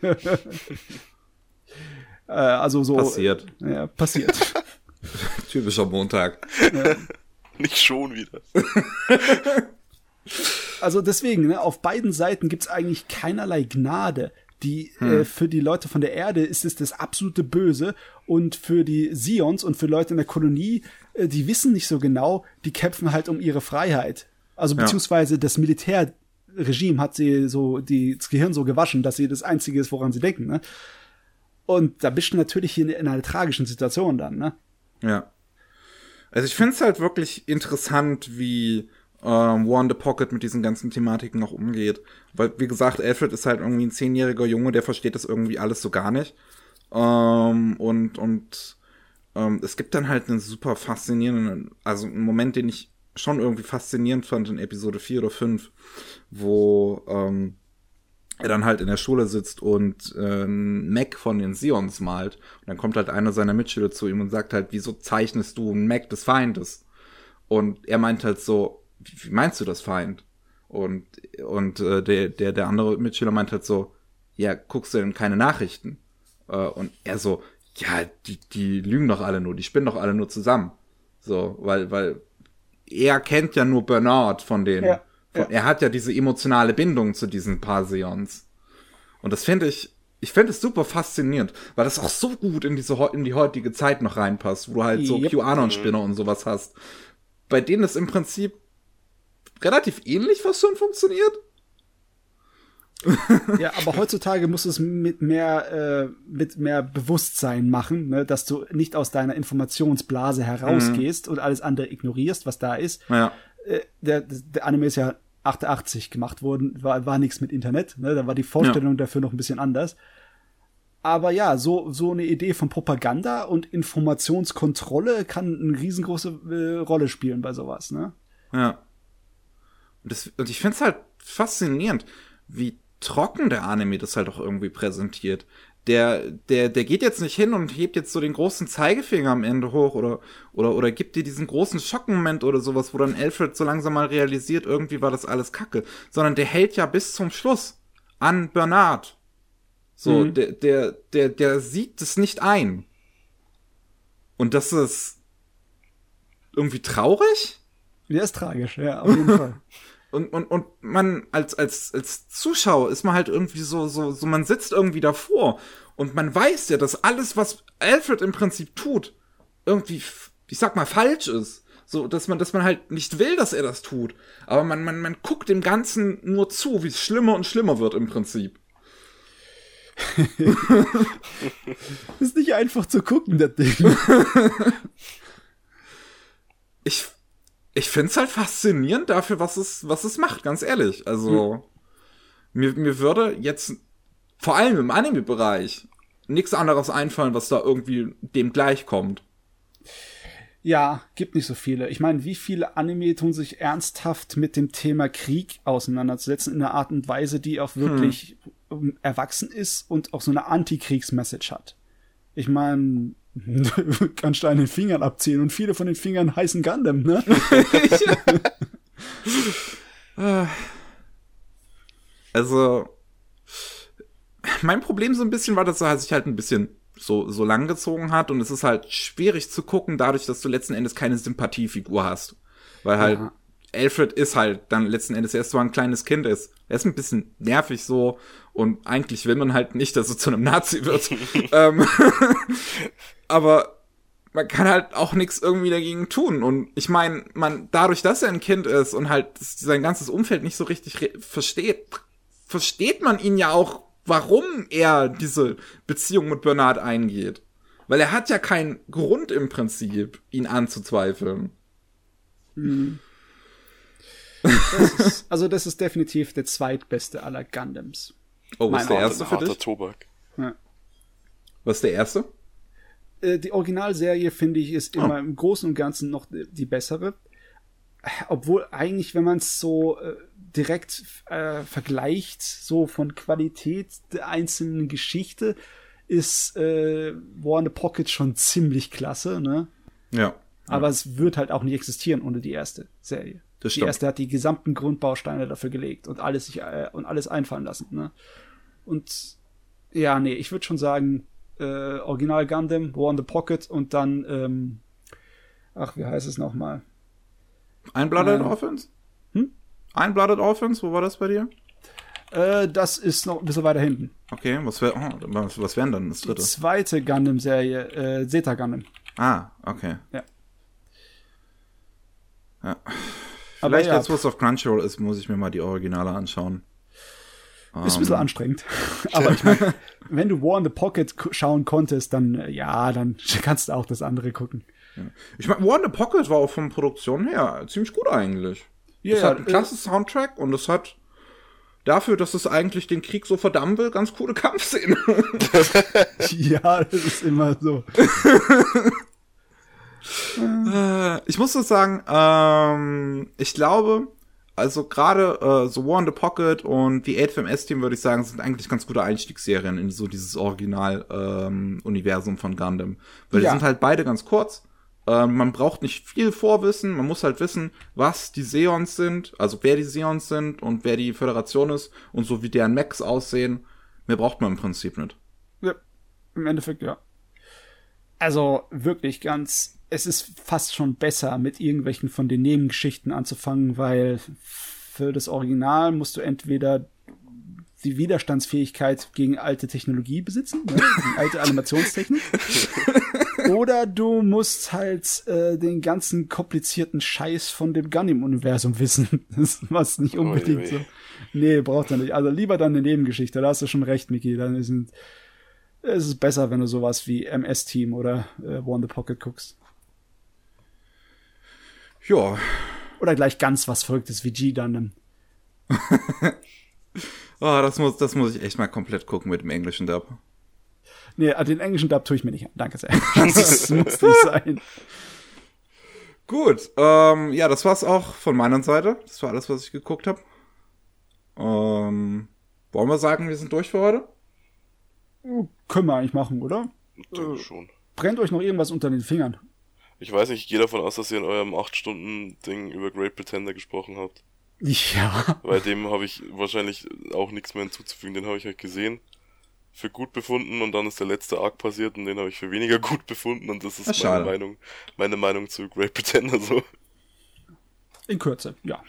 Also so. Passiert. Ja, passiert. Typischer Montag. Ja. Nicht schon wieder. Also deswegen, ne, auf beiden Seiten gibt's eigentlich keinerlei Gnade. Für die Leute von der Erde ist es das absolute Böse und für die Seons und für Leute in der Kolonie, die wissen nicht so genau, die kämpfen halt um ihre Freiheit. Also beziehungsweise das Militärregime hat sie so das Gehirn so gewaschen, dass sie das Einzige ist, woran sie denken, ne? Und da bist du natürlich hier in einer tragischen Situation dann, ne? Ja. Also ich finde es halt wirklich interessant, wie War in the Pocket mit diesen ganzen Thematiken noch umgeht. Weil, wie gesagt, Alfred ist halt irgendwie ein 10-jähriger Junge, der versteht das irgendwie alles so gar nicht. Es gibt dann halt einen super faszinierenden, also einen Moment, den ich schon irgendwie faszinierend fand in Episode 4 oder 5, wo er dann halt in der Schule sitzt und Mac von den Seons malt. Und dann kommt halt einer seiner Mitschüler zu ihm und sagt halt, wieso zeichnest du einen Mac des Feindes? Und er meint halt so, wie meinst du das, Feind? Und der andere Mitschüler meint halt so, ja, guckst du denn keine Nachrichten? Und er so, ja, die lügen doch alle nur, die spinnen doch alle nur zusammen. So, weil er kennt ja nur Bernard von denen. Ja. Er hat ja diese emotionale Bindung zu diesen paar Seons. Und das finde ich finde es super faszinierend, weil das auch so gut in die heutige Zeit noch reinpasst, wo du halt so QAnon-Spinner und sowas hast. Bei denen ist im Prinzip relativ ähnlich, was schon funktioniert. Ja, aber heutzutage musst du es mit mehr Bewusstsein machen, ne, dass du nicht aus deiner Informationsblase herausgehst und alles andere ignorierst, was da ist. Ja. Der Anime ist ja 88 gemacht worden, war nichts mit Internet, ne, da war die Vorstellung dafür noch ein bisschen anders. Aber ja, so eine Idee von Propaganda und Informationskontrolle kann eine riesengroße Rolle spielen bei sowas, ne? Ja. Und ich finde es halt faszinierend, wie trocken der Anime das halt auch irgendwie präsentiert. Der geht jetzt nicht hin und hebt jetzt so den großen Zeigefinger am Ende hoch oder gibt dir diesen großen Schockmoment oder sowas, wo dann Alfred so langsam mal realisiert, irgendwie war das alles Kacke. Sondern der hält ja bis zum Schluss an Bernard. So, der sieht es nicht ein. Und das ist irgendwie traurig? Ja, ist tragisch, ja, auf jeden Fall. Und man als Zuschauer ist man halt irgendwie so, man sitzt irgendwie davor und man weiß ja, dass alles, was Alfred im Prinzip tut, irgendwie, ich sag mal, falsch ist. So, dass man halt nicht will, dass er das tut. Aber man guckt dem Ganzen nur zu, wie es schlimmer und schlimmer wird im Prinzip. Ist nicht einfach zu gucken, das Ding. Ich find's halt faszinierend dafür, was es macht, ganz ehrlich. Also, mir würde jetzt, vor allem im Anime-Bereich, nichts anderes einfallen, was da irgendwie dem gleichkommt. Ja, gibt nicht so viele. Ich meine, wie viele Anime tun sich ernsthaft mit dem Thema Krieg auseinanderzusetzen in einer Art und Weise, die auch wirklich erwachsen ist und auch so eine Anti-Kriegs-Message hat. Ich meine, kannst du an den Fingern abzählen und viele von den Fingern heißen Gundam, ne? Also, mein Problem so ein bisschen war, dass er sich halt ein bisschen so lang gezogen hat und es ist halt schwierig zu gucken, dadurch, dass du letzten Endes keine Sympathiefigur hast. Weil halt Alfred ist halt dann letzten Endes erst so ein kleines Kind ist. Er ist ein bisschen nervig so und eigentlich will man halt nicht, dass er zu einem Nazi wird. Aber man kann halt auch nichts irgendwie dagegen tun. Und ich meine, dadurch, dass er ein Kind ist und halt sein ganzes Umfeld nicht so richtig versteht man ihn ja auch, warum er diese Beziehung mit Bernard eingeht. Weil er hat ja keinen Grund im Prinzip, ihn anzuzweifeln. Das ist definitiv der zweitbeste aller Gundams. Oh, was ist der erste für harter dich? Tobak. Ja. Was ist der erste? Die Originalserie, finde ich, ist immer im Großen und Ganzen noch die bessere. Obwohl eigentlich, wenn man es so direkt vergleicht, so von Qualität der einzelnen Geschichte, ist War in the Pocket schon ziemlich klasse, ne? Ja. Aber es wird halt auch nicht existieren ohne die erste Serie. Das Die stimmt. erste hat die gesamten Grundbausteine dafür gelegt und alles einfallen lassen, ne? Und ja, nee, ich würde schon sagen, Original Gundam, War in the Pocket und dann, wie heißt es nochmal? Ein-Blooded Orphans? Ein-Blooded Orphans, wo war das bei dir? Das ist noch ein bisschen weiter hinten. Okay, was wären dann das dritte? Die zweite Gundam-Serie, Zeta Gundam. Ah, okay. Ja. Vielleicht jetzt, wo es auf Crunchyroll ist, muss ich mir mal die Originale anschauen. Ist ein bisschen anstrengend. Aber ich meine, wenn du War in the Pocket schauen konntest, dann dann kannst du auch das andere gucken. Ja. Ich meine, War in the Pocket war auch von Produktion her ziemlich gut eigentlich. Ja, es hat einen klasse Soundtrack und es hat dafür, dass es eigentlich den Krieg so verdammen will, ganz coole Kampfszenen. Ja, das ist immer so. Ich muss so sagen, ich glaube, also gerade so War in the Pocket und die 8FMS-Team, würde ich sagen, sind eigentlich ganz gute Einstiegsserien in so dieses Original-Universum von Gundam. Weil die sind halt beide ganz kurz. Man braucht nicht viel Vorwissen, man muss halt wissen, was die Zeons sind, also wer die Zeons sind und wer die Föderation ist und so wie deren Mechs aussehen. Mehr braucht man im Prinzip nicht. Ja, im Endeffekt, ja. Also wirklich es ist fast schon besser, mit irgendwelchen von den Nebengeschichten anzufangen, weil für das Original musst du entweder die Widerstandsfähigkeit gegen alte Technologie besitzen, ne? Die alte Animationstechnik. Oder du musst halt den ganzen komplizierten Scheiß von dem Gundam-Universum wissen. Das was nicht unbedingt so. Nee, braucht er nicht. Also lieber dann eine Nebengeschichte. Da hast du schon recht, Miki. Dann ist es besser, wenn du sowas wie MS-Team oder War in the Pocket guckst. Ja. Oder gleich ganz was Verrücktes wie G-Gundam. Das muss ich echt mal komplett gucken mit dem englischen Dub. Nee, den englischen Dub tue ich mir nicht an. Danke sehr. Das muss nicht sein. Gut, das war's auch von meiner Seite. Das war alles, was ich geguckt habe. Wollen wir sagen, wir sind durch für heute? Können wir eigentlich machen, oder? Ich denke schon. Brennt euch noch irgendwas unter den Fingern? Ich weiß nicht, ich gehe davon aus, dass ihr in eurem 8-Stunden-Ding über Great Pretender gesprochen habt. Ja. Bei dem habe ich wahrscheinlich auch nichts mehr hinzuzufügen. Den habe ich halt gesehen, für gut befunden und dann ist der letzte Arc passiert und den habe ich für weniger gut befunden und das ist meine Meinung zu Great Pretender so. In Kürze, ja.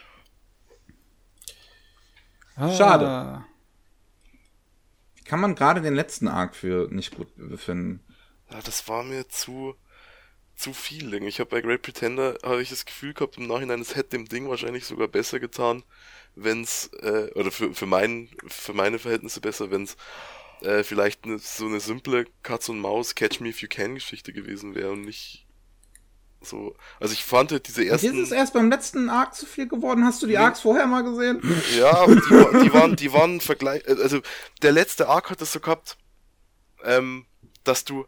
Schade. Wie kann man gerade den letzten Arc für nicht gut befinden? Ja, das war mir zu viel. Ich habe bei Great Pretender habe ich das Gefühl gehabt im Nachhinein, es hätte dem Ding wahrscheinlich sogar besser getan, wenn's oder für meine Verhältnisse besser, wenn's vielleicht so eine simple Katz und Maus Catch Me If You Can Geschichte gewesen wäre und nicht so. Also ich fand halt diese ersten. Ist es erst beim letzten Arc zu viel geworden? Hast du die Arcs vorher mal gesehen? Ja, aber die waren Vergleich. Also der letzte Arc hat das so gehabt, dass du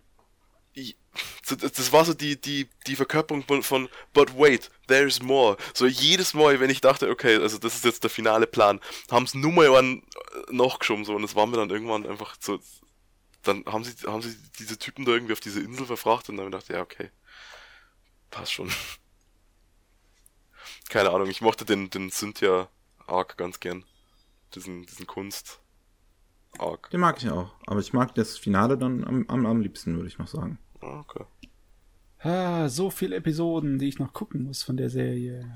das war so die Verkörperung von But wait, there's more. So jedes Mal, wenn ich dachte, okay, also das ist jetzt der finale Plan, haben es nur mal einen nachgeschoben so und es war mir dann irgendwann einfach so, dann haben sie diese Typen da irgendwie auf diese Insel verfrachtet und dann habe ich gedacht, ja okay, passt schon. Keine Ahnung, ich mochte den Cynthia Arc ganz gern, diesen Kunst arg. Den mag ich auch. Aber ich mag das Finale dann am liebsten, würde ich noch sagen. Okay. So viele Episoden, die ich noch gucken muss von der Serie.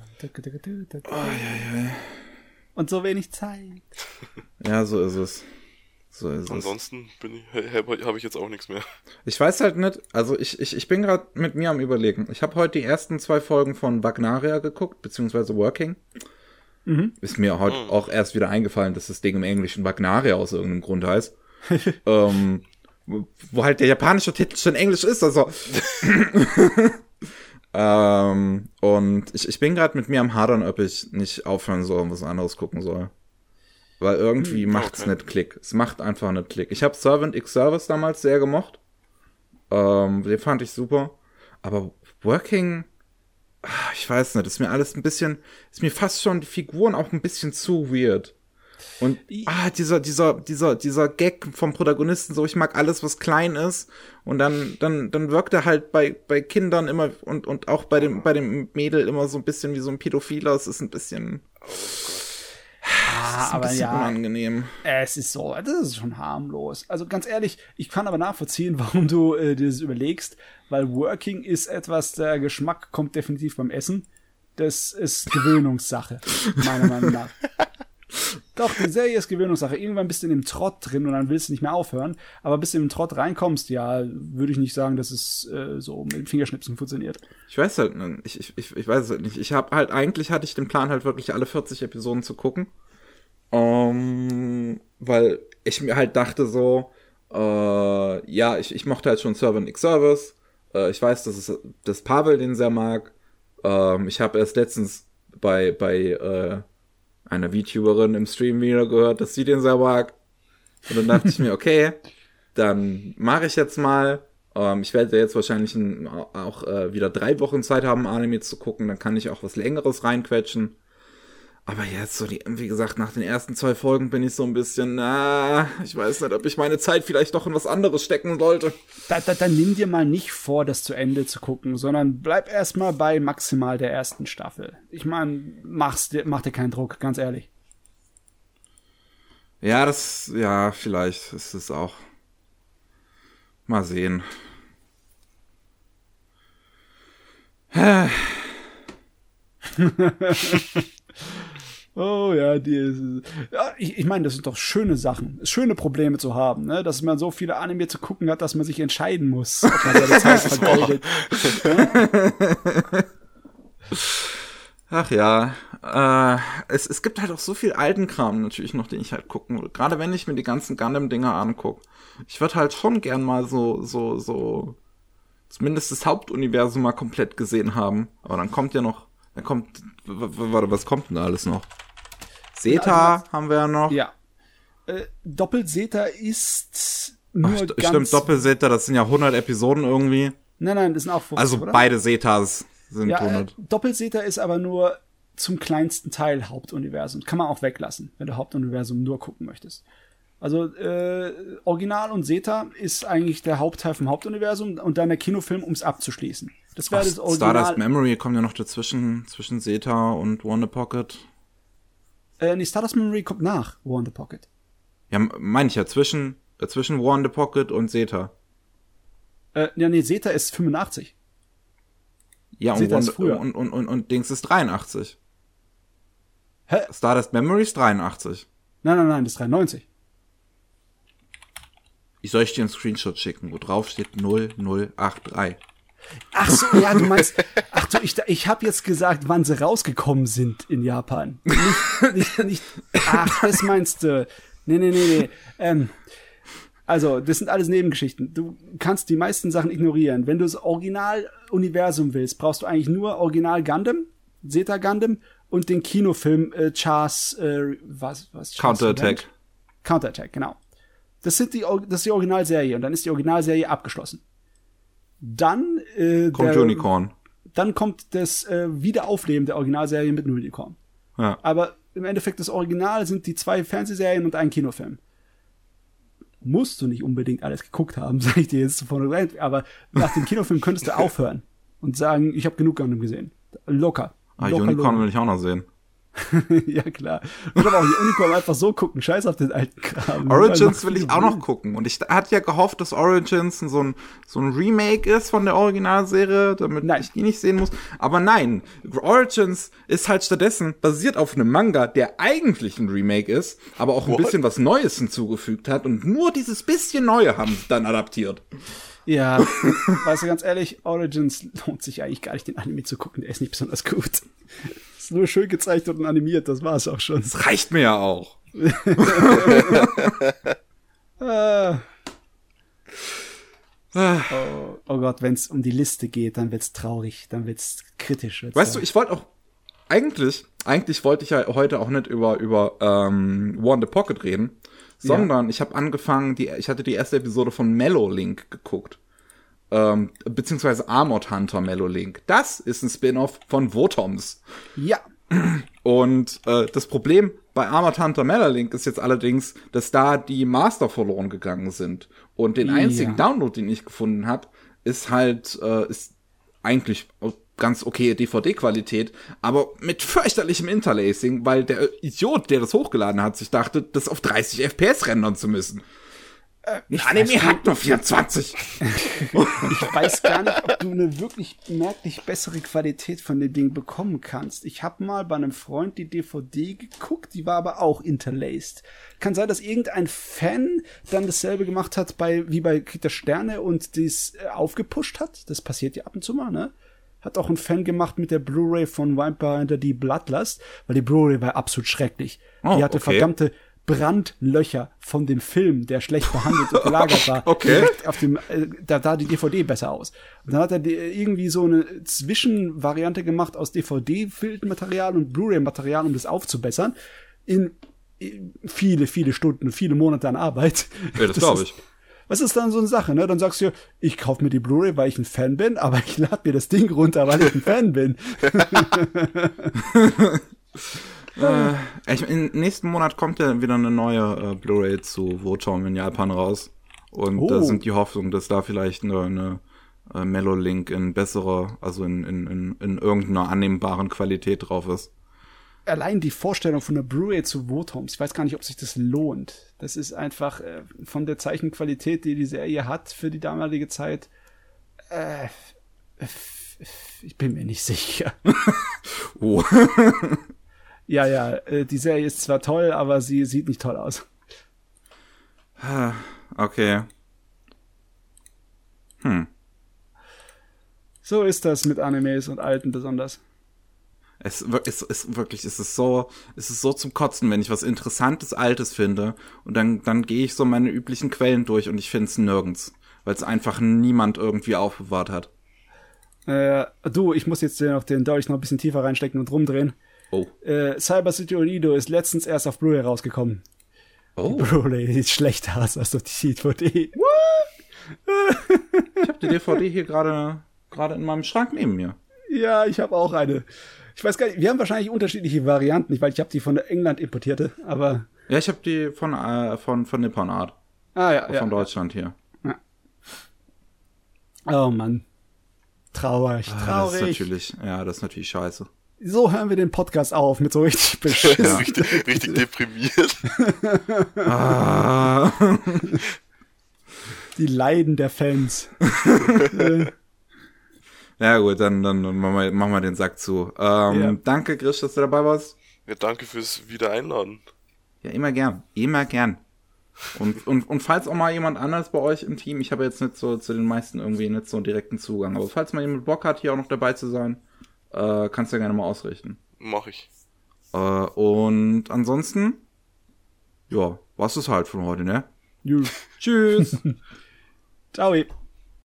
Und so wenig Zeit. Ja, so ist es. Ansonsten habe ich jetzt auch nichts mehr. Ich weiß halt nicht, also ich bin gerade mit mir am Überlegen. Ich habe heute die ersten 2 Folgen von Wagnaria geguckt, beziehungsweise Working. Ist mir heute auch erst wieder eingefallen, dass das Ding im Englischen Wagnaria aus irgendeinem Grund heißt. Wo halt der japanische Titel schon Englisch ist, also. Und ich bin gerade mit mir am Hadern, ob ich nicht aufhören soll und was anderes gucken soll. Weil irgendwie macht's nicht Klick. Es macht einfach nicht Klick. Ich habe Servant X Service damals sehr gemocht. Den fand ich super. Aber Working, ich weiß nicht, ist mir alles ein bisschen, ist mir fast schon die Figuren auch ein bisschen zu weird. Und dieser Gag vom Protagonisten, so ich mag alles, was klein ist. Und dann wirkt er halt bei Kindern immer und auch bei dem Mädel immer so ein bisschen wie so ein Pädophiler. Es ist ein bisschen. Aber ja, unangenehm. Es ist so, das ist schon harmlos. Also ganz ehrlich, ich kann aber nachvollziehen, warum du dir das überlegst, weil Working ist etwas, der Geschmack kommt definitiv beim Essen. Das ist Gewöhnungssache, meiner Meinung nach. Doch, die Serie ist Gewöhnungssache. Irgendwann bist du in dem Trott drin und dann willst du nicht mehr aufhören. Aber bis du in den Trott reinkommst, ja, würde ich nicht sagen, dass es so mit dem Fingerschnipsen funktioniert. Ich weiß halt nicht. Ich weiß es halt nicht. Eigentlich hatte ich den Plan halt wirklich alle 40 Episoden zu gucken. Weil ich mir halt dachte so, ich mochte halt schon Servant X Service. Ich weiß, dass Pavel den sehr mag. Ich habe erst letztens bei einer VTuberin im Stream wieder gehört, dass sie den sehr mag. Und dann dachte ich mir, okay, dann mache ich jetzt mal. Ich werde jetzt wahrscheinlich auch wieder 3 Wochen Zeit haben, Anime zu gucken. Dann kann ich auch was Längeres reinquetschen. Aber jetzt so, wie gesagt, nach den ersten 2 Folgen bin ich so ein bisschen, ich weiß nicht, ob ich meine Zeit vielleicht doch in was anderes stecken sollte. Dann nimm dir mal nicht vor, das zu Ende zu gucken, sondern bleib erstmal bei maximal der ersten Staffel. Ich meine, mach dir keinen Druck, ganz ehrlich. Ja, vielleicht ist es auch. Mal sehen. Oh ja, ich meine, das sind doch schöne Sachen, schöne Probleme zu haben, ne? Dass man so viele Anime zu gucken hat, dass man sich entscheiden muss, ob man seine Zeit vergeudet. Ach ja, es gibt halt auch so viel alten Kram natürlich noch, den ich halt gucken will. Gerade wenn ich mir die ganzen Gundam-Dinger angucke. Ich würde halt schon gern mal so zumindest das Hauptuniversum mal komplett gesehen haben. Aber dann kommt was kommt denn da alles noch? Zeta haben wir ja noch. Ja. Doppel-Zeta ist nur Stimmt, Doppel-Zeta, das sind ja 100 Episoden irgendwie. Nein, das sind auch 50, also oder? Beide Zetas sind 100. Doppel-Zeta ist aber nur zum kleinsten Teil Hauptuniversum. Kann man auch weglassen, wenn du Hauptuniversum nur gucken möchtest. Also Original und Zeta ist eigentlich der Hauptteil vom Hauptuniversum und dann der Kinofilm, um es abzuschließen. Das wäre das Original. Stardust Memory kommt ja noch dazwischen, zwischen Zeta und War in the Pocket. Stardust Memory kommt nach War in the Pocket. Ja, meine ich ja, zwischen War in the Pocket und Zeta. Zeta ist 85. Ja, Zeta ist früher. Und Dings ist 83. Hä? Stardust Memory ist 83. Nein, das ist 93. Ich soll dir einen Screenshot schicken, wo drauf steht 0083. Ach so, ja, du meinst, ich habe jetzt gesagt, wann sie rausgekommen sind in Japan. Nicht, das meinst du. Nee. Also, das sind alles Nebengeschichten. Du kannst die meisten Sachen ignorieren. Wenn du das Original-Universum willst, brauchst du eigentlich nur Original Gundam, Zeta Gundam und den Kinofilm Char's, Counterattack. Counterattack, genau. Das ist die Originalserie und dann ist die Originalserie abgeschlossen. Dann kommt Unicorn. Dann kommt das Wiederaufleben der Originalserie mit Unicorn. Ja. Aber im Endeffekt das Original sind die 2 Fernsehserien und ein Kinofilm. Musst du nicht unbedingt alles geguckt haben, sag ich dir jetzt vorne. Aber nach dem Kinofilm könntest du aufhören und sagen, ich habe genug Gundam gesehen. Locker. Unicorn will ich auch noch sehen. Ja, klar. Ich will aber auch die Unicom einfach so gucken. Scheiß auf den alten Kram. Origins will ich auch noch gucken. Und ich hatte ja gehofft, dass Origins so ein Remake ist von der Originalserie, damit ich die nicht sehen muss. Aber nein, Origins ist halt stattdessen basiert auf einem Manga, der eigentlich ein Remake ist, aber auch ein bisschen was Neues hinzugefügt hat. Und nur dieses bisschen Neue haben sie dann adaptiert. Ja, weißt du, ganz ehrlich, Origins lohnt sich eigentlich gar nicht, den Anime zu gucken. Der ist nicht besonders gut. Ist nur schön gezeichnet und animiert, das war's auch schon. Das reicht mir ja auch. Oh Gott, wenn es um die Liste geht, dann wird's traurig, dann wird's kritisch. Weißt du, ich wollte auch eigentlich wollte ich ja heute auch nicht über War in the Pocket reden, sondern ich habe angefangen, ich hatte die erste Episode von Mellow Link geguckt. Beziehungsweise Armored Hunter Mellow Link. Das ist ein Spin-off von Votoms. Ja. Und das Problem bei Armored Hunter Mellow Link ist jetzt allerdings, dass da die Master verloren gegangen sind. Und den einzigen Download, den ich gefunden habe, ist halt ist eigentlich ganz okay DVD-Qualität, aber mit fürchterlichem Interlacing, weil der Idiot, der das hochgeladen hat, sich dachte, das auf 30 FPS rendern zu müssen. Anime hat nur 24. Ich weiß gar nicht, ob du eine wirklich merklich bessere Qualität von dem Ding bekommen kannst. Ich habe mal bei einem Freund die DVD geguckt, die war aber auch interlaced. Kann sein, dass irgendein Fan dann dasselbe gemacht hat wie bei Krieg der Sterne und dies aufgepusht hat. Das passiert ja ab und zu mal, ne? Hat auch ein Fan gemacht mit der Blu-ray von Vampire Hunter D Bloodlust, weil die Blu-ray war absolut schrecklich. Die hatte verdammte Brandlöcher von dem Film, der schlecht behandelt und gelagert war. Direkt auf dem, da die DVD besser aus. Und dann hat er irgendwie so eine Zwischenvariante gemacht aus DVD-Filmmaterial und Blu-ray-Material, um das aufzubessern. In viele, viele Stunden, viele Monate an Arbeit. Ja, das glaube ich. Was ist dann so eine Sache, ne? Dann sagst du, ich kaufe mir die Blu-ray, weil ich ein Fan bin, aber ich lade mir das Ding runter, weil ich ein Fan bin. Im nächsten Monat kommt ja wieder eine neue Blu-ray zu Votom in Japan raus. Und da sind die Hoffnung, dass da vielleicht eine Mellow Link in bessere, also in irgendeiner annehmbaren Qualität drauf ist. Allein die Vorstellung von der Blu-ray zu Votoms, ich weiß gar nicht, ob sich das lohnt. Das ist einfach von der Zeichenqualität, die Serie hat für die damalige Zeit, ich bin mir nicht sicher. Oh. Ja, die Serie ist zwar toll, aber sie sieht nicht toll aus. Okay. So ist das mit Animes und Alten besonders. Es ist so zum Kotzen, wenn ich was Interessantes, Altes finde und dann gehe ich so meine üblichen Quellen durch und ich finde es nirgends, weil es einfach niemand irgendwie aufbewahrt hat. Ich muss jetzt den Dolch noch ein bisschen tiefer reinstecken und rumdrehen. Oh. Cyber City Olido ist letztens erst auf Blu-ray rausgekommen. Oh. Die Blu-ray sieht schlechter aus als auf die DVD. What? Ich habe die DVD hier gerade in meinem Schrank neben mir. Ja, ich habe auch eine. Ich weiß gar nicht, wir haben wahrscheinlich unterschiedliche Varianten, weil ich habe die von England importierte, aber... Ja, ich habe die von Nippon Art. Von Deutschland hier. Ja. Oh Mann. Traurig. Das ist natürlich scheiße. So hören wir den Podcast auf, mit so richtig beschissen. Ja. richtig deprimiert. Die Leiden der Fans. Ja gut, dann machen wir den Sack zu. Danke, Grisch, dass du dabei warst. Ja, danke fürs Wiedereinladen. Ja, immer gern. Und falls auch mal jemand anderes bei euch im Team, ich habe jetzt nicht so zu den meisten irgendwie nicht so einen direkten Zugang, aber falls mal jemand Bock hat, hier auch noch dabei zu sein, kannst du ja gerne mal ausrichten. Mach ich. Und ansonsten, ja, was ist halt von heute, ne? Tschüss. Ciao.